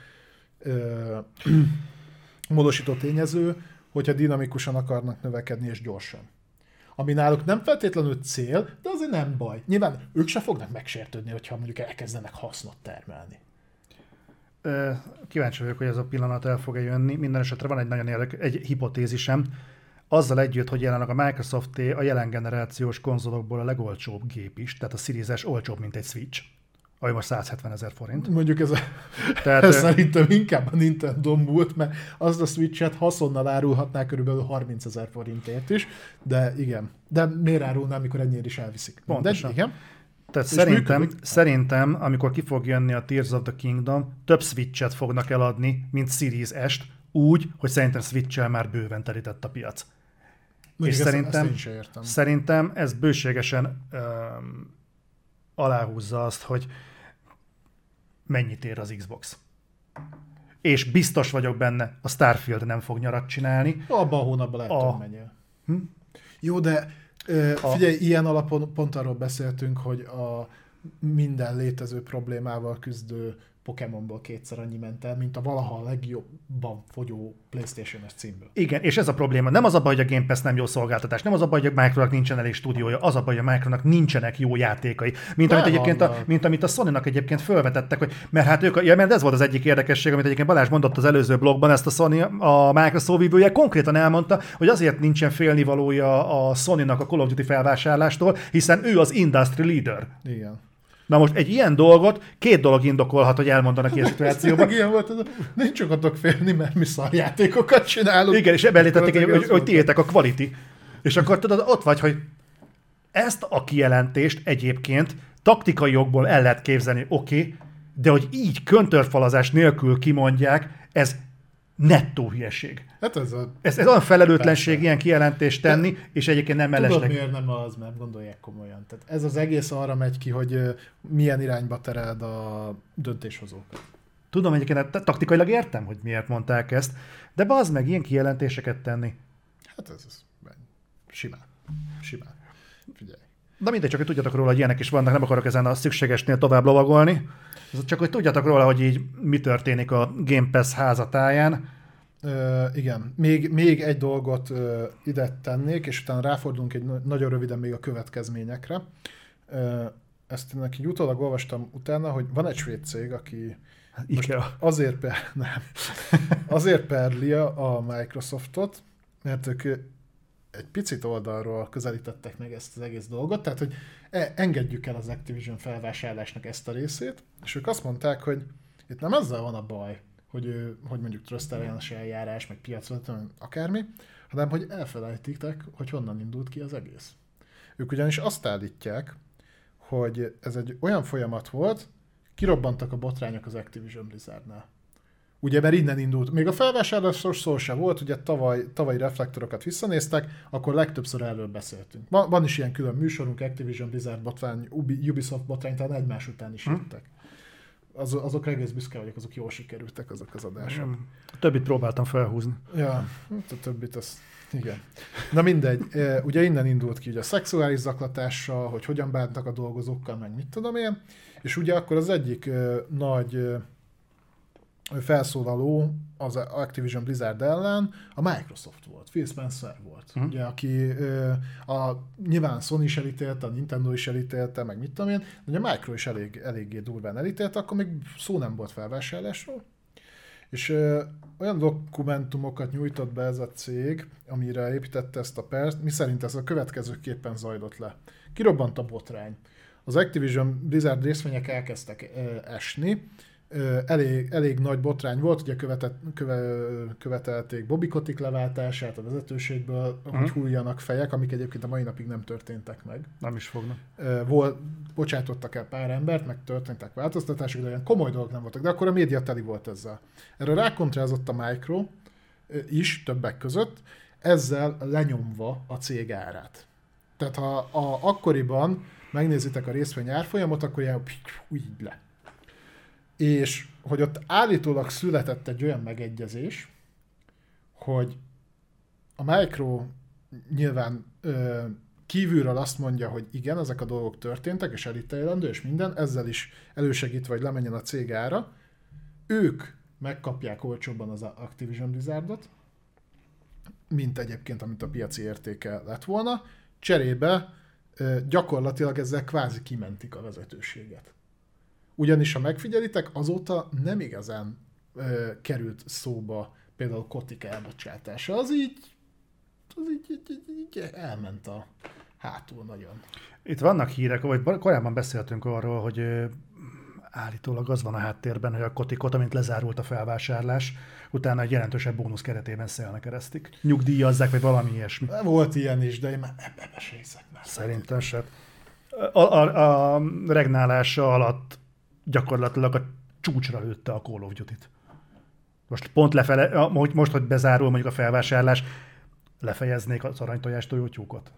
módosító tényező, hogyha dinamikusan akarnak növekedni és gyorsan. Ami náluk nem feltétlenül cél, de azért nem baj. Nyilván ők se fognak megsértődni, hogyha mondjuk elkezdenek hasznot termelni. Kíváncsi vagyok, hogy ez a pillanat el fog jönni. Minden esetre van egy nagyon egy hipotézisem. Azzal együtt, hogy jelenleg a Microsoft a jelen generációs konzolokból a legolcsóbb gép is, tehát a Series S olcsóbb, mint egy Switch, ami most 170 000 forint. Mondjuk ez szerintem inkább a Nintendo múlt, mert azt a Switch-et haszonnal árulhatná körülbelül 30 000 forintért is, de igen. De miért árulná, amikor ennyire is elviszik? Pontosan. De, igen. Tehát szerintem, amikor ki fog jönni a Tears of the Kingdom, több Switch-et fognak eladni, mint Series S-t, úgy, hogy szerintem Switch-el már bőven telített a piac. Mondjuk és szerintem ez bőségesen aláhúzza azt, hogy mennyit ér az Xbox. És biztos vagyok benne, a Starfield nem fog nyarat csinálni. Abban a hónapban lehet, hogy menjél. Jó, de figyelj, ilyen alapon pont arról beszéltünk, hogy a minden létező problémával küzdő Pokémonból kétszer annyi ment el, mint a valaha a legjobban fogyó PlayStation-es címből. Igen, és ez a probléma. Nem az a baj, hogy a Game Pass nem jó szolgáltatás, nem az a baj, hogy a Micronak nincsen elég stúdiója, az a baj, hogy a Micronak nincsenek jó játékai. Mint amit a Sony-nak egyébként felvetettek, hogy mert hát mert ez volt az egyik érdekesség, amit egyébként Balázs mondott az előző blogban, ezt a Sony, a Microsoft vívője konkrétan elmondta, hogy azért nincsen félnivalója a Sony-nak a Call of Duty felvásárlástól, hiszen ő az industry leader. Igen. Na most egy ilyen dolgot, két dolog indokolhat, hogy elmondanak ilyen szituációban. Ilyen volt, nincs sokatok félni, mert mi szarjátékokat csinálunk. Igen, és ebben létették, hogy tiétek a quality. És akkor tudod, ott vagy, hogy ezt a kijelentést egyébként taktikai jogból el lehet képzelni, oké, de hogy így köntörfalazás nélkül kimondják, ez nettó hülyeség. Hát ez olyan felelőtlenség persze. Ilyen kijelentést tenni, és egyébként nem mellesleg. Tudod, miért nem az, mert gondolják komolyan. Tehát ez az egész arra megy ki, hogy milyen irányba tereld a döntéshozókat. Tudom, egyébként taktikailag értem, hogy miért mondták ezt, de bazd meg ilyen kijelentéseket tenni. Hát ez simán. Figyelj. De mindegy, csak hogy tudjatok róla, hogy ilyenek is vannak, nem akarok ezen a szükségesnél tovább lovagolni. Csak hogy tudjatok róla, hogy így mi történik a Game Pass házatáján. Igen. Még egy dolgot ide tennék, és utána ráfordulunk nagyon röviden még a következményekre. Ezt ennek így utólag olvastam utána, hogy van egy svéd cég, aki azért perli a Microsoftot, mert ők egy picit oldalról közelítettek meg ezt az egész dolgot, tehát hogy engedjük el az Activision felvásárlásnak ezt a részét, és ők azt mondták, hogy itt nem azzal van a baj, hogy mondjuk trösztellenes eljárás, meg piacvezető, akármi, hanem hogy elfelejtitek, hogy honnan indult ki az egész. Ők ugyanis azt állítják, hogy ez egy olyan folyamat volt, kirobbantak a botrányok az Activision Blizzardnál. Ugye, mert innen indult. Még a felvásárlásról szó se volt, ugye tavalyi reflektorokat visszanéztek, akkor legtöbbször erről beszéltünk. Van is ilyen külön műsorunk, Activision Blizzard botrány, Ubisoft botrány, talán egymás után is jöttek. Azokra egész büszke vagyok, azok jól sikerültek, azok az adások. A többit próbáltam felhúzni. Ja, a többit az... Igen. Na mindegy, ugye innen indult ki ugye a szexuális zaklatással, hogy hogyan bántak a dolgozókkal, meg mit tudom én, és ugye akkor az egyik nagy felszólaló az Activision Blizzard ellen a Microsoft volt, Phil Spencer volt, ugye, aki nyilván Sony is elítélte, a Nintendo is elítélte, meg mit tudom én, de a Micro is eléggé durván elítélte, akkor még szó nem volt felvásárlásról, és olyan dokumentumokat nyújtott be ez a cég, amire építette ezt a pert, miszerint ez a következőképpen zajlott le. kirobbant a botrány. Az Activision Blizzard részvények elkezdtek esni, elég nagy botrány volt, ugye követelték Bobby Kotick leváltását a vezetőségből, hogy hulljanak fejek, amik egyébként a mai napig nem történtek meg. Nem is fognak. Bocsátottak el pár embert, meg történtek változtatások, de olyan komoly dolgok nem voltak, de akkor a média teli volt ezzel. Erre rákontrázott a Micro is többek között, ezzel lenyomva a cég árát. Tehát ha akkoriban megnézitek a részvény árfolyamot, akkor így le. És hogy ott állítólag született egy olyan megegyezés, hogy a Micro nyilván kívülről azt mondja, hogy igen, ezek a dolgok történtek, és elítélendő, és minden, ezzel is elősegítve, hogy lemenjen a cég ára. Ők megkapják olcsóbban az Activision Blizzardot, mint egyébként, amit a piaci értéke lett volna. Cserébe gyakorlatilag ezzel kvázi kimentik a vezetőséget. Ugyanis, ha megfigyelitek, azóta nem igazán került szóba például Kotick elbocsátása. Az így elment a hátul nagyon. Itt vannak hírek, vagy korábban beszéltünk arról, hogy állítólag az van a háttérben, hogy a Kotickot, amint lezárult a felvásárlás, utána egy jelentősebb bónusz keretében szelnekeresztik. Nyugdíjazzák, vagy valami ilyesmi. Volt ilyen is, de én már ebbe se hiszek már. Szerintem se. A regnálása alatt gyakorlatilag a csúcsra lőtte a Call of Duty-t. Most pont lefele, most, hogy bezárul mondjuk a felvásárlás, lefejeznék az aranytojástól tyúkot.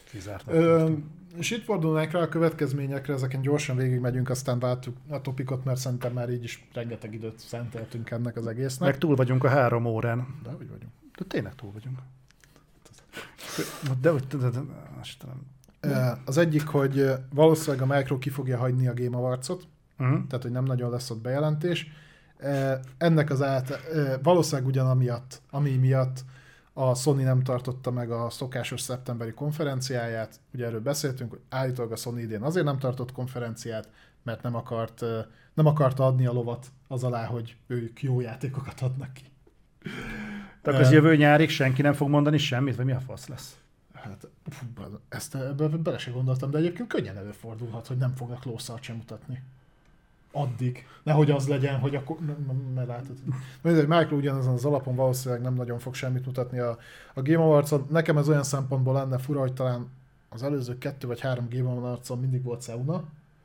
És itt fordulnánk rá a következményekre, ezeken gyorsan végigmegyünk, aztán váltjuk a topikot, mert szerintem már így is rengeteg időt szenteltünk ennek az egésznek. Meg túl vagyunk a 3 órán. De hogy vagyunk? De tényleg túl vagyunk. Az egyik, hogy valószínűleg a Micro ki fogja hagyni a Game Awards-ot, tehát hogy nem nagyon lesz ott bejelentés. Ennek az valószínűleg ugyanamiatt, ami miatt a Sony nem tartotta meg a szokásos szeptemberi konferenciáját. Ugye erről beszéltünk, hogy állítólag a Sony idén azért nem tartott konferenciát, mert nem akarta adni a lovat az alá, hogy ők jó játékokat adnak ki. Tehát az jövő nyárig senki nem fog mondani semmit, vagy mi a fasz lesz? Hát, ebbe bele se gondoltam, de egyébként könnyen előfordulhat, hogy nem fognak lószart sem mutatni. Addig. Nehogy az legyen, hogy akkor... Mert látod. Micro ugyanazon az alapon valószínűleg nem nagyon fog semmit mutatni a Game Awards-on. Nekem ez olyan szempontból lenne fura, hogy talán az előző 2 vagy 3 Game Awards-on mindig volt Sauna.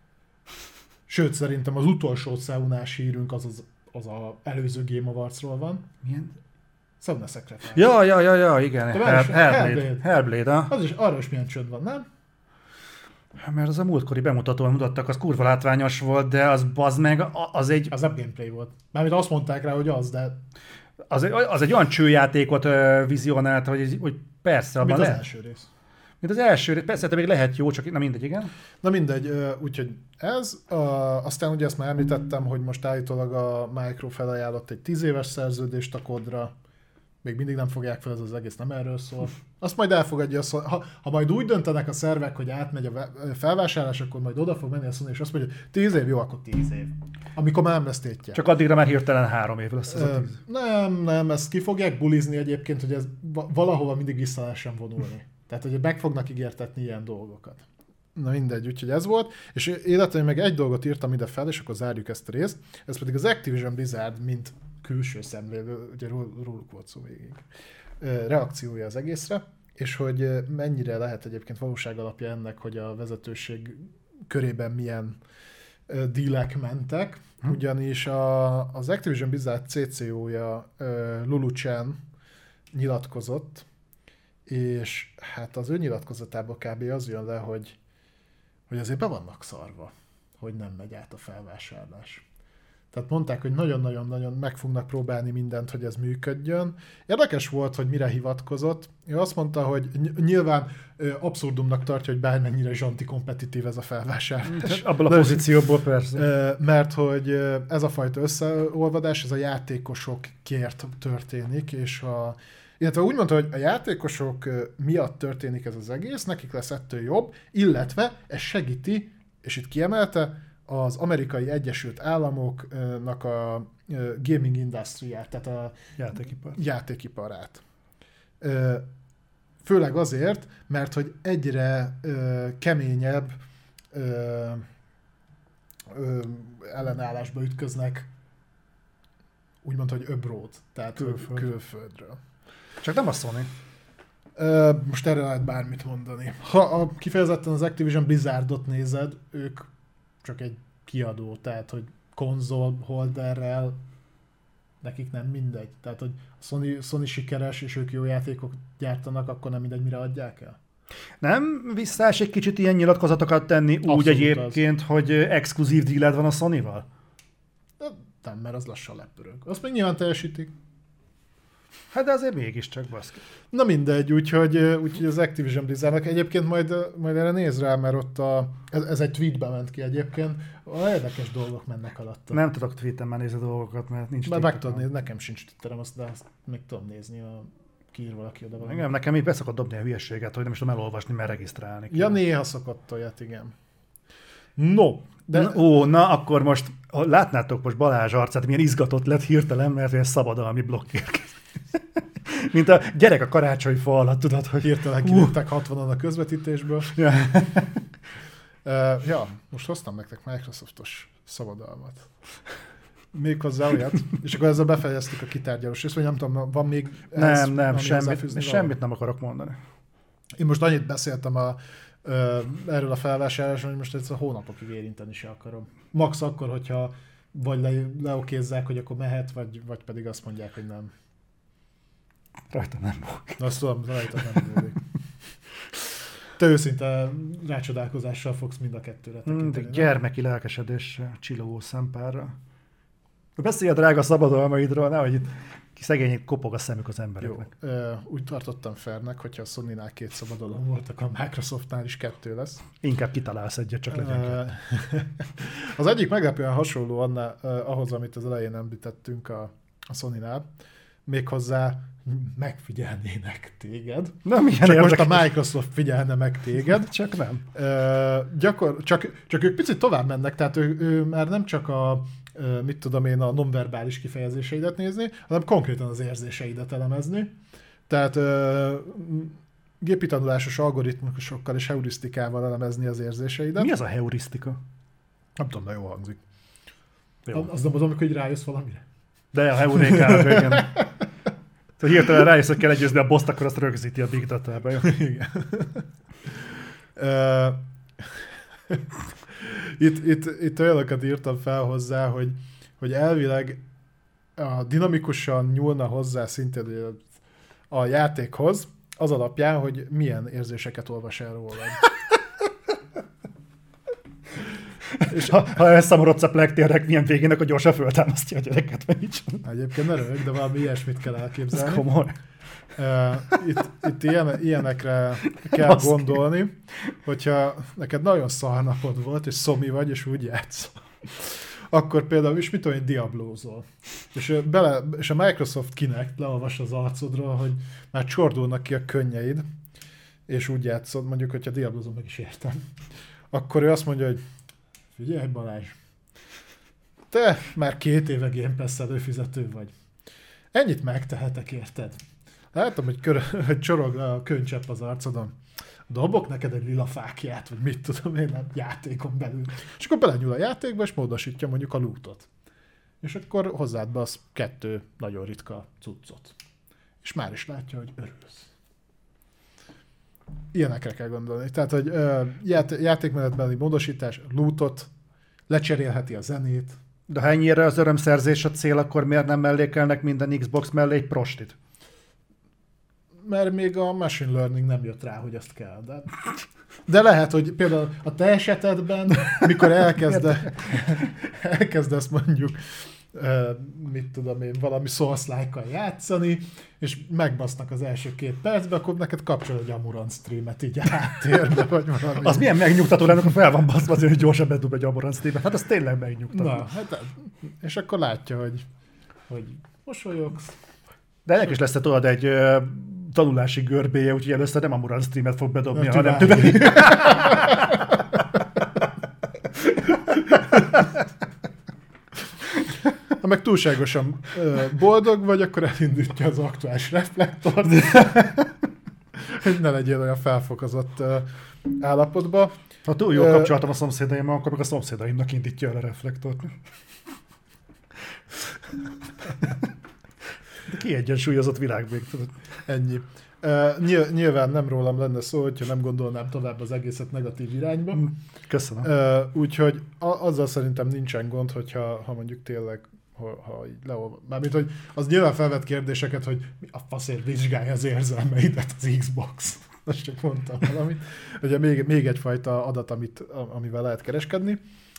Sőt, szerintem az utolsó Saunás hírünk az előző Game Awards-ról van. Milyen? Sauna Sacrifice. Ja, igen. Hellblade. Az is, arra is milyen csönd van, nem? Mert az a múltkori bemutatón mutattak, az kurva látványos volt, de az bazd meg, az egy... Az nem gameplay volt. Mármint azt mondták rá, hogy az, de... Az egy olyan csőjátékot vizionált, hogy persze abban mint az első rész. Mint az első rész, persze, de még lehet jó, csak na mindegy, igen. Na mindegy, úgyhogy ez. Aztán ugye ezt már említettem, hogy most állítólag a Micro felajánlott egy 10 éves szerződést a kodra. Még mindig nem fogják fel, ez az egész nem erről szól. Azt majd elfogadja, ha majd úgy döntenek a szervek, hogy átmegy a felvásárlás, akkor majd oda fog menni a Sony, és azt mondja, hogy 10 év, jó, akkor 10 év. Amikor már nem lesz tétje. Csak addigra már hirtelen 3 év lesz ez a 10. Nem, ezt ki fogják bulizni egyébként, hogy ez valahova mindig vissza lehessen vonulni. Tehát, hogy meg fognak ígértetni ilyen dolgokat. Na mindegy, úgyhogy ez volt. És életemben meg egy dolgot írtam ide fel, és akkor zárjuk ezt a részt. Ez pedig az Activision Blizzard, mint külső szemlélő, ugye róluk volt szó végig, reakciója az egészre, és hogy mennyire lehet egyébként valóság alapja ennek, hogy a vezetőség körében milyen dílek mentek, ugyanis az Activision Blizzard CCO-ja Lulu Chen nyilatkozott, és hát az ő nyilatkozatából kb. Az jön le, hogy azért be vannak szarva, hogy nem megy át a felvásárlás. Tehát mondták, hogy nagyon-nagyon-nagyon meg fognak próbálni mindent, hogy ez működjön. Érdekes volt, hogy mire hivatkozott. Ő azt mondta, hogy nyilván abszurdumnak tartja, hogy bármennyire is antikompetitív ez a felvásárlás. Abból a pozícióból persze. Mert hogy ez a fajta összeolvadás, ez a játékosokért történik, és illetve úgy mondta, hogy a játékosok miatt történik ez az egész, nekik lesz ettől jobb, illetve ez segíti, és itt kiemelte, az Amerikai Egyesült Államoknak a gaming industry-ját, tehát a játékiparát. Főleg azért, mert hogy egyre keményebb ellenállásba ütköznek, úgymond, hogy abroad, tehát külföldről. Csak nem a Sony. Most erre lehet bármit mondani. Ha kifejezetten az Activision Blizzardot nézed, ők csak egy kiadó, tehát hogy konzol holderrel nekik nem mindegy. Tehát, hogy Sony sikeres, és ők jó játékok gyártanak, akkor nem mindegy, mire adják el. Nem visszás egy kicsit ilyen nyilatkozatokat tenni abszolút úgy egyébként, az. Hogy exkluzív dealed van a Sony-val? Nem, mert az lassan lepörög. Azt még nyilván teljesítik. Hát de azért mégiscsak baszki. Na mindegy, úgyhogy az Activision Blizzardnak egyébként majd erre néz rá, mert ott ez egy tweetben ment ki egyébként, érdekes dolgok mennek alatta. Nem tudok tweeten már nézni dolgokat, mert nincs TikTokon. Meg tudod nézni, nekem sincs Twitterem, de azt még tudom nézni, kiír valaki oda valami. Nekem így beszokott dobni a hülyeséget, hogy nem is tudom elolvasni, mert regisztrálni. Ja, néha szokott olyat, igen. No, de... Na akkor most, látnátok most Balázs arcát, milyen izgatott lett hirtelen, mert egy szabadalmi blokk érkezik. Mint a gyerek a karácsonyfa alatt, tudod, hogy... Hirtelen kilőttek 60-an a közvetítésből. Ja, most hoztam nektek Microsoftos szabadalmat. Méghozzá olyat, és akkor ezzel befejeztük a kitárgyalós részt, vagy nem tudom, van még... Nem, semmit nem akarok mondani. Én most annyit beszéltem erről a felvásárlásról, hogy most ezt a hónapokig érinteni se akarom. Max akkor, hogyha vagy leokézzák, hogy akkor mehet, vagy pedig azt mondják, hogy nem. Rajta nem múlik. Azt tudom, rajta nem múlik. Te őszinte rácsodálkozással fogsz mind a kettőre tekinteni. Gyermeki lelkesedéssel, csillogó szempárral. Beszélj a drága szabadalmaidról, nehogy itt szegény kopog a szemük az embereknek. Jó, úgy tartottam Fernek, hogyha a Sony-nál 2 szabadalom voltak, a Microsoftnál is 2 lesz. Inkább kitalálsz egyet, csak legyen 2. Az egyik meglepően hasonló ahhoz, amit az elején említettünk a Sony-nál, méghozzá megfigyelnének téged. Na, milyen csak most a Microsoft figyelne meg téged. Csak nem. Csak ők picit tovább mennek, tehát ő már nem csak a nonverbális kifejezéseidet nézni, hanem konkrétan az érzéseidet elemezni. Tehát gépi tanulásos algoritmusokkal és heurisztikával elemezni az érzéseidet. Mi az a heurisztika? Nem tudom, de jól hangzik. Jó. Az nem az, amikor így rájössz valamire? De a heurékának, igen. Hirtelen rájössz, hogy kell egyőzni a boszt, akkor azt rögzíti a Big Data-ba. Igen. Itt olyanokat írtam fel hozzá, hogy elvileg dinamikusan nyúlna hozzá szintén a játékhoz, az alapján, hogy milyen érzéseket olvas el rólad. És ha elszamorodsz a plektérnek milyen végének, a gyorsan föltámasztja a gyereket, vagy nincs. Egyébként ne röhög, de valami ilyesmit kell elképzelni. Ez komoly. Itt ilyenekre kell gondolni, hogyha neked nagyon szar napod volt, és szomi vagy, és úgy játszol. Akkor például, és mit tudom, hogy diablózol. És a Microsoft Kinect leolvas az arcodról, hogy már csordulnak ki a könnyeid, és úgy játszod, mondjuk, hogyha diablózol, meg is értem. Akkor ő azt mondja, hogy figyelj Balázs, te már 2 éve Game Pass előfizető vagy. Ennyit megtehetek, érted? Látom, hogy csorog a könycsepp az arcodon. Dobok neked egy lila fákját, vagy mit tudom én, nem, játékon belül. És akkor belenyúl a játékba, és módosítja mondjuk a lootot. És akkor hozzád be az 2 nagyon ritka cuccot. És már is látja, hogy örülsz. Ilyenekre kell gondolni. Tehát, hogy játékmenetbeli módosítás, lootot, lecserélheti a zenét. De ha ennyire az örömszerzés a cél, akkor miért nem mellékelnek minden Xbox mellé egy prostit? Mert még a machine learning nem jött rá, hogy azt kell. De lehet, hogy például a te esetedben, mikor elkezdesz mondjuk, mit tudom én, valami Souls-like-kal játszani, és megbasznak az első 2 percben, akkor neked kapcsol egy Amurant streamet így a háttérbe, vagy valami. Az milyen megnyugtató lenne, akkor fel van baszva azért, hogy gyorsan bedub egy Amurant streamet. Hát az tényleg megnyugtató. Na, hát, és akkor látja, hogy mosolyogsz. De ennek is lesz, tudod, egy tanulási görbéje, úgyhogy először nem Amurant streamet fog bedobni, hanem tudod. Ha meg túlságosan boldog vagy, akkor elindítja az aktuális reflektort. hogy ne legyél olyan felfokozott állapotba. Ha túl jó kapcsolatom a szomszédaimmal, akkor meg a szomszédaimnak indítja el a reflektort. De kiegyensúlyozott világ még, tudod. Ennyi. Nyilván nem rólam lenne szó, hogyha nem gondolnám tovább az egészet negatív irányba. Köszönöm. Úgyhogy azzal szerintem nincsen gond, hogyha mondjuk tényleg, ha így mármint, hogy az nyilván felvett kérdéseket, hogy mi a faszért vizsgálja az érzelmeidet az Xbox. Most csak mondtam valamit. Ugye még egyfajta adat, amivel lehet kereskedni.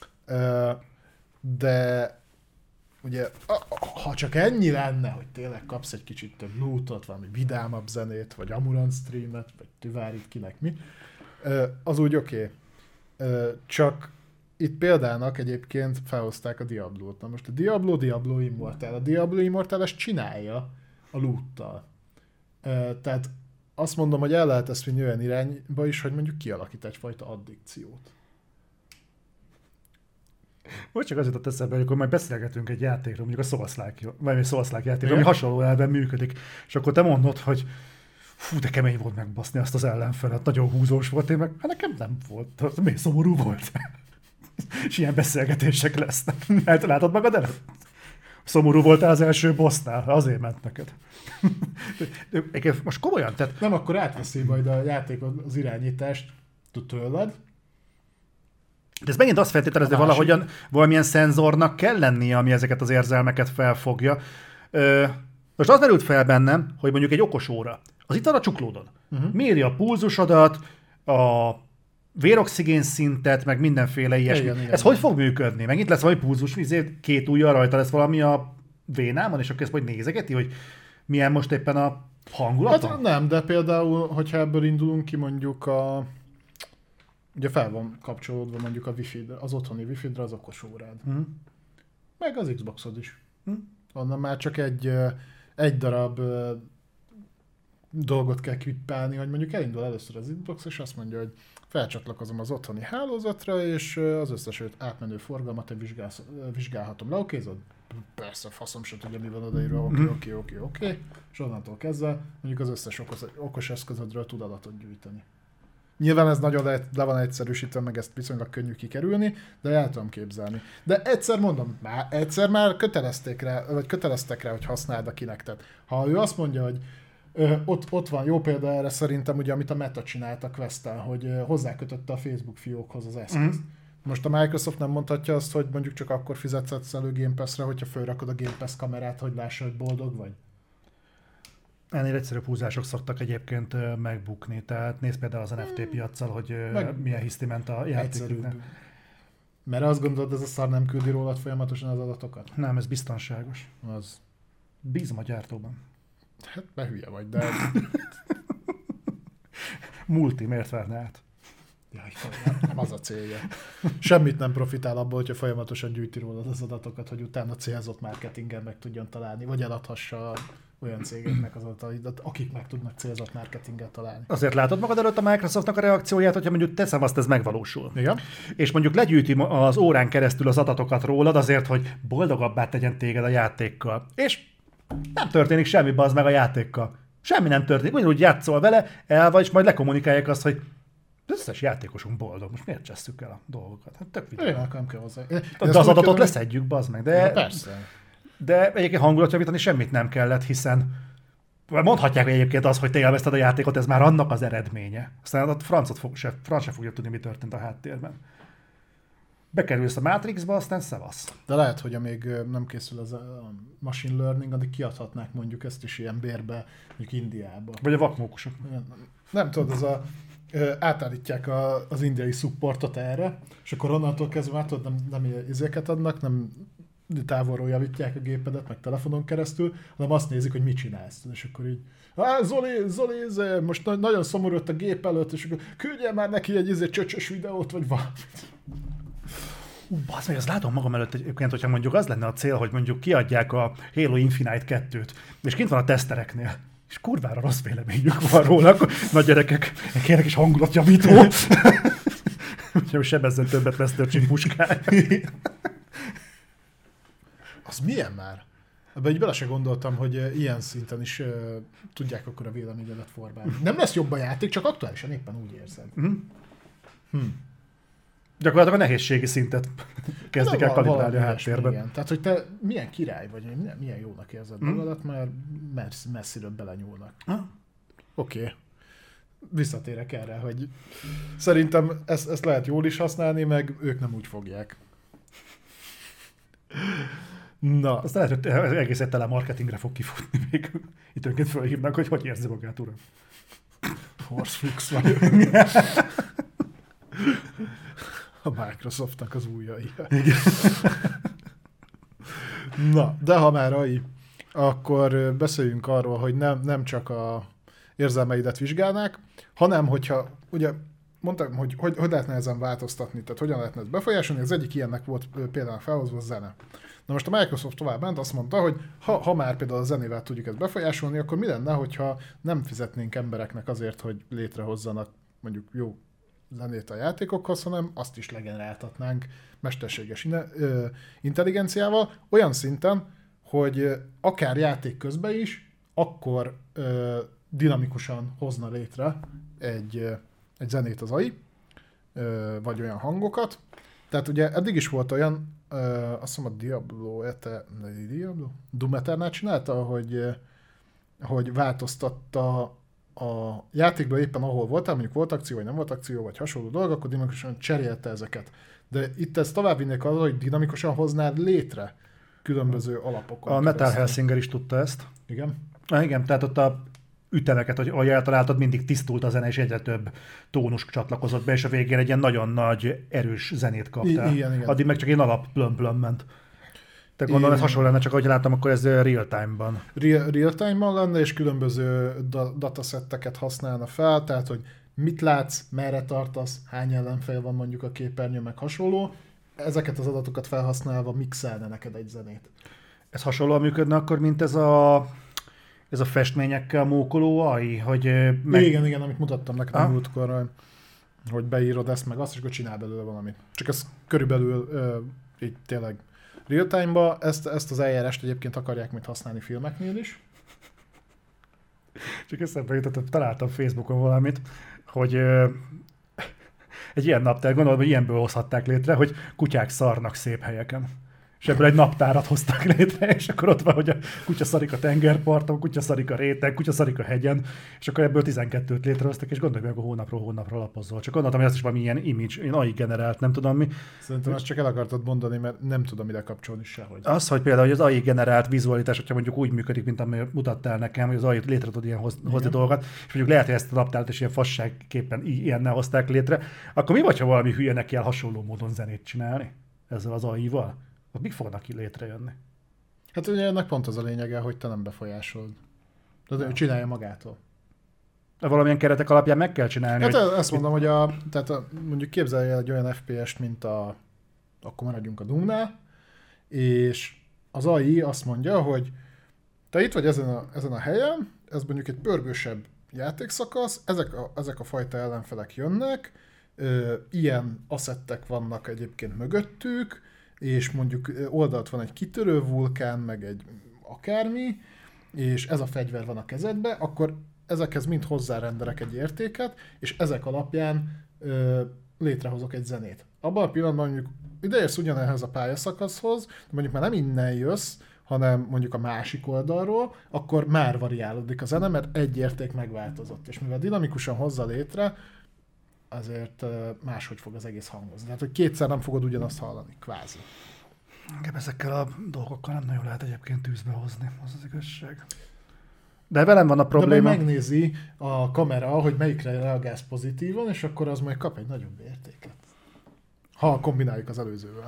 De ugye, ha csak ennyi lenne, hogy tényleg kapsz egy kicsit több lootot, valami vidámabb zenét, vagy Amurant streamet, vagy Tüvárit, kinek mi, az úgy oké. Csak itt példának egyébként felhozták a Diablo-t. Na most a Diablo Immortal. A Diablo Immortal ezt csinálja a loottal. Tehát azt mondom, hogy el lehet ezt vinni olyan irányba is, hogy mondjuk kialakít egyfajta addikciót. Most csak az jutott eszembe, hogy akkor majd beszélgetünk egy játékról, mondjuk a Souls-like játékról, ami hasonló elven működik, és akkor te mondod, hogy fú, de kemény volt megbaszni azt az ellenfelet, nagyon húzós volt, én meg, hát nekem nem volt, az mély szomorú volt. És ilyen beszélgetések lesznek. Látod magad előtt? Szomorú voltál az első bossnál, azért ment neked. Most komolyan, tehát... Nem, akkor átveszi majd a játék az irányítást tőled. De ez megint azt feltételezi, hogy valahogyan valamilyen szenzornak kell lennie, ami ezeket az érzelmeket felfogja. Most az merült fel bennem, hogy mondjuk egy okos óra, az itt van a csuklódon. Méri a pulzusodat, a véroxigén szintet, meg mindenféle ilyesmi. Igen, ez hogy fog működni? Megint lesz valami pulzus, két ujjal rajta lesz valami a vénámon, és akkor ezt majd nézegeti, hogy milyen most éppen a hangulaton? Hát nem, de például, hogyha ebből indulunk ki mondjuk ugye fel van kapcsolódva mondjuk a Wi-Fi-re, az otthoni Wi-Fi-re az okos órád. Meg az Xboxod is. Onnan már csak egy darab dolgot kell kvippálni, hogy mondjuk elindul először az Xbox, és azt mondja, hogy felcsatlakozom az otthoni hálózatra, és az összes átmenő forgalmat vizsgálhatom. Leokézod? Persze, faszom se tudja, mi van odaírva, oké. És onnantól kezdve mondjuk az összes okos eszközödről tud adatot gyűjteni. Nyilván ez nagyon le van egyszerűsítve, meg ezt viszonylag könnyű kikerülni, de el tudom képzelni. De egyszer már köteleztek rá, hogy használd a Kinectet. Ha ő azt mondja, hogy ott van jó példa erre szerintem, ugye, amit a Meta csinált a Quest-tel, hogy hozzákötötte a Facebook fiókhoz az eszközt. Most a Microsoft nem mondhatja azt, hogy mondjuk csak akkor fizetsz elő Game Pass-re, hogyha felrakod a Game Pass kamerát, hogy lássa, hogy boldog vagy. Ennél egyszerűbb húzások szoktak egyébként megbukni, tehát nézd például az NFT piaccal, hogy milyen hiszti ment a játékoknak. Mert azt gondolod, ez a szar nem küldi rólad folyamatosan az adatokat? Nem, ez biztonságos. Az. Bízom a gyártóban. Hát hülye vagy, de... Multi, miért várná át? Jaj, nem az a célja. Semmit nem profitál abból, hogyha folyamatosan gyűjti rólad az adatokat, hogy utána célzott marketingen meg tudjon találni, vagy eladhassa olyan cégeknek az adataidat, akik meg tudnak célzott marketinget találni. Azért látod magad előtt a Microsoftnak a reakcióját, hogyha mondjuk teszem azt, ez megvalósul. Igen. És mondjuk legyűjti az órán keresztül az adatokat rólad azért, hogy boldogabbá tegyen téged a játékkal. És nem történik semmi bazd meg a játékkal. Semmi nem történik. Ugyanúgy játszol vele, el vagy, és majd lekommunikálják azt, hogy az összes játékosunk boldog. Most miért csesszük el a dolgokat? Hát tök videó. Nem kell hozzá. De az adatot leszedjük, bazd meg. De persze. De egyébként hangulatjavítani semmit nem kellett, hiszen mondhatják egyébként azt, hogy te élvezted a játékot, ez már annak az eredménye. Aztán a franc se fogja tudni, mi történt a háttérben. Bekerülsz a Matrixba, aztán szevasz. De lehet, hogy amíg nem készül ez a machine learning, addig kiadhatnák mondjuk ezt is ilyen bérbe, mondjuk Indiába. Vagy a vakmókusok. Nem tudod, átállítják az indiai supportot erre, és akkor onnantól kezdve már tudod, nem izéket adnak, nem távolról javítják a gépedet, meg telefonon keresztül, hanem azt nézik, hogy mit csinálsz. És akkor így, Zoli, most nagyon szomorú a gép előtt, és akkor küldjél már neki egy csöcsös videót, vagy valamit. Basz meg, azt látom magam előtt egyébként, hogyha mondjuk az lenne a cél, hogy mondjuk kiadják a Halo Infinite 2-t, és kint van a tesztereknél, és kurvára rossz véleményük van róla, akkor nagy gyerekek, kérlek is hangulatjavító. Úgyhogy sebezzen többet Lesztörcsin puskája. Az milyen már? Ebben így bele se gondoltam, hogy ilyen szinten is tudják akkor a véleményedet formálni. Nem lesz jobb a játék, csak aktuálisan éppen úgy érzed. Gyakorlatilag a nehézségi szintet kezdik el kalibrálni a háttérben. Igen. Tehát, hogy te milyen király vagy, milyen jónak érzed magadat, mert messziről belenyúlnak. Oké. Visszatérek erre, hogy szerintem ezt lehet jól is használni, meg ők nem úgy fogják. Na. Azt lehet, hogy egész egy telemarketingre fog kifutni végül. Itt önként felhívnak, hogy érzi magát, uram. Horseflux van. A Microsoftnak az ujjai. Na, de ha már AI, akkor beszéljünk arról, hogy nem csak a érzelmeidet vizsgálnák, hanem hogyha, ugye mondtam, hogy lehetne ezen változtatni, tehát hogyan lehetne ezt befolyásolni, az egyik ilyennek volt például felhozva a zene. Na most a Microsoft tovább ment, azt mondta, hogy ha már például a zenével tudjuk ezt befolyásolni, akkor mi lenne, hogyha nem fizetnénk embereknek azért, hogy létrehozzanak mondjuk jó zenét a játékokhoz, hanem azt is legeneráltatnánk mesterséges intelligenciával, olyan szinten, hogy akár játék közben is, akkor dinamikusan hozna létre egy zenét az AI, vagy olyan hangokat. Tehát ugye eddig is volt olyan, azt hiszem a Doom Eternal csinálta, hogy változtatta a játékban éppen ahol voltál, mondjuk volt akció, vagy nem volt akció, vagy hasonló dolog, akkor dinamikusan cserélte ezeket. De itt ezt tovább vinnék arra, hogy dinamikusan hoznád létre különböző alapokon. A Metal Hellsinger is tudta ezt. Igen? Igen, tehát ott a ütemeket, hogy eltaláltad, mindig tisztult a zene, és egyre több tónus csatlakozott be, és a végén egy ilyen nagyon nagy, erős zenét kaptál. Igen. Addig meg csak egy alap plöm ment. Te gondolom, ez hasonló lenne, csak ahogy láttam, akkor ez real-time-ban. Real-time-ban lenne, és különböző datasetteket használna fel, tehát, hogy mit látsz, merre tartasz, hány ellenfél van mondjuk a képernyőn, meg hasonló. Ezeket az adatokat felhasználva mixelne neked egy zenét. Ez hasonlóan működne akkor, mint ez a festményekkel mókoló AI, hogy... Igen, amit mutattam neked a múltkor, hogy beírod ezt meg azt, és akkor csinál belőle valamit. Csak ez körülbelül így tényleg real-time-ba, ezt az eljárást egyébként akarják majd használni filmeknél is. Csak eszembe jutott, hogy találtam Facebookon valamit, hogy egy ilyen naptár, gondolom, hogy ilyenből hozhatták létre, hogy kutyák szarnak szép helyeken. És ebből egy naptárat hoztak létre, és akkor ott van, hogy a kutya szarik a tengerparton, kutya szarik a réten, kutya szarik a hegyen, és akkor ebből 12-t létrehoztak, és gondolj meg, a hónapról hónapra lapozol. Csak gondoltam, hogy azt is valami ilyen image, ilyen AI generált, nem tudom mi. Szerintem azt csak el akartad mondani, mert nem tudom ide kapcsolni sehogy. Az, hogy például hogy az AI generált vizualitás, hogyha mondjuk úgy működik, mint amit mutattál nekem, hogy az AI létre tud ilyen hozni dolgokat, és mondjuk lehet, hogy ezt a naptárat is ilyen fasságképpen ilyennel hozták létre, akkor mi vagy, ha valami hülyenek kell hasonló módon zenét csinálni ezzel az AI-val? Ott mik fognak ki létrejönni? Hát ugye ennek pont az a lényege, hogy te nem befolyásolod. Tehát ő csinálja magától. De valamilyen keretek alapján meg kell csinálni. Hát ezt mondom, hogy mondjuk képzelj el egy olyan FPS-t, mint akkor maradjunk a Doom-nál, és az AI azt mondja, hogy te itt vagy ezen a helyen, ez mondjuk egy pörgősebb játékszakasz, ezek a fajta ellenfelek jönnek, ilyen asszettek vannak egyébként mögöttük, és mondjuk oldalt van egy kitörő vulkán, meg egy akármi, és ez a fegyver van a kezedbe, akkor ezekhez mind hozzárendelek egy értéket, és ezek alapján létrehozok egy zenét. Abban a pillanatban mondjuk ideérsz ugyanehhez a pályaszakaszhoz, de mondjuk már nem innen jössz, hanem mondjuk a másik oldalról, akkor már variálódik a zene, mert egy érték megváltozott. És mivel dinamikusan hozza létre, azért máshogy fog az egész hangozni. Tehát, hogy kétszer nem fogod ugyanazt hallani, kvázi. Engem ezekkel a dolgokkal nem nagyon lehet egyébként tűzbe hozni, az az igazság. De velem van a probléma. De megnézi a kamera, hogy melyikre reagálsz pozitívan, és akkor az majd kap egy nagyobb értéket. Ha kombináljuk az előzővel.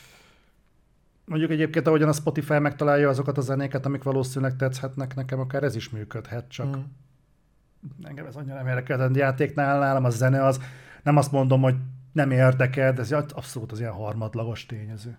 Mondjuk egyébként, ahogyan a Spotify megtalálja azokat a zenéket, amik valószínűleg tetszhetnek nekem, akár ez is működhet, csak engem ez annyira nem érdekel. A játéknál nálam a zene az, nem azt mondom, hogy nem érdekel, de ez abszolút az ilyen harmadlagos tényező.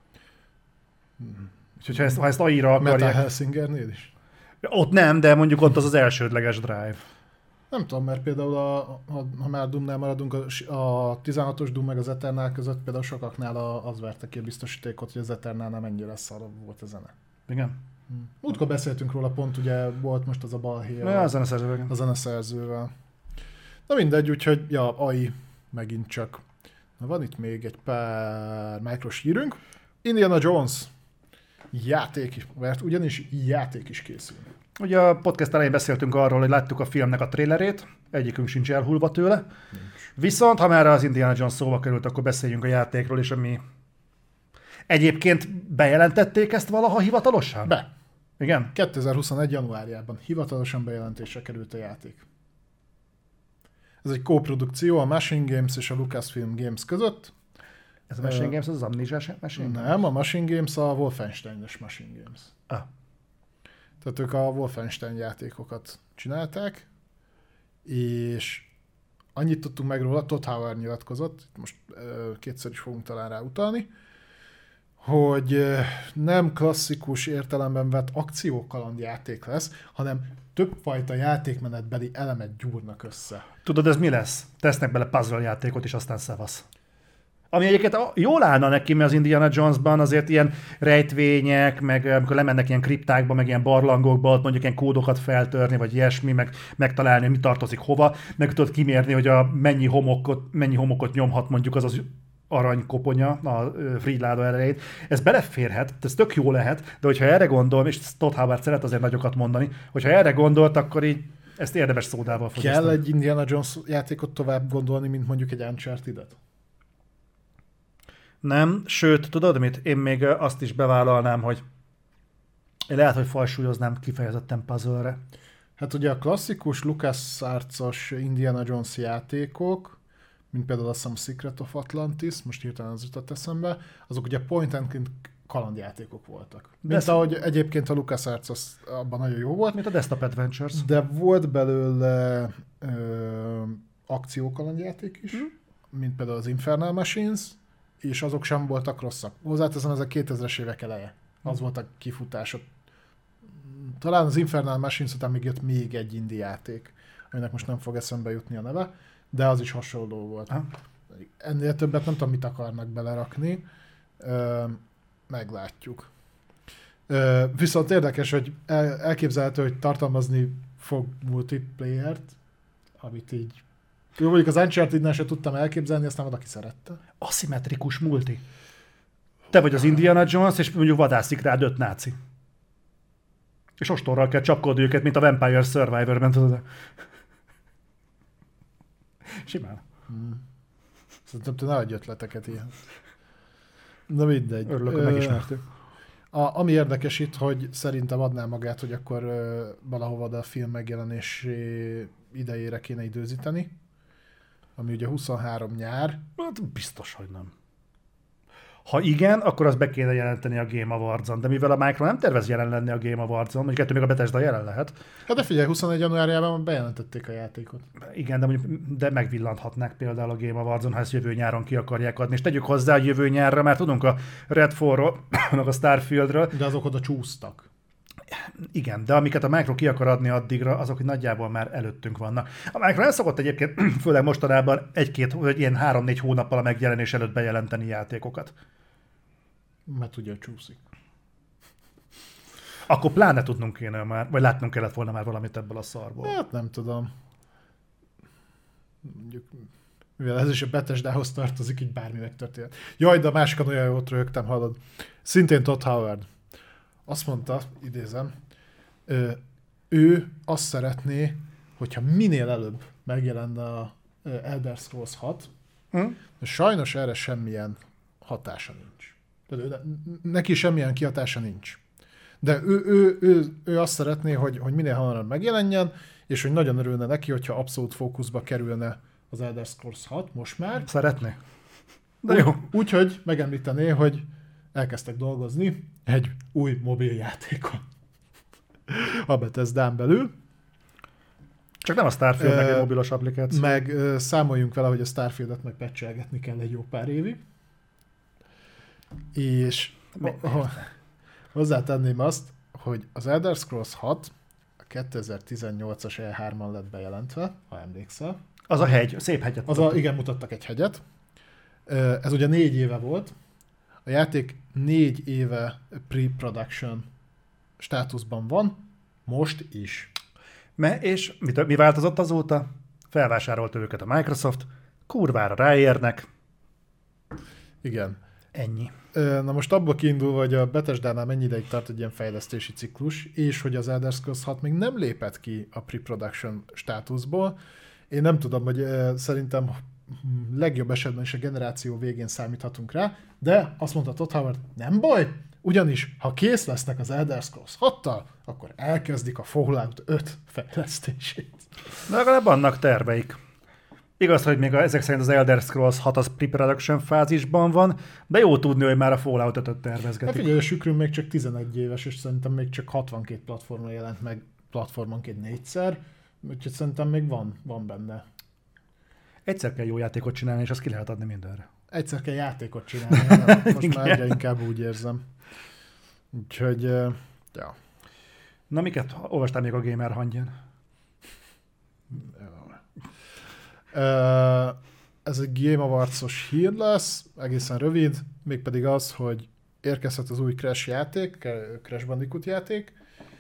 Úgyhogy ha ezt AI-ra akarják... Metal Hellsingernél is? Ott nem, de mondjuk ott az elsődleges drive. Nem tudom, mert például ha már Doomnál maradunk, a 16-os Doom meg az Eternal között például sokaknál az verte ki a biztosítékot, hogy az Eternalnál mennyire szarabb volt a zene. Igen. Múltkor beszéltünk róla, pont ugye volt most az a balhé A zeneszerzővel. a zeneszerzővel. Na mindegy, úgyhogy ja, AI megint csak. Na van itt még egy pár Micros hírünk. Indiana Jones játék, mert ugyanis játék is készül. Ugye a podcast elején beszéltünk arról, hogy láttuk a filmnek a trailerét, egyikünk sincs elhullva tőle. Nincs. Viszont, ha már az Indiana Jones szóba került, akkor beszéljünk a játékról is, ami... Egyébként bejelentették ezt valaha hivatalosan? Be. Igen? 2021. januárjában hivatalosan bejelentésre került a játék. Ez egy kóprodukció a Machine Games és a Lucasfilm Games között. Ez a Machine Games az Amnésiás Machine Games? Nem, a Machine Games a Wolfenstein-es Machine Games. Ah. Tehát ők a Wolfenstein játékokat csinálták, és annyit tudtunk meg róla, Todd Howard nyilatkozott, most kétszer is fogunk talán rá utalni, hogy nem klasszikus értelemben vett akciókalandjáték lesz, hanem többfajta játékmenetbeli elemet gyúrnak össze. Tudod, ez mi lesz? Tesznek bele puzzle játékot, és aztán szevasz. Ami egyébként jól állna neki, mert az Indiana Jonesban azért ilyen rejtvények, meg amikor lemennek ilyen kriptákba, meg ilyen barlangokba, ott mondjuk ilyen kódokat feltörni, vagy ilyesmi, meg megtalálni, hogy mi tartozik hova, meg tudod kimérni, hogy mennyi homokot nyomhat mondjuk az aranykoponya a Freeláda elejét. Ez beleférhet, ez tök jó lehet, de hogyha erre gondol, és Todd Howard szeret azért nagyokat mondani, hogyha erre gondolt, akkor így ezt érdemes szódával fogyasztani. Kell egy Indiana Jones játékot tovább gondolni, mint mondjuk egy Uncharted-et? Nem, sőt, tudod mit? Én még azt is bevállalnám, hogy én lehet, hogy falsúlyoznám kifejezetten puzzle-re. Hát ugye a klasszikus LucasArts-os Indiana Jones játékok, mint például azt hiszem Secret of Atlantis, most hirtelen az jutott eszembe, azok ugye point and click kalandjátékok voltak. Mint ahogy egyébként a LucasArts abban nagyon jó volt. Mint a Desktop Adventures. De volt belőle akciókalandjáték is, mint például az Infernal Machines, és azok sem voltak rosszak. Hozzáteszem, ez a 2000-es évek eleje. Az volt a kifutások. Talán az Infernal Machines után még jött még egy indie játék, aminek most nem fog eszembe jutni a neve, de az is hasonló volt. Ha? Ennél többet nem tudom, mit akarnak belerakni. Meglátjuk. Viszont érdekes, hogy elképzelhető, hogy tartalmazni fog multiplayer-t, amit így... Mondjuk az Uncharted-nál se tudtam elképzelni, aztán valaki szerette. Aszimmetrikus multi. Te vagy az Indiana Jones, és mondjuk vadászik rád 5 náci. És ostorral kell csapkodni őket, mint a Vampire Survivor-ben, tudod? Simán. Szerintem te ne adj ötleteket ilyen. Na mindegy. Örülök, hogy megismertük. Ami érdekes itt, hogy szerintem adná magát, hogy akkor valahova a film megjelenés idejére kéne időzíteni, ami ugye 23 nyár. Hát biztos, hogy nem. Ha igen, akkor az be kéne jelenteni a Game Awards-on, de mivel a Micro nem tervez jelen lenni a Game Awards-on, mondjuk ettől még a Bethesda jelen lehet. Hát de figyelj, 21. januárjában bejelentették a játékot. Igen, de megvillanthatnák például a Game Awards-on, ha ezt jövő nyáron ki akarják adni. És tegyük hozzá, hogy jövő nyárra már tudunk a Redfallról, a Starfieldről. De azok oda csúsztak. Igen, de amiket a Micro ki akar adni addigra, azok nagyjából már előttünk vannak. A Micro el szokott egyébként, főleg mostanában ilyen 3-4 hónappal a megjelenés előtt bejelenteni játékokat. Mert ugye csúszik. Akkor pláne tudnunk kéne már, vagy látnunk kellett volna már valamit ebből a szarból. Hát nem tudom. Mondjuk, mivel ez is a Bethesdához tartozik, így bármi megtörténhet. Jaj, de a másikon olyan jót rögtem, hallod. Szintén Todd Howard. Azt mondta, idézem, ő azt szeretné, hogyha minél előbb megjelenne a Elder Scrolls 6, de sajnos erre semmilyen hatása nincs. Tehát neki semmilyen kihatása nincs. De ő azt szeretné, hogy minél hamarabb megjelenjen, és hogy nagyon örülne neki, hogyha abszolút fókuszba kerülne az Elder Scrolls 6 most már. Szeretné? De jó. Úgyhogy megemlítené, hogy elkezdtek dolgozni egy új mobiljátékon a Bethesdán belül. Csak nem a Starfield, meg egy mobilos applikáció. Meg számoljunk vele, hogy a Starfieldet meg patchelgetni kell egy jó pár évig. És hozzátenném azt, hogy az Elder Scrolls 6 a 2018-as E3-an lett bejelentve, ha emlékszel. Az a hegy, szép hegyet. Igen, mutattak egy hegyet. Ez ugye 4 éve volt. A játék 4 éve pre-production státuszban van, most is. És mi változott azóta? Felvásárolta őket a Microsoft, kurvára ráérnek. Igen. Ennyi. Na most abból kiindulva, hogy a Bethesda-nál mennyi ideig tart egy ilyen fejlesztési ciklus, és hogy az Elder Scrolls 6 még nem lépett ki a pre-production státuszból, én nem tudom, hogy szerintem legjobb esetben is a generáció végén számíthatunk rá, de azt mondta Todd Howard, nem baj, ugyanis ha kész lesznek az Elder Scrolls 6-tal, akkor elkezdik a Fallout 5 fejlesztését. De legalább vannak terveik. Igaz, hogy még ezek szerint az Elder Scrolls 6 az pre-production fázisban van, de jó tudni, hogy már a Fallout 5-öt tervezgetik. Hát figyelj, a Sükrünk még csak 11 éves, és szerintem még csak 62 platformon jelent meg platformonként 4-szer, úgyhogy szerintem még van benne. Egyszer kell jó játékot csinálni, és azt ki lehet adni mindenre. Egyszer kell játékot csinálni, most már egyre inkább úgy érzem. Úgyhogy, ja. Na, miket olvastál még a Gamer Hangyán? Ez egy Game Awards-os hír lesz, egészen rövid, mégpedig az, hogy érkezhet az új Crash játék, Crash Bandicoot játék,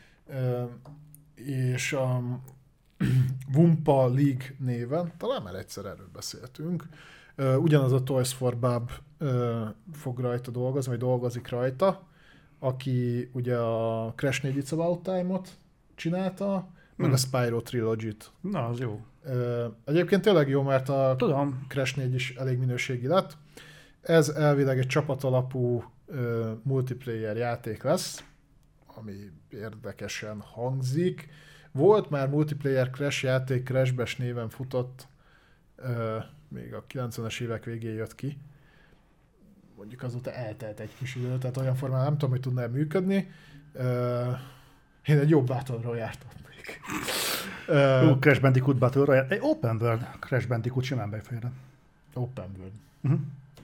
és a Wumpa League néven, talán már egyszer erről beszéltünk, ugyanaz a Toys for Bob fog rajta dolgozni, vagy dolgozik rajta, aki ugye a Crash 4 It's About Time-ot csinálta, meg a Spyro Trilogy-t. Na, az jó. Egyébként tényleg jó, mert a Tudom. Crash 4 is elég minőségi lett. Ez elvileg egy csapatalapú multiplayer játék lesz, ami érdekesen hangzik. Volt már multiplayer Crash játék, Crash Bash néven futott, még a 90-es évek végén jött ki. Mondjuk azóta eltelt egy kis idő, tehát olyan formán nem tudom, hogy tudná működni. Én egy jobb Battle Royale-t adnék. Crash Bandicoot Battle Royale. Egy Open World Crash Bandicoot simán beférne. Open World. Uh-huh.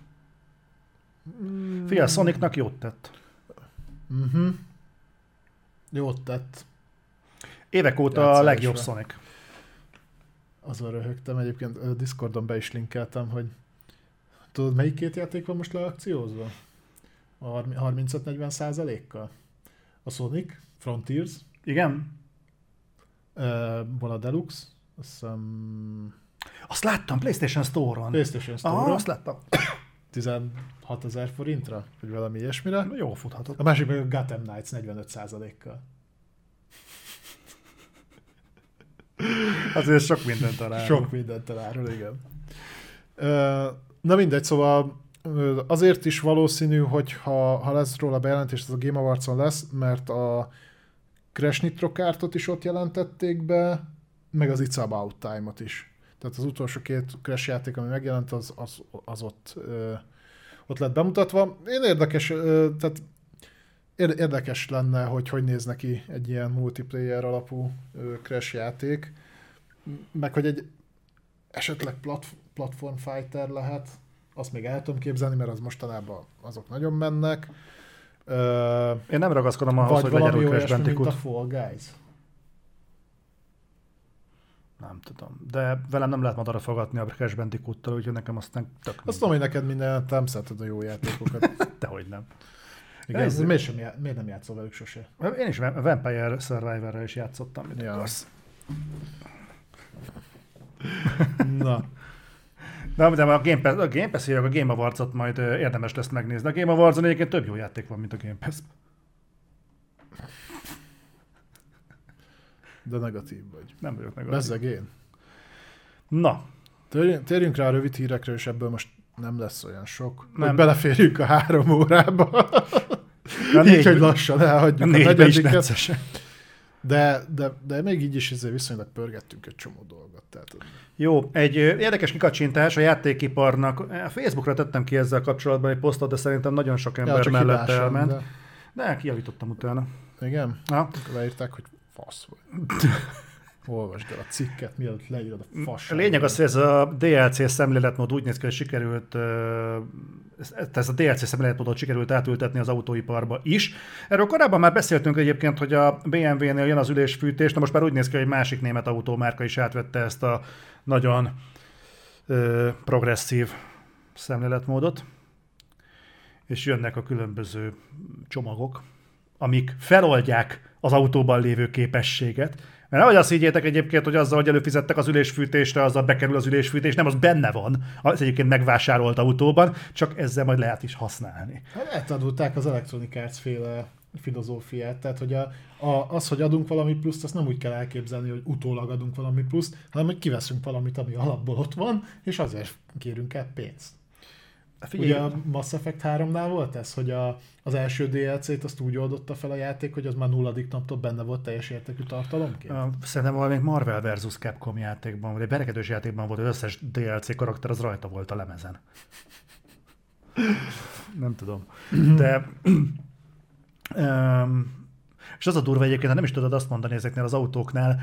Figyelj, Sonicnak jót tett. Uh-huh. Jót tett. Évek óta a legjobb Sonic. Azon röhögtem, egyébként Discordon be is linkeltem, hogy tudod, melyik két játék van most leakciózva? A 35-40%-kal? A Sonic, Frontiers. Igen? Van a Deluxe. Azt láttam PlayStation Store-on. PlayStation Store-on. Azt láttam. 16 000 forintra, vagy valami ilyesmire. Jó futhatott. A másik meg a Gotham Knights 45%-kal. Azért sok mindent talál. Sok mindent találról, igen. Na mindegy, szóval azért is valószínű, hogy ha lesz róla bejelentés, ez a Game Awards-on lesz, mert a Crash Nitro Kartot is ott jelentették be, meg az It's About Time-ot is. Tehát az utolsó két Crash játék, ami megjelent, az ott lett bemutatva. Tehát érdekes lenne, hogy néz neki egy ilyen multiplayer alapú Crash játék, meg hogy egy esetleg platform fighter lehet, azt még el tudom képzelni, mert az mostanában azok nagyon mennek. Én nem ragaszkodom ahhoz, hogy legyen új Crash Bandicoot. Mint a Fall Guys. Nem tudom, de velem nem lehet madarra fogadni a Crash Bandicoot-tal, úgyhogy nekem aztán tök. Azt tudom, hogy neked minden nem szereted a jó játékokat. Dehogy nem. Igen, miért nem játszol velük sose? Én is a Vampire Survivor-rel is játszottam, mit akarsz. Na. De a Game Pass a Game Awards-ot majd érdemes lesz megnézni. A Game Awards-on egyébként több jó játék van, mint a Game Pass. De negatív vagy. Nem vagyok negatív. Bezzeg én. Na. Térjünk rá a rövid hírekre, és ebből most nem lesz olyan sok. Nem. Hogy beleférjünk a 3 órába. Így, hogy lassan elhagyjuk a negyediket. De még így is viszonylag pörgettünk egy csomó dolgot. Tehát... Jó, egy érdekes kikacsintás a játékiparnak. A Facebookra tettem ki ezzel kapcsolatban egy posztot, de szerintem nagyon sok ember mellett elment. De kijavítottam utána. Igen? Ha? Leírták, hogy fasz vagy. Olvasd el a cikket, mielőtt leírod a fasságot. A lényeg az, hogy ez a DLC szemléletmód úgy néz ki, hogy sikerült, ez a DLC szemléletmódot sikerült átültetni az autóiparba is. Erről korábban már beszéltünk egyébként, hogy a BMW-nél jön az ülésfűtés, de most már úgy néz ki, hogy egy másik német autómárka is átvette ezt a nagyon progresszív szemléletmódot, és jönnek a különböző csomagok, amik feloldják az autóban lévő képességet. Mert ahogy azt higgyétek egyébként, hogy azzal, hogy előfizettek az ülésfűtésre, azzal bekerül az ülésfűtés, nem, az benne van az egyébként megvásárolt autóban, csak ezzel majd lehet is használni. Hát eltanulták az Electronic Arts féle filozófiát, tehát hogy az, hogy adunk valami pluszt, azt nem úgy kell elképzelni, hogy utólag adunk valami pluszt, hanem hogy kiveszünk valamit, ami alapból ott van, és azért kérünk el pénzt. Figyelj. Ugye a Mass Effect 3-nál volt ez, hogy az első DLC-t azt úgy oldotta fel a játék, hogy az már nulladik naptól benne volt teljes értékű tartalomként? Szerintem valamelyik Marvel vs. Capcom játékban, vagy egy berekedős játékban volt, az összes DLC karakter az rajta volt a lemezen. Nem tudom. De... és az a durva egyébként, nem is tudod azt mondani ezeknél az autóknál,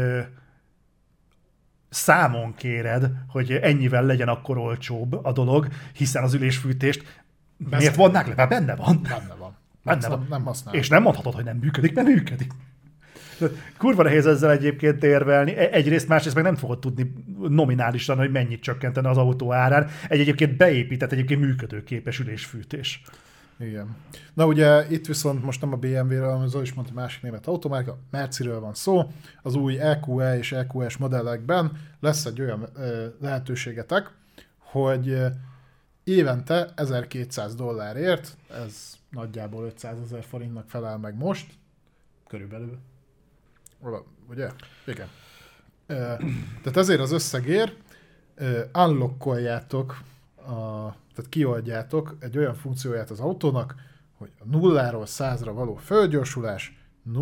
számon kéred, hogy ennyivel legyen akkor olcsóbb a dolog, hiszen az ülésfűtést miért vonnák le? Mert benne van. Benne van. Nem használom. És nem mondhatod, hogy nem működik, mert működik. Kurva nehéz ezzel egyébként érvelni. Egyrészt, másrészt meg nem fogod tudni nominálisan, hogy mennyit csökkentene az autó árán. Egyébként beépített, egyébként működőképes ülésfűtés. Igen. Na ugye itt viszont most nem a BMW-ről, hanem Zoli is mondta, másik német automárka, Merciről van szó. Az új EQE és EQS modellekben lesz egy olyan lehetőségetek, hogy évente $1200, ez nagyjából 500 000 forintnak felel meg most, körülbelül. Ugye? Igen. Tehát ezért az összegért unlockoljátok tehát kioldjátok egy olyan funkcióját az autónak, hogy a 0-ról 100-ra való földgyorsulás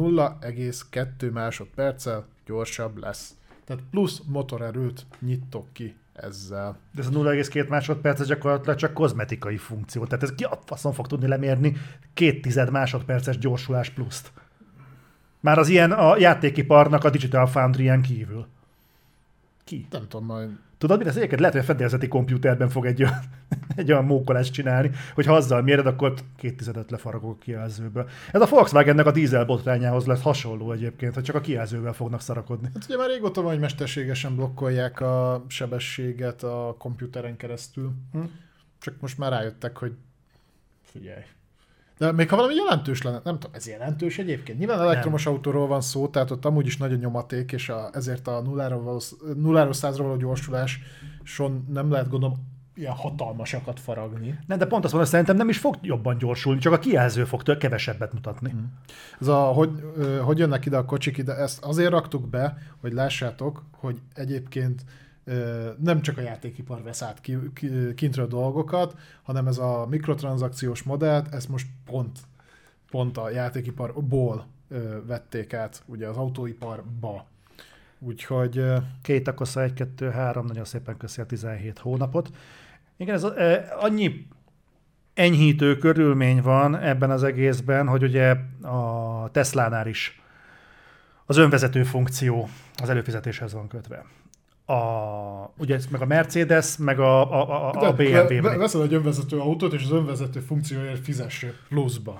0,2 másodperccel gyorsabb lesz. Tehát plusz motorerőt nyittok ki ezzel. De ez a 0,2 másodperc ez gyakorlatilag csak kozmetikai funkció. Tehát ez ki a faszon fog tudni lemérni 0,2 másodperces gyorsulás pluszt. Már az ilyen a játékiparnak a Digital Foundry-en kívül. Ki? Nem tudom, majd... Tudod, mi lesz? Egyébként lehet, hogy a fedélzeti kompjúterben fog egy olyan mókolást csinálni, hogy ha azzal méred, akkor 2 lefaragok a kijelzőből. Ez a Volkswagennek a dízel botrányához lesz hasonló egyébként, hogy csak a kijelzővel fognak szarakodni. Hát ugye már régóta van, hogy mesterségesen blokkolják a sebességet a kompjúteren keresztül. Csak most már rájöttek, hogy figyelj. De még ha valami jelentős lenne, nem tudom, ez jelentős egyébként. Nyilván elektromos autóról van szó, tehát ott amúgy is nagy a nyomaték, és ezért a 0-ról 100-ra való gyorsuláson nem lehet gondolom ilyen hatalmasakat faragni. Nem, de pont azt mondom, szerintem nem is fog jobban gyorsulni, csak a kijelző fog kevesebbet mutatni. Ez hogy jönnek ide a kocsik ide, ezt azért raktuk be, hogy lássátok, hogy egyébként nem csak a játékipar vesz át kintről dolgokat, hanem ez a mikrotranszakciós modellt, ezt most pont a játékiparból vették át, ugye az autóiparba. Úgyhogy... Két akosza, 1, 2, 3, nagyon szépen köszi a 17 hónapot. Igen, ez annyi enyhítő körülmény van ebben az egészben, hogy ugye a Teslánál is az önvezető funkció az előfizetéshez van kötve. Ugye meg a Mercedes, meg a BMW-ben. Veszel egy önvezető autót, és az önvezető funkcióért fizessél pluszba.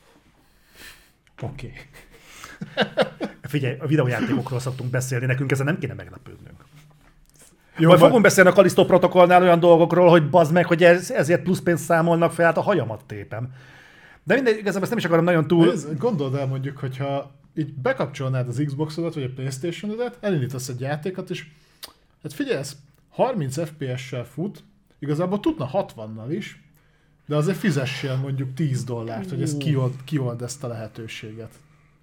Oké. Figyelj, a videójátékokról szoktunk beszélni, nekünk ezen nem kéne meglepődnünk. Jó, majd fogunk beszélni a Callisto protokollnál olyan dolgokról, hogy bazd meg, hogy ezért plusz pénzt számolnak fel, hát a hajamat tépem. De mindegy, igazából ezt nem is akarom nagyon túl... Gondold el mondjuk, hogyha így bekapcsolnád az Xboxodat, vagy a Playstation-odat, elindítasz egy játékot, és hát figyelj, ez 30 FPS-sel fut, igazából tudna 60-nal is, de azért fizessél mondjuk $10, hogy ez kiold ezt a lehetőséget.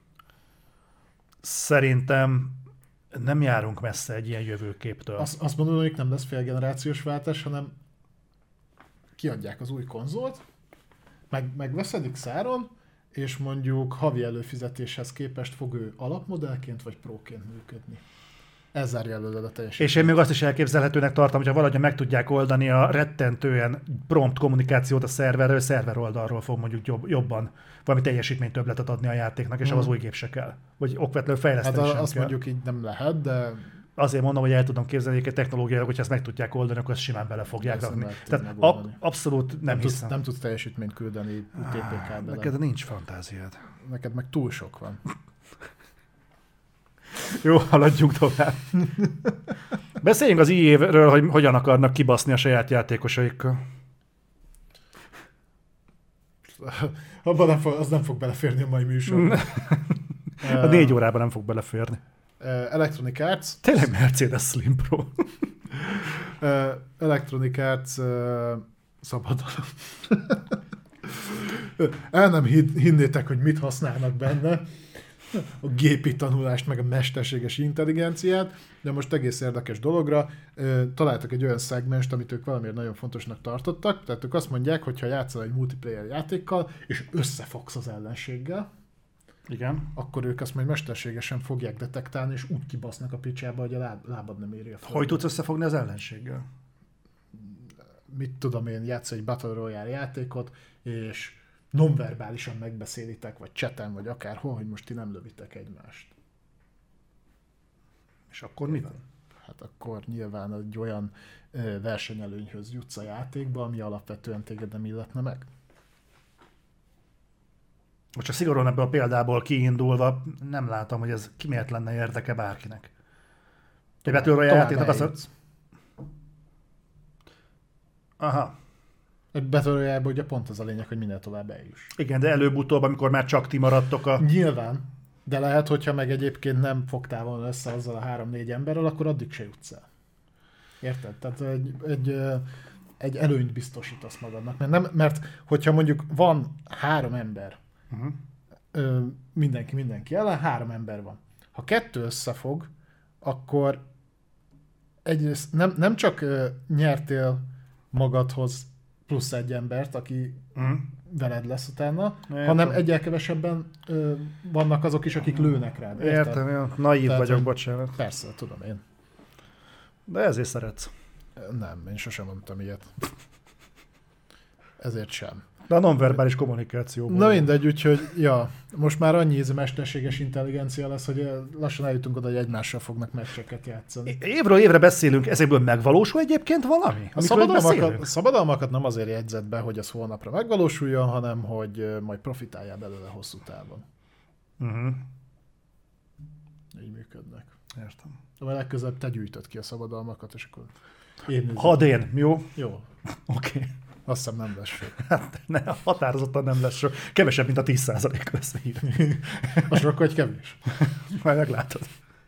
Szerintem nem járunk messze egy ilyen jövőképtől. Azt mondom, hogy nem lesz félgenerációs váltás, hanem kiadják az új konzolt, megveszed X-áron, és mondjuk havi előfizetéshez képest fog ő alapmodellként vagy próként működni. Ez zárja előled a teljesítményt. És én még azt is elképzelhetőnek tartom, hogyha valahogy meg tudják oldani a rettentően prompt kommunikációt a szerverről, szerver oldalról fog mondjuk jobban valami teljesítménytöbbletet adni a játéknak, és ahhoz új gép se kell. Vagy okvetlenül fejleszteni sem azt kell. mondjuk így nem lehet, de... Azért mondom, hogy el tudom képzelni, hogy technológiailag, hogyha ezt meg tudják oldani, akkor ezt simán bele fogják rakni. Tehát abszolút nem hiszem. Nem tudsz teljesítményt küldeni UTP kábelen. Neked nincs fantáziád. Neked meg túl sok van. Jó, haladjunk tovább. Beszéljünk az EA-ről, hogy hogyan akarnak kibaszni a saját játékosaikkal. Az nem fog beleférni a mai műsorban. A 4 órában nem fog beleférni. Electronic Arts. Tényleg Mercedes Slim Pro. Electronic Arts szabadalom. El nem hinnétek, hogy mit használnak benne. A gépi tanulást, meg a mesterséges intelligenciát, de most egész érdekes dologra találtak egy olyan szegmest, amit ők valamiért nagyon fontosnak tartottak, tehát ők azt mondják, hogy ha játszol egy multiplayer játékkal, és összefogsz az ellenséggel, igen, akkor ők azt majd mesterségesen fogják detektálni, és úgy kibasznak a picsába, hogy a lábad nem éri a földön. Hogy tudsz összefogni az ellenséggel? Mit tudom én, játsz egy Battle Royale játékot, és nonverbálisan megbeszélitek, vagy chaten, vagy akárhol, hogy most ti nem lövitek egymást. És akkor mi van? Hát akkor nyilván egy olyan versenyelőnyhöz jutsz a játékba, ami alapvetően téged nem illetne meg. Most csak szigorúan ebből a példából kiindulva nem látom, hogy ez miért lenne érdeke bárkinek. Egy Battle Royale játéknak azt... Aha. Egy Battle Royale-ban ugye pont az a lényeg, hogy minél tovább eljuss. Igen, de előbb-utóbb, amikor már csak ti maradtok a... Nyilván, de lehet, hogyha meg egyébként nem fogtál volna össze azzal a 3-4 emberrel, akkor addig se jutsz el. Érted? Tehát egy előnyt biztosítasz magadnak. Mert hogyha mondjuk van 3 ember, mindenki ellen, 3 ember van. Ha 2 összefog, akkor egyrészt nem csak nyertél magadhoz plusz egy embert, aki veled lesz utána, hanem egyel kevesebben vannak azok is, akik lőnek rád. Értem, jó. Naív vagyok, bocsánat. Persze, tudom én. De ezért szeretsz. Nem, én sosem mondtam ilyet. Ezért sem. De a nonverbális kommunikáció. Na mindegy, úgyhogy ja, most már annyi mesterséges intelligencia lesz, hogy lassan eljutunk oda, hogy egymással fognak meccseket játszani. Évről évre beszélünk, ezekből megvalósul egyébként valami? A szabadalmakat nem azért jegyzett be, hogy az holnapra megvalósuljon, hanem hogy majd profitáljál belőle hosszú távon. Így működnek. Értem. De legközelebb te gyűjtöd ki a szabadalmakat, és akkor Hadd én, jó? Jó. Oké. Azt hiszem nem lesz sok. Hát ne, határozottan nem lesz sok. Kevesebb, mint a 10% lesz írva. Most akkor egy kevés. Majd meglátod.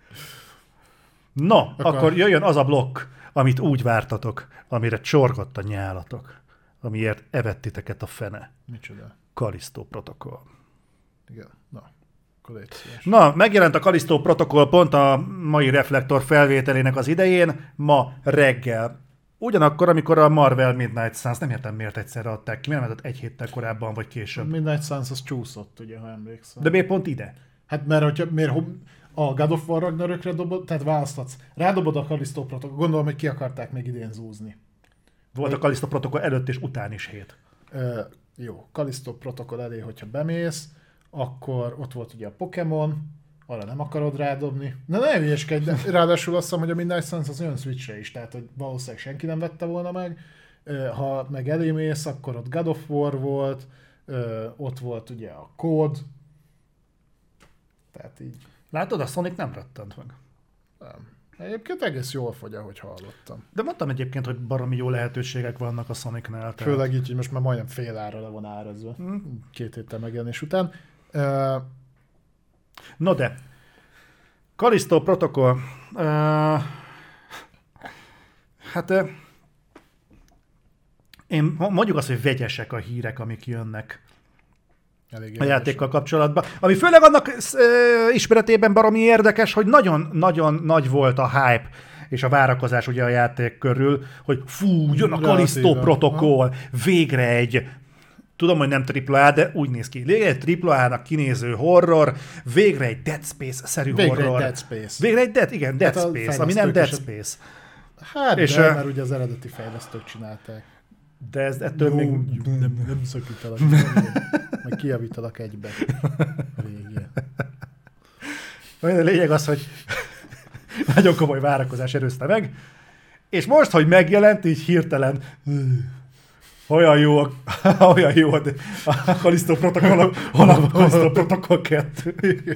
No, akkor jöjjön az a blokk, amit úgy vártatok, amire csorgott a nyálatok, amiért evettiteket a fene. Micsoda? Callisto protokoll. Igen, na. Na, megjelent a Callisto protokoll pont a mai Reflektor felvételének az idején, ma reggel. Ugyanakkor, amikor a Marvel Midnight Suns, nem értem miért egyszerre adták ki, miért nem egy héttel korábban vagy később. A Midnight Suns az csúszott, ugye, ha emlékszem. De miért pont ide? Hát miért a God of War Ragnarökre dobod, tehát választhatsz. Rádobod a Callisto protokoll, gondolom, hogy ki akarták még idén zúzni. Volt a Callisto protokoll előtt és után is hét. Jó, Callisto protokoll elé, hogyha bemész, akkor ott volt ugye a Pokémon, arra nem akarod rádobni. Na ne hülyeskedj, de ráadásul azt hiszem, hogy a Midnight Suns az olyan Switchre is, tehát hogy valószínűleg senki nem vette volna meg. Ha meg elémész, akkor ott God of War volt, ott volt ugye a Code. Tehát így. Látod, a Sonic nem rettent meg. Nem. Egyébként egész jól fogy, ahogy hallottam. De mondtam egyébként, hogy baromi jó lehetőségek vannak a Sonicnál. Tehát... Főleg így, hogy most már majdnem fél ára le van árazva. 2 héttel megjelenés után. No de, Callisto protokoll. Én mondjuk azt, hogy vegyesek a hírek, amik jönnek a játékkal kapcsolatban. Ami főleg annak ismeretében baromi érdekes, hogy nagyon-nagyon nagy volt a hype és a várakozás ugye a játék körül, hogy fú, jön a Callisto protokoll, végre egy, tudom, hogy nem AAA, de úgy néz ki. Egy AAA-nak kinéző horror, végre egy Dead Space-szerű horror. Végre egy Dead Space. Végre egy Dead Space, ami nem Dead Space. Hát és mert ugye az eredeti fejlesztők csinálták. De ez ettől még... Nem szakítalak. Majd kijavítalak egybe. A lényeg az, hogy nagyon komoly várakozás erőzte meg, és most, hogy megjelent, így hirtelen olyan jó a Callisto protokoll, hol a Callisto protokoll 2.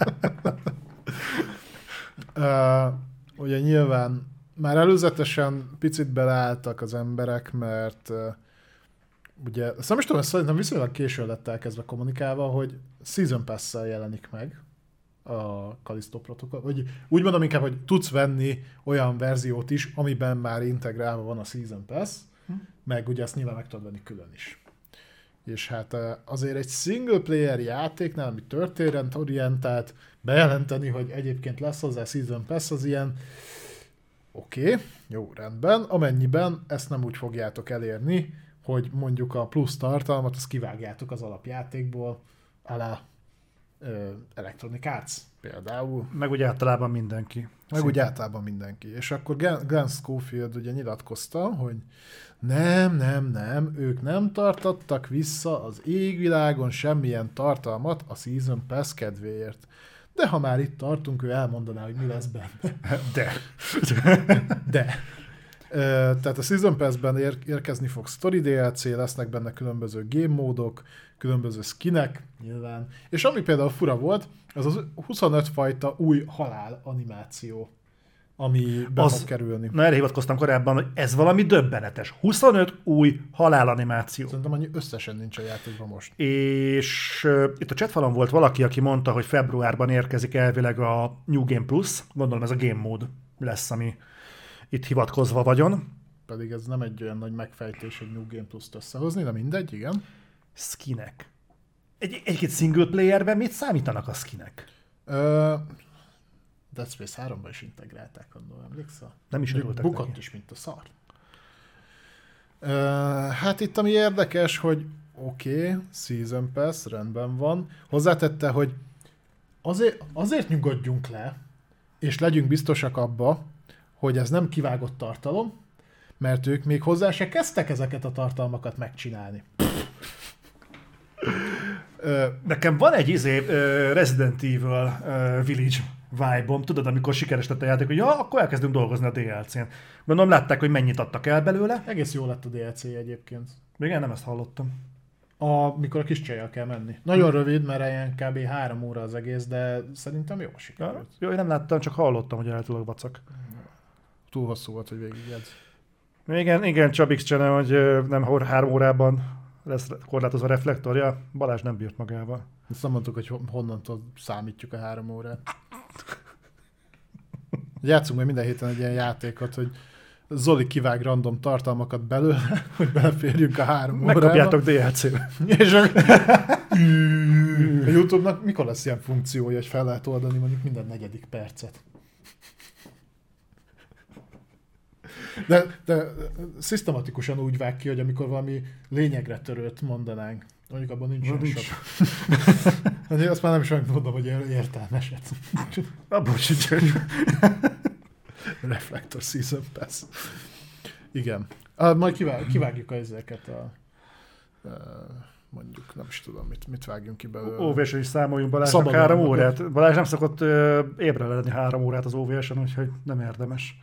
Ugye nyilván már előzetesen picit beleálltak az emberek, mert ugye, azt nem is tudom, szerintem viszonylag későn lett elkezdve kommunikálva, hogy Season Pass-szel jelenik meg a Callisto Protocol, vagy úgy mondom inkább, hogy tudsz venni olyan verziót is, amiben már integrálva van a Season Pass, meg ugye ezt nyilván meg tudod venni külön is. És hát azért egy single player játéknál, ami történetorientált, bejelenteni, hogy egyébként lesz hozzá Season Pass, az ilyen oké, jó, rendben, amennyiben ezt nem úgy fogjátok elérni, hogy mondjuk a plusz tartalmat, azt kivágjátok az alapjátékból, alá Electronic Arts például. Meg úgy általában mindenki. Meg úgy általában mindenki. És akkor Glenn Schofield ugye nyilatkozta, hogy nem, ők nem tartattak vissza az égvilágon semmilyen tartalmat a Season Pass kedvéért. De ha már itt tartunk, ő elmondaná, hogy mi lesz benne. De. Tehát a Season Pass-ben érkezni fog Story DLC, lesznek benne különböző game módok, különböző skinek nyilván. És ami például fura volt, az 25 fajta új halál animáció, ami be fog kerülni. Na, erre hivatkoztam korábban, hogy ez valami döbbenetes. 25 új halálanimáció. Szerintem annyi összesen nincs a játékban most. És itt a chatfalon volt valaki, aki mondta, hogy februárban érkezik elvileg a New Game Plus. Gondolom ez a game mód lesz, ami itt hivatkozva vagyon. Pedig ez nem egy olyan nagy megfejtés, egy New Game Plus-t összehozni, de mindegy, igen. Skinek. Egy-két single playerben mit számítanak a skinek? Dead Space 3-ban is integrálták, gondolom, emlékszel? Nem is örültek bukott neki. is, mint a szar. Hát itt ami érdekes, hogy oké, Season Pass, rendben van. Hozzátette, hogy azért nyugodjunk le, és legyünk biztosak abba, hogy ez nem kivágott tartalom, mert ők még hozzá se kezdtek ezeket a tartalmakat megcsinálni. Nekem van egy Resident Evil Village vibe-om, tudod, amikor sikeres lett a játék, hogy ja, akkor elkezdünk dolgozni a DLC-n. Mondom, látták, hogy mennyit adtak el belőle. Egész jó lett a DLC egyébként. Igen, nem ezt hallottam. Mikor a kis csajjal kell menni. Nagyon rövid, mert ilyen kb. 3 óra az egész, de szerintem jól sikerült. Jó, én nem láttam, csak hallottam, hogy eltúlok vacak. Túl hosszú volt, hogy végigjegyz. Igen, Csabix csene, hogy nem 3 órában lesz korlátozva a reflektorja. Balázs nem bírt magával. Azt nem mondtuk, hogy honnantól számítjuk a 3 órát. Játszunk majd minden héten egy ilyen játékot, hogy Zoli kivág random tartalmakat belőle, hogy beleférjünk a 3 órába. Megkapjátok DLC-be. És a YouTube-nak mikor lesz ilyen funkciója, hogy fel lehet oldani mondjuk minden 4. percet? De szisztematikusan úgy vág ki, hogy amikor valami lényegre törőt mondanánk, mondjuk abban nincs sok. Azt már nem is mondom, hogy értelmeset. Abban sincs. Reflector Season Pass. Igen. Majd kivágjuk ezeket mondjuk, nem is tudom, mit vágjunk ki belőle. OVS-en is számoljunk Balázsnak 3 órát. Balázs nem szokott ébre lenni 3 órát az OVS-en, úgyhogy nem érdemes.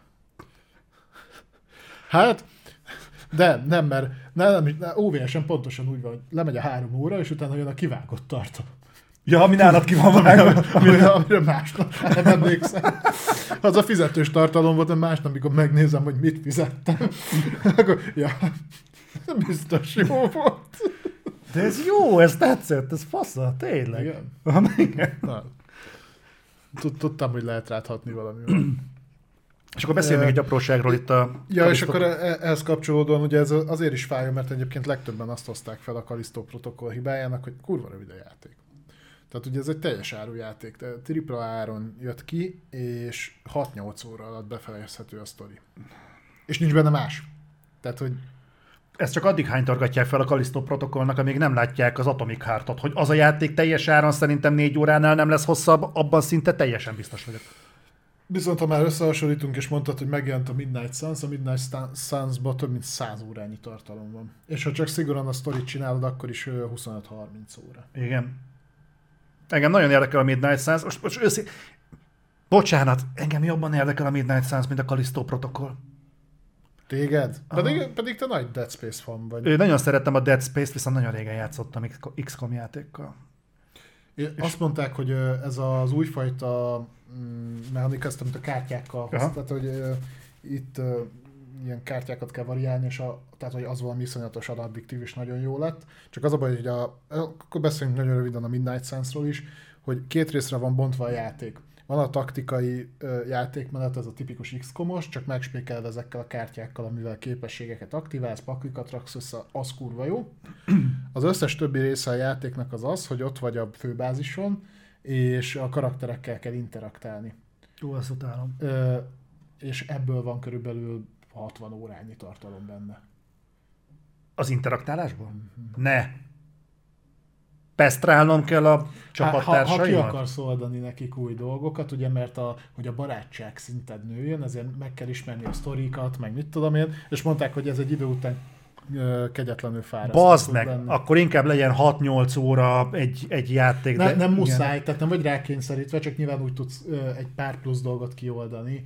Hát, de nem, mert OVS-en pontosan úgy van, hogy lemegy a 3 óra, és utána jön a kivágott tartalom. Ja, ami nálad ki van vágva. Amire másnap nem emlékszem. Az a fizetős tartalom volt, hogy másnap, amikor megnézem, hogy mit fizettem. Akkor, ja, biztos jó volt. De ez jó, ez tetszett, ez fasza, tényleg. Igen? Igen. Tudtam, hogy lehet ráthatni valamivel. És akkor beszélj még egy apróságról itt a... Ja, és akkor ehhez kapcsolódóan ugye ez azért is fájó, mert egyébként legtöbben azt hozták fel a Callisto Protocol hibájának, hogy kurva rövid a játék. Tehát ugye ez egy teljes áru játék, tripla áron jött ki, és 6-8 óra alatt befejezhető a sztori. És nincs benne más. Tehát, hogy... Ezt csak addig hánytorgatják fel a Callisto Protokolnak, amíg nem látják az Atomic Heartot, hogy az a játék teljes áron szerintem 4 óránál nem lesz hosszabb, abban szinte teljesen biztos vagyok. Viszont ha már összehasonlítunk, és mondtad, hogy megjelent a Midnight Suns, a Midnight Suns-ban több mint 100 órányi tartalom van. És ha csak szigorúan a sztorit csinálod, akkor is 25-30 óra. Igen. Engem nagyon érdekel a Midnight Suns. Most bocsánat, engem jobban érdekel a Midnight Suns, mint a Callisto Protocol. Téged? Pedig te nagy Dead Space fan vagy. Nagyon szerettem a Dead Space-t, viszont nagyon régen játszottam XCOM játékkal. Azt mondták, hogy ez az újfajta mechanika, amit a kártyákkal hoz, tehát hogy itt ilyen kártyákat kell variálni, és tehát hogy az valami iszonyatosan addiktív és nagyon jó lett. Csak az a baj, hogy akkor beszéljünk nagyon röviden a Midnight Suns-ról is, hogy két részre van bontva a játék. Van a taktikai játékmenet, ez a tipikus XCOM-os, csak megspékeled ezekkel a kártyákkal, amivel képességeket aktiválsz, paklikat raksz össze, az kurva jó. Az összes többi része a játéknak az, hogy ott vagy a főbázison, és a karakterekkel kell interaktálni. Jó, azt utálom. És ebből van körülbelül 60 órányi tartalom benne. Az interaktálásban? Mm-hmm. Ne! Pesztrálnom kell a csapattársaimat? Ha ki akarsz oldani nekik új dolgokat, ugye, mert hogy a barátság szinted nőjön, ezért meg kell ismerni a sztorikat, meg mit tudom én, és mondták, hogy ez egy idő után kegyetlenül fárasztó. Bazd meg, lenni. Akkor inkább legyen 6-8 óra egy játék. Nem muszáj, tehát nem vagy rákényszerítve, csak nyilván úgy tudsz egy pár plusz dolgot kioldani.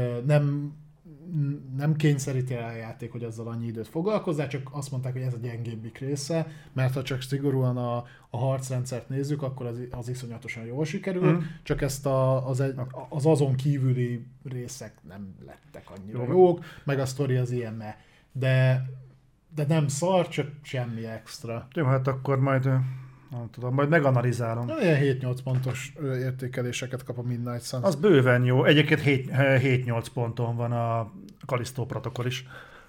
Nem kényszeríti el a játék, hogy azzal annyi időt foglalkozzál, csak azt mondták, hogy ez a gyengébbik része, mert ha csak szigorúan a harcrendszert nézzük, akkor az iszonyatosan jól sikerült, csak ezt az azon kívüli részek nem lettek annyira jók, meg a sztori az ilyen de nem szar, csak semmi extra. Jó, hát akkor majd nem tudom, majd meganalizálom. Ilyen 7-8 pontos értékeléseket kap a Midnight Suns. Az bőven jó. Egyébként 7-8 ponton van a Callisto protokoll is.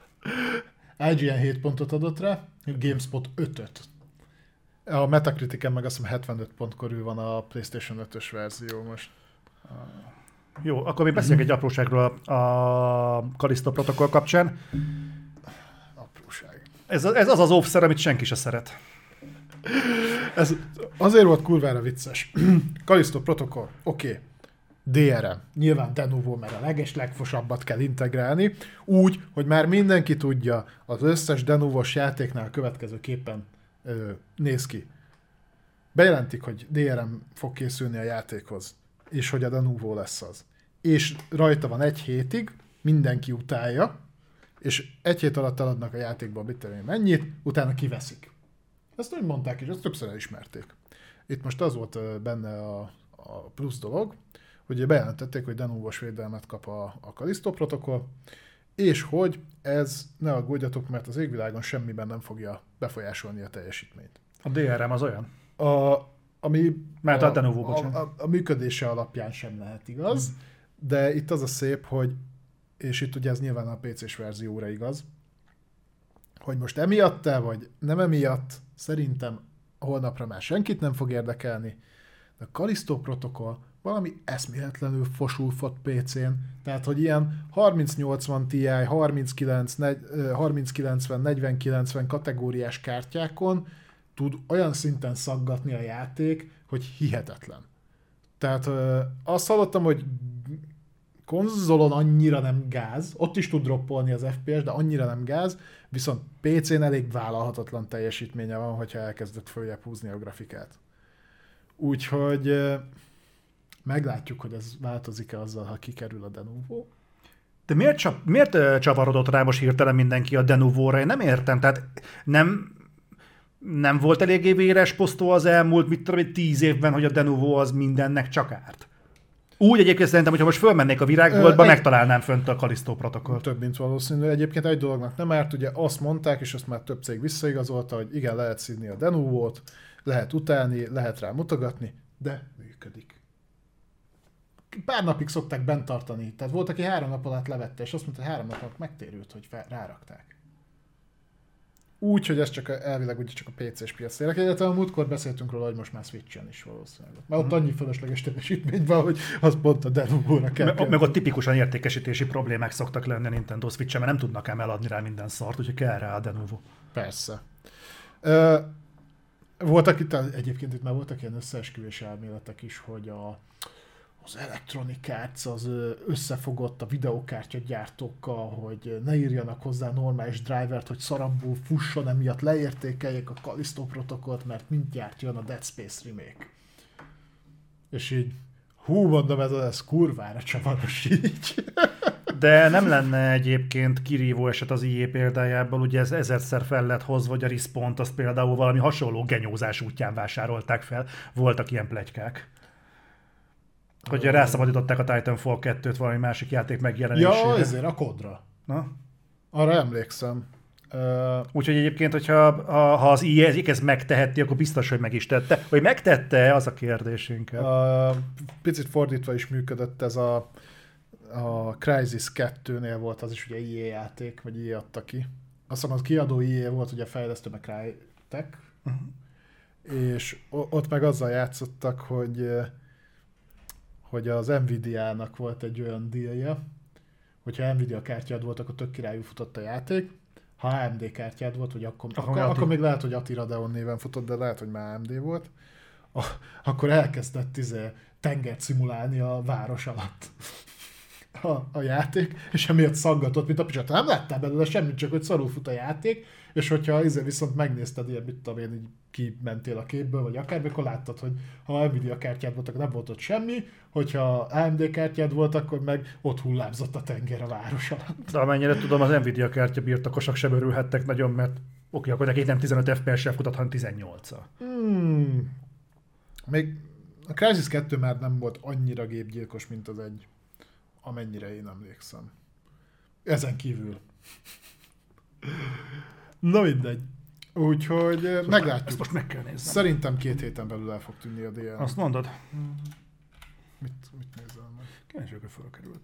IGN 7 pontot adott rá, GameSpot 5-öt. A Metacriticen meg azt hiszem 75 pont körül van a PlayStation 5-ös verzió most. Jó, akkor mi beszéljünk egy apróságról a Callisto protokoll kapcsán. Apróság. Ez az offszer, amit senki se szeret. Ez azért volt kurvára vicces. Callisto protokoll, oké. DRM. Nyilván de novo, mert a legfosabbat kell integrálni. Úgy, hogy már mindenki tudja, az összes de novo-s játéknál következőképpen néz ki. Bejelentik, hogy DRM fog készülni a játékhoz, és hogy a de novo lesz az. És rajta van egy hétig, mindenki utálja, és egy hét alatt eladnak a játékból mennyit, utána kiveszik. Ezt úgy mondták is, ezt többször elismerték. Itt most az volt benne a plusz dolog, hogy bejelentették, hogy de novo-s védelmet kap a Callisto protokoll, és hogy ez, ne aggódjatok, mert az égvilágon semmiben nem fogja befolyásolni a teljesítményt. A DRM az olyan? Mert a de novo, bocsánat. A működése alapján sem lehet igaz, de itt az a szép, hogy, és itt ugye ez nyilván a PC-s verzióra igaz, hogy most emiatt-e, vagy nem emiatt, szerintem holnapra már senkit nem fog érdekelni, de a Callisto protokoll valami eszméletlenül fosulfott PC-n, tehát hogy ilyen 3080 Ti, 3090, 4090 kategóriás kártyákon tud olyan szinten szaggatni a játék, hogy hihetetlen. Tehát azt hallottam, hogy konzolon annyira nem gáz, ott is tud droppolni az FPS, de annyira nem gáz, viszont PC-n elég vállalhatatlan teljesítménye van, hogyha elkezdett följebb húzni a grafikát. Úgyhogy meglátjuk, hogy ez változik-e azzal, ha kikerül a de novo. De miért csavarodott rá most hirtelen mindenki a de novo-ra? Én nem értem, tehát nem volt eléggé véres posztó az elmúlt 10 évben, hogy a de novo az mindennek csak árt. Úgy egyébként szerintem, hogyha most fölmennék a virágboltba, megtalálnám fönt a Callisto protokollt. Több, mint valószínű. Egyébként egy dolognak nem árt, ugye azt mondták, és azt már több cég visszaigazolta, hogy igen, lehet szídni a de novo-t, lehet utálni, lehet rá mutogatni, de működik. Pár napig szokták bent tartani. Tehát volt, aki 3 nap alatt levette, és azt mondta, hogy 3 nap alatt megtérült, hogy rárakták. Úgy, hogy ez csak elvileg ugye csak a PC-s piac érdekel, illetve a múltkor beszéltünk róla, hogy most már Switchen is valószínűleg. Mert ott annyi fölösleges teljesítmény van, hogy az pont a de novo-ra kell. Meg ott tipikusan értékesítési problémák szoktak lenni a Nintendo Switchen, mert nem tudnak ám eladni rá minden szart, úgyhogy kell rá a de novo. Persze. Voltak egyébként itt már voltak ilyen összeesküvés elméletek is, hogy az Electronic Arts az összefogott a videokártya gyártókkal, hogy ne írjanak hozzá normális drivert, hogy szarambul fusson, emiatt leértékeljék a Callisto protokollt, mert mindjárt jön a Dead Space remake. És így, mondom, ez kurvára csavaros így. De nem lenne egyébként kirívó eset az EA példájából, ugye ez ezerszer fel lett hozva, hogy a Respawn-t azt például valami hasonló genyózás útján vásárolták fel. Voltak ilyen pletykák. Hogy rászabadították a Titanfall 2-t valami másik játék megjelenésére. Ja, ezért a kodra. Na? Arra emlékszem. Úgyhogy egyébként, hogyha ha az EA ezt megteheti, akkor biztos, hogy meg is tette. Vagy megtette, az a kérdés inkább. Picit fordítva is működött ez a Crysis 2-nél volt az is ugye EA játék, vagy EA adta ki. Azt hiszem az kiadó EA volt, ugye a fejlesztő meg Crytek. És ott meg azzal játszottak, hogy az Nvidia-nak volt egy olyan dealja, hogyha Nvidia kártyád volt, akkor tök királyú futott a játék. Ha AMD kártyád volt, vagy akkor még lehet, hogy Ati Radeon néven futott, de lehet, hogy már AMD volt, akkor elkezdett tengert szimulálni a város alatt a játék, és emiatt szaggatott, mint a picsata. Nem láttál belőle semmit, csak hogy szarul fut a játék, és hogyha viszont megnézted, ilyen, mit tudom én, így kimentél a képből, vagy akármi, akkor láttad, hogy ha Nvidia kártyád volt, akkor nem volt ott semmi, hogyha AMD kártyád volt, akkor meg ott hullámzott a tenger a város alatt. De amennyire tudom, az Nvidia kártya birtokosok sem örülhettek nagyon, mert oké, akkor neki nem 15 FPS-sel futott, hanem 18-a. Még a Crysis 2 már nem volt annyira gépgyilkos, mint az egy, amennyire én emlékszem. Ezen kívül. Na mindegy. Úgyhogy meglátjuk. Ezt most meg kell nézni. Szerintem 2 héten belül el fog tűnni a DL. Azt mondod? Mit nézel meg? Kíváncsi, hogy fölkerült.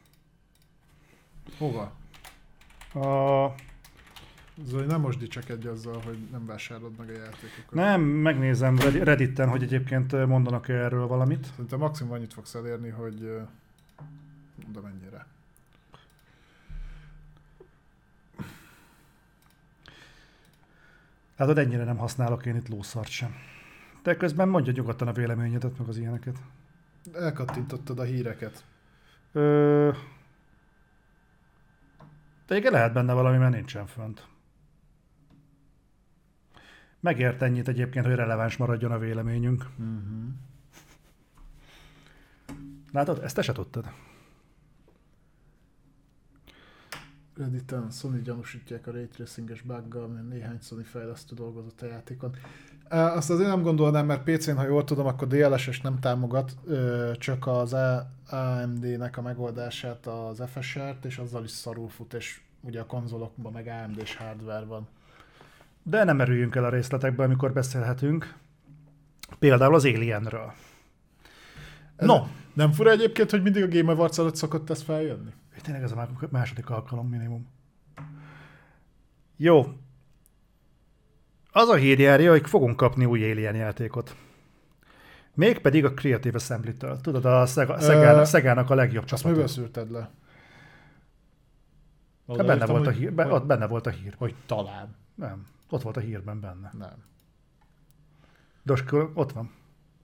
Hova? A... Zoli, nem most dicsekedj azzal, hogy nem vásárolod meg a játékokat. Nem, megnézem Redditen, hogy egyébként mondanak erről valamit. Szerintem maximum annyit fogsz elérni, hogy de mennyire. Hát ennyire nem használok én itt lószart sem. De közben mondja nyugodtan a véleményedet, meg az ilyeneket. Elkattintottad a híreket. De igen, lehet benne valami, mert nincsen fönt. Megért ennyit egyébként, hogy releváns maradjon a véleményünk. Uh-huh. Látod? Ezt te se tudtad. Redditen Sony gyanúsítják a Ray Tracing-es buggal, mert néhány Sony fejlesztő dolgozott a játékon. Azt azért nem gondolnám, mert PC-n, ha jól tudom, akkor DLSS nem támogat, csak az AMD-nek a megoldását, az FSR-t, és azzal is szarul fut, és ugye a konzolokban meg AMD-s hardware van. De nem merüljünk el a részletekbe, amikor beszélhetünk. Például az Alienről. No! Nem fura egyébként, hogy mindig a Game Awards előtt szokott ez feljönni? Tényleg ez a második alkalom minimum. Jó. Az a hír járja, hogy fogunk kapni új Alien játékot. Mégpedig a Creative Assembly-től. Tudod, a Szegának a legjobb csapat. Azt miből szűrted le? Benne volt a hír. Ott benne volt a hír. Hogy talán. Nem. Ott volt a hírben benne. Nem. Doskor, ott van.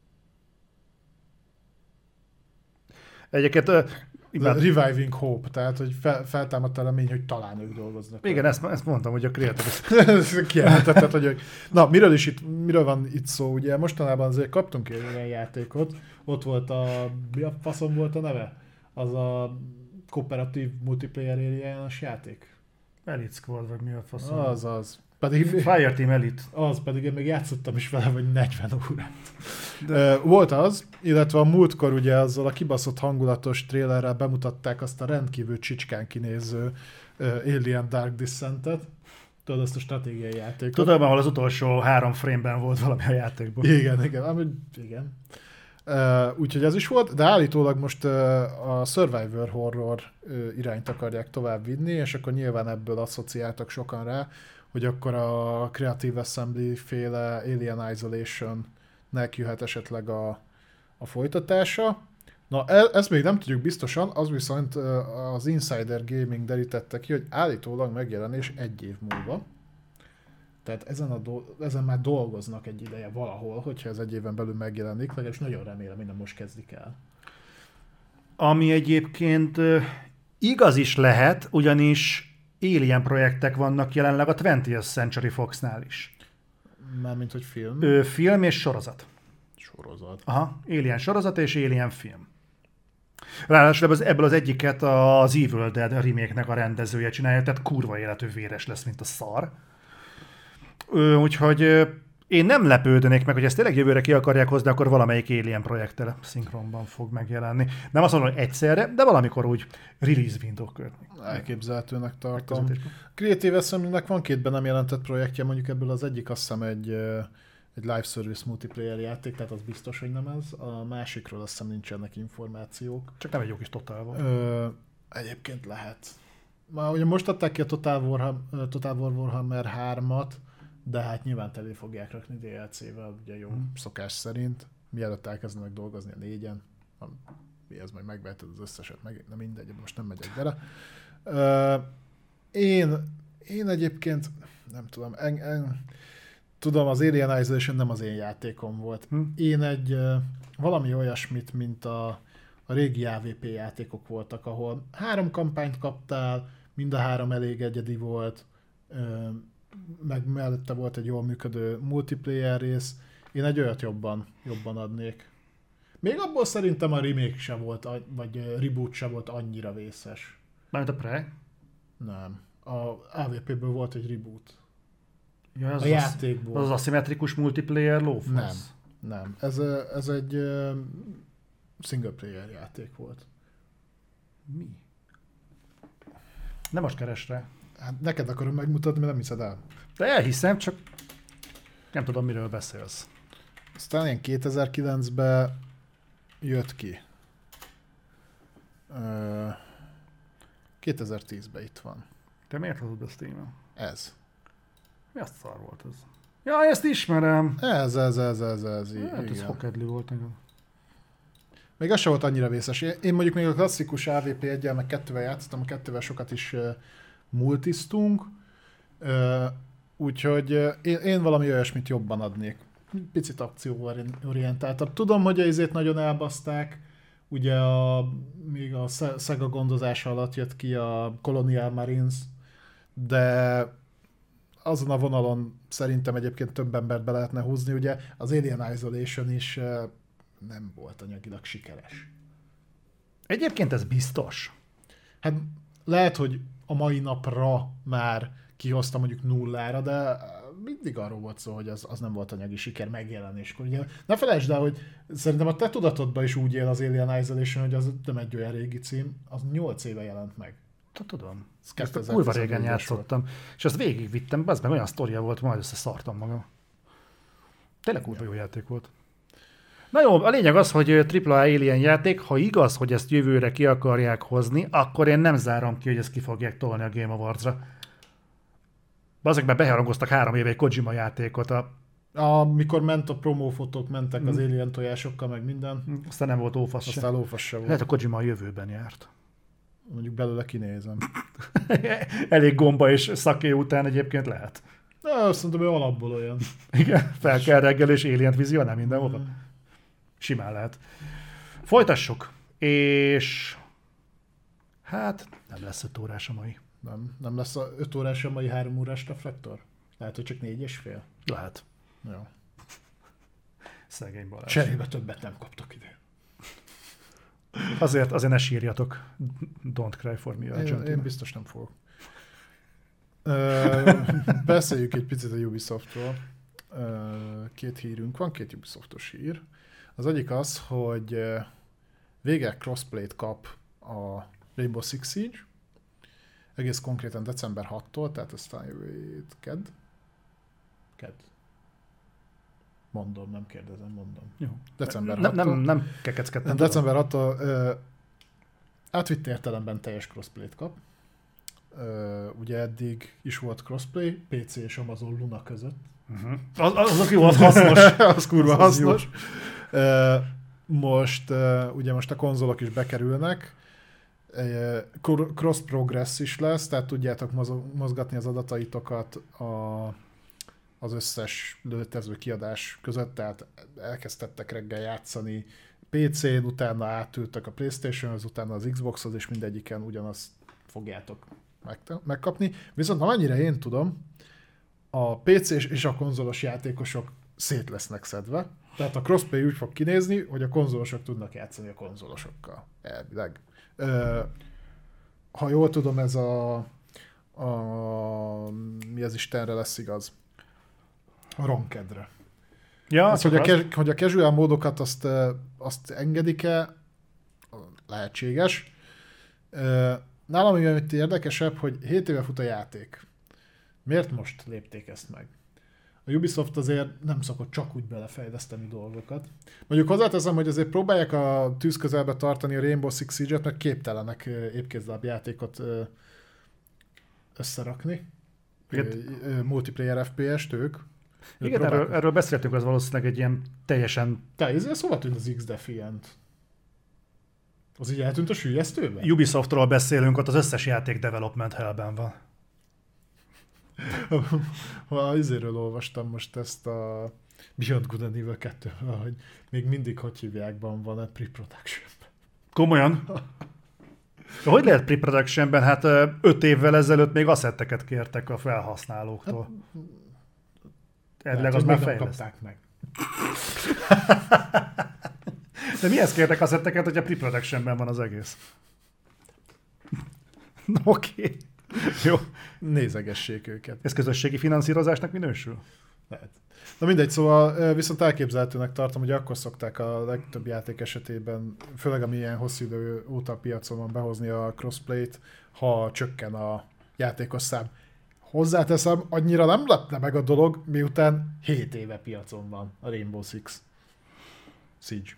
Egyébként Reviving Hope, tehát hogy feltámadt a remény, hogy talán ők dolgoznak. Igen, ezt mondtam, hogy a Creative. Kijelentetted, hogy ők... Na, miről van itt szó? Ugye mostanában azért kaptunk egy olyan játékot, ott volt mi a faszom volt a neve? Az a kooperatív multiplayer alien-es játék? Elite Squad, vagy mi a faszom? Az. Fireteam Elite. Az, pedig én még játszottam is vele, vagy 40 órát. Volt az, illetve a múltkor ugye azzal a kibaszott hangulatos trailerrel bemutatták azt a rendkívül csicskán kinéző Alien Dark Descent-et. Tudod, azt a stratégiai játékot. Tudom, ahol az utolsó 3 frame-ben volt valami a játékban. Igen. Úgyhogy ez is volt, de állítólag most a Survivor horror irányt akarják tovább vinni, és akkor nyilván ebből asszociáltak sokan rá, hogy akkor a Creative Assembly féle Alien Isolation-nek jöhet esetleg a folytatása. Na, ezt még nem tudjuk biztosan, az viszont az Insider Gaming derítette ki, hogy állítólag megjelenés 1 év múlva. Tehát ezen már dolgoznak egy ideje valahol, hogyha ez 1 éven belül megjelenik, legalábbis nagyon remélem, hogy nem most kezdik el. Ami egyébként igaz is lehet, ugyanis Alien projektek vannak jelenleg a 20th Century Foxnál is. Mármint, hogy film? Film és sorozat. Sorozat. Aha, Alien sorozat és Alien film. Ráadásul ebből az egyiket az Evil Dead remake-nek a rendezője csinálja, tehát kurva életű véres lesz, mint a szar. Úgyhogy Én nem lepődnék meg, hogy ezt tényleg jövőre ki akarják hozni, akkor valamelyik Alien projekttel szinkronban fog megjelenni. Nem azt mondom, hogy egyszerre, de valamikor úgy release window kötni. Elképzelhetőnek tartom. Creative Assembly-nek van 2 be nem jelentett projektje, mondjuk ebből az egyik azt hiszem egy live service multiplayer játék, tehát az biztos, hogy nem ez. A másikról azt hiszem nincsenek információk. Csak nem egy jó kis Total War. Egyébként lehet. Már ugye most adták ki a Total War Warhammer 3-at, de hát nyilván tele fogják rakni DLC-vel, ugye jó szokás szerint, mielőtt elkezdenek dolgozni a 4-en. Mi ez, majd megveheted az összeset, nem mindegy, most nem megyek bele. Én egyébként, nem tudom, tudom, az Alien Isolation nem az én játékom volt. Én valami olyasmit, mint a régi AVP játékok voltak, ahol 3 kampányt kaptál, mind a 3 elég egyedi volt, meg mellette volt egy jól működő multiplayer rész. Én egy olyat jobban adnék. Még abból szerintem a remake se volt, vagy reboot se volt annyira vészes. Mármint a Pre? Nem. A AVP-ből volt egy reboot. Ja, a játékból. Az aszimmetrikus multiplayer lófasz? Nem. Ez egy single player játék volt. Mi? Nem most keres rá. Hát neked akarom megmutatni, mert nem hiszed el. De elhiszem, csak nem tudom, miről beszélsz. Aztán ilyen 2009-ben jött ki. 2010-ben itt van. Te miért hozod ezt téma? Ez. Mi azt szar volt ez? Ja, ezt ismerem. Ez. Hát ez hokedli volt. Igen. Még az sem volt annyira vészes. Én mondjuk még a klasszikus AVP 1-jel, meg 2-vel játszottam, a 2-vel sokat is multiztunk. Úgyhogy én valami olyasmit jobban adnék. Picit akcióorientáltabb. Tudom, hogy ezért nagyon elbaszták. Ugye még a Sega gondozása alatt jött ki a Colonial Marines, de azon a vonalon szerintem egyébként több embert be lehetne húzni. Ugye az Alien Isolation is nem volt anyagilag sikeres. Egyébként ez biztos. Hát lehet, hogy a mai napra már kihozta mondjuk 0-ra, de mindig arról volt szó, hogy az nem volt anyagi siker megjelenéskor. Ugye, ne felejtsd el, hogy szerintem a te tudatodban is úgy él az Alien Isolation, hogy az nem egy olyan régi cím, az 8 éve jelent meg. Tudom. Ezt kurva régen játszottam. Volt. És azt végigvittem, az meg olyan sztoria volt, majd összeszartam magam. Tényleg kurva jó játék volt. Na jó, a lényeg az, hogy AAA Alien játék, ha igaz, hogy ezt jövőre ki akarják hozni, akkor én nem zárom ki, hogy ezt ki fogják tolni a Game Awards-ra. Azok már beharangoztak 3 éve egy Kojima játékot. Amikor ment a promófotók, mentek az Alien tojásokkal, meg minden. Aztán nem volt ófasz se. Aztán lófasz se volt. Lehet a Kojima a jövőben járt. Mondjuk belőle kinézem. Elég gomba és szaké után egyébként lehet. Na, azt mondom, hogy alapból olyan. Igen, fel kell reggel és Alien-t vizionál mindenhova. Simán lehet. Folytassuk. És hát nem lesz 5 órás a mai. Nem lesz a 5 órás a mai 3 órás reflektor? Lehet, hogy csak 4,5? Lehet. Jó. Szegény Balázs. Cserébe többet nem kaptok ide. Azért ne sírjatok. Don't cry for me, Argentina. Én biztos nem fogok. Beszéljük egy picit a Ubisoftról. 2 hírünk van, 2 Ubisoftos hír. Az egyik az, hogy végre crossplay-t kap a Rainbow Six Siege, egész konkrétan december 6-tól, tehát aztán jövő kedd. Mondom, nem kérdezem, mondom. Jó. December 6-tól. Nem kekeckedtem. December 6-tól átvitt értelemben teljes crossplay-t kap. Ugye eddig is volt crossplay, PC és Amazon Luna között. Az jó, az hasznos. Az kurva hasznos. Most a konzolok is bekerülnek. Cross progress is lesz, tehát tudjátok mozgatni az adataitokat az összes létező kiadás között, tehát elkezdtettek reggel játszani PC-n, utána átültek a PlayStation-hoz, utána az Xbox-hoz, és mindegyiken ugyanazt fogjátok megkapni. Viszont amennyire én tudom, a PC és a konzolos játékosok szét lesznek szedve, tehát a crossplay úgy fog kinézni, hogy a konzolosok tudnak játszani a konzolosokkal. Elvileg. Ha jól tudom, ez mi az Istenre lesz igaz? A Rankedre. Ja, az, hogy a casual módokat azt engedik-e, lehetséges. Nálam itt érdekesebb, hogy 7 éve fut a játék. Miért most lépték ezt meg? A Ubisoft azért nem szokott csak úgy belefejleszteni dolgokat. Mondjuk hozzáteszem, hogy azért próbálják a tűz közelbe tartani a Rainbow Six Siege-et, mert képtelenek épkézláb játékot összerakni. Multiplayer FPS-t ők. Igen, erről beszéltünk, az valószínűleg egy ilyen teljesen... Ez szóval tűnt az X-Defiant. Az így eltűnt a süllyesztőben? Ubisoftról beszélünk, ott az összes játék development hellben van. Izéről olvastam most ezt a Beyond Good and Evil 2, hogy még mindig hogy hívjákban van a pre-productionben. Komolyan? Hogy lehet pre-productionben? Hát 5 évvel ezelőtt még asszetteket kértek a felhasználóktól. Elvileg az már fejlesztek meg. De mihez kértek asszetteket, hogyha pre-productionben van az egész? Oké. Jó. Nézegessék őket. Ez közösségi finanszírozásnak minősül? Lehet. Na mindegy, szóval viszont elképzelhetőnek tartom, hogy akkor szokták a legtöbb játék esetében, főleg ami ilyen hosszú idő óta a piacon van, behozni a crossplay-t, ha csökken a játékos szám. Hozzáteszem, annyira nem lepne meg a dolog, miután 7 éve piacon van a Rainbow Six Siege.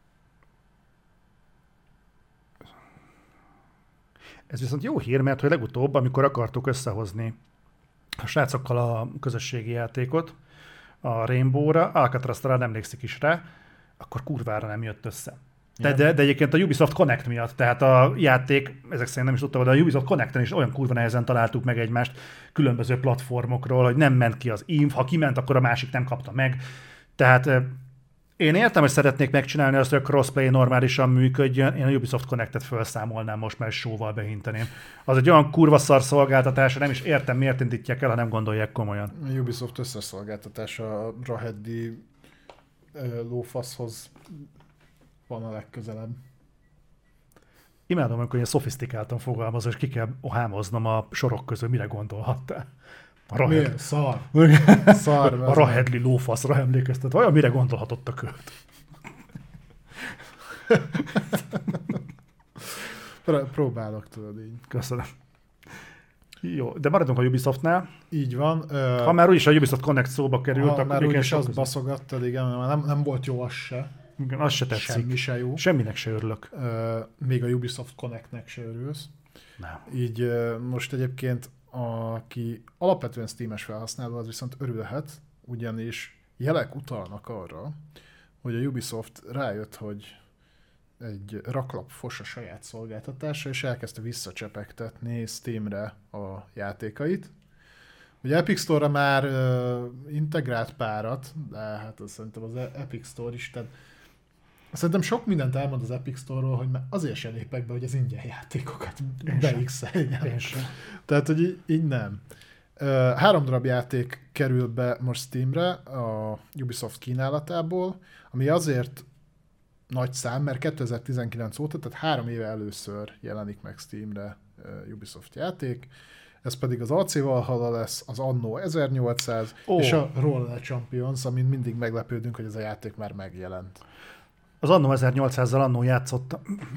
Ez viszont jó hír, mert hogy legutóbb, amikor akartuk összehozni a srácokkal a közösségi játékot a Rainbow-ra, Alcatraz talán emlékszik is rá, akkor kurvára nem jött össze. De egyébként a Ubisoft Connect miatt, tehát a játék, ezek szerint nem is tudtam, de a Ubisoft Connecten is olyan kurva nehezen találtuk meg egymást különböző platformokról, hogy nem ment ki az inf, ha kiment, akkor a másik nem kapta meg. Tehát én értem, hogy szeretnék megcsinálni azt, hogy a crossplay normálisan működjön, én a Ubisoft Connectet felszámolnám most, mert sóval behinteném. Az egy olyan kurva szar szolgáltatása, nem is értem, miért indítják el, ha nem gondolják komolyan. A Ubisoft összeszolgáltatása a Raheddi lófaszhoz van a legközelebb. Imádom, amikor ilyen szofisztikáltan fogalmazol, és ki kell hámoznom a sorok közül, mire gondolhattál. Miért? Szar. Szar. A Rahedli lófaszra emlékeztet. Vajon mire gondolhatott a költ? Próbálok, tudod így. Köszönöm. Jó, de maradunk a Ubisoftnál. Így van. Ha már úgyis a Ubisoft Connect szóba került, akkor már úgyis azt baszogattad, igen, nem volt jó az se. Igen, az se tetszik. Semmi se jó. Semminek se örülök. Még a Ubisoft Connectnek se örülsz. Nem. Így most egyébként aki alapvetően Steam-es felhasználó, az viszont örülhet, ugyanis jelek utalnak arra, hogy a Ubisoft rájött, hogy egy raklap fos a saját szolgáltatása, és elkezdte visszacsepegtetni Steamre a játékait. Ugye Epic Store-ra már integrált párat, de hát azt szerintem az Epic Store is, tehát szerintem sok mindent elmond az Epic Store-ról, hogy már azért se lépek be, hogy az ingyen játékokat beixeljen. Tehát, hogy így nem. 3 darab játék kerül be most Steamre a Ubisoft kínálatából, ami azért nagy szám, mert 2019 óta, tehát 3 éve először jelenik meg Steamre Ubisoft játék. Ez pedig az AC Valhalla lesz, az Anno 1800 és a Roller Champions, amin mindig meglepődünk, hogy ez a játék már megjelent. Az Anno 1800-zal annó játszottam.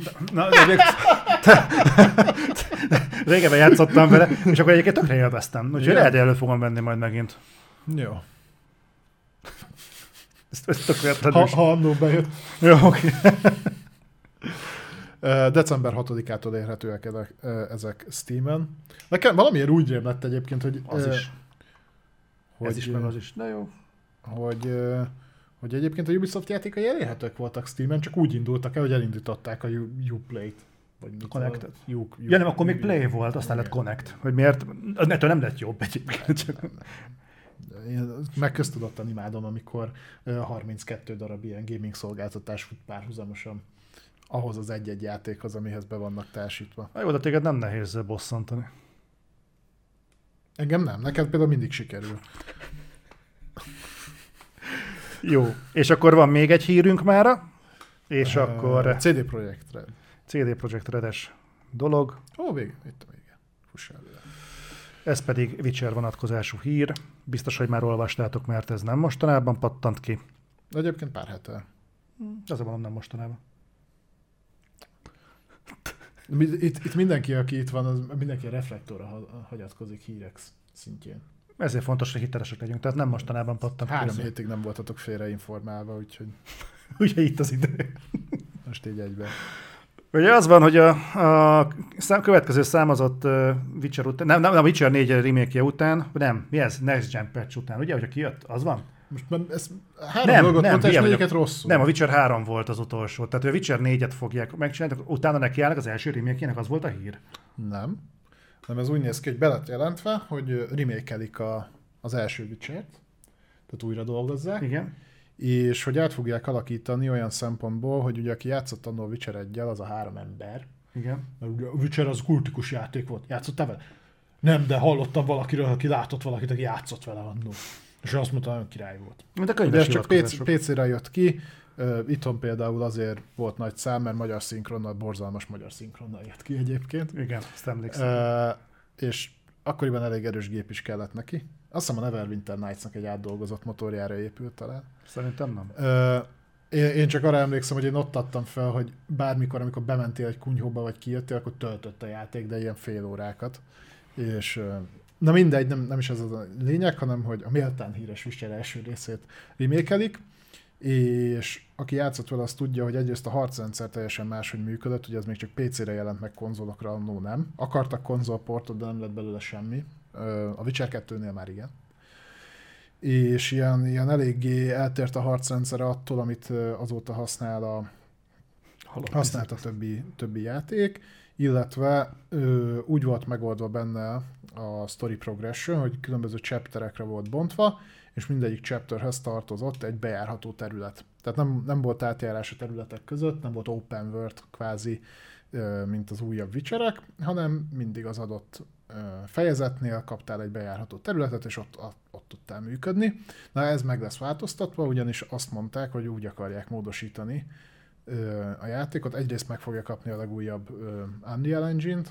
Régebben játszottam vele, és akkor egyébként tökre élveztem. Úgyhogy lehet, elő fogom venni majd megint. Jó. Ez tökéletlenül. Ha annó bejött. Jó, oké. December 6-ától érhetőek ezek Steamen. Nekem valamiért úgy rém lett egyébként, hogy... Az is. Hogy, ez is, meg az is. Na jó. Hogy egyébként a Ubisoft játékai elérhetők voltak Steamen, csak úgy indultak el, hogy elindították a Uplay-t. Connected. Ja nem, akkor még Play volt, aztán lett Connect. Hogy miért? Ettől nem lett jobb egyébként. Csak... Én megköztudottan imádom, amikor 32 darab ilyen gaming szolgáltatás fut párhuzamosan ahhoz az egy-egy játékhoz, amihez be vannak társítva. Na jó, de téged nem nehéz bosszantani. Engem nem, neked például mindig sikerül. Jó, és akkor van még egy hírünk mára, és akkor... CD Projekt Red. CD Projekt Red-es dolog. Vége, itt a vége. Fuss előre. Ez pedig Witcher vonatkozású hír. Biztos, hogy már olvastátok, mert ez nem mostanában pattant ki. De egyébként pár hete. Az a mondom, nem mostanában. Itt mindenki, aki itt van, az mindenki a reflektorra hagyatkozik hírek szintjén. Ezért fontos, hogy hitelesek legyünk, tehát nem mostanában pattant. 3 hétig nem voltatok félreinformálva, úgyhogy... Ugye itt az idő. Most így egyben. Ugye az van, hogy a következő számozott Witcher után, nem, a Witcher 4 remake-je után, nem, mi ez? Next Gen patch után, ugye, hogyha kijött, az van? Most már ez 3 dolgot mondta, és 4-eket rosszul. Nem, a Witcher 3 volt az utolsó. Tehát a Witcher 4-et fogják megcsinálni, utána nekiállnak az első remake-jének, az volt a hír? Nem. Nem, ez úgy néz ki, hogy be lett jelentve, hogy remake-elik az első Witcher-t, tehát újra dolgozzák. Igen. És hogy át fogják alakítani olyan szempontból, hogy ugye aki játszott annól Witcher 1-jel, az a 3 ember. Igen. A Witcher az kultikus játék volt. Játszottál vele? Nem, de hallottam valakiről, aki látott valakit, aki játszott vele annól. És azt mondta, nagyon király volt. Mint a könyves de ez csak PC-re jött ki. Itthon például azért volt nagy szám, mert magyar szinkronnal, borzalmas magyar szinkronnal jött ki egyébként. Igen, azt emlékszem. És akkoriban elég erős gép is kellett neki. Azt hiszem a Neverwinter Nights-nak egy átdolgozott motorjára épült talán. Szerintem nem. Én csak arra emlékszem, hogy én ott adtam fel, hogy bármikor, amikor bementél egy kunyhóba, vagy kijöttél, akkor töltött a játék, de ilyen fél órákat. És na mindegy, nem is ez a lényeg, hanem hogy a méltán híres Witcher első részét remékelik, és aki játszott vele, az tudja, hogy egyrészt a harcrendszer teljesen máshogy működött, ugye ez még csak PC-re jelent meg, konzolokra annó nem. Akartak konzolportot, de nem lett belőle semmi. A Witcher 2-nél már igen. És ilyen eléggé eltért a harcrendszere attól, amit azóta használt a többi játék, illetve úgy volt megoldva benne a story progression, hogy különböző chapterekre volt bontva, és mindegyik chapterhez tartozott egy bejárható terület. Tehát nem volt átjárás a területek között, nem volt open world kvázi, mint az újabb Witcherek, hanem mindig az adott fejezetnél kaptál egy bejárható területet, és ott tudtál működni. Na ez meg lesz változtatva, ugyanis azt mondták, hogy úgy akarják módosítani a játékot. Egyrészt meg fogja kapni a legújabb Unreal Engine-t,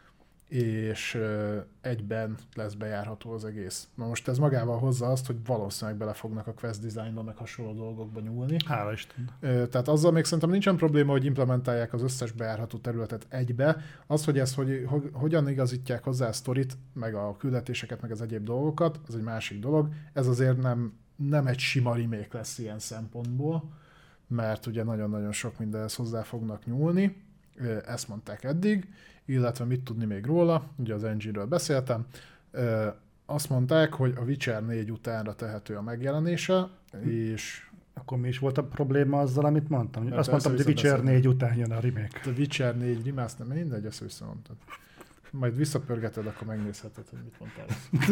és egyben lesz bejárható az egész. Na most ez magával hozza azt, hogy valószínűleg bele fognak a quest designba meg hasonló dolgokba nyúlni. Hála Isten. Tehát azzal még szerintem nincsen probléma, hogy implementálják az összes bejárható területet egybe. Az, hogy ezt hogyan igazítják hozzá a sztorit, meg a küldetéseket, meg az egyéb dolgokat, az egy másik dolog. Ez azért nem egy sima remake lesz ilyen szempontból, mert ugye nagyon-nagyon sok mindenhez hozzá fognak nyúlni. Ezt mondták eddig, illetve mit tudni még róla, ugye az engine-ről beszéltem. Azt mondták, hogy a Witcher 4 utánra tehető a megjelenése, és... Akkor mi is volt a probléma azzal, amit mondtam? Azt mondtam, hogy a Witcher 4 után jön a remake. A Witcher 4 remaster, mert mindegy, azt visszamondtad. Majd visszapörgeted, akkor megnézheted, hogy mit mondtál.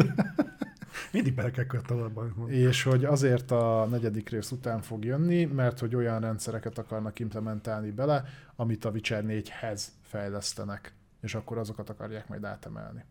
Mindig bele kell kötni abban. És hogy azért a 4. rész után fog jönni, mert hogy olyan rendszereket akarnak implementálni bele, amit a Witcher 4-hez fejlesztenek, és akkor azokat akarják majd átemelni.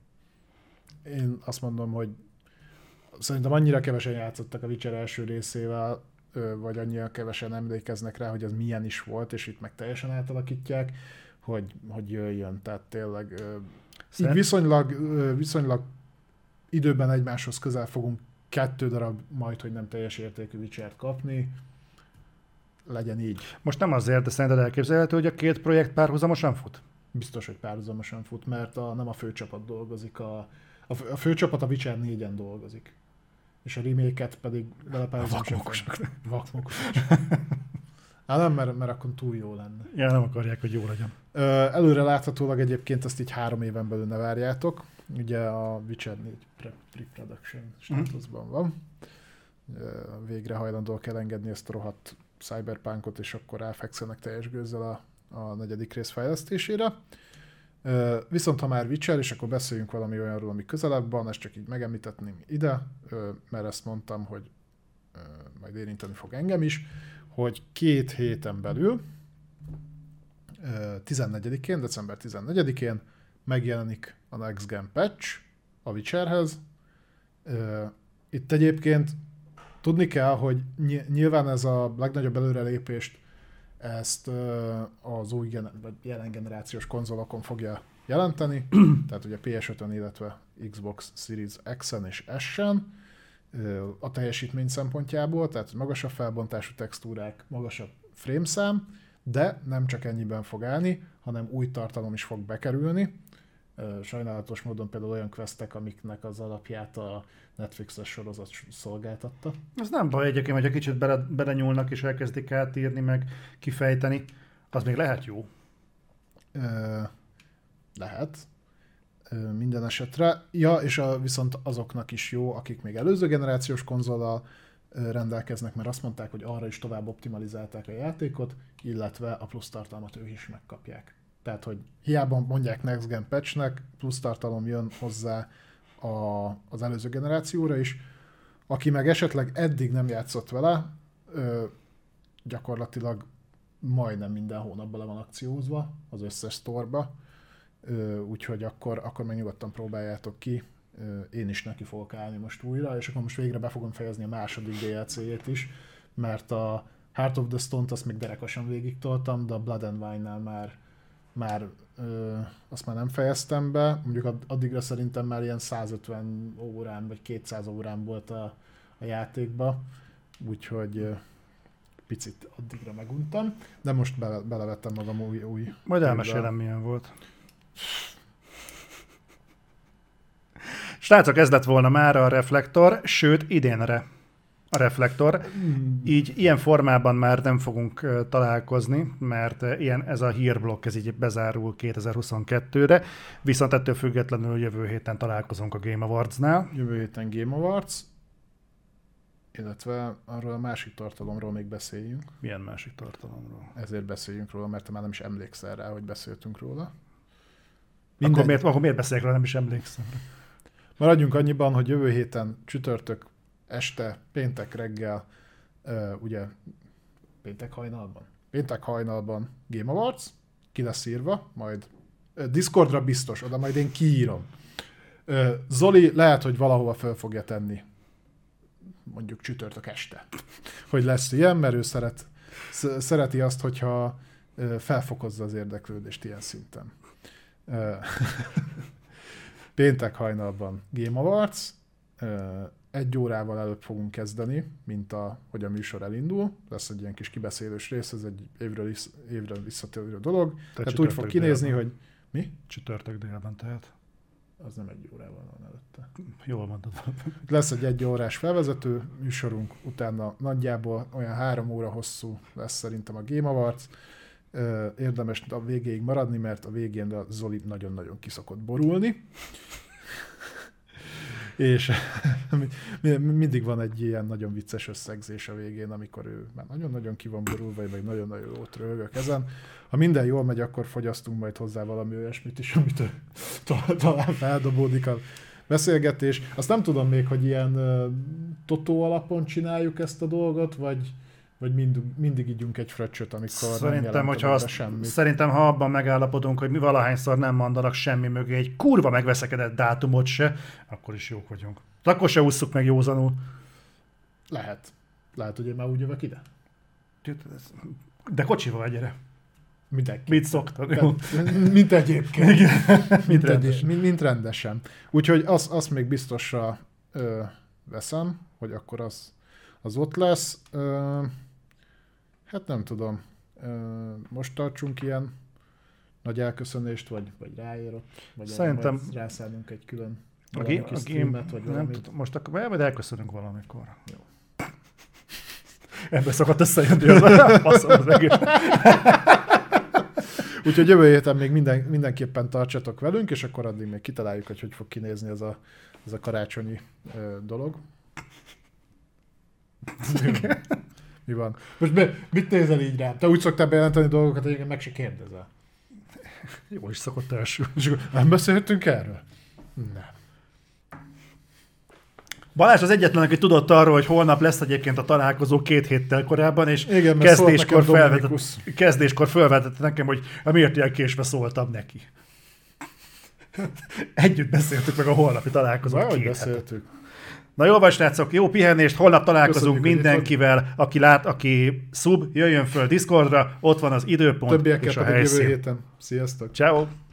Én azt mondom, hogy szerintem annyira kevesen játszottak a Witcher első részével, vagy annyira kevesen emlékeznek rá, hogy az milyen is volt, és itt meg teljesen átalakítják, hogy jöjjön. Tehát tényleg így viszonylag időben egymáshoz közel fogunk 2 darab majd, hogy nem teljes értékű Witchert kapni. Legyen így. Most nem azért, de szerinted elképzelhető, hogy a két projekt párhuzamosan fut? Biztos, hogy párhuzamosan fut, mert nem a főcsapat dolgozik, a főcsapat a Witcher 4-en dolgozik. És a remake-et pedig vele párhuzamosan... Vakmokosok. Hát nem, mert akkor túl jó lenne. Ja, nem akarják, hogy jó legyen. Előre láthatólag egyébként ezt így 3 éven belül ne várjátok. Ugye a Witcher 4 pre-production státuszban van. Végre hajlandóak elengedni ezt a rohadt cyberpunkot, és akkor elfekszenek teljes gőzzel a 4. rész fejlesztésére. Viszont ha már Witcher, és akkor beszéljünk valami olyanról, ami közelebb van, ezt csak így megemlítetném ide, mert ezt mondtam, hogy majd érinteni fog engem is, hogy 2 héten belül, 14-én, december 14-én megjelenik a Next Gen patch a Witcherhez. Itt egyébként tudni kell, hogy nyilván ez a legnagyobb előrelépést ezt az új vagy jelen generációs konzolokon fogja jelenteni, tehát ugye PS5-ön, illetve Xbox Series X-en és S-en, a teljesítmény szempontjából, tehát magasabb felbontású textúrák, magasabb frameszám, de nem csak ennyiben fog állni, hanem új tartalom is fog bekerülni. Sajnálatos módon például olyan questek, amiknek az alapját a Netflixes sorozat szolgáltatta. Ez nem baj egyébként, hogyha kicsit belenyúlnak és elkezdik átírni, meg kifejteni, az még lehet jó. Lehet. Minden esetre. Ja, és viszont azoknak is jó, akik még előző generációs konzollal rendelkeznek, mert azt mondták, hogy arra is tovább optimalizálták a játékot, illetve a plusz tartalmat ők is megkapják. Tehát, hogy hiába mondják Next Gen patchnek, plusz tartalom jön hozzá az előző generációra is. Aki meg esetleg eddig nem játszott vele, gyakorlatilag majdnem minden hónapban le van akciózva az összes sztorba, úgyhogy akkor meg nyugodtan próbáljátok ki. Én is neki fogok állni most újra, és akkor most végre be fogom fejezni a második DLC-jét is, mert a Heart of the Stone-t azt még derekasan végig toltam, de a Blood and Wine-nál már azt már nem fejeztem be, mondjuk addigra szerintem már ilyen 150 órán vagy 200 órán volt a játékba, úgyhogy picit addigra meguntam, de most belevettem magam új majd elmesélem, milyen volt. Srácok, ez lett volna mára a Reflektor, sőt idénre a Reflektor. Így ilyen formában már nem fogunk találkozni, mert ez a hírblokk ez így bezárul 2022-re, viszont ettől függetlenül jövő héten találkozunk a Game Awards-nál. Jövő héten Game Awards, illetve arról a másik tartalomról még beszéljünk. Milyen másik tartalomról? Ezért beszéljünk róla, mert te már nem is emlékszel rá, hogy beszéltünk róla. Akkor miért beszélek róla, nem is emlékszem. Maradjunk annyiban, hogy jövő héten csütörtök este, péntek reggel, ugye péntek hajnalban Game Awards, ki lesz írva, majd Discordra biztos, oda majd én kiírom. Zoli lehet, hogy valahova föl fogja tenni, mondjuk csütörtök este, hogy lesz ilyen, mert ő szereti azt, hogyha felfokozza az érdeklődést ilyen szinten. Péntek hajnalban Game Awards, 1 órával előbb fogunk kezdeni, mint hogy a műsor elindul. Lesz egy ilyen kis kibeszélős rész, ez egy évre visszatérő dolog. Tehát úgy fog kinézni, hogy... Mi? Csütörtök délben tehát. Az nem 1 órával van előtte. Jól mondod. Lesz egy 1 órás felvezető műsorunk, utána nagyjából olyan 3 óra hosszú lesz szerintem a Game Awards. Érdemes a végéig maradni, mert a végén a Zoli nagyon-nagyon kiszokott borulni. És mindig van egy ilyen nagyon vicces összegzés a végén, amikor ő már nagyon-nagyon ki van borulva, vagy nagyon-nagyon jót röhögök ezen. Ha minden jól megy, akkor fogyasztunk majd hozzá valami olyasmit is, amit talán feldobódik a beszélgetés. Azt nem tudom még, hogy ilyen totó alapon csináljuk ezt a dolgot, vagy mindig ígyunk egy fröccsöt, amikor Szerintem, ha abban megállapodunk, hogy mi valahányszor nem mondanak semmi mögé egy kurva megveszekedett dátumot se, akkor is jók vagyunk. Akkor se ússzuk meg józanul. Lehet, hogy én már úgy jövök ide. De kocsival gyere. Mindenki. Mit szoktad? Mint egyébként. Mint rendesen. Úgyhogy azt még biztosra veszem, hogy akkor az ott lesz. Hát nem tudom. Most tartsunk ilyen nagy elköszönést, vagy ráérott, vagy szerintem rászállunk egy külön a game, vagy nem tudom, most akkor majd elköszönünk valamikor. Jó. Ebben szokott összejönni az egész. Úgyhogy jövő héten még mindenképpen tartsatok velünk, és akkor addig még kitaláljuk, hogy fog kinézni ez a karácsonyi dolog. Mi van? Most mit nézel így rám? Te úgy szoktál bejelenteni dolgokat, hogy meg se kérdezel. Jó is szokott elsülni. Nem beszéltünk erről? Nem. Balázs az egyetlen, aki tudott arról, hogy holnap lesz egyébként a találkozó 2 héttel korábban, és igen, kezdéskor felvetett nekem, hogy miért ilyen késve szóltam neki. Együtt beszéltük meg a holnapi találkozót. Valahogy beszéltük. Na jó van, srácok, jó pihenést, holnap találkozunk mindenkivel, aki jöjjön föl Discordra, ott van az időpont többieket és a pedig helyszín. Jövő héten. Sziasztok! Ciao.